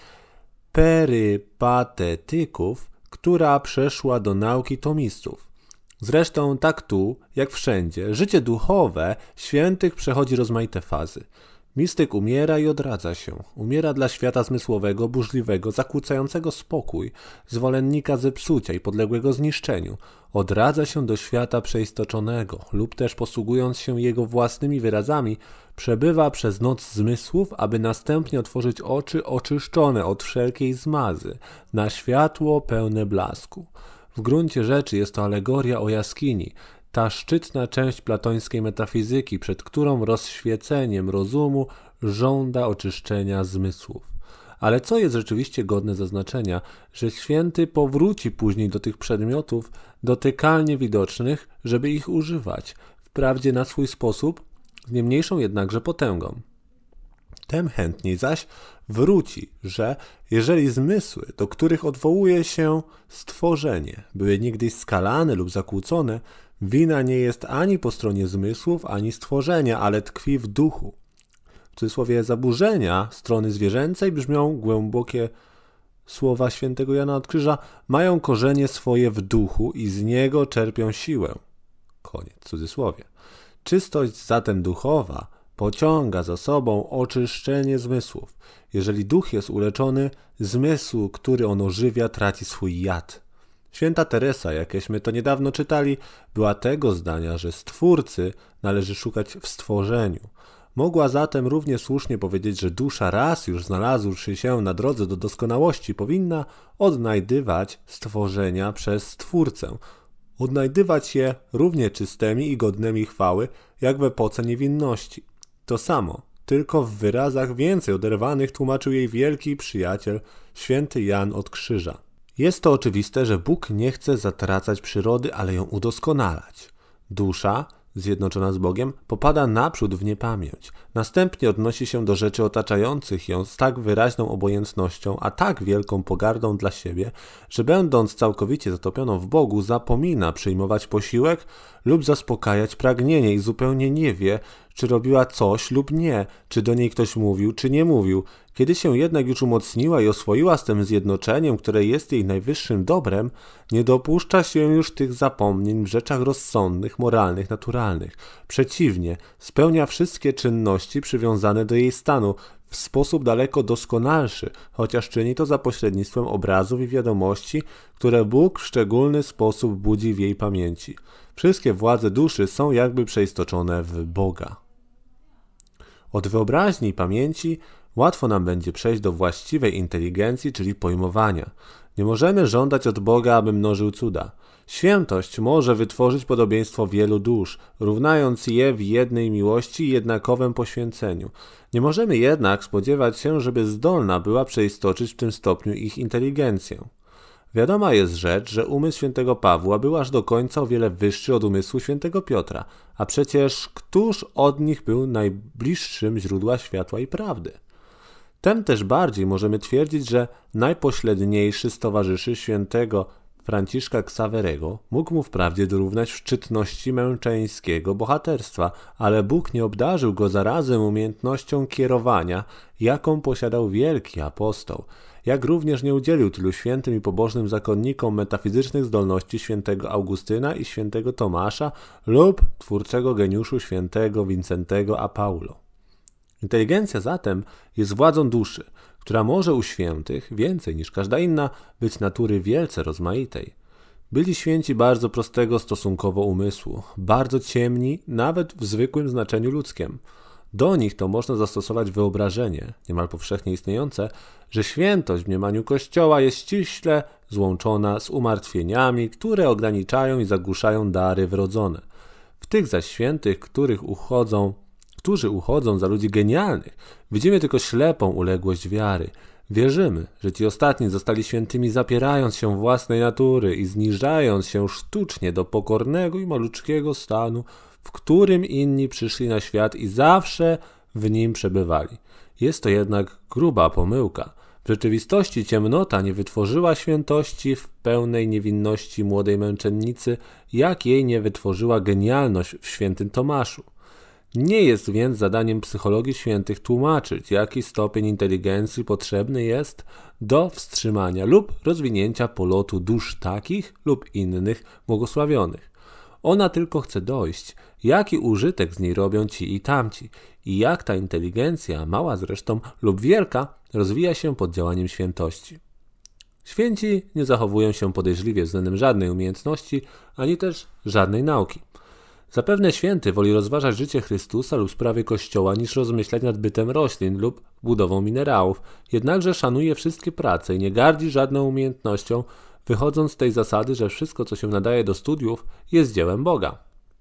perypatetyków, która przeszła do nauki tomistów. Zresztą tak tu, jak wszędzie, życie duchowe świętych przechodzi rozmaite fazy. Mistyk umiera i odradza się. Umiera dla świata zmysłowego, burzliwego, zakłócającego spokój, zwolennika zepsucia i podległego zniszczeniu. Odradza się do świata przeistoczonego lub też posługując się jego własnymi wyrazami, przebywa przez noc zmysłów, aby następnie otworzyć oczy oczyszczone od wszelkiej zmazy, na światło pełne blasku. W gruncie rzeczy jest to alegoria o jaskini, ta szczytna część platońskiej metafizyki, przed którą rozświeceniem rozumu żąda oczyszczenia zmysłów. Ale co jest rzeczywiście godne zaznaczenia, że święty powróci później do tych przedmiotów dotykalnie widocznych, żeby ich używać, wprawdzie na swój sposób, z nie mniejszą jednakże potęgą. Tem chętniej zaś wróci, że jeżeli zmysły, do których odwołuje się stworzenie, były niegdyś skalane lub zakłócone, wina nie jest ani po stronie zmysłów, ani stworzenia, ale tkwi w duchu. W cudzysłowie zaburzenia strony zwierzęcej brzmią głębokie słowa świętego Jana od Krzyża, mają korzenie swoje w duchu i z niego czerpią siłę. Koniec cudzysłowie. Czystość zatem duchowa pociąga za sobą oczyszczenie zmysłów. Jeżeli duch jest uleczony, zmysł, który on ożywia, traci swój jad. Święta Teresa, jakieśmy to niedawno czytali, była tego zdania, że Stwórcy należy szukać w stworzeniu. Mogła zatem równie słusznie powiedzieć, że dusza raz już znalazłszy się na drodze do doskonałości, powinna odnajdywać stworzenia przez Stwórcę. Odnajdywać je równie czystymi i godnymi chwały, jak w epoce niewinności. To samo, tylko w wyrazach więcej oderwanych tłumaczył jej wielki przyjaciel, święty Jan od Krzyża. Jest to oczywiste, że Bóg nie chce zatracać przyrody, ale ją udoskonalać. Dusza, zjednoczona z Bogiem, popada naprzód w niepamięć. Następnie odnosi się do rzeczy otaczających ją z tak wyraźną obojętnością, a tak wielką pogardą dla siebie, że będąc całkowicie zatopioną w Bogu, zapomina przyjmować posiłek lub zaspokajać pragnienie i zupełnie nie wie, czy robiła coś lub nie, czy do niej ktoś mówił, czy nie mówił. Kiedy się jednak już umocniła i oswoiła z tym zjednoczeniem, które jest jej najwyższym dobrem, nie dopuszcza się już tych zapomnień w rzeczach rozsądnych, moralnych, naturalnych. Przeciwnie, spełnia wszystkie czynności przywiązane do jej stanu w sposób daleko doskonalszy, chociaż czyni to za pośrednictwem obrazów i wiadomości, które Bóg w szczególny sposób budzi w jej pamięci. Wszystkie władze duszy są jakby przeistoczone w Boga. Od wyobraźni i pamięci łatwo nam będzie przejść do właściwej inteligencji, czyli pojmowania. Nie możemy żądać od Boga, aby mnożył cuda. Świętość może wytworzyć podobieństwo wielu dusz, równając je w jednej miłości i jednakowym poświęceniu. Nie możemy jednak spodziewać się, żeby zdolna była przeistoczyć w tym stopniu ich inteligencję. Wiadoma jest rzecz, że umysł świętego Pawła był aż do końca o wiele wyższy od umysłu świętego Piotra, a przecież któż od nich był najbliższym źródła światła i prawdy? Tem też bardziej możemy twierdzić, że najpośredniejszy z towarzyszy świętego Franciszka Ksawerego mógł mu wprawdzie dorównać w szczytności męczeńskiego bohaterstwa, ale Bóg nie obdarzył go zarazem umiejętnością kierowania, jaką posiadał wielki apostoł, jak również nie udzielił tylu świętym i pobożnym zakonnikom metafizycznych zdolności świętego Augustyna i świętego Tomasza lub twórczego geniuszu świętego Wincentego a Paulo. Inteligencja zatem jest władzą duszy, która może u świętych, więcej niż każda inna, być natury wielce rozmaitej. Byli święci bardzo prostego stosunkowo umysłu, bardzo ciemni nawet w zwykłym znaczeniu ludzkim. Do nich to można zastosować wyobrażenie, niemal powszechnie istniejące, że świętość w mniemaniu Kościoła jest ściśle złączona z umartwieniami, które ograniczają i zagłuszają dary wrodzone. W tych zaś świętych, których uchodzą którzy uchodzą za ludzi genialnych, widzimy tylko ślepą uległość wiary. Wierzymy, że ci ostatni zostali świętymi zapierając się własnej natury i zniżając się sztucznie do pokornego i maluczkiego stanu, w którym inni przyszli na świat i zawsze w nim przebywali. Jest to jednak gruba pomyłka. W rzeczywistości ciemnota nie wytworzyła świętości w pełnej niewinności młodej męczennicy, jak jej nie wytworzyła genialność w świętym Tomaszu. Nie jest więc zadaniem psychologii świętych tłumaczyć, jaki stopień inteligencji potrzebny jest do wstrzymania lub rozwinięcia polotu dusz takich lub innych błogosławionych. Ona tylko chce dojść, jaki użytek z niej robią ci i tamci i jak ta inteligencja, mała zresztą lub wielka, rozwija się pod działaniem świętości. Święci nie zachowują się podejrzliwie względem żadnej umiejętności, ani też żadnej nauki. Zapewne święty woli rozważać życie Chrystusa lub sprawy Kościoła, niż rozmyślać nad bytem roślin lub budową minerałów. Jednakże szanuje wszystkie prace i nie gardzi żadną umiejętnością, wychodząc z tej zasady, że wszystko, co się nadaje do studiów, jest dziełem Boga.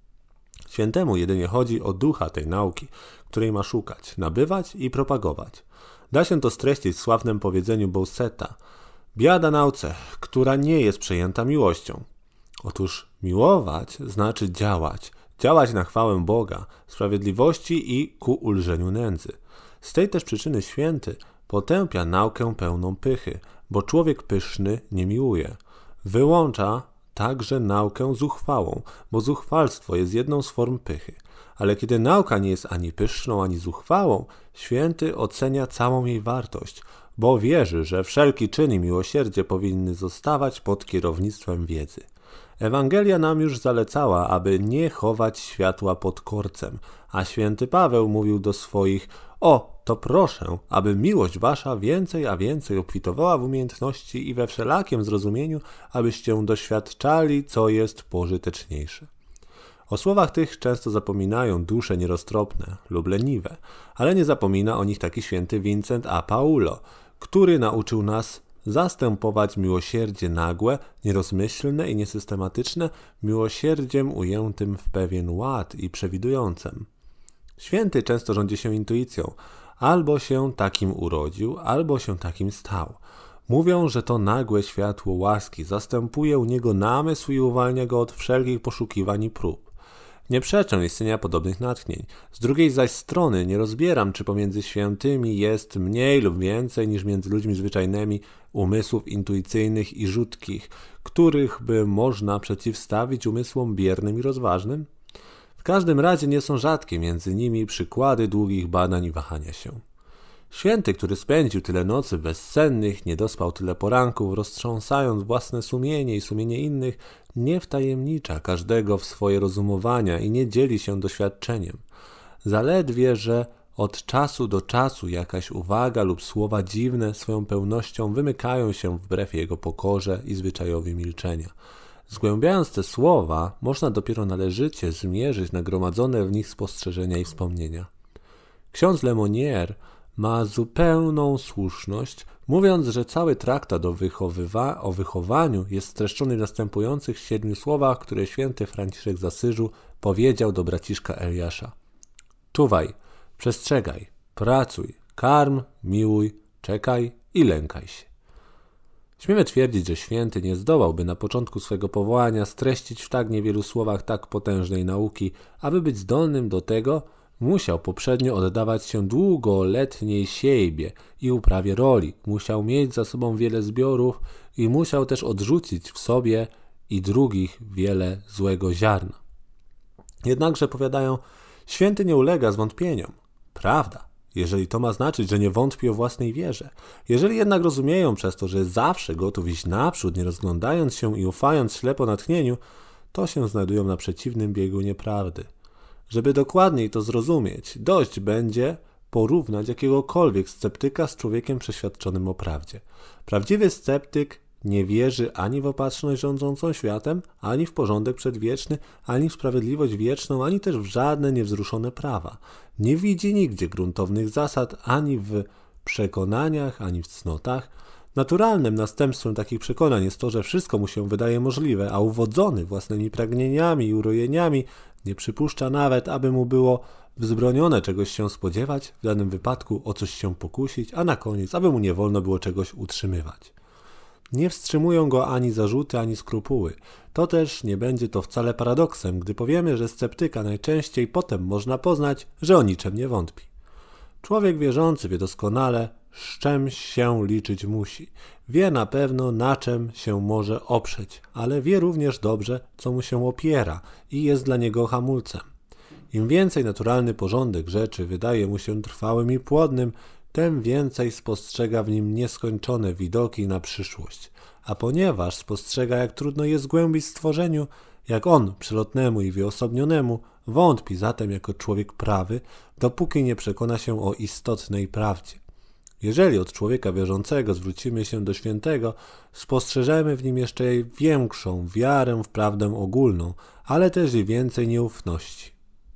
Świętemu jedynie chodzi o ducha tej nauki, której ma szukać, nabywać i propagować. Da się to streścić w sławnym powiedzeniu Bossueta: biada nauce, która nie jest przejęta miłością. Otóż miłować znaczy działać, działać na chwałę Boga, sprawiedliwości i ku ulżeniu nędzy. Z tej też przyczyny święty potępia naukę pełną pychy, bo człowiek pyszny nie miłuje. Wyłącza także naukę zuchwałą, bo zuchwalstwo jest jedną z form pychy. Ale kiedy nauka nie jest ani pyszną, ani zuchwałą, święty ocenia całą jej wartość, bo wierzy, że wszelki czyn i miłosierdzie powinny zostawać pod kierownictwem wiedzy. Ewangelia nam już zalecała, aby nie chować światła pod korcem, a święty Paweł mówił do swoich: o, to proszę, aby miłość wasza więcej a więcej obfitowała w umiejętności i we wszelakim zrozumieniu, abyście doświadczali, co jest pożyteczniejsze. O słowach tych często zapominają dusze nieroztropne lub leniwe, ale nie zapomina o nich taki święty Wincent a Paulo, który nauczył nas zastępować miłosierdzie nagłe, nierozmyślne i niesystematyczne miłosierdziem ujętym w pewien ład i przewidującym. Święty często rządzi się intuicją. Albo się takim urodził, albo się takim stał. Mówią, że to nagłe światło łaski zastępuje u niego namysł i uwalnia go od wszelkich poszukiwań i prób. Nie przeczę istnienia podobnych natchnień. Z drugiej zaś strony nie rozbieram, czy pomiędzy świętymi jest mniej lub więcej niż między ludźmi zwyczajnymi umysłów intuicyjnych i rzutkich, których by można przeciwstawić umysłom biernym i rozważnym. W każdym razie nie są rzadkie między nimi przykłady długich badań i wahania się. Święty, który spędził tyle nocy bezsennych, nie dospał tyle poranków, roztrząsając własne sumienie i sumienie innych, nie wtajemnicza każdego w swoje rozumowania i nie dzieli się doświadczeniem. Zaledwie, że od czasu do czasu jakaś uwaga lub słowa dziwne swoją pełnością wymykają się wbrew jego pokorze i zwyczajowi milczenia. Zgłębiając te słowa, można dopiero należycie zmierzyć nagromadzone w nich spostrzeżenia i wspomnienia. Ksiądz Lemonnier ma zupełną słuszność, mówiąc, że cały traktat o, wychowywa- o wychowaniu jest streszczony w następujących siedmiu słowach, które święty Franciszek z Asyżu powiedział do braciszka Eliasza. Czuwaj, przestrzegaj, pracuj, karm, miłuj, czekaj i lękaj się. Śmiemy twierdzić, że święty nie zdołałby na początku swego powołania streścić w tak niewielu słowach tak potężnej nauki. Aby być zdolnym do tego, musiał poprzednio oddawać się długoletniej siejbie i uprawie roli, musiał mieć za sobą wiele zbiorów i musiał też odrzucić w sobie i drugich wiele złego ziarna. Jednakże, powiadają, święty nie ulega zwątpieniom. Prawda, jeżeli to ma znaczyć, że nie wątpi o własnej wierze. Jeżeli jednak rozumieją przez to, że jest zawsze gotów iść naprzód, nie rozglądając się i ufając ślepo natchnieniu, to się znajdują na przeciwnym biegu nieprawdy. Żeby dokładniej to zrozumieć, dość będzie porównać jakiegokolwiek sceptyka z człowiekiem przeświadczonym o prawdzie. Prawdziwy sceptyk nie wierzy ani w opatrzność rządzącą światem, ani w porządek przedwieczny, ani w sprawiedliwość wieczną, ani też w żadne niewzruszone prawa. Nie widzi nigdzie gruntownych zasad, ani w przekonaniach, ani w cnotach. Naturalnym następstwem takich przekonań jest to, że wszystko mu się wydaje możliwe, a uwodzony własnymi pragnieniami i urojeniami nie przypuszcza nawet, aby mu było wzbronione czegoś się spodziewać, w danym wypadku o coś się pokusić, a na koniec, aby mu nie wolno było czegoś utrzymywać. Nie wstrzymują go ani zarzuty, ani skrupuły. To też nie będzie to wcale paradoksem, gdy powiemy, że sceptyka najczęściej potem można poznać, że o niczym nie wątpi. Człowiek wierzący wie doskonale, z czym się liczyć musi. Wie na pewno, na czym się może oprzeć, ale wie również dobrze, co mu się opiera i jest dla niego hamulcem. Im więcej naturalny porządek rzeczy wydaje mu się trwałym i płodnym, tym więcej spostrzega w nim nieskończone widoki na przyszłość. A ponieważ spostrzega, jak trudno jest zgłębić stworzeniu, jak on, przelotnemu i wyosobnionemu, wątpi zatem jako człowiek prawy, dopóki nie przekona się o istotnej prawdzie. Jeżeli od człowieka wierzącego zwrócimy się do świętego, spostrzeżemy w nim jeszcze większą wiarę w prawdę ogólną, ale też i więcej nieufności.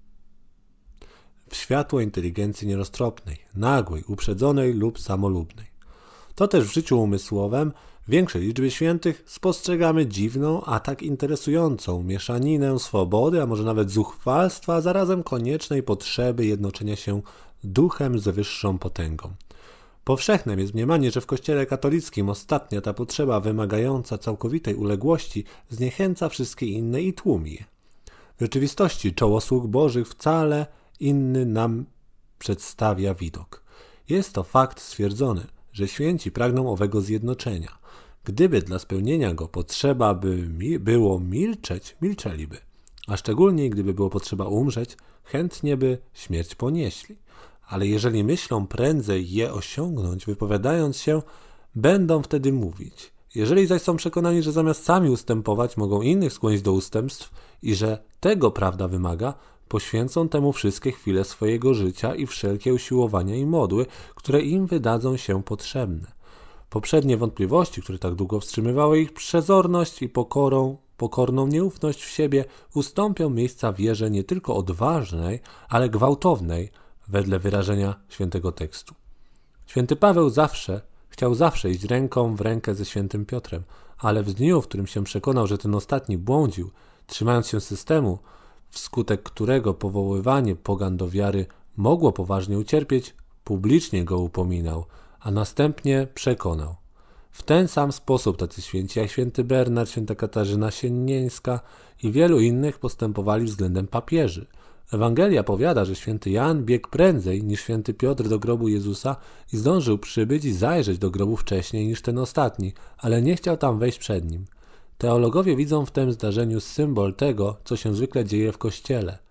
W światło inteligencji nieroztropnej, nagłej, uprzedzonej lub samolubnej. To też w życiu umysłowym większej liczby świętych spostrzegamy dziwną, a tak interesującą mieszaninę swobody, a może nawet zuchwalstwa, a zarazem koniecznej potrzeby jednoczenia się duchem z wyższą potęgą. Powszechnym jest mniemanie, że w Kościele katolickim ostatnia ta potrzeba wymagająca całkowitej uległości zniechęca wszystkie inne i tłumi je. W rzeczywistości czoło sług bożych wcale inny nam przedstawia widok. Jest to fakt stwierdzony, że święci pragną owego zjednoczenia. Gdyby dla spełnienia go potrzeba by mi było milczeć, milczeliby. A szczególnie gdyby było potrzeba umrzeć, chętnie by śmierć ponieśli. Ale jeżeli myślą prędzej je osiągnąć, wypowiadając się, będą wtedy mówić. Jeżeli zaś są przekonani, że zamiast sami ustępować, mogą innych skłonić do ustępstw i że tego prawda wymaga, poświęcą temu wszystkie chwile swojego życia i wszelkie usiłowania i modły, które im wydadzą się potrzebne. Poprzednie wątpliwości, które tak długo wstrzymywały ich przezorność i pokorą, pokorną nieufność w siebie, ustąpią miejsca wierze nie tylko odważnej, ale gwałtownej, wedle wyrażenia świętego tekstu. Święty Paweł zawsze chciał zawsze iść ręką w rękę ze świętym Piotrem, ale w dniu, w którym się przekonał, że ten ostatni błądził, trzymając się systemu, wskutek którego powoływanie pogan do wiary mogło poważnie ucierpieć, publicznie go upominał, a następnie przekonał. W ten sam sposób tacy święci jak święty Bernard, święta Katarzyna Siennieńska i wielu innych postępowali względem papieży. Ewangelia powiada, że święty Jan biegł prędzej niż święty Piotr do grobu Jezusa i zdążył przybyć i zajrzeć do grobu wcześniej niż ten ostatni, ale nie chciał tam wejść przed nim. Teologowie widzą w tym zdarzeniu symbol tego, co się zwykle dzieje w Kościele.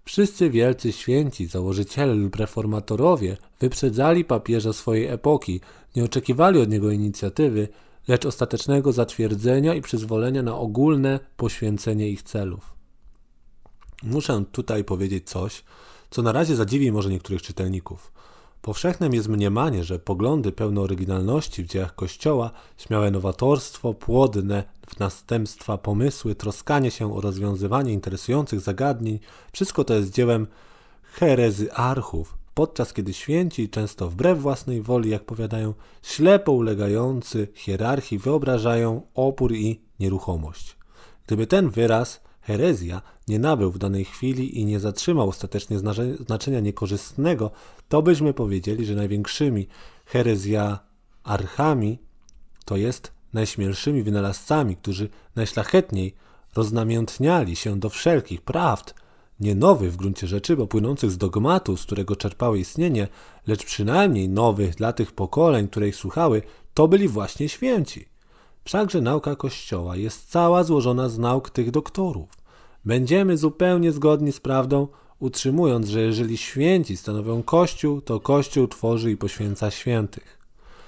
Wszyscy wielcy święci, założyciele lub reformatorowie wyprzedzali papieża swojej epoki, nie oczekiwali od niego inicjatywy, lecz ostatecznego zatwierdzenia i przyzwolenia na ogólne poświęcenie ich celów. Muszę tutaj powiedzieć coś, co na razie zadziwi może niektórych czytelników. Powszechnym jest mniemanie, że poglądy pełne oryginalności w dziejach Kościoła, śmiałe nowatorstwo, płodne w następstwa pomysły, troskanie się o rozwiązywanie interesujących zagadnień, wszystko to jest dziełem herezyarchów, podczas kiedy święci, często wbrew własnej woli, jak powiadają, ślepo ulegający hierarchii, wyobrażają opór i nieruchomość. Gdyby ten wyraz herezja nie nabył w danej chwili i nie zatrzymał ostatecznie znaczenia niekorzystnego, to byśmy powiedzieli, że największymi herezjarchami, to jest najśmielszymi wynalazcami, którzy najszlachetniej roznamiętniali się do wszelkich prawd, nie nowych w gruncie rzeczy, bo płynących z dogmatu, z którego czerpały istnienie, lecz przynajmniej nowych dla tych pokoleń, które ich słuchały, to byli właśnie święci. Wszakże nauka Kościoła jest cała złożona z nauk tych doktorów. Będziemy zupełnie zgodni z prawdą, utrzymując, że jeżeli święci stanowią Kościół, to Kościół tworzy i poświęca świętych.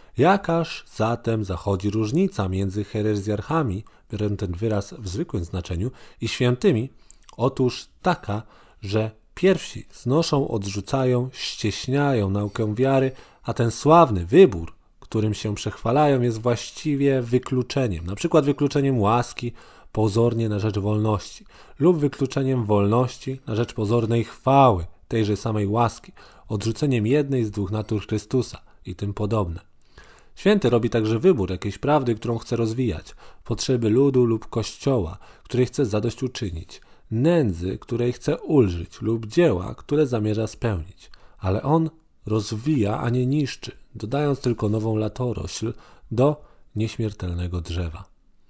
Jakaż zatem zachodzi różnica między herezjarchami, biorę ten wyraz w zwykłym znaczeniu, i świętymi? Otóż taka, że pierwsi znoszą, odrzucają, ścieśniają naukę wiary, a ten sławny wybór, którym się przechwalają, jest właściwie wykluczeniem, na przykład wykluczeniem łaski pozornie na rzecz wolności lub wykluczeniem wolności na rzecz pozornej chwały tejże samej łaski, odrzuceniem jednej z dwóch natur Chrystusa i tym podobne. Święty robi także wybór jakiejś prawdy, którą chce rozwijać, potrzeby ludu lub Kościoła, której chce zadośćuczynić, nędzy, której chce ulżyć lub dzieła, które zamierza spełnić. Ale on rozwija, a nie niszczy, dodając tylko nową latorośl do nieśmiertelnego drzewa.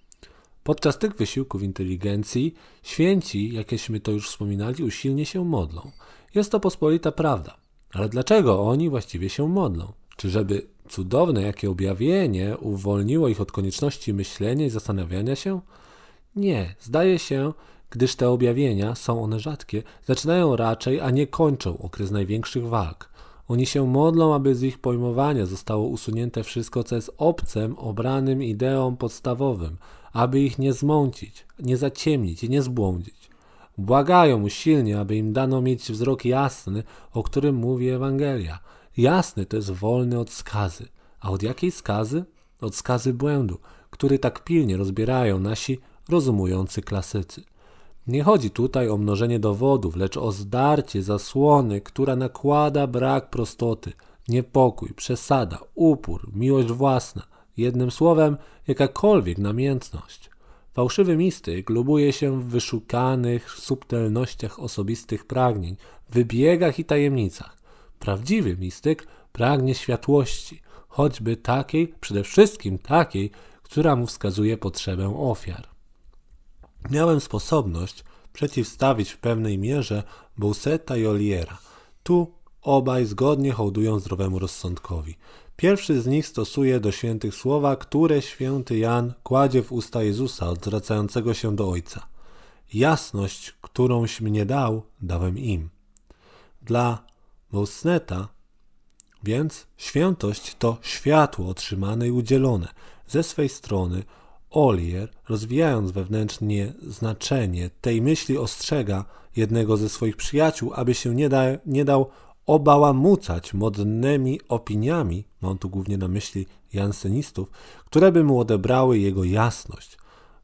Podczas tych wysiłków inteligencji święci, jakieśmy to już wspominali, usilnie się modlą. Jest to pospolita prawda. Ale dlaczego oni właściwie się modlą? Czy żeby cudowne jakie objawienie uwolniło ich od konieczności myślenia i zastanawiania się? Nie, zdaje się, gdyż te objawienia, są one rzadkie, zaczynają raczej, a nie kończą okres największych walk. Oni się modlą, aby z ich pojmowania zostało usunięte wszystko, co jest obcem, obranym ideom podstawowym, aby ich nie zmącić, nie zaciemnić i nie zbłądzić. Błagają usilnie, aby im dano mieć wzrok jasny, o którym mówi Ewangelia. Jasny to jest wolny od skazy. A od jakiej skazy? Od skazy błędu, który tak pilnie rozbierają nasi rozumujący klasycy. Nie chodzi tutaj o mnożenie dowodów, lecz o zdarcie zasłony, która nakłada brak prostoty, niepokój, przesada, upór, miłość własna, jednym słowem jakakolwiek namiętność. Fałszywy mistyk lubuje się w wyszukanych subtelnościach osobistych pragnień, wybiegach i tajemnicach. Prawdziwy mistyk pragnie światłości, choćby takiej, przede wszystkim takiej, która mu wskazuje potrzebę ofiar. Miałem sposobność przeciwstawić w pewnej mierze Bossueta i Oliera. Tu obaj zgodnie hołdują zdrowemu rozsądkowi. Pierwszy z nich stosuje do świętych słowa, które święty Jan kładzie w usta Jezusa, odwracającego się do Ojca. Jasność, którąś mnie dał, dałem im. Dla Bossueta więc świętość to światło otrzymane i udzielone. Ze swej strony Olier, rozwijając wewnętrznie znaczenie tej myśli, ostrzega jednego ze swoich przyjaciół, aby się nie, da, nie dał obałamucać modnymi opiniami, mam tu głównie na myśli jansenistów, które by mu odebrały jego jasność.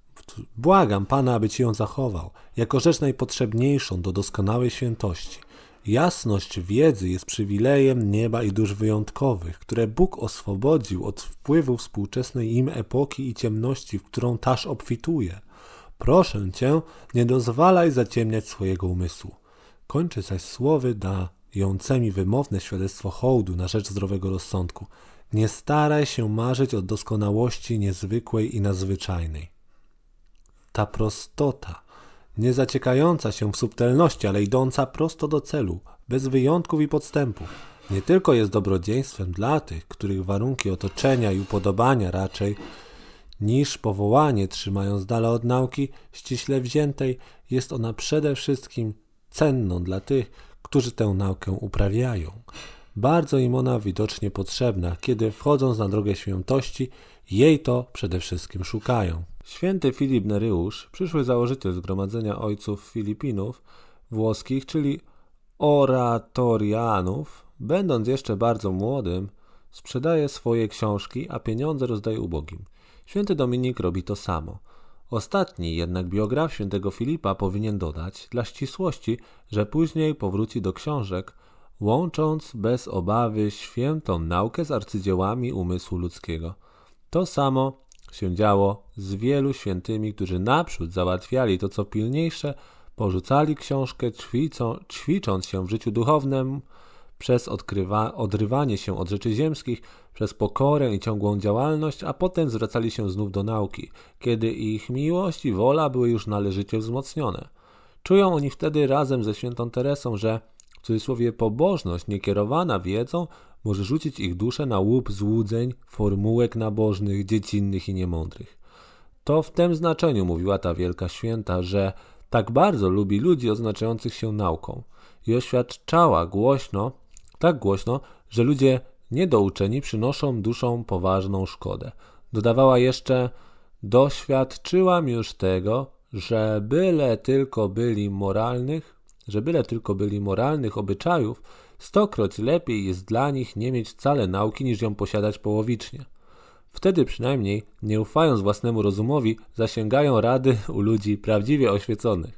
Błagam Pana, aby Ci ją zachował, jako rzecz najpotrzebniejszą do doskonałej świętości. Jasność wiedzy jest przywilejem nieba i dusz wyjątkowych, które Bóg oswobodził od wpływu współczesnej im epoki i ciemności, w którą taż obfituje. Proszę Cię, nie dozwalaj zaciemniać swojego umysłu. Kończy zaś słowy dającymi wymowne świadectwo hołdu na rzecz zdrowego rozsądku. Nie staraj się marzyć o doskonałości niezwykłej i nadzwyczajnej. Ta prostota, nie zaciekająca się w subtelności, ale idąca prosto do celu, bez wyjątków i podstępów, nie tylko jest dobrodziejstwem dla tych, których warunki otoczenia i upodobania raczej niż powołanie trzymają z dala od nauki ściśle wziętej, jest ona przede wszystkim cenną dla tych, którzy tę naukę uprawiają. Bardzo im ona widocznie potrzebna, kiedy wchodząc na drogę świętości, jej to przede wszystkim szukają. Święty Filip Neryusz, przyszły założyciel Zgromadzenia Ojców Filipinów włoskich, czyli oratorianów, będąc jeszcze bardzo młodym, sprzedaje swoje książki, a pieniądze rozdaje ubogim. Święty Dominik robi to samo. Ostatni jednak biograf świętego Filipa powinien dodać, dla ścisłości, że później powróci do książek, łącząc bez obawy świętą naukę z arcydziełami umysłu ludzkiego. To samo się działo z wielu świętymi, którzy naprzód załatwiali to, co pilniejsze, porzucali książkę, ćwicą, ćwicząc się w życiu duchownym, przez odkrywa, odrywanie się od rzeczy ziemskich, przez pokorę i ciągłą działalność, a potem zwracali się znów do nauki, kiedy ich miłość i wola były już należycie wzmocnione. Czują oni wtedy razem ze świętą Teresą, że w cudzysłowie pobożność niekierowana wiedzą może rzucić ich duszę na łup złudzeń, formułek nabożnych, dziecinnych i niemądrych. To w tym znaczeniu mówiła ta wielka święta, że tak bardzo lubi ludzi oznaczających się nauką i oświadczała głośno, tak głośno, że ludzie niedouczeni przynoszą duszom poważną szkodę. Dodawała jeszcze, doświadczyłam już tego, że byle tylko byli moralnych, że byle tylko byli moralnych obyczajów, stokroć lepiej jest dla nich nie mieć wcale nauki, niż ją posiadać połowicznie. Wtedy przynajmniej, nie ufając własnemu rozumowi, zasięgają rady u ludzi prawdziwie oświeconych.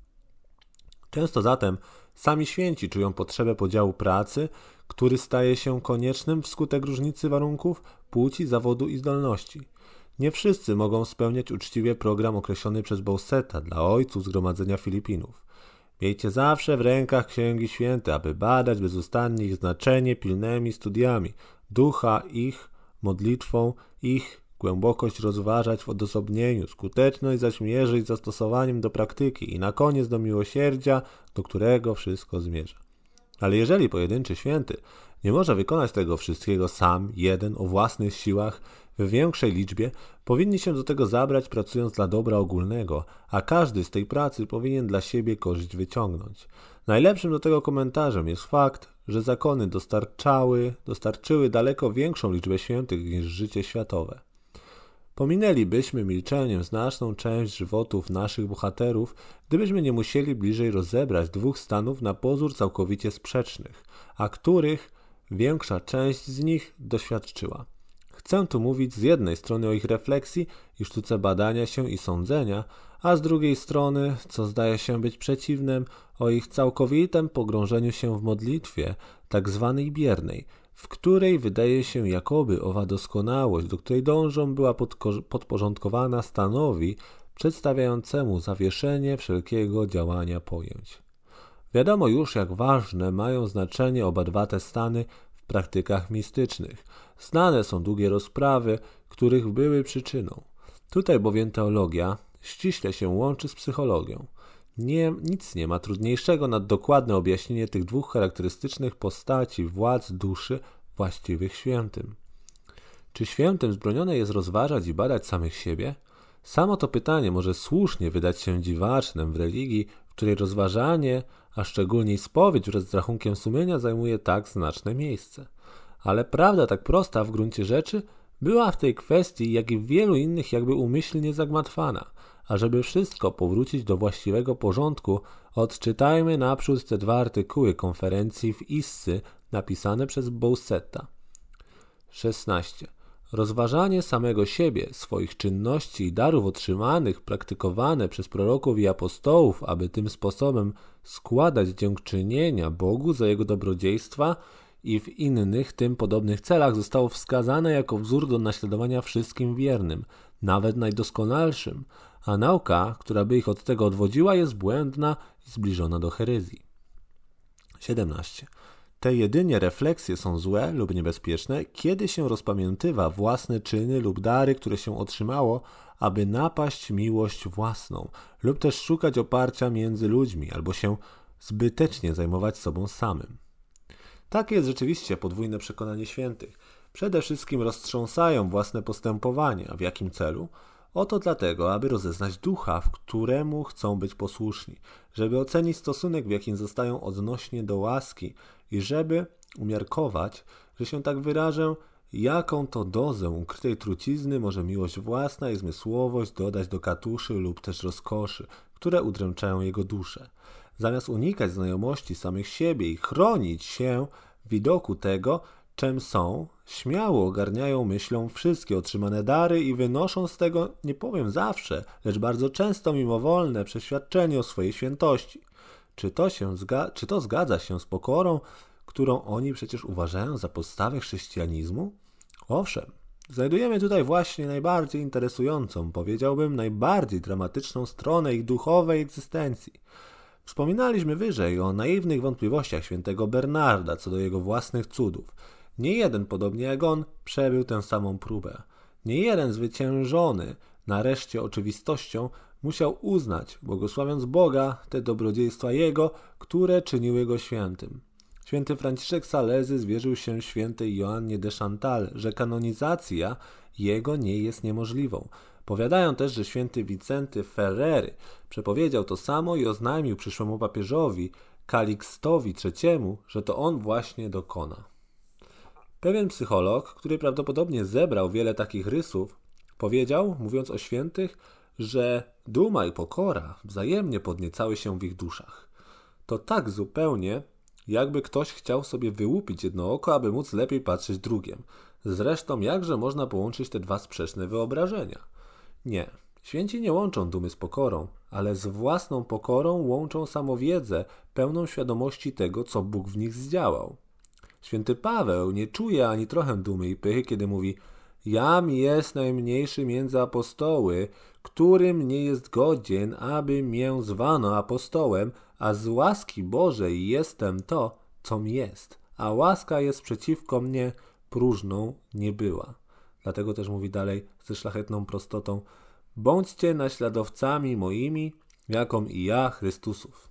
Często zatem sami święci czują potrzebę podziału pracy, który staje się koniecznym wskutek różnicy warunków, płci, zawodu i zdolności. Nie wszyscy mogą spełniać uczciwie program określony przez Bausseta dla ojców Zgromadzenia Filipinów. Miejcie zawsze w rękach księgi święte, aby badać bezustannie ich znaczenie pilnymi studiami, ducha ich, modlitwą ich, głębokość rozważać w odosobnieniu, skuteczność zaś mierzyć zastosowaniem do praktyki i na koniec do miłosierdzia, do którego wszystko zmierza. Ale jeżeli pojedynczy święty nie może wykonać tego wszystkiego sam, jeden, o własnych siłach, w większej liczbie, powinni się do tego zabrać, pracując dla dobra ogólnego, a każdy z tej pracy powinien dla siebie korzyść wyciągnąć. Najlepszym do tego komentarzem jest fakt, że zakony dostarczały, dostarczyły daleko większą liczbę świętych niż życie światowe. Pominęlibyśmy milczeniem znaczną część żywotów naszych bohaterów, gdybyśmy nie musieli bliżej rozebrać dwóch stanów na pozór całkowicie sprzecznych, a których większa część z nich doświadczyła. Chcę tu mówić z jednej strony o ich refleksji i sztuce badania się i sądzenia, a z drugiej strony, co zdaje się być przeciwnym, o ich całkowitym pogrążeniu się w modlitwie, tak zwanej biernej, w której wydaje się jakoby owa doskonałość, do której dążą, była podko- podporządkowana stanowi przedstawiającemu zawieszenie wszelkiego działania pojęć. Wiadomo już, jak ważne mają znaczenie oba dwa te stany w praktykach mistycznych. Znane są długie rozprawy, których były przyczyną. Tutaj bowiem teologia ściśle się łączy z psychologią. Nie, nic nie ma trudniejszego nad dokładne objaśnienie tych dwóch charakterystycznych postaci władz duszy właściwych świętym. Czy świętym wzbronione jest rozważać i badać samych siebie? Samo to pytanie może słusznie wydać się dziwacznym w religii, w której rozważanie, a szczególnie spowiedź wraz z rachunkiem sumienia zajmuje tak znaczne miejsce. Ale prawda tak prosta w gruncie rzeczy była w tej kwestii, jak i w wielu innych, jakby umyślnie zagmatwana. A żeby wszystko powrócić do właściwego porządku, odczytajmy naprzód te dwa artykuły konferencji w Issy napisane przez Bausseta. szesnaście. Rozważanie samego siebie, swoich czynności i darów otrzymanych, praktykowane przez proroków i apostołów, aby tym sposobem składać dziękczynienia Bogu za Jego dobrodziejstwa i w innych tym podobnych celach, zostało wskazane jako wzór do naśladowania wszystkim wiernym, nawet najdoskonalszym, a nauka, która by ich od tego odwodziła, jest błędna i zbliżona do herezji. siedemnaście. Te jedynie refleksje są złe lub niebezpieczne, kiedy się rozpamiętywa własne czyny lub dary, które się otrzymało, aby napaść miłość własną, lub też szukać oparcia między ludźmi, albo się zbytecznie zajmować sobą samym. Takie jest rzeczywiście podwójne przekonanie świętych. Przede wszystkim roztrząsają własne postępowania. W jakim celu? Oto dlatego, aby rozeznać ducha, w któremu chcą być posłuszni, żeby ocenić stosunek, w jakim zostają odnośnie do łaski i żeby umiarkować, że się tak wyrażę, jaką to dozę ukrytej trucizny może miłość własna i zmysłowość dodać do katuszy lub też rozkoszy, które udręczają jego duszę. Zamiast unikać znajomości samych siebie i chronić się w widoku tego, czym są, śmiało ogarniają myślą wszystkie otrzymane dary i wynoszą z tego, nie powiem zawsze, lecz bardzo często mimowolne przeświadczenie o swojej świętości. Czy to, się zga- czy to zgadza się z pokorą, którą oni przecież uważają za podstawę chrześcijanizmu? Owszem, znajdujemy tutaj właśnie najbardziej interesującą, powiedziałbym najbardziej dramatyczną stronę ich duchowej egzystencji. Wspominaliśmy wyżej o naiwnych wątpliwościach świętego Bernarda co do jego własnych cudów. Nie jeden, podobnie jak on, przebył tę samą próbę. Nie jeden zwyciężony nareszcie oczywistością musiał uznać, błogosławiąc Boga, te dobrodziejstwa Jego, które czyniły go świętym. Święty Franciszek Salezy zwierzył się świętej Joannie de Chantal, że kanonizacja jego nie jest niemożliwą. Powiadają też, że święty Wicenty Ferrery przepowiedział to samo i oznajmił przyszłemu papieżowi Kalikstowi trzeciemu, że to on właśnie dokona. Pewien psycholog, który prawdopodobnie zebrał wiele takich rysów, powiedział, mówiąc o świętych, że duma i pokora wzajemnie podniecały się w ich duszach. To tak zupełnie, jakby ktoś chciał sobie wyłupić jedno oko, aby móc lepiej patrzeć drugiem. Zresztą jakże można połączyć te dwa sprzeczne wyobrażenia? Nie, święci nie łączą dumy z pokorą, ale z własną pokorą łączą samowiedzę, pełną świadomości tego, co Bóg w nich zdziałał. Święty Paweł nie czuje ani trochę dumy i pychy, kiedy mówi: Jam jest najmniejszy między apostoły, którym nie jest godzien, aby mię zwano apostołem, a z łaski Bożej jestem to, com jest, a łaska jest przeciwko mnie, próżną nie była. Dlatego też mówi dalej ze szlachetną prostotą: bądźcie naśladowcami moimi, jaką i ja Chrystusów.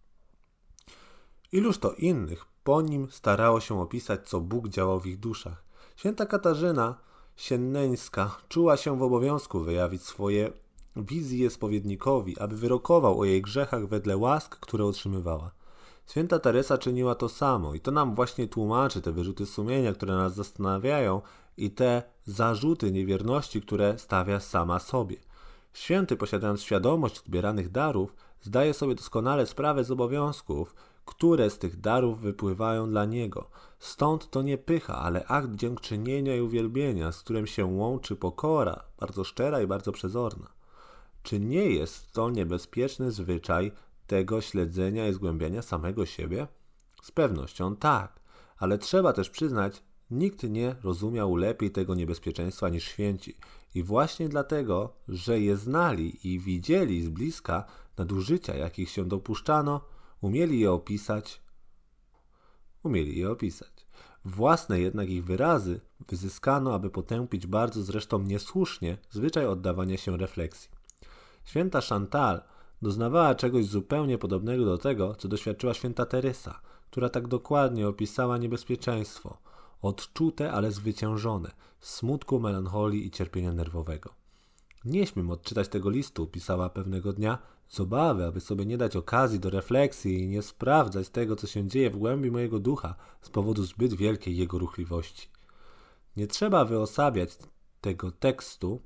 Iluż to innych po nim starało się opisać, co Bóg działał w ich duszach. Święta Katarzyna Sienneńska czuła się w obowiązku wyjawić swoje wizje spowiednikowi, aby wyrokował o jej grzechach wedle łask, które otrzymywała. Święta Teresa czyniła to samo i to nam właśnie tłumaczy te wyrzuty sumienia, które nas zastanawiają i te zarzuty niewierności, które stawia sama sobie. Święty, posiadając świadomość odbieranych darów, zdaje sobie doskonale sprawę z obowiązków, które z tych darów wypływają dla niego. Stąd to nie pycha, ale akt dziękczynienia i uwielbienia, z którym się łączy pokora, bardzo szczera i bardzo przezorna. Czy nie jest to niebezpieczny zwyczaj tego śledzenia i zgłębiania samego siebie? Z pewnością tak, ale trzeba też przyznać, nikt nie rozumiał lepiej tego niebezpieczeństwa niż święci. I właśnie dlatego, że je znali i widzieli z bliska nadużycia, jakich się dopuszczano, umieli je opisać, umieli je opisać. Własne jednak ich wyrazy wyzyskano, aby potępić bardzo zresztą niesłusznie zwyczaj oddawania się refleksji. Święta Chantal doznawała czegoś zupełnie podobnego do tego, co doświadczyła święta Teresa, która tak dokładnie opisała niebezpieczeństwo, odczute, ale zwyciężone, smutku, melancholii i cierpienia nerwowego. Nie śmiem odczytać tego listu, pisała pewnego dnia, z obawy, aby sobie nie dać okazji do refleksji i nie sprawdzać tego, co się dzieje w głębi mojego ducha z powodu zbyt wielkiej jego ruchliwości. Nie trzeba wyosabiać tego tekstu.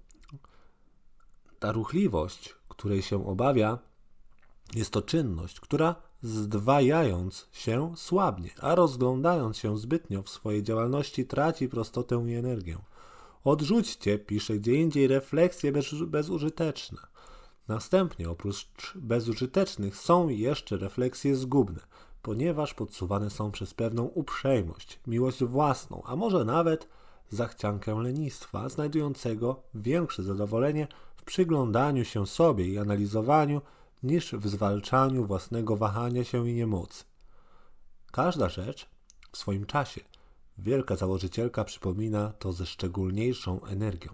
Ta ruchliwość, której się obawia, jest to czynność, która zdwajając się słabnie, a rozglądając się zbytnio w swojej działalności traci prostotę i energię. Odrzućcie, pisze gdzie indziej, refleksje bez, bezużyteczne. Następnie oprócz bezużytecznych są jeszcze refleksje zgubne, ponieważ podsuwane są przez pewną uprzejmość, miłość własną, a może nawet zachciankę lenistwa, znajdującego większe zadowolenie w przyglądaniu się sobie i analizowaniu, niż w zwalczaniu własnego wahania się i niemocy. Każda rzecz w swoim czasie. Wielka założycielka przypomina to ze szczególniejszą energią.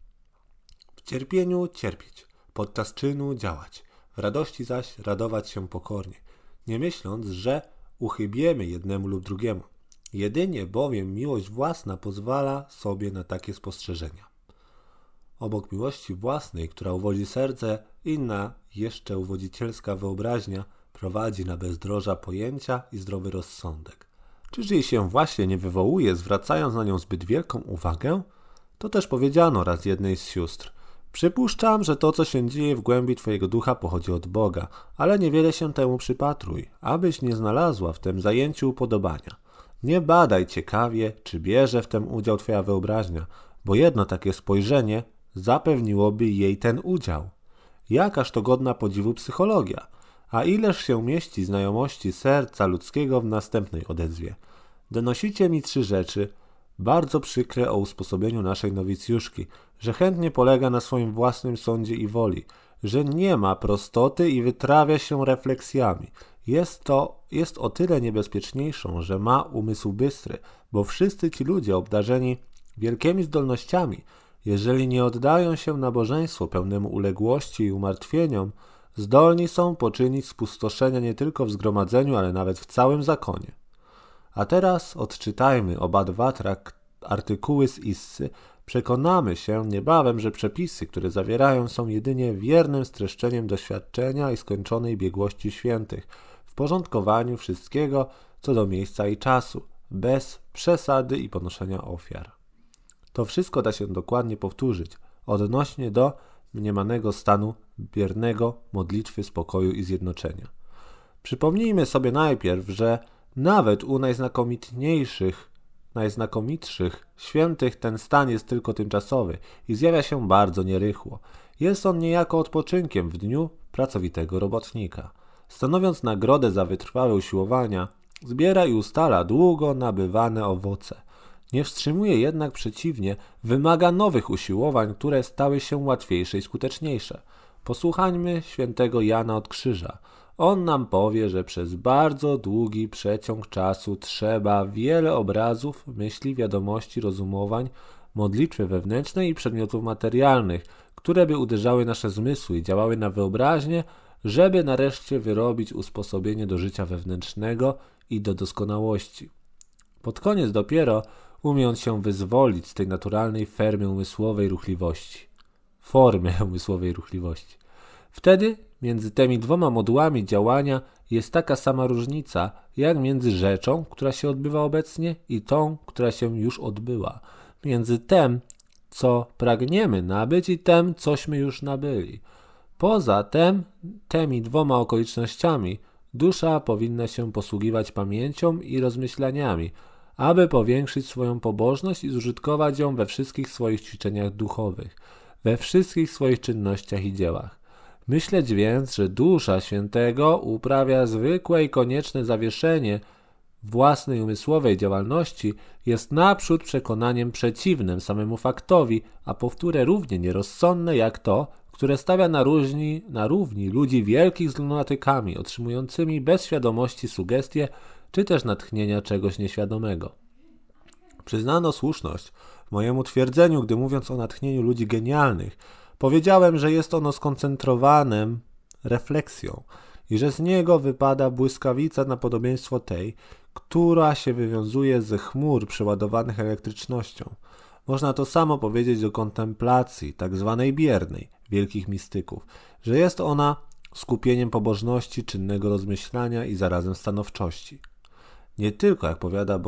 W cierpieniu cierpieć, podczas czynu działać, w radości zaś radować się pokornie, nie myśląc, że uchybiemy jednemu lub drugiemu. Jedynie bowiem miłość własna pozwala sobie na takie spostrzeżenia. Obok miłości własnej, która uwodzi serce, inna, jeszcze uwodzicielska wyobraźnia prowadzi na bezdroża pojęcia i zdrowy rozsądek. Czyż jej się właśnie nie wywołuje, zwracając na nią zbyt wielką uwagę? To też powiedziano raz jednej z sióstr. Przypuszczam, że to, co się dzieje w głębi twojego ducha, pochodzi od Boga, ale niewiele się temu przypatruj, abyś nie znalazła w tym zajęciu upodobania. Nie badaj ciekawie, czy bierze w tym udział twoja wyobraźnia, bo jedno takie spojrzenie zapewniłoby jej ten udział. Jakaż to godna podziwu psychologia, a ileż się mieści znajomości serca ludzkiego w następnej odezwie. Donosicie mi trzy rzeczy, bardzo przykre o usposobieniu naszej nowicjuszki, że chętnie polega na swoim własnym sądzie i woli, że nie ma prostoty i wytrawia się refleksjami. Jest to, jest o tyle niebezpieczniejszą, że ma umysł bystry, bo wszyscy ci ludzie obdarzeni wielkimi zdolnościami, jeżeli nie oddają się nabożeństwu pełnemu uległości i umartwieniom, zdolni są poczynić spustoszenia nie tylko w zgromadzeniu, ale nawet w całym zakonie. A teraz odczytajmy oba dwa trak- artykuły z Issy. Przekonamy się niebawem, że przepisy, które zawierają, są jedynie wiernym streszczeniem doświadczenia i skończonej biegłości świętych, w porządkowaniu wszystkiego co do miejsca i czasu, bez przesady i ponoszenia ofiar. To wszystko da się dokładnie powtórzyć odnośnie do mniemanego stanu biernego modlitwy spokoju i zjednoczenia. Przypomnijmy sobie najpierw, że nawet u najznakomitniejszych, najznakomitszych świętych ten stan jest tylko tymczasowy i zjawia się bardzo nierychło. Jest on niejako odpoczynkiem w dniu pracowitego robotnika. Stanowiąc nagrodę za wytrwałe usiłowania, zbiera i ustala długo nabywane owoce. Nie wstrzymuje jednak, przeciwnie, wymaga nowych usiłowań, które stały się łatwiejsze i skuteczniejsze. Posłuchajmy świętego Jana od Krzyża. On nam powie, że przez bardzo długi przeciąg czasu trzeba wiele obrazów, myśli, wiadomości, rozumowań, modlitwy wewnętrznej i przedmiotów materialnych, które by uderzały nasze zmysły i działały na wyobraźnię, żeby nareszcie wyrobić usposobienie do życia wewnętrznego i do doskonałości. Pod koniec dopiero umie on się wyzwolić z tej naturalnej fermy umysłowej ruchliwości. Formy umysłowej ruchliwości. Wtedy między tymi dwoma modułami działania jest taka sama różnica, jak między rzeczą, która się odbywa obecnie, i tą, która się już odbyła. Między tym, co pragniemy nabyć, i tym, cośmy już nabyli. Poza tym, tymi dwoma okolicznościami dusza powinna się posługiwać pamięcią i rozmyślaniami, aby powiększyć swoją pobożność i zużytkować ją we wszystkich swoich ćwiczeniach duchowych, we wszystkich swoich czynnościach i dziełach. Myśleć więc, że dusza świętego uprawia zwykłe i konieczne zawieszenie własnej umysłowej działalności, jest naprzód przekonaniem przeciwnym samemu faktowi, a powtórę równie nierozsądne jak to, które stawia na, różni, na równi ludzi wielkich z lunatykami, otrzymującymi bez świadomości sugestie czy też natchnienia czegoś nieświadomego. Przyznano słuszność mojemu twierdzeniu, gdy mówiąc o natchnieniu ludzi genialnych, powiedziałem, że jest ono skoncentrowanym refleksją i że z niego wypada błyskawica na podobieństwo tej, która się wywiązuje ze chmur przeładowanych elektrycznością. Można to samo powiedzieć o kontemplacji, tak zwanej biernej, wielkich mistyków, że jest ona skupieniem pobożności, czynnego rozmyślania i zarazem stanowczości. Nie tylko, jak powiada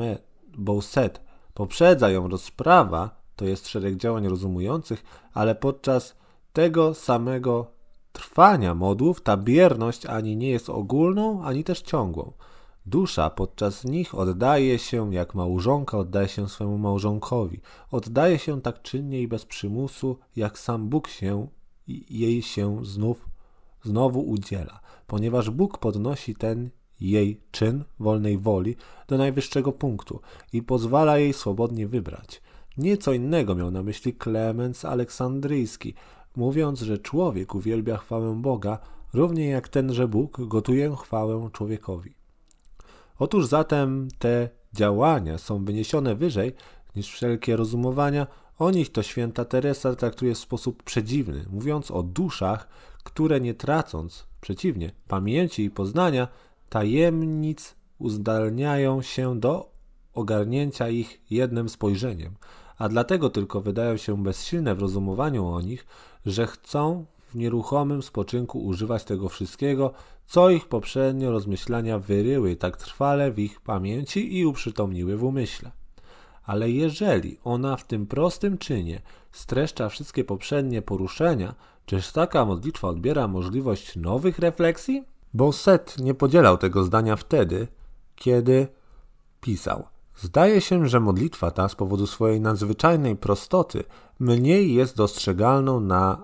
Bossuet, poprzedza ją rozprawa, to jest szereg działań rozumujących, ale podczas tego samego trwania modłów ta bierność ani nie jest ogólną, ani też ciągłą. Dusza podczas nich oddaje się, jak małżonka oddaje się swemu małżonkowi. Oddaje się tak czynnie i bez przymusu, jak sam Bóg się jej się znów, znowu udziela, ponieważ Bóg podnosi ten jej czyn wolnej woli do najwyższego punktu i pozwala jej swobodnie wybrać. Nieco innego miał na myśli Klemens Aleksandryjski, mówiąc, że człowiek uwielbia chwałę Boga, równie jak tenże Bóg gotuje chwałę człowiekowi. Otóż zatem te działania są wyniesione wyżej niż wszelkie rozumowania. O nich to święta Teresa traktuje w sposób przedziwny, mówiąc o duszach, które nie tracąc, przeciwnie, pamięci i poznania, tajemnic uzdalniają się do ogarnięcia ich jednym spojrzeniem, a dlatego tylko wydają się bezsilne w rozumowaniu o nich, że chcą w nieruchomym spoczynku używać tego wszystkiego, co ich poprzednio rozmyślania wyryły tak trwale w ich pamięci i uprzytomniły w umyśle. Ale jeżeli ona w tym prostym czynie streszcza wszystkie poprzednie poruszenia, czyż taka modlitwa odbiera możliwość nowych refleksji? Bossuet nie podzielał tego zdania wtedy, kiedy pisał: zdaje się, że modlitwa ta z powodu swojej nadzwyczajnej prostoty mniej jest dostrzegalną na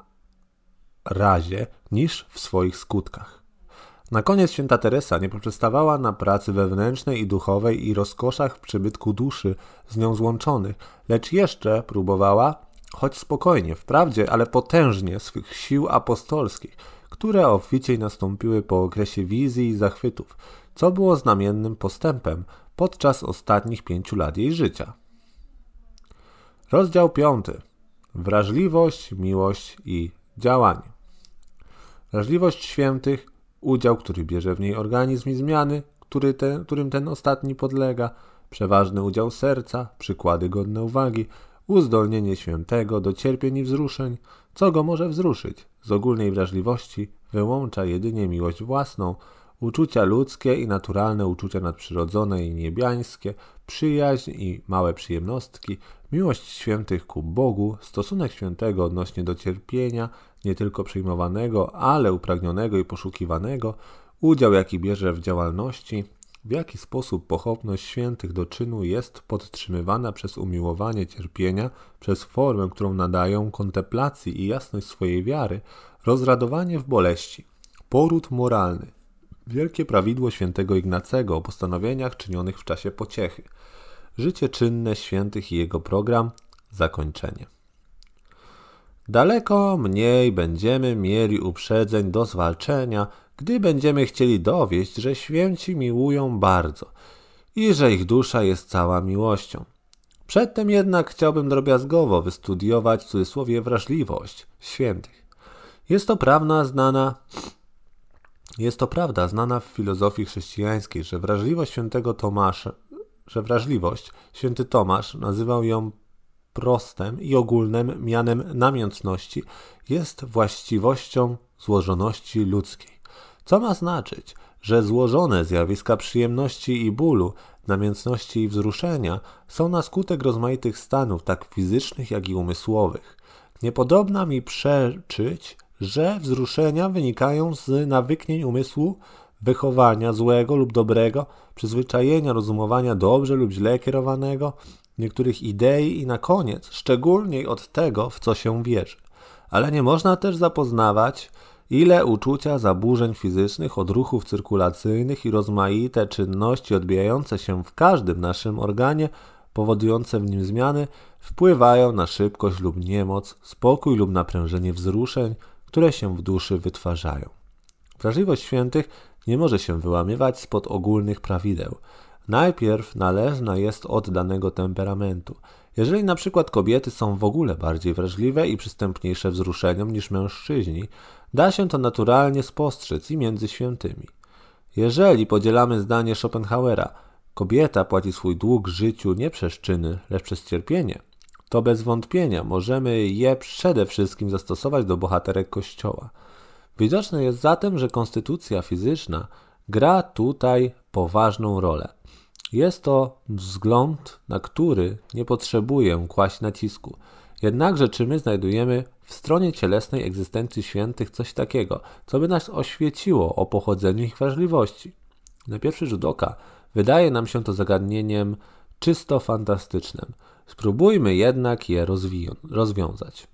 razie niż w swoich skutkach. Na koniec święta Teresa nie poprzestawała na pracy wewnętrznej i duchowej i rozkoszach przybytku duszy z nią złączonych, lecz jeszcze próbowała, choć spokojnie, wprawdzie, ale potężnie, swych sił apostolskich, które obficiej nastąpiły po okresie wizji i zachwytów, co było znamiennym postępem podczas ostatnich pięciu lat jej życia. Rozdział piąty. Wrażliwość, miłość i działanie. Wrażliwość świętych, udział, który bierze w niej organizm i zmiany, który te, którym ten ostatni podlega, przeważny udział serca, przykłady godne uwagi, uzdolnienie świętego do cierpień i wzruszeń, co go może wzruszyć. Z ogólnej wrażliwości wyłącza jedynie miłość własną, uczucia ludzkie i naturalne uczucia nadprzyrodzone i niebiańskie, przyjaźń i małe przyjemnostki, miłość świętych ku Bogu, stosunek świętego odnośnie do cierpienia, nie tylko przyjmowanego, ale upragnionego i poszukiwanego, udział jaki bierze w działalności, w jaki sposób pochopność świętych do czynu jest podtrzymywana przez umiłowanie cierpienia, przez formę, którą nadają kontemplacji i jasność swojej wiary, rozradowanie w boleści, poród moralny, wielkie prawidło świętego Ignacego o postanowieniach czynionych w czasie pociechy, życie czynne świętych i jego program, zakończenie. Daleko mniej będziemy mieli uprzedzeń do zwalczenia, gdy będziemy chcieli dowieść, że święci miłują bardzo i że ich dusza jest cała miłością. Przedtem jednak chciałbym drobiazgowo wystudiować w cudzysłowie wrażliwość świętych. Jest to prawda znana, jest to prawda znana w filozofii chrześcijańskiej, że wrażliwość świętego Tomasza, że wrażliwość święty Tomasz nazywał ją prostem i ogólnym mianem namiętności, jest właściwością złożoności ludzkiej. Co ma znaczyć, że złożone zjawiska przyjemności i bólu, namiętności i wzruszenia są na skutek rozmaitych stanów, tak fizycznych, jak i umysłowych. Niepodobna mi przeczyć, że wzruszenia wynikają z nawyknień umysłu, wychowania złego lub dobrego, przyzwyczajenia rozumowania dobrze lub źle kierowanego, niektórych idei i na koniec, szczególniej od tego, w co się wierzy. Ale nie można też zapoznawać, ile uczucia zaburzeń fizycznych, odruchów cyrkulacyjnych i rozmaite czynności odbijające się w każdym naszym organie, powodujące w nim zmiany, wpływają na szybkość lub niemoc, spokój lub naprężenie wzruszeń, które się w duszy wytwarzają. Wrażliwość świętych nie może się wyłamywać spod ogólnych prawideł. Najpierw należna jest od danego temperamentu. Jeżeli na przykład kobiety są w ogóle bardziej wrażliwe i przystępniejsze wzruszeniom niż mężczyźni, da się to naturalnie spostrzec i między świętymi. Jeżeli podzielamy zdanie Schopenhauera, kobieta płaci swój dług życiu nie przez czyny, lecz przez cierpienie, to bez wątpienia możemy je przede wszystkim zastosować do bohaterek Kościoła. Widoczne jest zatem, że konstytucja fizyczna gra tutaj poważną rolę. Jest to wzgląd, na który nie potrzebuję kłaść nacisku. Jednakże czy my znajdujemy w stronie cielesnej egzystencji świętych coś takiego, co by nas oświeciło o pochodzeniu ich wrażliwości? Na pierwszy rzut oka wydaje nam się to zagadnieniem czysto fantastycznym. Spróbujmy jednak je rozwiją- rozwiązać.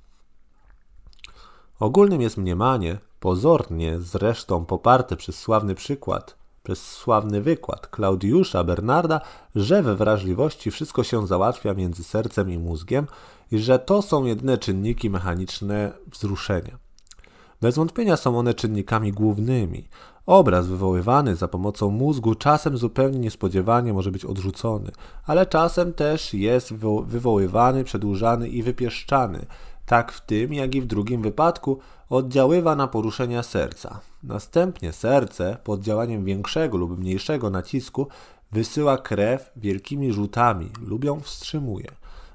Ogólnym jest mniemanie, pozornie zresztą poparte przez sławny przykład, przez sławny wykład Klaudiusza Bernarda, że we wrażliwości wszystko się załatwia między sercem i mózgiem i że to są jedyne czynniki mechaniczne wzruszenia. Bez wątpienia są one czynnikami głównymi. Obraz wywoływany za pomocą mózgu czasem zupełnie niespodziewanie może być odrzucony, ale czasem też jest wywoływany, przedłużany i wypieszczany. Tak w tym, jak i w drugim wypadku oddziaływa na poruszenia serca. Następnie serce, pod działaniem większego lub mniejszego nacisku, wysyła krew wielkimi rzutami lub ją wstrzymuje.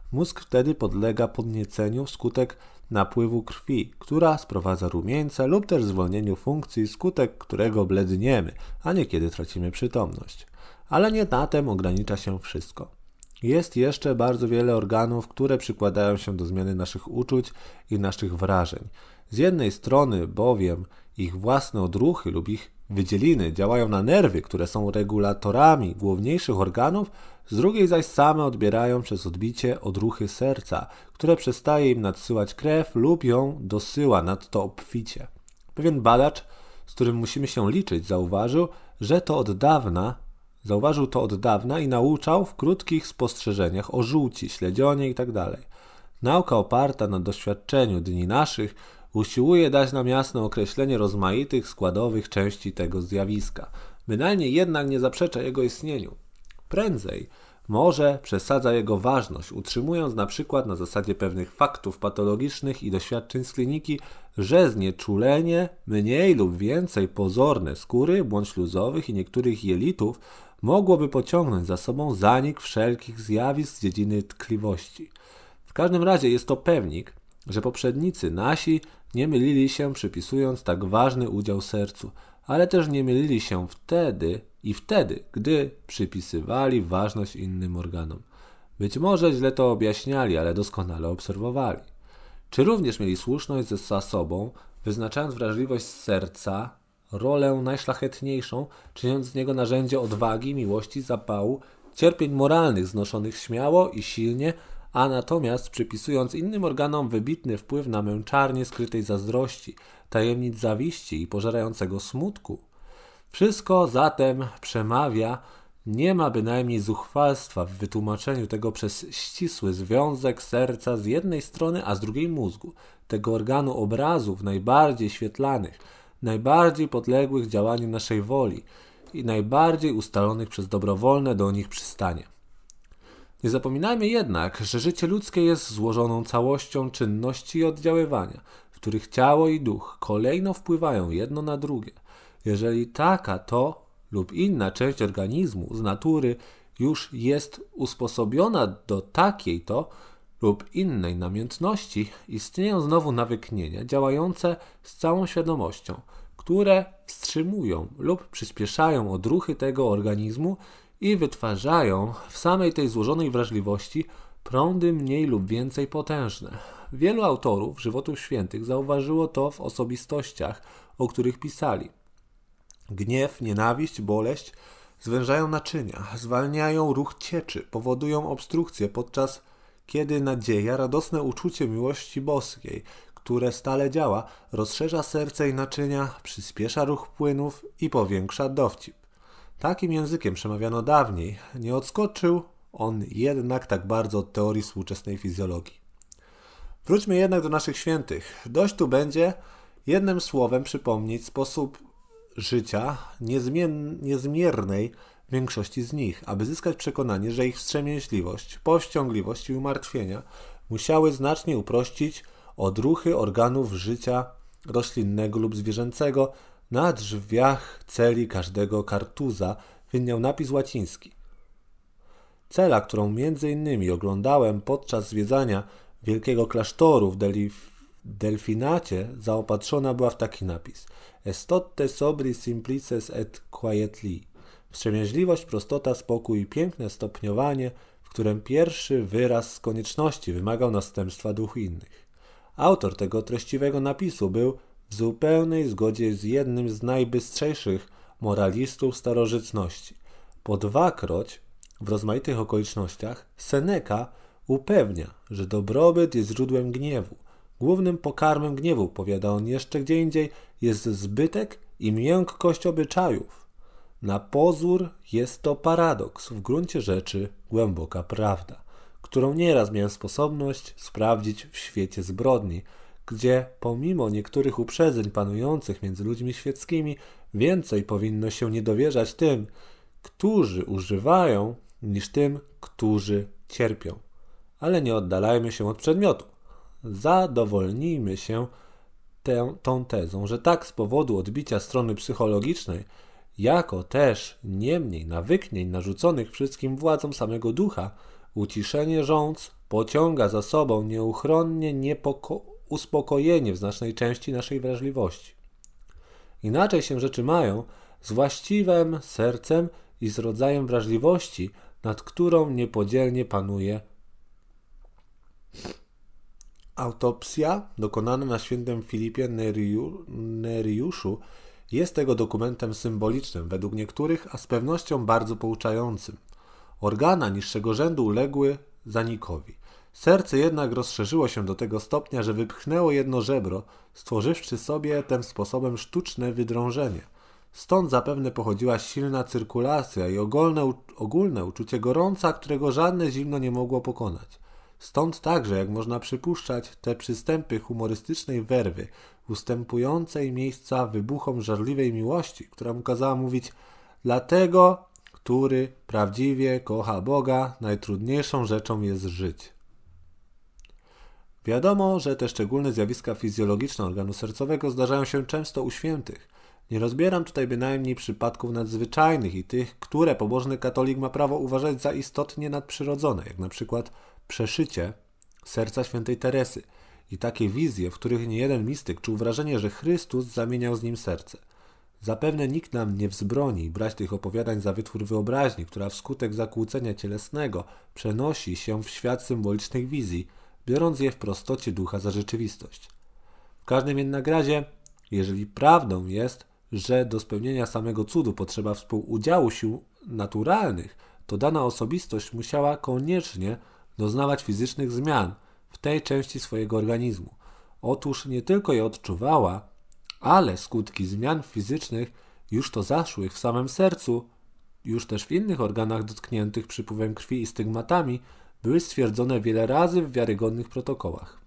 Mózg wtedy podlega podnieceniu wskutek napływu krwi, która sprowadza rumieńce lub też zwolnieniu funkcji, wskutek którego bledniemy, a niekiedy tracimy przytomność. Ale nie na tym ogranicza się wszystko. Jest jeszcze bardzo wiele organów, które przykładają się do zmiany naszych uczuć i naszych wrażeń. Z jednej strony bowiem ich własne odruchy lub ich wydzieliny działają na nerwy, które są regulatorami główniejszych organów, z drugiej zaś same odbierają przez odbicie odruchy serca, które przestaje im nadsyłać krew lub ją dosyła nadto obficie. Pewien badacz, z którym musimy się liczyć, zauważył, że to od dawna Zauważył to od dawna i nauczał w krótkich spostrzeżeniach o żółci, śledzionie itd. Nauka oparta na doświadczeniu dni naszych usiłuje dać nam jasne określenie rozmaitych składowych części tego zjawiska. Bynajmniej jednak nie zaprzecza jego istnieniu. Prędzej może przesadza jego ważność, utrzymując na przykład na zasadzie pewnych faktów patologicznych i doświadczeń z kliniki, że znieczulenie mniej lub więcej pozorne skóry bądź śluzowych i niektórych jelitów mogłoby pociągnąć za sobą zanik wszelkich zjawisk z dziedziny tkliwości. W każdym razie jest to pewnik, że poprzednicy nasi nie mylili się przypisując tak ważny udział sercu, ale też nie mylili się wtedy i wtedy, gdy przypisywali ważność innym organom. Być może źle to objaśniali, ale doskonale obserwowali. Czy również mieli słuszność ze zasobą, wyznaczając wrażliwość serca, rolę najszlachetniejszą, czyniąc z niego narzędzie odwagi, miłości, zapału, cierpień moralnych znoszonych śmiało i silnie, a natomiast przypisując innym organom wybitny wpływ na męczarnię skrytej zazdrości, tajemnic zawiści i pożerającego smutku. Wszystko zatem przemawia, nie ma bynajmniej zuchwalstwa w wytłumaczeniu tego przez ścisły związek serca z jednej strony, a z drugiej mózgu, tego organu obrazów najbardziej świetlanych, najbardziej podległych działaniu naszej woli i najbardziej ustalonych przez dobrowolne do nich przystanie. Nie zapominajmy jednak, że życie ludzkie jest złożoną całością czynności i oddziaływania, w których ciało i duch kolejno wpływają jedno na drugie. Jeżeli taka to lub inna część organizmu z natury już jest usposobiona do takiej to lub innej namiętności, istnieją znowu nawyknienia działające z całą świadomością, które wstrzymują lub przyspieszają odruchy tego organizmu i wytwarzają w samej tej złożonej wrażliwości prądy mniej lub więcej potężne. Wielu autorów żywotów świętych zauważyło to w osobistościach, o których pisali. Gniew, nienawiść, boleść zwężają naczynia, zwalniają ruch cieczy, powodują obstrukcję, podczas kiedy nadzieja, radosne uczucie miłości boskiej, które stale działa, rozszerza serce i naczynia, przyspiesza ruch płynów i powiększa dowcip. Takim językiem przemawiano dawniej, nie odskoczył on jednak tak bardzo od teorii współczesnej fizjologii. Wróćmy jednak do naszych świętych. Dość tu będzie jednym słowem przypomnieć sposób życia niezmien- niezmiernej większości z nich, aby zyskać przekonanie, że ich wstrzemięźliwość, powściągliwość i umartwienia musiały znacznie uprościć odruchy organów życia roślinnego lub zwierzęcego. Na drzwiach celi każdego kartuza widniał napis łaciński. Cela, którą między innymi oglądałem podczas zwiedzania wielkiego klasztoru w Delif- Delfinacie, zaopatrzona była w taki napis: Estotte sobri simplices et quietli. Wstrzemięźliwość, prostota, spokój i piękne stopniowanie, w którym pierwszy wyraz z konieczności wymagał następstwa dwóch innych. Autor tego treściwego napisu był w zupełnej zgodzie z jednym z najbystrzejszych moralistów starożytności. Po dwakroć, w rozmaitych okolicznościach, Seneca upewnia, że dobrobyt jest źródłem gniewu. Głównym pokarmem gniewu, powiada on jeszcze gdzie indziej, jest zbytek i miękkość obyczajów. Na pozór jest to paradoks, w gruncie rzeczy głęboka prawda, którą nieraz miałem sposobność sprawdzić w świecie zbrodni, gdzie pomimo niektórych uprzedzeń panujących między ludźmi świeckimi, więcej powinno się nie dowierzać tym, którzy używają, niż tym, którzy cierpią. Ale nie oddalajmy się od przedmiotu. Zadowolnijmy się tę, tą tezą, że tak z powodu odbicia strony psychologicznej, jako też niemniej nawyknień narzuconych wszystkim władzom samego ducha, uciszenie żądz pociąga za sobą nieuchronnie niepoko- uspokojenie w znacznej części naszej wrażliwości. Inaczej się rzeczy mają z właściwym sercem i z rodzajem wrażliwości, nad którą niepodzielnie panuje. Autopsja dokonana na świętym Filipie Neriu, Neriuszu jest tego dokumentem symbolicznym, według niektórych, a z pewnością bardzo pouczającym. Organa niższego rzędu uległy zanikowi. Serce jednak rozszerzyło się do tego stopnia, że wypchnęło jedno żebro, stworzywszy sobie tym sposobem sztuczne wydrążenie. Stąd zapewne pochodziła silna cyrkulacja i ogólne, ogólne uczucie gorąca, którego żadne zimno nie mogło pokonać. Stąd także, jak można przypuszczać, te przystępy humorystycznej werwy, ustępującej miejsca wybuchom żarliwej miłości, która mu kazała mówić: dlatego, który prawdziwie kocha Boga, najtrudniejszą rzeczą jest żyć. Wiadomo, że te szczególne zjawiska fizjologiczne organu sercowego zdarzają się często u świętych. Nie rozbieram tutaj bynajmniej przypadków nadzwyczajnych i tych, które pobożny katolik ma prawo uważać za istotnie nadprzyrodzone, jak na przykład przeszycie serca świętej Teresy i takie wizje, w których niejeden mistyk czuł wrażenie, że Chrystus zamieniał z nim serce. Zapewne nikt nam nie wzbroni brać tych opowiadań za wytwór wyobraźni, która wskutek zakłócenia cielesnego przenosi się w świat symbolicznych wizji, biorąc je w prostocie ducha za rzeczywistość. W każdym jednak razie, jeżeli prawdą jest, że do spełnienia samego cudu potrzeba współudziału sił naturalnych, to dana osobistość musiała koniecznie doznawać fizycznych zmian w tej części swojego organizmu. Otóż nie tylko je odczuwała, ale skutki zmian fizycznych już to zaszłych w samym sercu, już też w innych organach dotkniętych przypływem krwi i stygmatami, były stwierdzone wiele razy w wiarygodnych protokołach.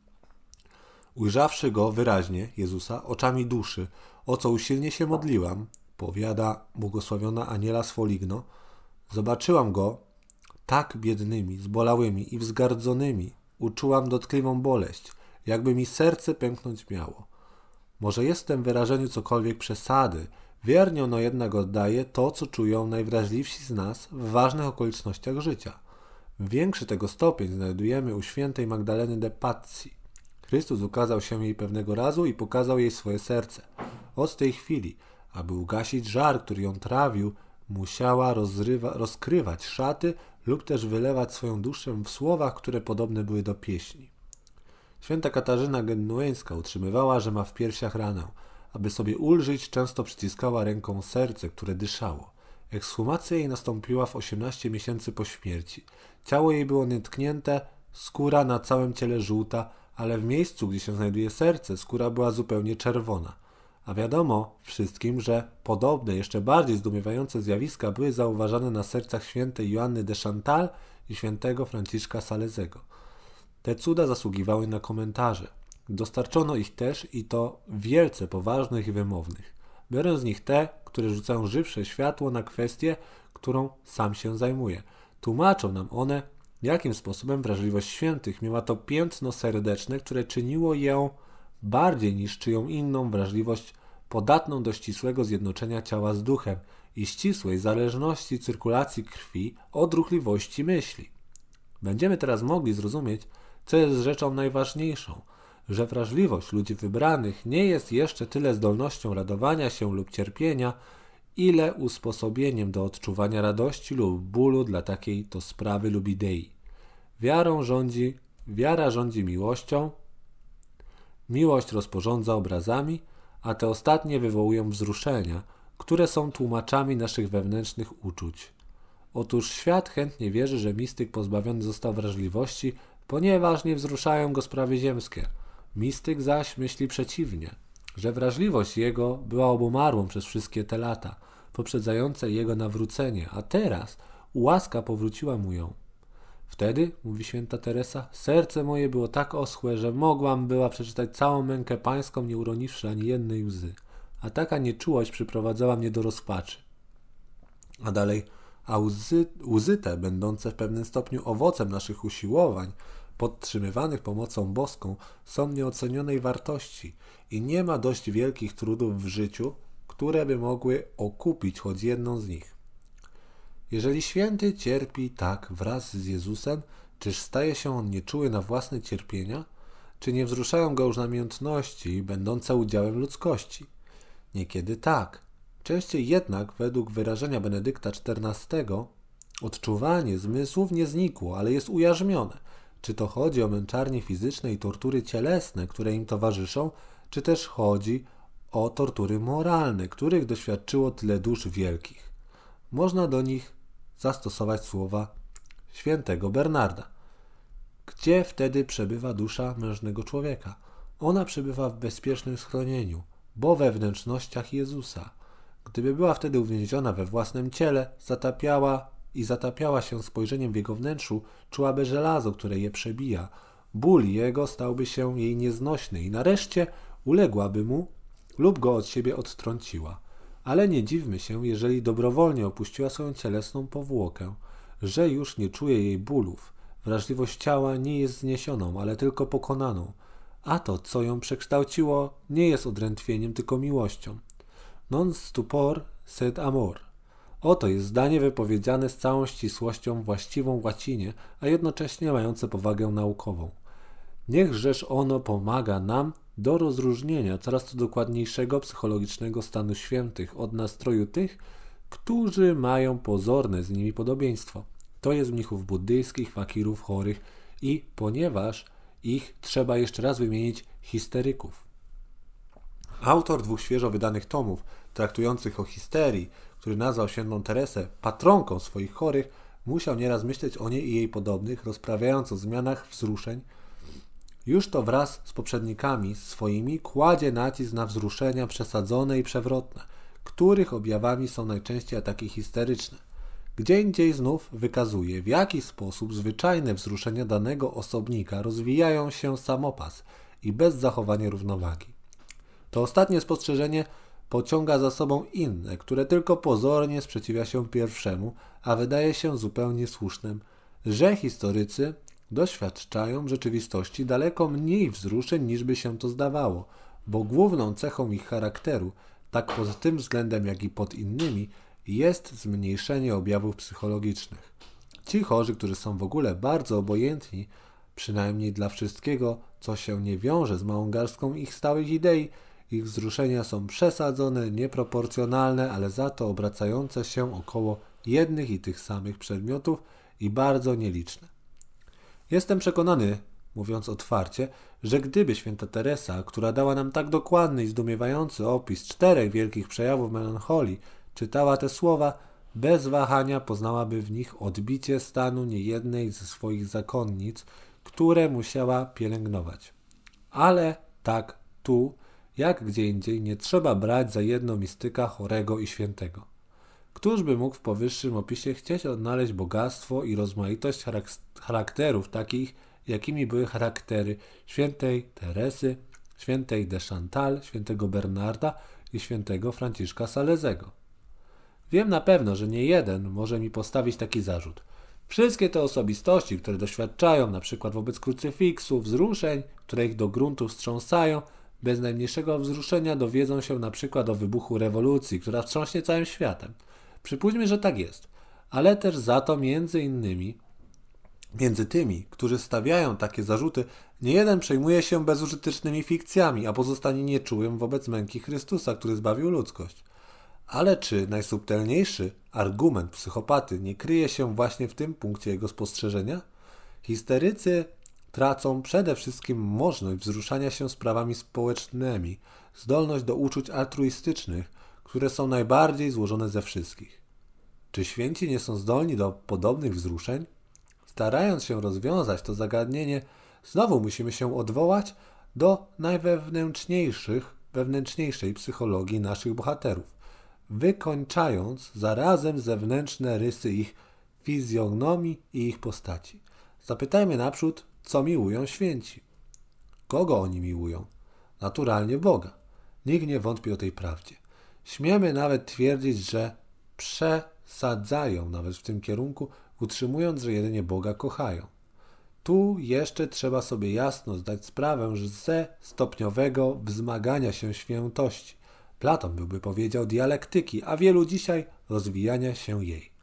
Ujrzawszy go wyraźnie, Jezusa, oczami duszy, o co usilnie się modliłam, powiada błogosławiona Aniela z Foligno, zobaczyłam go tak biednymi, zbolałymi i wzgardzonymi, uczułam dotkliwą boleść, jakby mi serce pęknąć miało. Może jestem w wyrażeniu cokolwiek przesady, wiernie ono jednak oddaje to, co czują najwrażliwsi z nas w ważnych okolicznościach życia. Większy tego stopień znajdujemy u świętej Magdaleny de Pazzi. Chrystus ukazał się jej pewnego razu i pokazał jej swoje serce. Od tej chwili, aby ugasić żar, który ją trawił, musiała rozrywa, rozkrywać szaty lub też wylewać swoją duszę w słowach, które podobne były do pieśni. Święta Katarzyna Genueńska utrzymywała, że ma w piersiach ranę. Aby sobie ulżyć, często przyciskała ręką serce, które dyszało. Ekshumacja jej nastąpiła w osiemnaście miesięcy po śmierci. Ciało jej było nietknięte, skóra na całym ciele żółta, ale w miejscu, gdzie się znajduje serce, skóra była zupełnie czerwona. A wiadomo wszystkim, że podobne, jeszcze bardziej zdumiewające zjawiska były zauważane na sercach świętej Joanny de Chantal i świętego Franciszka Salezego. Te cuda zasługiwały na komentarze. Dostarczono ich też i to wielce poważnych i wymownych. Biorę z nich te, które rzucają żywsze światło na kwestię, którą sam się zajmuję. Tłumaczą nam one, jakim sposobem wrażliwość świętych miała to piętno serdeczne, które czyniło ją bardziej niż czyją inną wrażliwość podatną do ścisłego zjednoczenia ciała z duchem i ścisłej zależności cyrkulacji krwi od ruchliwości myśli. Będziemy teraz mogli zrozumieć, co jest rzeczą najważniejszą, że wrażliwość ludzi wybranych nie jest jeszcze tyle zdolnością radowania się lub cierpienia, ile usposobieniem do odczuwania radości lub bólu dla takiej to sprawy lub idei. Wiarą rządzi, wiara rządzi miłością, miłość rozporządza obrazami, a te ostatnie wywołują wzruszenia, które są tłumaczami naszych wewnętrznych uczuć. Otóż świat chętnie wierzy, że mistyk pozbawiony został wrażliwości, ponieważ nie wzruszają go sprawy ziemskie. Mistyk zaś myśli przeciwnie, że wrażliwość jego była obumarłą przez wszystkie te lata, poprzedzające jego nawrócenie, a teraz łaska powróciła mu ją. Wtedy, mówi święta Teresa, serce moje było tak oschłe, że mogłam była przeczytać całą mękę pańską, nie uroniwszy ani jednej łzy, a taka nieczułość przyprowadzała mnie do rozpaczy. A dalej, a łzy, łzy te, będące w pewnym stopniu owocem naszych usiłowań, podtrzymywanych pomocą boską, są nieocenionej wartości i nie ma dość wielkich trudów w życiu, które by mogły okupić choć jedną z nich. Jeżeli święty cierpi tak wraz z Jezusem, Czyż staje się on nieczuły na własne cierpienia? Czy nie wzruszają go już namiętności będące udziałem ludzkości? Niekiedy tak. Częściej jednak, według wyrażenia Benedykta czternastego, odczuwanie zmysłów nie znikło, ale jest ujarzmione. Czy to chodzi o męczarnie fizyczne i tortury cielesne, które im towarzyszą, czy też chodzi o tortury moralne, których doświadczyło tyle dusz wielkich. Można do nich zastosować słowa świętego Bernarda. Gdzie wtedy przebywa dusza mężnego człowieka? Ona przebywa w bezpiecznym schronieniu, bo we wnętrznościach Jezusa. Gdyby była wtedy uwięziona we własnym ciele, zatapiała i zatapiała się spojrzeniem w jego wnętrzu, czułaby żelazo, które je przebija. Ból jego stałby się jej nieznośny i nareszcie uległaby mu lub go od siebie odtrąciła. Ale nie dziwmy się, jeżeli dobrowolnie opuściła swoją cielesną powłokę, że już nie czuje jej bólów. Wrażliwość ciała nie jest zniesioną, ale tylko pokonaną, a to, co ją przekształciło, nie jest odrętwieniem, tylko miłością. Non stupor sed amor. Oto jest zdanie wypowiedziane z całą ścisłością właściwą w łacinie, a jednocześnie mające powagę naukową. Niechżeż ono pomaga nam do rozróżnienia coraz to dokładniejszego psychologicznego stanu świętych od nastroju tych, którzy mają pozorne z nimi podobieństwo. To jest mnichów buddyjskich, fakirów, chorych i ponieważ ich trzeba jeszcze raz wymienić histeryków. Autor dwóch świeżo wydanych tomów traktujących o histerii, który nazwał świętą Teresę patronką swoich chorych, musiał nieraz myśleć o niej i jej podobnych, rozprawiając o zmianach wzruszeń. Już to wraz z poprzednikami swoimi kładzie nacisk na wzruszenia przesadzone i przewrotne, których objawami są najczęściej ataki histeryczne. Gdzie indziej znów wykazuje, w jaki sposób zwyczajne wzruszenia danego osobnika rozwijają się samopas i bez zachowania równowagi. To ostatnie spostrzeżenie pociąga za sobą inne, które tylko pozornie sprzeciwia się pierwszemu, a wydaje się zupełnie słusznym, że historycy doświadczają w rzeczywistości daleko mniej wzruszeń, niż by się to zdawało, bo główną cechą ich charakteru, tak pod tym względem, jak i pod innymi, jest zmniejszenie objawów psychologicznych. Ci chorzy, którzy są w ogóle bardzo obojętni, przynajmniej dla wszystkiego, co się nie wiąże z małą garstką ich stałych idei, ich wzruszenia są przesadzone, nieproporcjonalne, ale za to obracające się około jednych i tych samych przedmiotów i bardzo nieliczne. Jestem przekonany, mówiąc otwarcie, że gdyby święta Teresa, która dała nam tak dokładny i zdumiewający opis czterech wielkich przejawów melancholii, czytała te słowa, bez wahania poznałaby w nich odbicie stanu niejednej ze swoich zakonnic, które musiała pielęgnować. Ale tak tu, jak gdzie indziej, nie trzeba brać za jedno mistyka chorego i świętego. Któż by mógł w powyższym opisie chcieć odnaleźć bogactwo i rozmaitość charakterów takich, jakimi były charaktery świętej Teresy, świętej de Chantal, świętego Bernarda i świętego Franciszka Salezego? Wiem na pewno, że nie jeden może mi postawić taki zarzut. Wszystkie te osobistości, które doświadczają na przykład wobec krucyfiksu wzruszeń, które ich do gruntu wstrząsają, bez najmniejszego wzruszenia dowiedzą się na przykład o wybuchu rewolucji, która wstrząśnie całym światem. Przypuśćmy, że tak jest, ale też za to między innymi, między tymi, którzy stawiają takie zarzuty, nie jeden przejmuje się bezużytecznymi fikcjami, a pozostanie nieczułym wobec męki Chrystusa, który zbawił ludzkość. Ale czy najsubtelniejszy argument psychopaty nie kryje się właśnie w tym punkcie jego spostrzeżenia? Histerycy tracą przede wszystkim możliwość wzruszania się sprawami społecznymi, zdolność do uczuć altruistycznych, które są najbardziej złożone ze wszystkich. Czy święci nie są zdolni do podobnych wzruszeń? Starając się rozwiązać to zagadnienie, znowu musimy się odwołać do najwewnętrzniejszych, wewnętrzniejszej psychologii naszych bohaterów, wykończając zarazem zewnętrzne rysy ich fizjognomii i ich postaci. Zapytajmy naprzód, co miłują święci. Kogo oni miłują? Naturalnie Boga. Nikt nie wątpi o tej prawdzie. Śmiemy nawet twierdzić, że przesadzają nawet w tym kierunku, utrzymując, że jedynie Boga kochają. Tu jeszcze trzeba sobie jasno zdać sprawę ze stopniowego wzmagania się świętości. Platon byłby powiedział dialektyki, a wielu dzisiaj rozwijania się jej.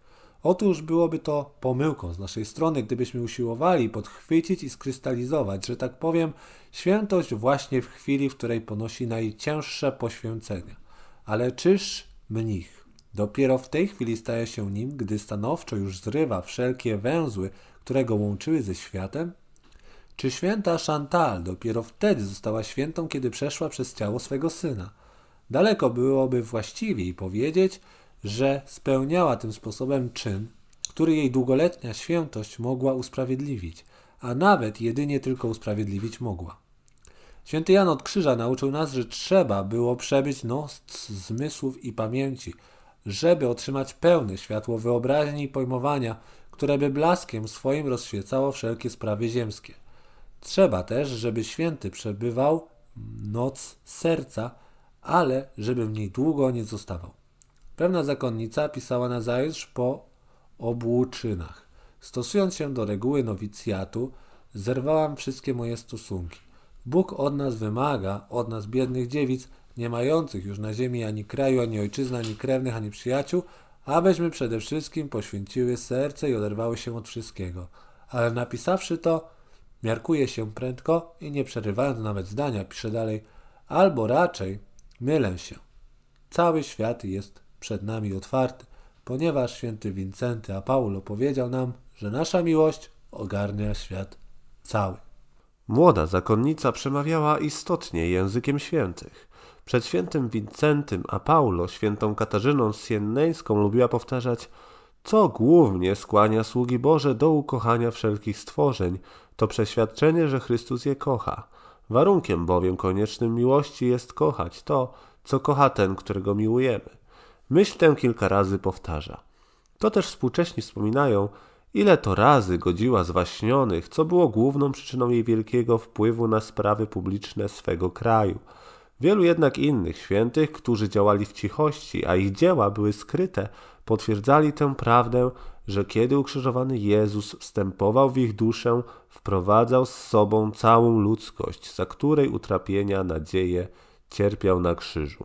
Otóż byłoby to pomyłką z naszej strony, gdybyśmy usiłowali podchwycić i skrystalizować, że tak powiem, świętość właśnie w chwili, w której ponosi najcięższe poświęcenia. Ale czyż mnich dopiero w tej chwili staje się nim, gdy stanowczo już zrywa wszelkie węzły, które go łączyły ze światem? Czy święta Chantal dopiero wtedy została świętą, kiedy przeszła przez ciało swego syna? Daleko byłoby właściwiej powiedzieć, że spełniała tym sposobem czyn, który jej długoletnia świętość mogła usprawiedliwić, a nawet jedynie tylko usprawiedliwić mogła. Święty Jan od Krzyża nauczył nas, że trzeba było przebyć noc zmysłów i pamięci, żeby otrzymać pełne światło wyobraźni i pojmowania, które by blaskiem swoim rozświecało wszelkie sprawy ziemskie. Trzeba też, żeby święty przebywał noc serca, ale żeby w niej długo nie zostawał. Pewna zakonnica pisała nazajutrz po obłóczynach. Stosując się do reguły nowicjatu, zerwałam wszystkie moje stosunki. Bóg od nas wymaga, od nas biednych dziewic, nie mających już na ziemi ani kraju, ani ojczyzny, ani krewnych, ani przyjaciół, abyśmy przede wszystkim poświęciły serce i oderwały się od wszystkiego. Ale napisawszy to, miarkuje się prędko i nie przerywając nawet zdania, pisze dalej, albo raczej mylę się. Cały świat jest przed nami otwarty, ponieważ święty Wincenty a Paulo powiedział nam, że nasza miłość ogarnia świat cały. Młoda zakonnica przemawiała istotnie językiem świętych. Przed świętym Wincentym a Paulo, świętą Katarzyną Sienneńską lubiła powtarzać: co głównie skłania sługi Boże do ukochania wszelkich stworzeń, to przeświadczenie, że Chrystus je kocha. Warunkiem bowiem koniecznym miłości jest kochać to, co kocha ten, którego miłujemy. Myśl tę kilka razy powtarza. To też współcześni wspominają, ile to razy godziła zwaśnionych, co było główną przyczyną jej wielkiego wpływu na sprawy publiczne swego kraju. Wielu jednak innych świętych, którzy działali w cichości, a ich dzieła były skryte, potwierdzali tę prawdę, że kiedy ukrzyżowany Jezus wstępował w ich duszę, wprowadzał z sobą całą ludzkość, za której utrapienia, nadzieję cierpiał na krzyżu.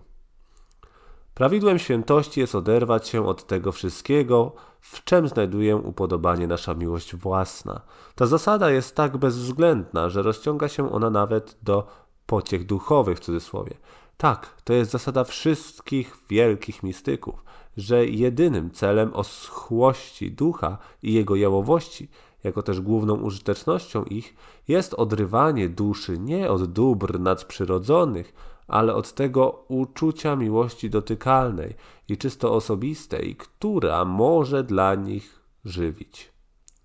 Prawidłem świętości jest oderwać się od tego wszystkiego, w czym znajduje upodobanie nasza miłość własna. Ta zasada jest tak bezwzględna, że rozciąga się ona nawet do pociech duchowych w cudzysłowie. Tak, to jest zasada wszystkich wielkich mistyków, że jedynym celem oschłości ducha i jego jałowości, jako też główną użytecznością ich, jest odrywanie duszy nie od dóbr nadprzyrodzonych, ale od tego uczucia miłości dotykalnej i czysto osobistej, która może dla nich żywić.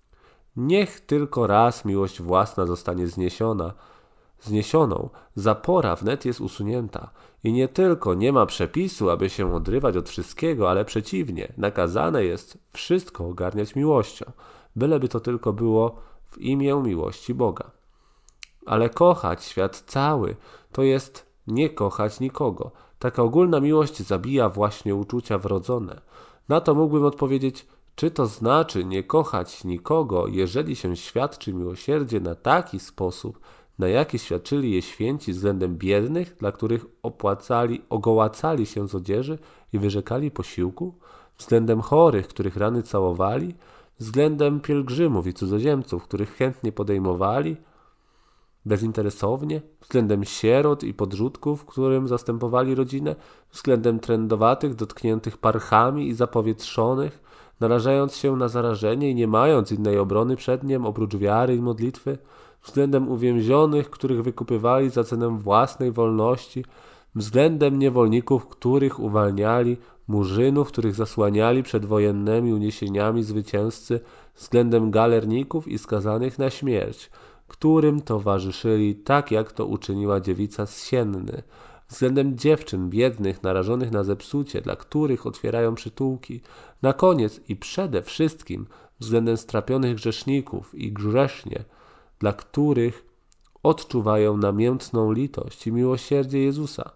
Niech tylko raz miłość własna zostanie zniesiona, zniesioną, zapora wnet jest usunięta i nie tylko nie ma przepisu, aby się odrywać od wszystkiego, ale przeciwnie, nakazane jest wszystko ogarniać miłością, byleby to tylko było w imię miłości Boga. Ale kochać świat cały, to jest nie kochać nikogo. Taka ogólna miłość zabija właśnie uczucia wrodzone. Na to mógłbym odpowiedzieć, czy to znaczy nie kochać nikogo, jeżeli się świadczy miłosierdzie na taki sposób, na jaki świadczyli je święci względem biednych, dla których opłacali, ogołacali się z odzieży i wyrzekali posiłku, względem chorych, których rany całowali, względem pielgrzymów i cudzoziemców, których chętnie podejmowali, bezinteresownie, względem sierot i podrzutków, którym zastępowali rodzinę, względem trędowatych, dotkniętych parchami i zapowietrzonych, narażając się na zarażenie i nie mając innej obrony przed niem oprócz wiary i modlitwy, względem uwięzionych, których wykupywali za cenę własnej wolności, względem niewolników, których uwalniali, murzynów, których zasłaniali przed wojennymi uniesieniami zwycięzcy, względem galerników i skazanych na śmierć, którym towarzyszyli tak, jak to uczyniła dziewica z Sienny, względem dziewczyn biednych, narażonych na zepsucie, dla których otwierają przytułki, na koniec i przede wszystkim względem strapionych grzeszników i grzecznie, dla których odczuwają namiętną litość i miłosierdzie Jezusa.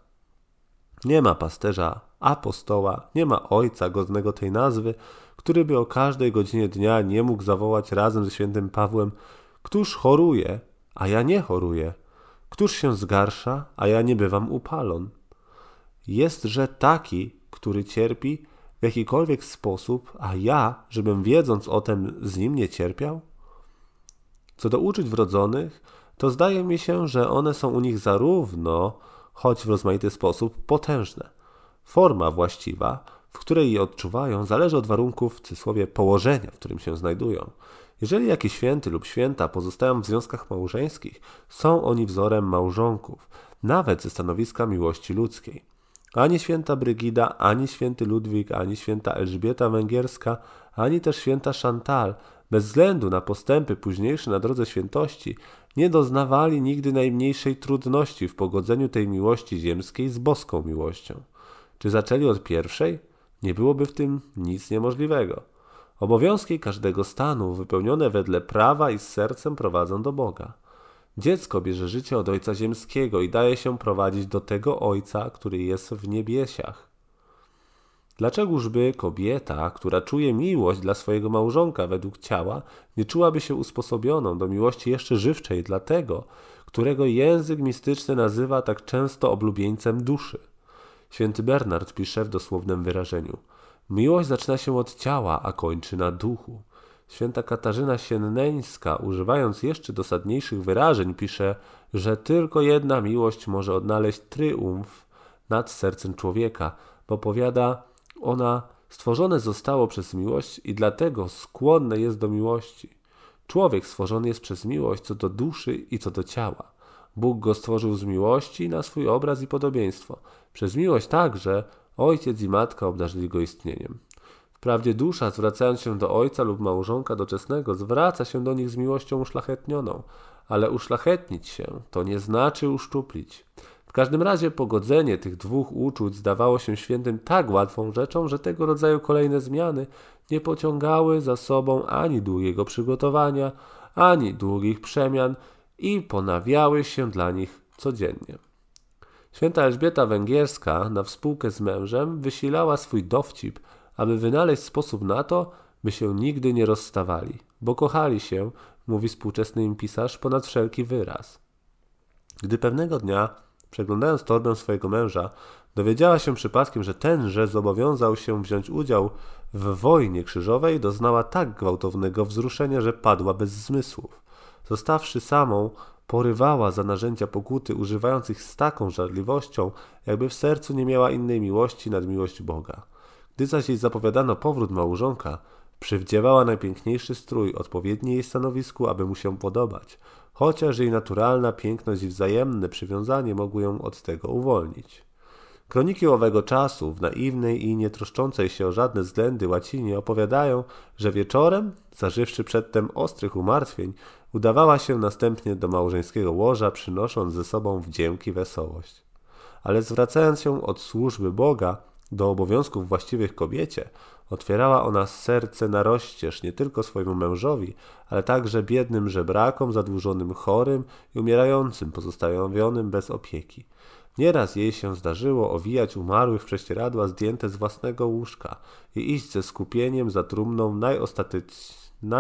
Nie ma pasterza, apostoła, nie ma ojca godnego tej nazwy, który by o każdej godzinie dnia nie mógł zawołać razem ze świętym Pawłem: któż choruje, a ja nie choruję? Któż się zgarsza, a ja nie bywam upalon? Jestże taki, który cierpi w jakikolwiek sposób, a ja, żebym wiedząc o tym z nim nie cierpiał? Co do uczuć wrodzonych, to zdaje mi się, że one są u nich zarówno, choć w rozmaity sposób, potężne. Forma właściwa, w której je odczuwają, zależy od warunków, w cudzysłowie, położenia, w którym się znajdują. Jeżeli jakiś święty lub święta pozostają w związkach małżeńskich, są oni wzorem małżonków, nawet ze stanowiska miłości ludzkiej. Ani święta Brygida, ani święty Ludwik, ani święta Elżbieta Węgierska, ani też święta Chantal, bez względu na postępy późniejsze na drodze świętości, nie doznawali nigdy najmniejszej trudności w pogodzeniu tej miłości ziemskiej z boską miłością. Czy zaczęli od pierwszej? Nie byłoby w tym nic niemożliwego. Obowiązki każdego stanu, wypełnione wedle prawa i z sercem, prowadzą do Boga. Dziecko bierze życie od Ojca Ziemskiego i daje się prowadzić do tego Ojca, który jest w niebiesiach. Dlaczegożby kobieta, która czuje miłość dla swojego małżonka według ciała, nie czułaby się usposobioną do miłości jeszcze żywczej dla tego, którego język mistyczny nazywa tak często oblubieńcem duszy? Święty Bernard pisze w dosłownym wyrażeniu: miłość zaczyna się od ciała, a kończy na duchu. Święta Katarzyna Sienneńska, używając jeszcze dosadniejszych wyrażeń, pisze, że tylko jedna miłość może odnaleźć tryumf nad sercem człowieka, bo powiada ona: stworzone zostało przez miłość i dlatego skłonne jest do miłości. Człowiek stworzony jest przez miłość co do duszy i co do ciała. Bóg go stworzył z miłości na swój obraz i podobieństwo. Przez miłość także ojciec i matka obdarzyli go istnieniem. Wprawdzie dusza, zwracając się do ojca lub małżonka doczesnego, zwraca się do nich z miłością uszlachetnioną, ale uszlachetnić się to nie znaczy uszczuplić. W każdym razie pogodzenie tych dwóch uczuć zdawało się świętym tak łatwą rzeczą, że tego rodzaju kolejne zmiany nie pociągały za sobą ani długiego przygotowania, ani długich przemian i ponawiały się dla nich codziennie. Święta Elżbieta Węgierska na współkę z mężem wysilała swój dowcip, aby wynaleźć sposób na to, by się nigdy nie rozstawali, bo kochali się, mówi współczesny im pisarz, ponad wszelki wyraz. Gdy pewnego dnia, przeglądając torbę swojego męża, dowiedziała się przypadkiem, że tenże zobowiązał się wziąć udział w wojnie krzyżowej, doznała tak gwałtownego wzruszenia, że padła bez zmysłów. Zostawszy samą, porywała za narzędzia pokuty, używając ich z taką żarliwością, jakby w sercu nie miała innej miłości nad miłość Boga. Gdy zaś jej zapowiadano powrót małżonka, przywdziewała najpiękniejszy strój, odpowiedni jej stanowisku, aby mu się podobać, chociaż jej naturalna piękność i wzajemne przywiązanie mogły ją od tego uwolnić. Kroniki owego czasu w naiwnej i nie troszczącej się o żadne względy łacinie opowiadają, że wieczorem, zażywszy przedtem ostrych umartwień, udawała się następnie do małżeńskiego łoża, przynosząc ze sobą wdzięk i wesołość. Ale zwracając się od służby Boga do obowiązków właściwych kobiecie, otwierała ona serce na rozścież nie tylko swojemu mężowi, ale także biednym żebrakom, zadłużonym chorym i umierającym, pozostawionym bez opieki. Nieraz jej się zdarzyło owijać umarłych w prześcieradła zdjęte z własnego łóżka i iść ze skupieniem za trumną najostatecz...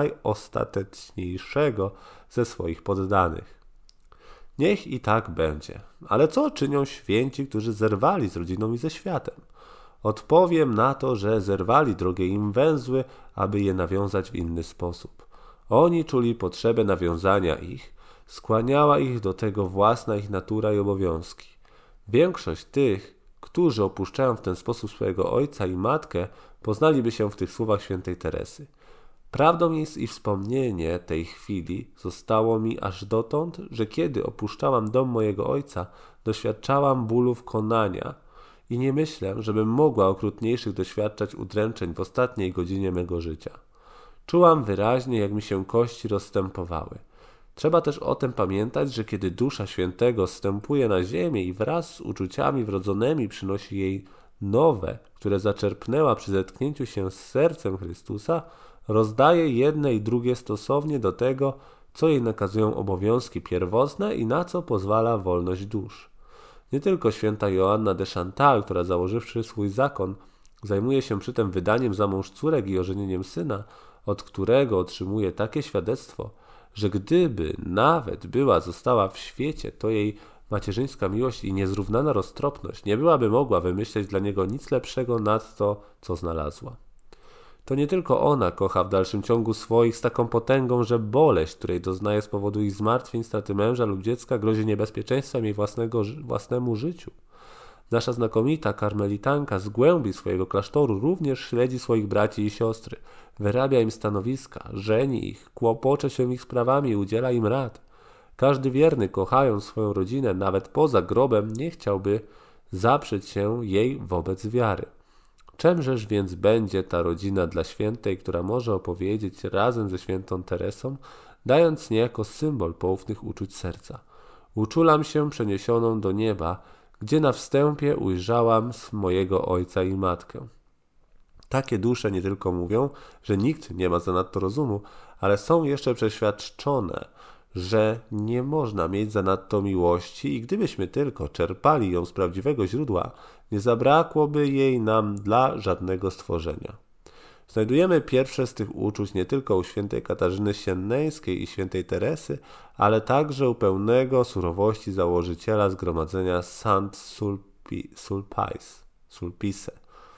najostateczniejszego ze swoich poddanych. Niech i tak będzie. Ale co czynią święci, którzy zerwali z rodziną i ze światem? Odpowiem na to, że zerwali drogie im węzły, aby je nawiązać w inny sposób. Oni czuli potrzebę nawiązania ich, skłaniała ich do tego własna ich natura i obowiązki. Większość tych, którzy opuszczają w ten sposób swojego ojca i matkę, poznaliby się w tych słowach świętej Teresy. Prawdą jest i wspomnienie tej chwili zostało mi aż dotąd, że kiedy opuszczałam dom mojego ojca, doświadczałam bólów konania i nie myślę, żebym mogła okrutniejszych doświadczać udręczeń w ostatniej godzinie mego życia. Czułam wyraźnie, jak mi się kości rozstępowały. Trzeba też o tym pamiętać, że kiedy dusza świętego zstępuje na ziemię i wraz z uczuciami wrodzonymi przynosi jej nowe, które zaczerpnęła przy zetknięciu się z sercem Chrystusa, rozdaje jedne i drugie stosownie do tego, co jej nakazują obowiązki pierwotne i na co pozwala wolność dusz. Nie tylko święta Joanna de Chantal, która założywszy swój zakon, zajmuje się przy tym wydaniem za mąż córek i ożenieniem syna, od którego otrzymuje takie świadectwo, że gdyby nawet była została w świecie, to jej Macierzyńska miłość i niezrównana roztropność nie byłaby mogła wymyśleć dla niego nic lepszego nad to, co znalazła. To nie tylko ona kocha w dalszym ciągu swoich z taką potęgą, że boleść, której doznaje z powodu ich zmartwień, straty męża lub dziecka, grozi niebezpieczeństwem jej własnego, własnemu życiu. Nasza znakomita karmelitanka z głębi swojego klasztoru również śledzi swoich braci i siostry, wyrabia im stanowiska, żeni ich, kłopocze się ich sprawami i udziela im rad. Każdy wierny, kochając swoją rodzinę, nawet poza grobem, nie chciałby zaprzeć się jej wobec wiary. Czemżeż więc będzie ta rodzina dla świętej, która może opowiedzieć razem ze świętą Teresą, dając niejako symbol poufnych uczuć serca. Uczulam się przeniesioną do nieba, gdzie na wstępie ujrzałam mojego ojca i matkę. Takie dusze nie tylko mówią, że nikt nie ma zanadto rozumu, ale są jeszcze przeświadczone, że nie można mieć zanadto miłości i gdybyśmy tylko czerpali ją z prawdziwego źródła, nie zabrakłoby jej nam dla żadnego stworzenia. Znajdujemy pierwsze z tych uczuć nie tylko u świętej Katarzyny Sienneńskiej i świętej Teresy, ale także u pełnego surowości założyciela zgromadzenia Saint Sulpice. Sulpice.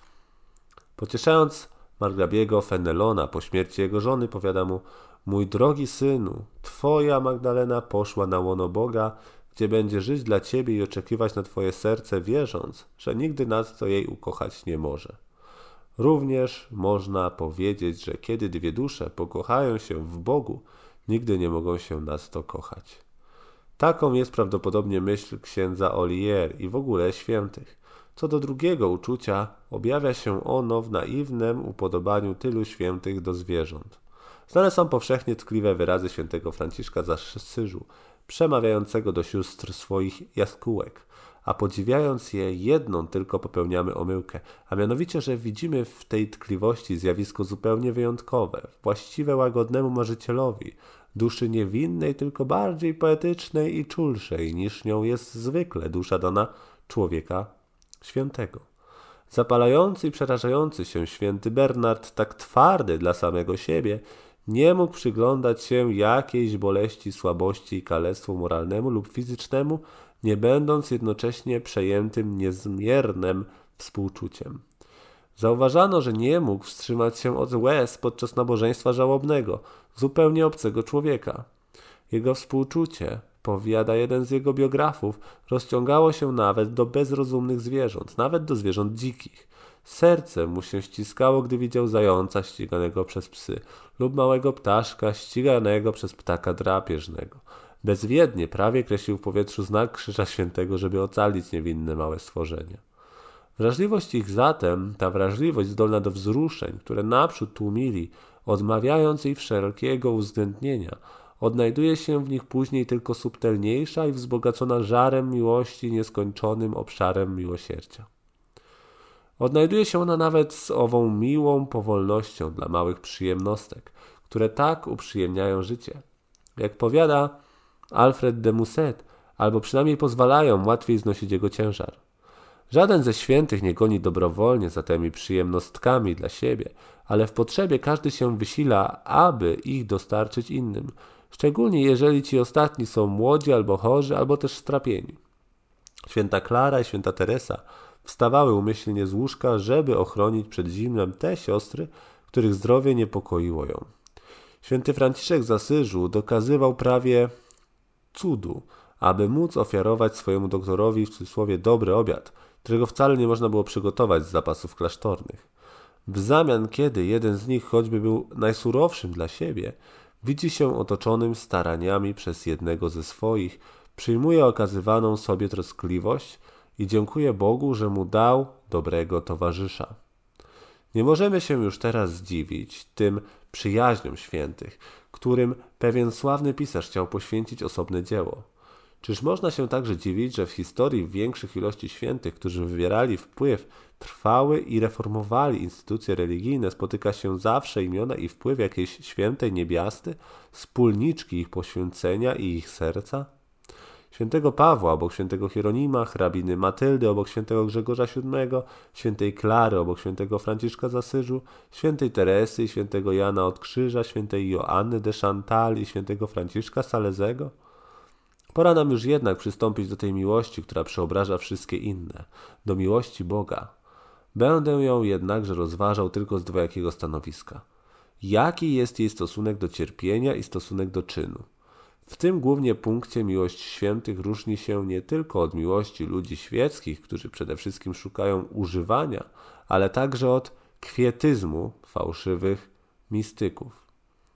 Pocieszając margrabiego Fenelona po śmierci jego żony, powiada mu: mój drogi synu, twoja Magdalena poszła na łono Boga, gdzie będzie żyć dla ciebie i oczekiwać na twoje serce, wierząc, że nigdy nadto jej ukochać nie może. Również można powiedzieć, że kiedy dwie dusze pokochają się w Bogu, nigdy nie mogą się nadto kochać. Taką jest prawdopodobnie myśl księdza Olier i w ogóle świętych. Co do drugiego uczucia, objawia się ono w naiwnym upodobaniu tylu świętych do zwierząt. Znane są powszechnie tkliwe wyrazy świętego Franciszka z Asyżu, przemawiającego do sióstr swoich jaskółek, a podziwiając je, jedną tylko popełniamy omyłkę, a mianowicie, że widzimy w tej tkliwości zjawisko zupełnie wyjątkowe, właściwe łagodnemu marzycielowi, duszy niewinnej, tylko bardziej poetycznej i czulszej, niż nią jest zwykle dusza dana człowieka świętego. Zapalający i przerażający się święty Bernard, tak twardy dla samego siebie, nie mógł przyglądać się jakiejś boleści, słabości i kalectwu moralnemu lub fizycznemu, nie będąc jednocześnie przejętym niezmiernym współczuciem. Zauważano, że nie mógł wstrzymać się od łez podczas nabożeństwa żałobnego, zupełnie obcego człowieka. Jego współczucie, powiada jeden z jego biografów, rozciągało się nawet do bezrozumnych zwierząt, nawet do zwierząt dzikich. Serce mu się ściskało, gdy widział zająca ściganego przez psy lub małego ptaszka ściganego przez ptaka drapieżnego. Bezwiednie prawie kreślił w powietrzu znak Krzyża Świętego, żeby ocalić niewinne małe stworzenia. Wrażliwość ich zatem, ta wrażliwość zdolna do wzruszeń, które naprzód tłumili, odmawiając jej wszelkiego uwzględnienia, odnajduje się w nich później tylko subtelniejsza i wzbogacona żarem miłości, nieskończonym obszarem miłosierdzia. Odnajduje się ona nawet z ową miłą powolnością dla małych przyjemnostek, które tak uprzyjemniają życie. Jak powiada Alfred de Musset, albo przynajmniej pozwalają łatwiej znosić jego ciężar. Żaden ze świętych nie goni dobrowolnie za tymi przyjemnostkami dla siebie, ale w potrzebie każdy się wysila, aby ich dostarczyć innym, szczególnie jeżeli ci ostatni są młodzi albo chorzy, albo też strapieni. Święta Klara i święta Teresa wstawały umyślnie z łóżka, żeby ochronić przed zimnem te siostry, których zdrowie niepokoiło ją. Święty Franciszek z Asyżu dokazywał prawie cudu, aby móc ofiarować swojemu doktorowi w cudzysłowie dobry obiad, którego wcale nie można było przygotować z zapasów klasztornych. W zamian, kiedy jeden z nich choćby był najsurowszym dla siebie, widzi się otoczonym staraniami przez jednego ze swoich, przyjmuje okazywaną sobie troskliwość i dziękuję Bogu, że mu dał dobrego towarzysza. Nie możemy się już teraz zdziwić tym przyjaźniom świętych, którym pewien sławny pisarz chciał poświęcić osobne dzieło. Czyż można się także dziwić, że w historii większych ilości świętych, którzy wywierali wpływ trwały i reformowali instytucje religijne, spotyka się zawsze imiona i wpływ jakiejś świętej niebiasty, wspólniczki ich poświęcenia i ich serca? Świętego Pawła obok świętego Hieronima, hrabiny Matyldy obok świętego Grzegorza siódmego, świętej Klary obok świętego Franciszka z Asyżu, świętej Teresy i świętego Jana od Krzyża, świętej Joanny de Chantal i świętego Franciszka Salezego? Pora nam już jednak przystąpić do tej miłości, która przeobraża wszystkie inne, do miłości Boga. Będę ją jednakże rozważał tylko z dwojakiego stanowiska. Jaki jest jej stosunek do cierpienia i stosunek do czynu? W tym głównie punkcie miłość świętych różni się nie tylko od miłości ludzi świeckich, którzy przede wszystkim szukają używania, ale także od kwietyzmu fałszywych mistyków.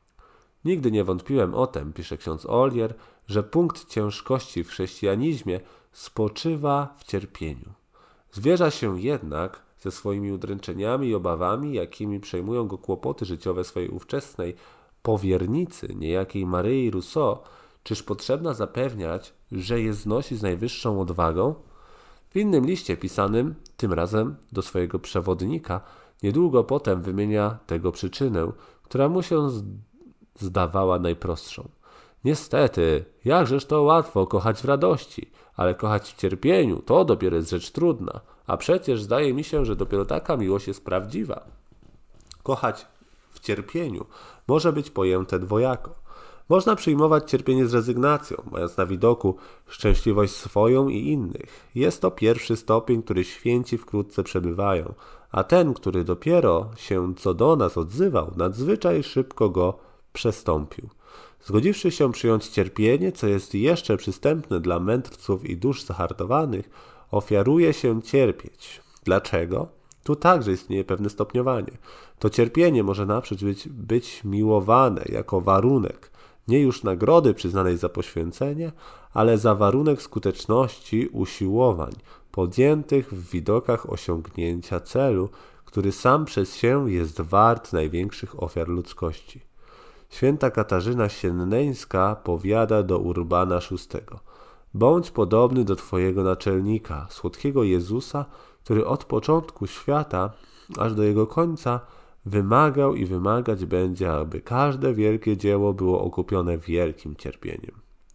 Nigdy nie wątpiłem o tym, pisze ksiądz Olier, że punkt ciężkości w chrześcijanizmie spoczywa w cierpieniu. Zwierza się jednak ze swoimi udręczeniami i obawami, jakimi przejmują go kłopoty życiowe swojej ówczesnej powiernicy, niejakiej Maryi Rousseau, czyż potrzebna zapewniać, że je znosi z najwyższą odwagą? W innym liście pisanym, tym razem do swojego przewodnika, niedługo potem wymienia tego przyczynę, która mu się zdawała najprostszą. Niestety, jakżeż to łatwo kochać w radości, ale kochać w cierpieniu to dopiero jest rzecz trudna, a przecież zdaje mi się, że dopiero taka miłość jest prawdziwa. Kochać w cierpieniu może być pojęte dwojako. Można przyjmować cierpienie z rezygnacją, mając na widoku szczęśliwość swoją i innych. Jest to pierwszy stopień, który święci wkrótce przebywają, a ten, który dopiero się co do nas odzywał, nadzwyczaj szybko go przestąpił. Zgodziwszy się przyjąć cierpienie, co jest jeszcze przystępne dla mędrców i dusz zahartowanych, ofiaruje się cierpieć. Dlaczego? Tu także istnieje pewne stopniowanie. To cierpienie może naprzód być, być miłowane jako warunek, nie już nagrody przyznanej za poświęcenie, ale za warunek skuteczności usiłowań podjętych w widokach osiągnięcia celu, który sam przez się jest wart największych ofiar ludzkości. Święta Katarzyna Sienneńska powiada do Urbana szóstego. Bądź podobny do Twojego naczelnika, słodkiego Jezusa, który od początku świata aż do jego końca wymagał i wymagać będzie, aby każde wielkie dzieło było okupione wielkim cierpieniem.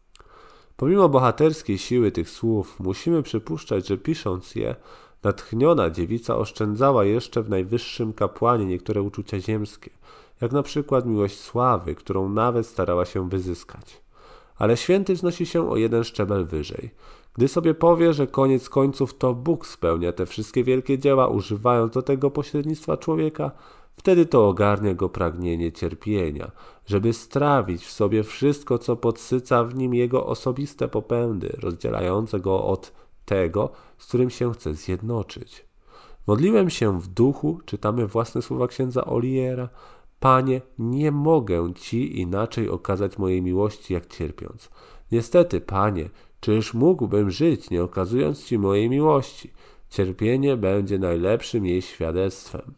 Pomimo bohaterskiej siły tych słów, musimy przypuszczać, że pisząc je, natchniona dziewica oszczędzała jeszcze w najwyższym kapłanie niektóre uczucia ziemskie, jak na przykład miłość sławy, którą nawet starała się wyzyskać. Ale święty wznosi się o jeden szczebel wyżej. Gdy sobie powie, że koniec końców to Bóg spełnia te wszystkie wielkie dzieła, używając do tego pośrednictwa człowieka, wtedy to ogarnia go pragnienie cierpienia, żeby strawić w sobie wszystko, co podsyca w nim jego osobiste popędy, rozdzielające go od tego, z którym się chce zjednoczyć. Modliłem się w duchu, czytamy własne słowa księdza Oliera, Panie, nie mogę Ci inaczej okazać mojej miłości, jak cierpiąc. Niestety, Panie, czyż mógłbym żyć, nie okazując Ci mojej miłości? Cierpienie będzie najlepszym jej świadectwem.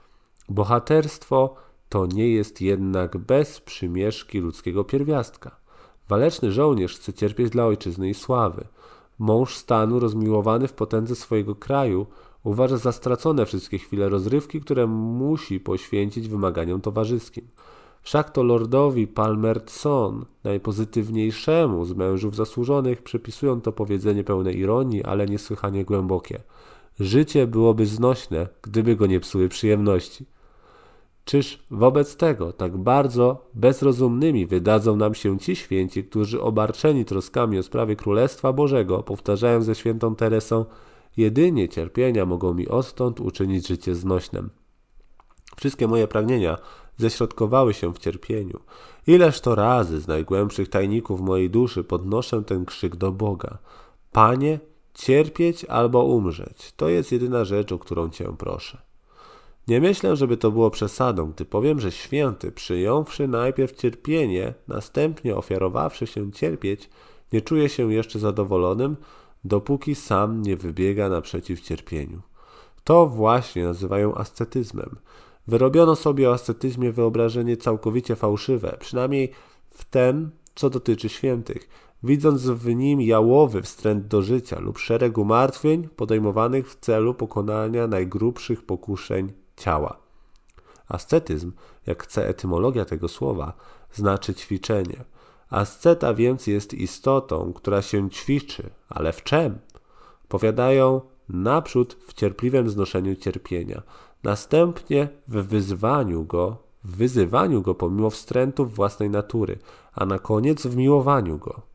Bohaterstwo to nie jest jednak bez przymieszki ludzkiego pierwiastka. Waleczny żołnierz chce cierpieć dla ojczyzny i sławy. Mąż stanu, rozmiłowany w potędze swojego kraju, uważa za stracone wszystkie chwile rozrywki, które musi poświęcić wymaganiom towarzyskim. Wszak to lordowi Palmerston, najpozytywniejszemu z mężów zasłużonych, przypisują to powiedzenie pełne ironii, ale niesłychanie głębokie. Życie byłoby znośne, gdyby go nie psuły przyjemności. Czyż wobec tego tak bardzo bezrozumnymi wydadzą nam się ci święci, którzy obarczeni troskami o sprawy Królestwa Bożego powtarzają ze świętą Teresą: jedynie cierpienia mogą mi odtąd uczynić życie znośnym. Wszystkie moje pragnienia ześrodkowały się w cierpieniu. Ileż to razy z najgłębszych tajników mojej duszy podnoszę ten krzyk do Boga. Panie, cierpieć albo umrzeć, to jest jedyna rzecz, o którą Cię proszę. Nie myślę, żeby to było przesadą, gdy powiem, że święty, przyjąwszy najpierw cierpienie, następnie ofiarowawszy się cierpieć, nie czuje się jeszcze zadowolonym, dopóki sam nie wybiega naprzeciw cierpieniu. To właśnie nazywają ascetyzmem. Wyrobiono sobie o ascetyzmie wyobrażenie całkowicie fałszywe, przynajmniej w tem, co dotyczy świętych, widząc w nim jałowy wstręt do życia lub szereg umartwień podejmowanych w celu pokonania najgrubszych pokuszeń ciała. Ascetyzm, jak chce etymologia tego słowa, znaczy ćwiczenie. Asceta więc jest istotą, która się ćwiczy, ale w czym? Powiadają naprzód w cierpliwym znoszeniu cierpienia, następnie w wyzwaniu go, w wyzywaniu go pomimo wstrętów własnej natury, a na koniec w miłowaniu go.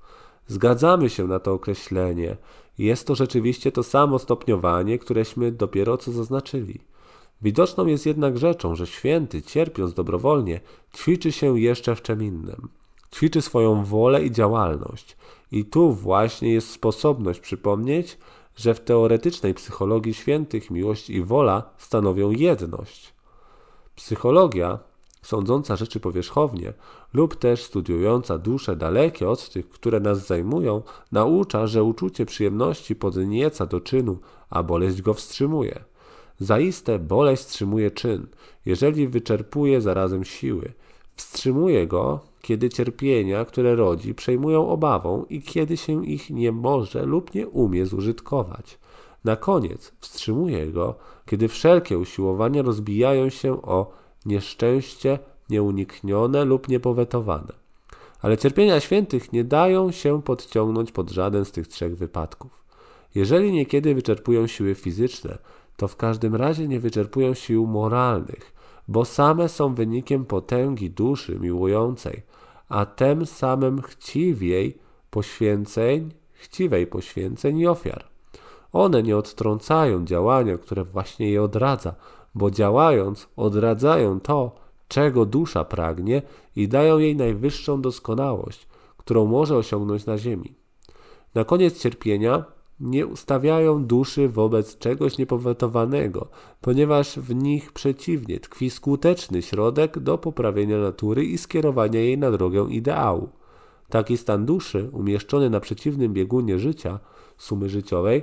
Zgadzamy się na to określenie. Jest to rzeczywiście to samo stopniowanie, któreśmy dopiero co zaznaczyli. Widoczną jest jednak rzeczą, że święty, cierpiąc dobrowolnie, ćwiczy się jeszcze w czym innym. Ćwiczy swoją wolę i działalność. I tu właśnie jest sposobność przypomnieć, że w teoretycznej psychologii świętych miłość i wola stanowią jedność. Psychologia, sądząca rzeczy powierzchownie lub też studiująca dusze dalekie od tych, które nas zajmują, naucza, że uczucie przyjemności podnieca do czynu, a boleść go wstrzymuje. Zaiste boleść wstrzymuje czyn, jeżeli wyczerpuje zarazem siły. Wstrzymuje go, kiedy cierpienia, które rodzi, przejmują obawą i kiedy się ich nie może lub nie umie zużytkować. Na koniec wstrzymuje go, kiedy wszelkie usiłowania rozbijają się o nieszczęście nieuniknione lub niepowetowane. Ale cierpienia świętych nie dają się podciągnąć pod żaden z tych trzech wypadków. Jeżeli niekiedy wyczerpują siły fizyczne, to w każdym razie nie wyczerpują sił moralnych, bo same są wynikiem potęgi duszy miłującej, a tym samym chciwiej poświęceń, chciwej poświęceń i ofiar. One nie odtrącają działania, które właśnie je odradza, bo działając odradzają to, czego dusza pragnie i dają jej najwyższą doskonałość, którą może osiągnąć na ziemi. Na koniec cierpienia nie ustawiają duszy wobec czegoś niepowetowanego, ponieważ w nich przeciwnie tkwi skuteczny środek do poprawienia natury i skierowania jej na drogę ideału. Taki stan duszy, umieszczony na przeciwnym biegunie życia, sumy życiowej,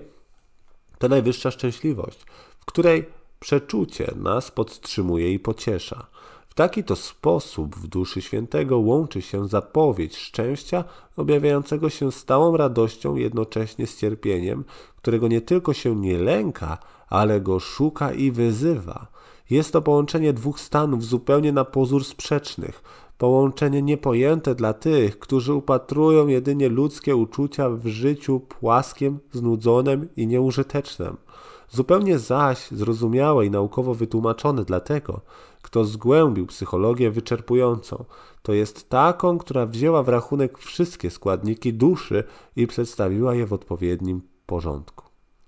to najwyższa szczęśliwość, w której przeczucie nas podtrzymuje i pociesza. W taki to sposób w duszy świętego łączy się zapowiedź szczęścia objawiającego się stałą radością jednocześnie z cierpieniem, którego nie tylko się nie lęka, ale go szuka i wyzywa. Jest to połączenie dwóch stanów zupełnie na pozór sprzecznych. Połączenie niepojęte dla tych, którzy upatrują jedynie ludzkie uczucia w życiu płaskim, znudzonym i nieużytecznym. Zupełnie zaś zrozumiałe i naukowo wytłumaczone dla tego, kto zgłębił psychologię wyczerpującą, to jest taką, która wzięła w rachunek wszystkie składniki duszy i przedstawiła je w odpowiednim porządku.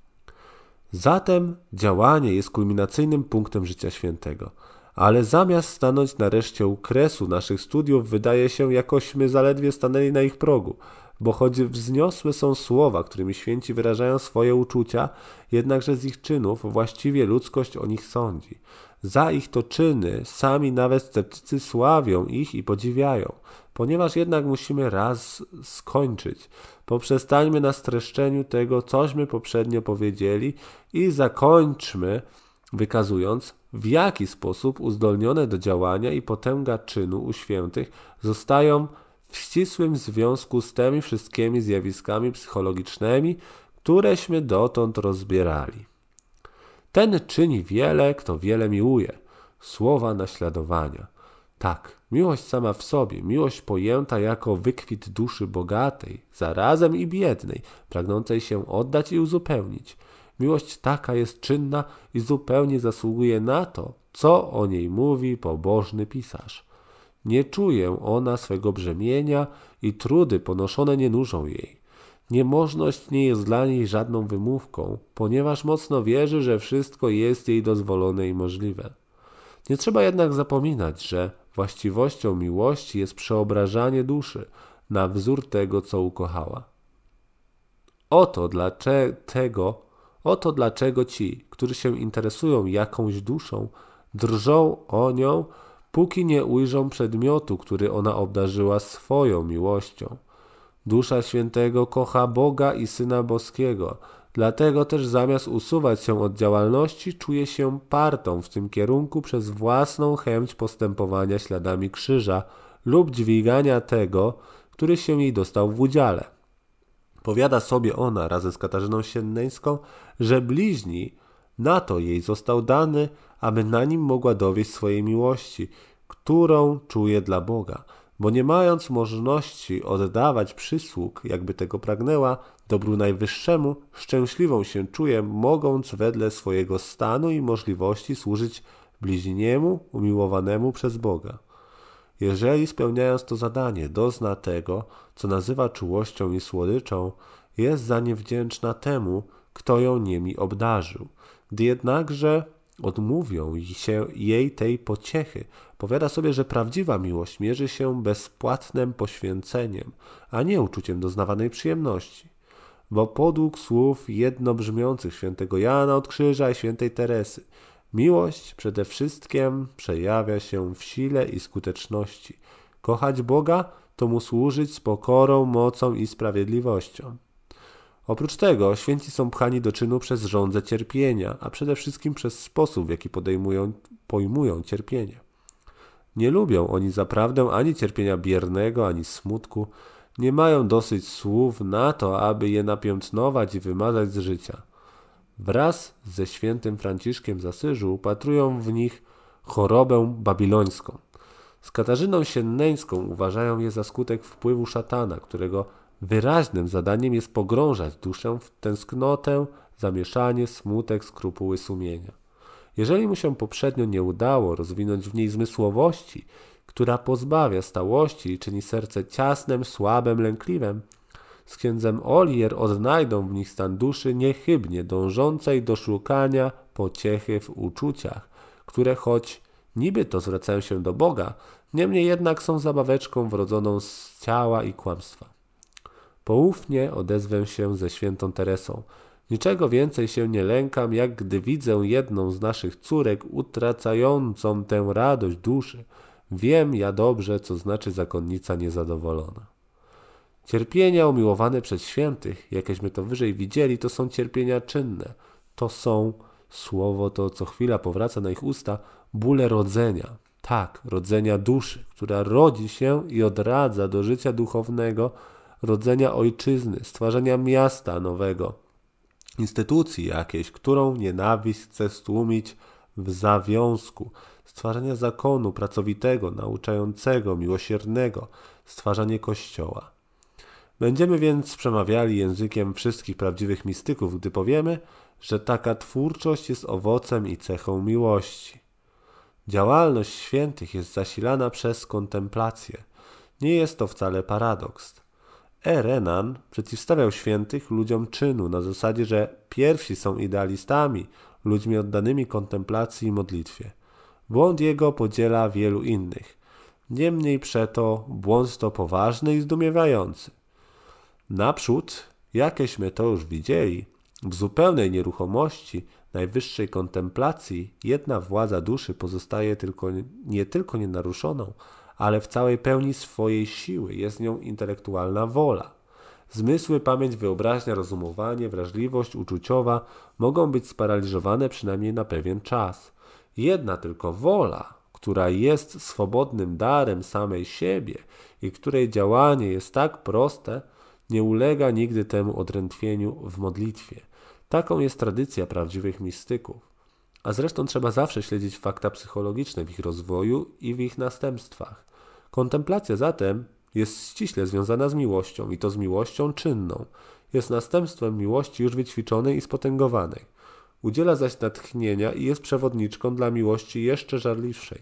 Zatem działanie jest kulminacyjnym punktem życia świętego, ale zamiast stanąć nareszcie u kresu naszych studiów, wydaje się, jakośmy zaledwie stanęli na ich progu, bo choć wzniosłe są słowa, którymi święci wyrażają swoje uczucia, jednakże z ich czynów właściwie ludzkość o nich sądzi. Za ich to czyny sami nawet sceptycy sławią ich i podziwiają. Ponieważ jednak musimy raz skończyć, poprzestańmy na streszczeniu tego, cośmy poprzednio powiedzieli i zakończmy, wykazując, w jaki sposób uzdolnione do działania i potęga czynu u świętych zostają w ścisłym związku z tymi wszystkimi zjawiskami psychologicznymi, któreśmy dotąd rozbierali. Ten czyni wiele, kto wiele miłuje. Słowa naśladowania. Tak, miłość sama w sobie, miłość pojęta jako wykwit duszy bogatej, zarazem i biednej, pragnącej się oddać i uzupełnić. Miłość taka jest czynna i zupełnie zasługuje na to, co o niej mówi pobożny pisarz. Nie czuje ona swego brzemienia i trudy ponoszone nie nużą jej. Niemożność nie jest dla niej żadną wymówką, ponieważ mocno wierzy, że wszystko jest jej dozwolone i możliwe. Nie trzeba jednak zapominać, że właściwością miłości jest przeobrażanie duszy na wzór tego, co ukochała. Oto dlaczego, oto dlaczego ci, którzy się interesują jakąś duszą, drżą o nią, póki nie ujrzą przedmiotu, który ona obdarzyła swoją miłością. Dusza świętego kocha Boga i Syna Boskiego, dlatego też zamiast usuwać się od działalności, czuje się partą w tym kierunku przez własną chęć postępowania śladami krzyża lub dźwigania tego, który się jej dostał w udziale. Powiada sobie ona razem z Katarzyną Sienneńską, że bliźni na to jej został dany, aby na nim mogła dowieść swojej miłości, którą czuje dla Boga, bo nie mając możliwości oddawać przysług, jakby tego pragnęła, dobru najwyższemu, szczęśliwą się czuje, mogąc wedle swojego stanu i możliwości służyć bliźniemu umiłowanemu przez Boga. Jeżeli spełniając to zadanie dozna tego, co nazywa czułością i słodyczą, jest za nie wdzięczna temu, kto ją nimi obdarzył. Gdy jednakże odmówią się jej tej pociechy, powiada sobie, że prawdziwa miłość mierzy się bezpłatnym poświęceniem, a nie uczuciem doznawanej przyjemności. Bo podług słów jednobrzmiących świętego Jana od Krzyża i świętej Teresy, miłość przede wszystkim przejawia się w sile i skuteczności. Kochać Boga to mu służyć z pokorą, mocą i sprawiedliwością. Oprócz tego święci są pchani do czynu przez żądzę cierpienia, a przede wszystkim przez sposób, w jaki podejmują, pojmują cierpienie. Nie lubią oni zaprawdę ani cierpienia biernego, ani smutku. Nie mają dosyć słów na to, aby je napiętnować i wymazać z życia. Wraz ze świętym Franciszkiem z Asyżu upatrują w nich chorobę babilońską. Z Katarzyną Sienneńską uważają je za skutek wpływu szatana, którego wyraźnym zadaniem jest pogrążać duszę w tęsknotę, zamieszanie, smutek, skrupuły sumienia. Jeżeli mu się poprzednio nie udało rozwinąć w niej zmysłowości, która pozbawia stałości i czyni serce ciasnym, słabym, lękliwym, z księdzem Olier odnajdą w nich stan duszy niechybnie dążącej do szukania pociechy w uczuciach, które choć niby to zwracają się do Boga, niemniej jednak są zabaweczką wrodzoną z ciała i kłamstwa. Poufnie odezwę się ze świętą Teresą. Niczego więcej się nie lękam, jak gdy widzę jedną z naszych córek utracającą tę radość duszy. Wiem ja dobrze, co znaczy zakonnica niezadowolona. Cierpienia umiłowane przez świętych, jakieśmy to wyżej widzieli, to są cierpienia czynne. To są, słowo to co chwila powraca na ich usta, bóle rodzenia. Tak, rodzenia duszy, która rodzi się i odradza do życia duchownego, rodzenia ojczyzny, stwarzania miasta nowego, instytucji jakiejś, którą nienawiść chce stłumić w zawiązku, stwarzania zakonu pracowitego, nauczającego, miłosiernego, stwarzanie Kościoła. Będziemy więc przemawiali językiem wszystkich prawdziwych mistyków, gdy powiemy, że taka twórczość jest owocem i cechą miłości. Działalność świętych jest zasilana przez kontemplację. Nie jest to wcale paradoks. E. Renan przeciwstawiał świętych ludziom czynu na zasadzie, że pierwsi są idealistami, ludźmi oddanymi kontemplacji i modlitwie. Błąd jego podziela wielu innych. Niemniej przeto błąd to poważny i zdumiewający. Naprzód, jakieśmy to już widzieli, w zupełnej nieruchomości, najwyższej kontemplacji, jedna władza duszy pozostaje tylko, nie tylko nienaruszoną, ale w całej pełni swojej siły, jest nią intelektualna wola. Zmysły, pamięć, wyobraźnia, rozumowanie, wrażliwość uczuciowa mogą być sparaliżowane przynajmniej na pewien czas. Jedna tylko wola, która jest swobodnym darem samej siebie i której działanie jest tak proste, nie ulega nigdy temu odrętwieniu w modlitwie. Taką jest tradycja prawdziwych mistyków. A zresztą trzeba zawsze śledzić fakta psychologiczne w ich rozwoju i w ich następstwach. Kontemplacja zatem jest ściśle związana z miłością i to z miłością czynną. Jest następstwem miłości już wyćwiczonej i spotęgowanej. Udziela zaś natchnienia i jest przewodniczką dla miłości jeszcze żarliwszej.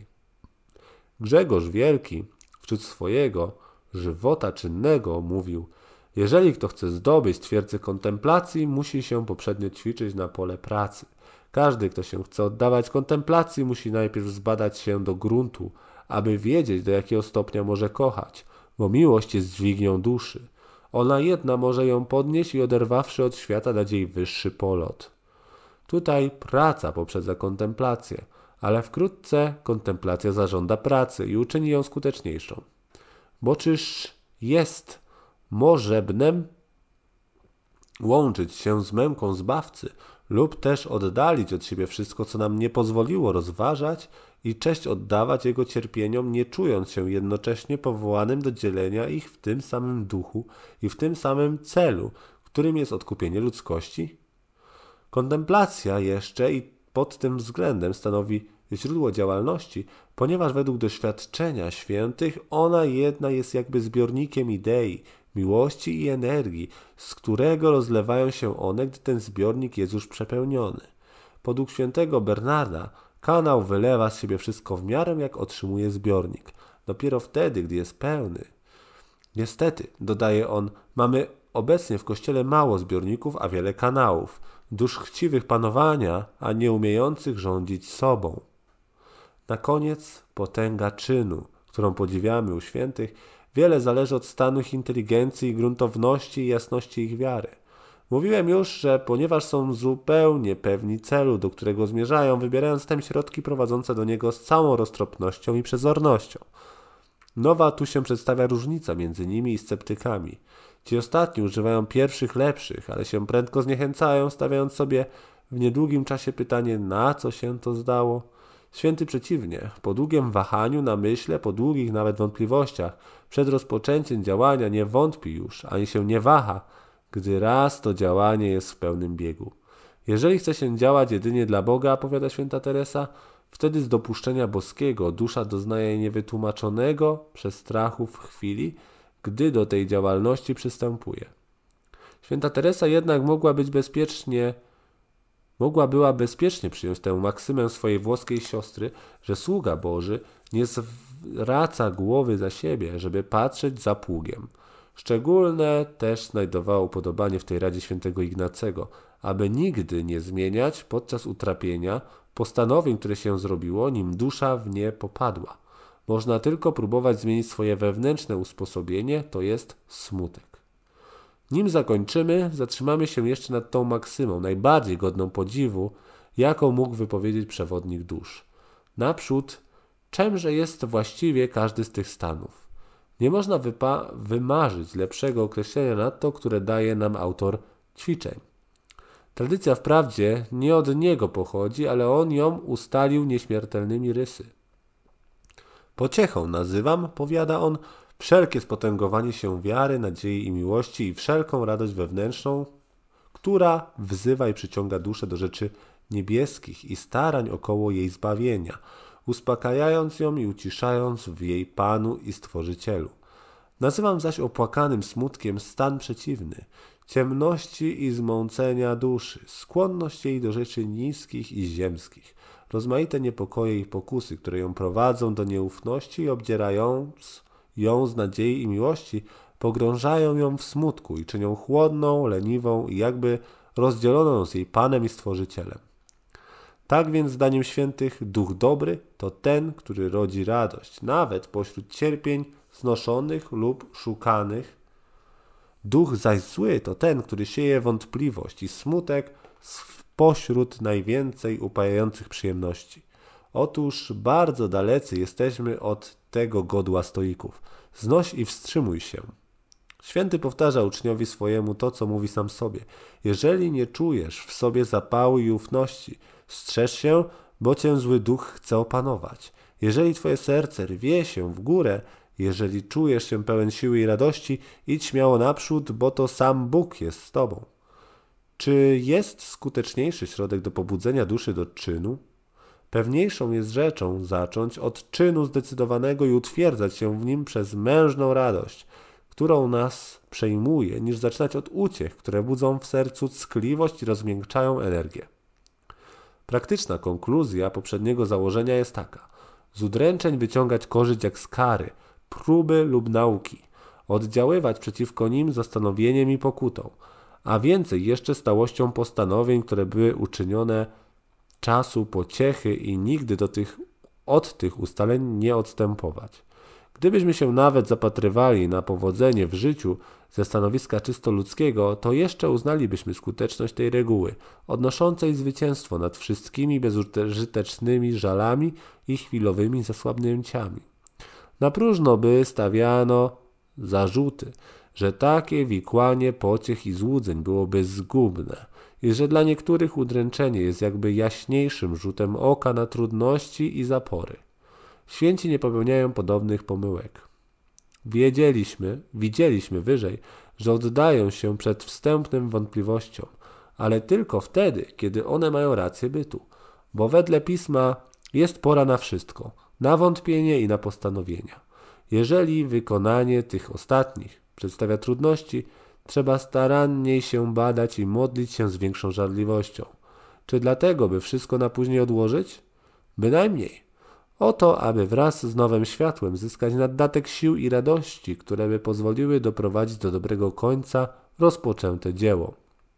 Grzegorz Wielki wśród swojego żywota czynnego mówił: jeżeli kto chce zdobyć twierdzę kontemplacji, musi się poprzednio ćwiczyć na pole pracy. Każdy, kto się chce oddawać kontemplacji, musi najpierw zbadać się do gruntu, aby wiedzieć, do jakiego stopnia może kochać, bo miłość jest dźwignią duszy. Ona jedna może ją podnieść i oderwawszy od świata dać jej wyższy polot. Tutaj praca poprzedza kontemplację, ale wkrótce kontemplacja zażąda pracy i uczyni ją skuteczniejszą. Bo czyż jest możebnem łączyć się z męką Zbawcy lub też oddalić od siebie wszystko, co nam nie pozwoliło rozważać i cześć oddawać Jego cierpieniom, nie czując się jednocześnie powołanym do dzielenia ich w tym samym duchu i w tym samym celu, którym jest odkupienie ludzkości? Kontemplacja jeszcze i pod tym względem stanowi źródło działalności, ponieważ według doświadczenia świętych ona jedna jest jakby zbiornikiem idei, miłości i energii, z którego rozlewają się one, gdy ten zbiornik jest już przepełniony. Podług świętego Bernarda kanał wylewa z siebie wszystko w miarę, jak otrzymuje zbiornik. dopiero wtedy, gdy jest pełny. Niestety, dodaje on, mamy obecnie w Kościele mało zbiorników, a wiele kanałów, dusz chciwych panowania, a nie umiejących rządzić sobą. Na koniec potęga czynu, którą podziwiamy u świętych, wiele zależy od stanu ich inteligencji, gruntowności i jasności ich wiary. Mówiłem już, że ponieważ są zupełnie pewni celu, do którego zmierzają, wybierają zatem środki prowadzące do niego z całą roztropnością i przezornością. Nowa tu się przedstawia różnica między nimi i sceptykami. Ci ostatni używają pierwszych lepszych, ale się prędko zniechęcają, stawiając sobie w niedługim czasie pytanie, na co się to zdało. Święty przeciwnie, po długim wahaniu, namyśle, po długich nawet wątpliwościach, przed rozpoczęciem działania nie wątpi już, ani się nie waha, gdy raz to działanie jest w pełnym biegu. Jeżeli chce się działać jedynie dla Boga, powiada święta Teresa, wtedy z dopuszczenia boskiego dusza doznaje niewytłumaczonego przestrachu w chwili, gdy do tej działalności przystępuje. Święta Teresa jednak mogła być bezpiecznie, mogła była bezpiecznie przyjąć tę maksymę swojej włoskiej siostry, że sługa Boży nie zwraca głowy za siebie, żeby patrzeć za pługiem. Szczególne też znajdowała upodobanie w tej radzie świętego Ignacego, aby nigdy nie zmieniać podczas utrapienia postanowień, które się zrobiło, nim dusza w nie popadła. Można tylko próbować zmienić swoje wewnętrzne usposobienie, to jest smutek. Nim zakończymy, zatrzymamy się jeszcze nad tą maksymą, najbardziej godną podziwu, jaką mógł wypowiedzieć przewodnik dusz. Naprzód, czymże jest właściwie każdy z tych stanów? Nie można wypa- wymarzyć lepszego określenia na to, które daje nam autor ćwiczeń. Tradycja wprawdzie nie od niego pochodzi, ale on ją ustalił nieśmiertelnymi rysy. Pociechą nazywam, powiada on, wszelkie spotęgowanie się wiary, nadziei i miłości i wszelką radość wewnętrzną, która wzywa i przyciąga duszę do rzeczy niebieskich i starań około jej zbawienia, uspokajając ją i uciszając w jej Panu i Stworzycielu. Nazywam zaś opłakanym smutkiem stan przeciwny, ciemności i zmącenia duszy, skłonność jej do rzeczy niskich i ziemskich, rozmaite niepokoje i pokusy, które ją prowadzą do nieufności i obdzierając ją z nadziei i miłości, pogrążają ją w smutku i czynią chłodną, leniwą i jakby rozdzieloną z jej Panem i Stworzycielem. Tak więc zdaniem świętych duch dobry to ten, który rodzi radość, nawet pośród cierpień znoszonych lub szukanych. Duch zaś zły to ten, który sieje wątpliwość i smutek pośród najwięcej upajających przyjemności. Otóż bardzo dalecy jesteśmy od tego godła stoików. Znoś i wstrzymuj się. Święty powtarza uczniowi swojemu to, co mówi sam sobie. Jeżeli nie czujesz w sobie zapału i ufności, strzeż się, bo cię zły duch chce opanować. Jeżeli twoje serce rwie się w górę, jeżeli czujesz się pełen siły i radości, idź śmiało naprzód, bo to sam Bóg jest z tobą. Czy jest skuteczniejszy środek do pobudzenia duszy do czynu? Pewniejszą jest rzeczą zacząć od czynu zdecydowanego i utwierdzać się w nim przez mężną radość, którą nas przejmuje, niż zaczynać od uciech, które budzą w sercu ckliwość i rozmiękczają energię. Praktyczna konkluzja poprzedniego założenia jest taka. Z udręczeń wyciągać korzyść jak z kary, próby lub nauki, oddziaływać przeciwko nim zastanowieniem i pokutą, a więcej jeszcze stałością postanowień, które były uczynione czasu pociechy i nigdy do tych, od tych ustaleń nie odstępować. Gdybyśmy się nawet zapatrywali na powodzenie w życiu ze stanowiska czysto ludzkiego, to jeszcze uznalibyśmy skuteczność tej reguły, odnoszącej zwycięstwo nad wszystkimi bezużytecznymi żalami i chwilowymi zasłabnięciami. Na próżno by stawiano zarzuty, że takie wikłanie pociech i złudzeń byłoby zgubne i że dla niektórych udręczenie jest jakby jaśniejszym rzutem oka na trudności i zapory. Święci nie popełniają podobnych pomyłek. Wiedzieliśmy, widzieliśmy wyżej, że oddają się przed wstępnym wątpliwościom, ale tylko wtedy, kiedy one mają rację bytu, bo wedle Pisma jest pora na wszystko, na wątpienie i na postanowienia. Jeżeli wykonanie tych ostatnich przedstawia trudności, trzeba staranniej się badać i modlić się z większą żarliwością. Czy dlatego, by wszystko na później odłożyć? Bynajmniej. Oto, aby wraz z nowym światłem zyskać naddatek sił i radości, które by pozwoliły doprowadzić do dobrego końca rozpoczęte dzieło.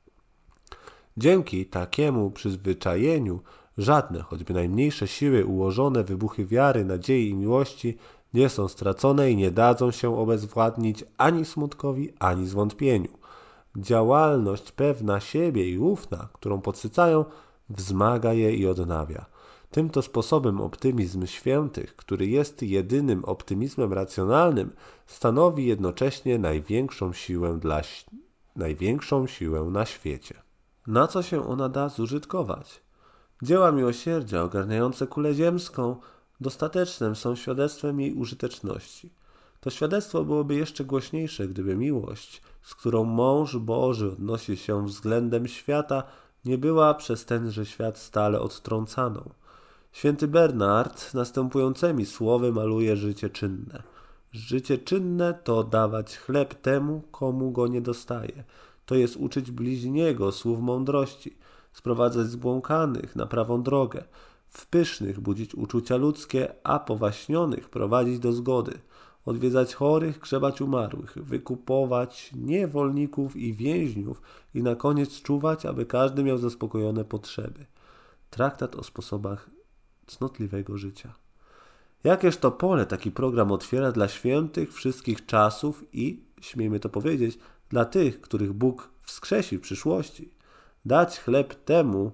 Dzięki takiemu przyzwyczajeniu żadne, choćby najmniejsze siły ułożone wybuchy wiary, nadziei i miłości nie są stracone i nie dadzą się obezwładnić ani smutkowi, ani zwątpieniu. Działalność pewna siebie i ufna, którą podsycają, wzmaga je i odnawia. Tym to sposobem optymizm świętych, który jest jedynym optymizmem racjonalnym, stanowi jednocześnie największą siłę, dla, największą siłę na świecie. Na co się ona da zużytkować? Dzieła miłosierdzia ogarniające kulę ziemską dostatecznym są świadectwem jej użyteczności. To świadectwo byłoby jeszcze głośniejsze, gdyby miłość, z którą mąż Boży odnosi się względem świata, nie była przez tenże świat stale odtrącaną. Święty Bernard następującymi słowy maluje życie czynne. Życie czynne to dawać chleb temu, komu go nie dostaje. To jest uczyć bliźniego słów mądrości, sprowadzać zbłąkanych na prawą drogę, w pysznych budzić uczucia ludzkie, a powaśnionych prowadzić do zgody, odwiedzać chorych, grzebać umarłych, wykupować niewolników i więźniów i na koniec czuwać, aby każdy miał zaspokojone potrzeby. Traktat o sposobach cnotliwego życia. Jakież to pole taki program otwiera dla świętych wszystkich czasów i, śmiejmy to powiedzieć, dla tych, których Bóg wskrzesi w przyszłości. Dać chleb temu,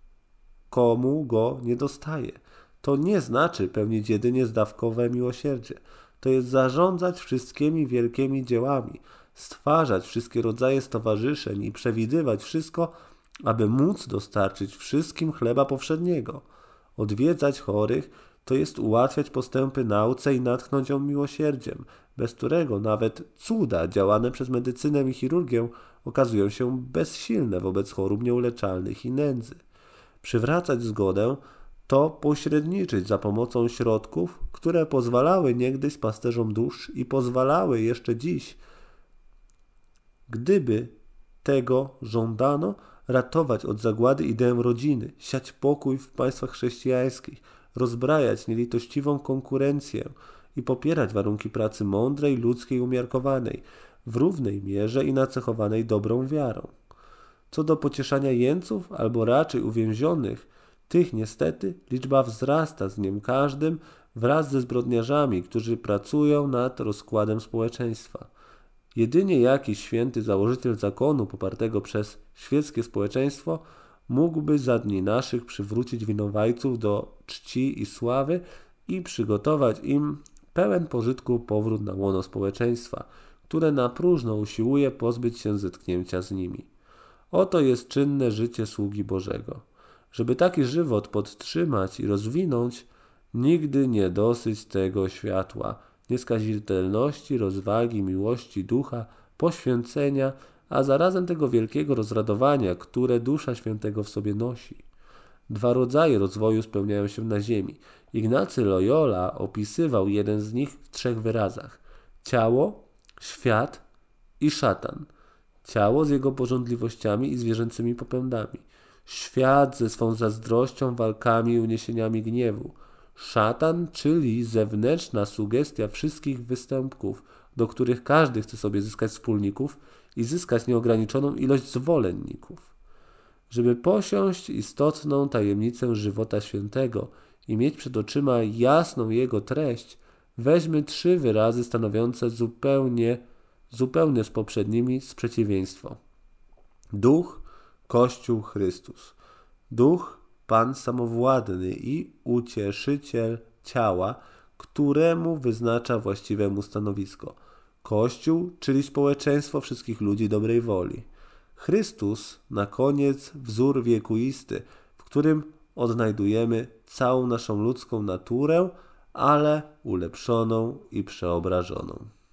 komu go nie dostaje. To nie znaczy pełnić jedynie zdawkowe miłosierdzie. To jest zarządzać wszystkimi wielkimi dziełami, stwarzać wszystkie rodzaje stowarzyszeń i przewidywać wszystko, aby móc dostarczyć wszystkim chleba powszedniego. Odwiedzać chorych to jest ułatwiać postępy nauce i natchnąć ją miłosierdziem, bez którego nawet cuda działane przez medycynę i chirurgię okazują się bezsilne wobec chorób nieuleczalnych i nędzy. Przywracać zgodę to pośredniczyć za pomocą środków, które pozwalały niegdyś pasterzom dusz i pozwalały jeszcze dziś, gdyby tego żądano, ratować od zagłady ideę rodziny, siać pokój w państwach chrześcijańskich, rozbrajać nielitościwą konkurencję i popierać warunki pracy mądrej, ludzkiej, umiarkowanej, w równej mierze i nacechowanej dobrą wiarą. Co do pocieszania jeńców, albo raczej uwięzionych, tych niestety liczba wzrasta z dniem każdym wraz ze zbrodniarzami, którzy pracują nad rozkładem społeczeństwa. Jedynie jakiś święty założyciel zakonu popartego przez świeckie społeczeństwo mógłby za dni naszych przywrócić winowajców do czci i sławy i przygotować im pełen pożytku powrót na łono społeczeństwa, które na próżno usiłuje pozbyć się zetknięcia z nimi. Oto jest czynne życie sługi Bożego. Żeby taki żywot podtrzymać i rozwinąć, nigdy nie dosyć tego światła, nieskazitelności, rozwagi, miłości ducha, poświęcenia, a zarazem tego wielkiego rozradowania, które dusza świętego w sobie nosi. Dwa rodzaje rozwoju spełniają się na ziemi. Ignacy Loyola opisywał jeden z nich w trzech wyrazach. Ciało, świat i szatan. Ciało z jego pożądliwościami i zwierzęcymi popędami. Świat ze swą zazdrością, walkami i uniesieniami gniewu. Szatan, czyli zewnętrzna sugestia wszystkich występków, do których każdy chce sobie zyskać wspólników i zyskać nieograniczoną ilość zwolenników. Żeby posiąść istotną tajemnicę żywota świętego i mieć przed oczyma jasną jego treść, weźmy trzy wyrazy stanowiące zupełnie, zupełnie z poprzednimi sprzeciwieństwo. Duch, Kościół, Chrystus. Duch, Pan samowładny i ucieszyciel ciała, któremu wyznacza właściwe mu stanowisko. Kościół, czyli społeczeństwo wszystkich ludzi dobrej woli. Chrystus, na koniec wzór wiekuisty, w którym odnajdujemy całą naszą ludzką naturę, ale ulepszoną i przeobrażoną.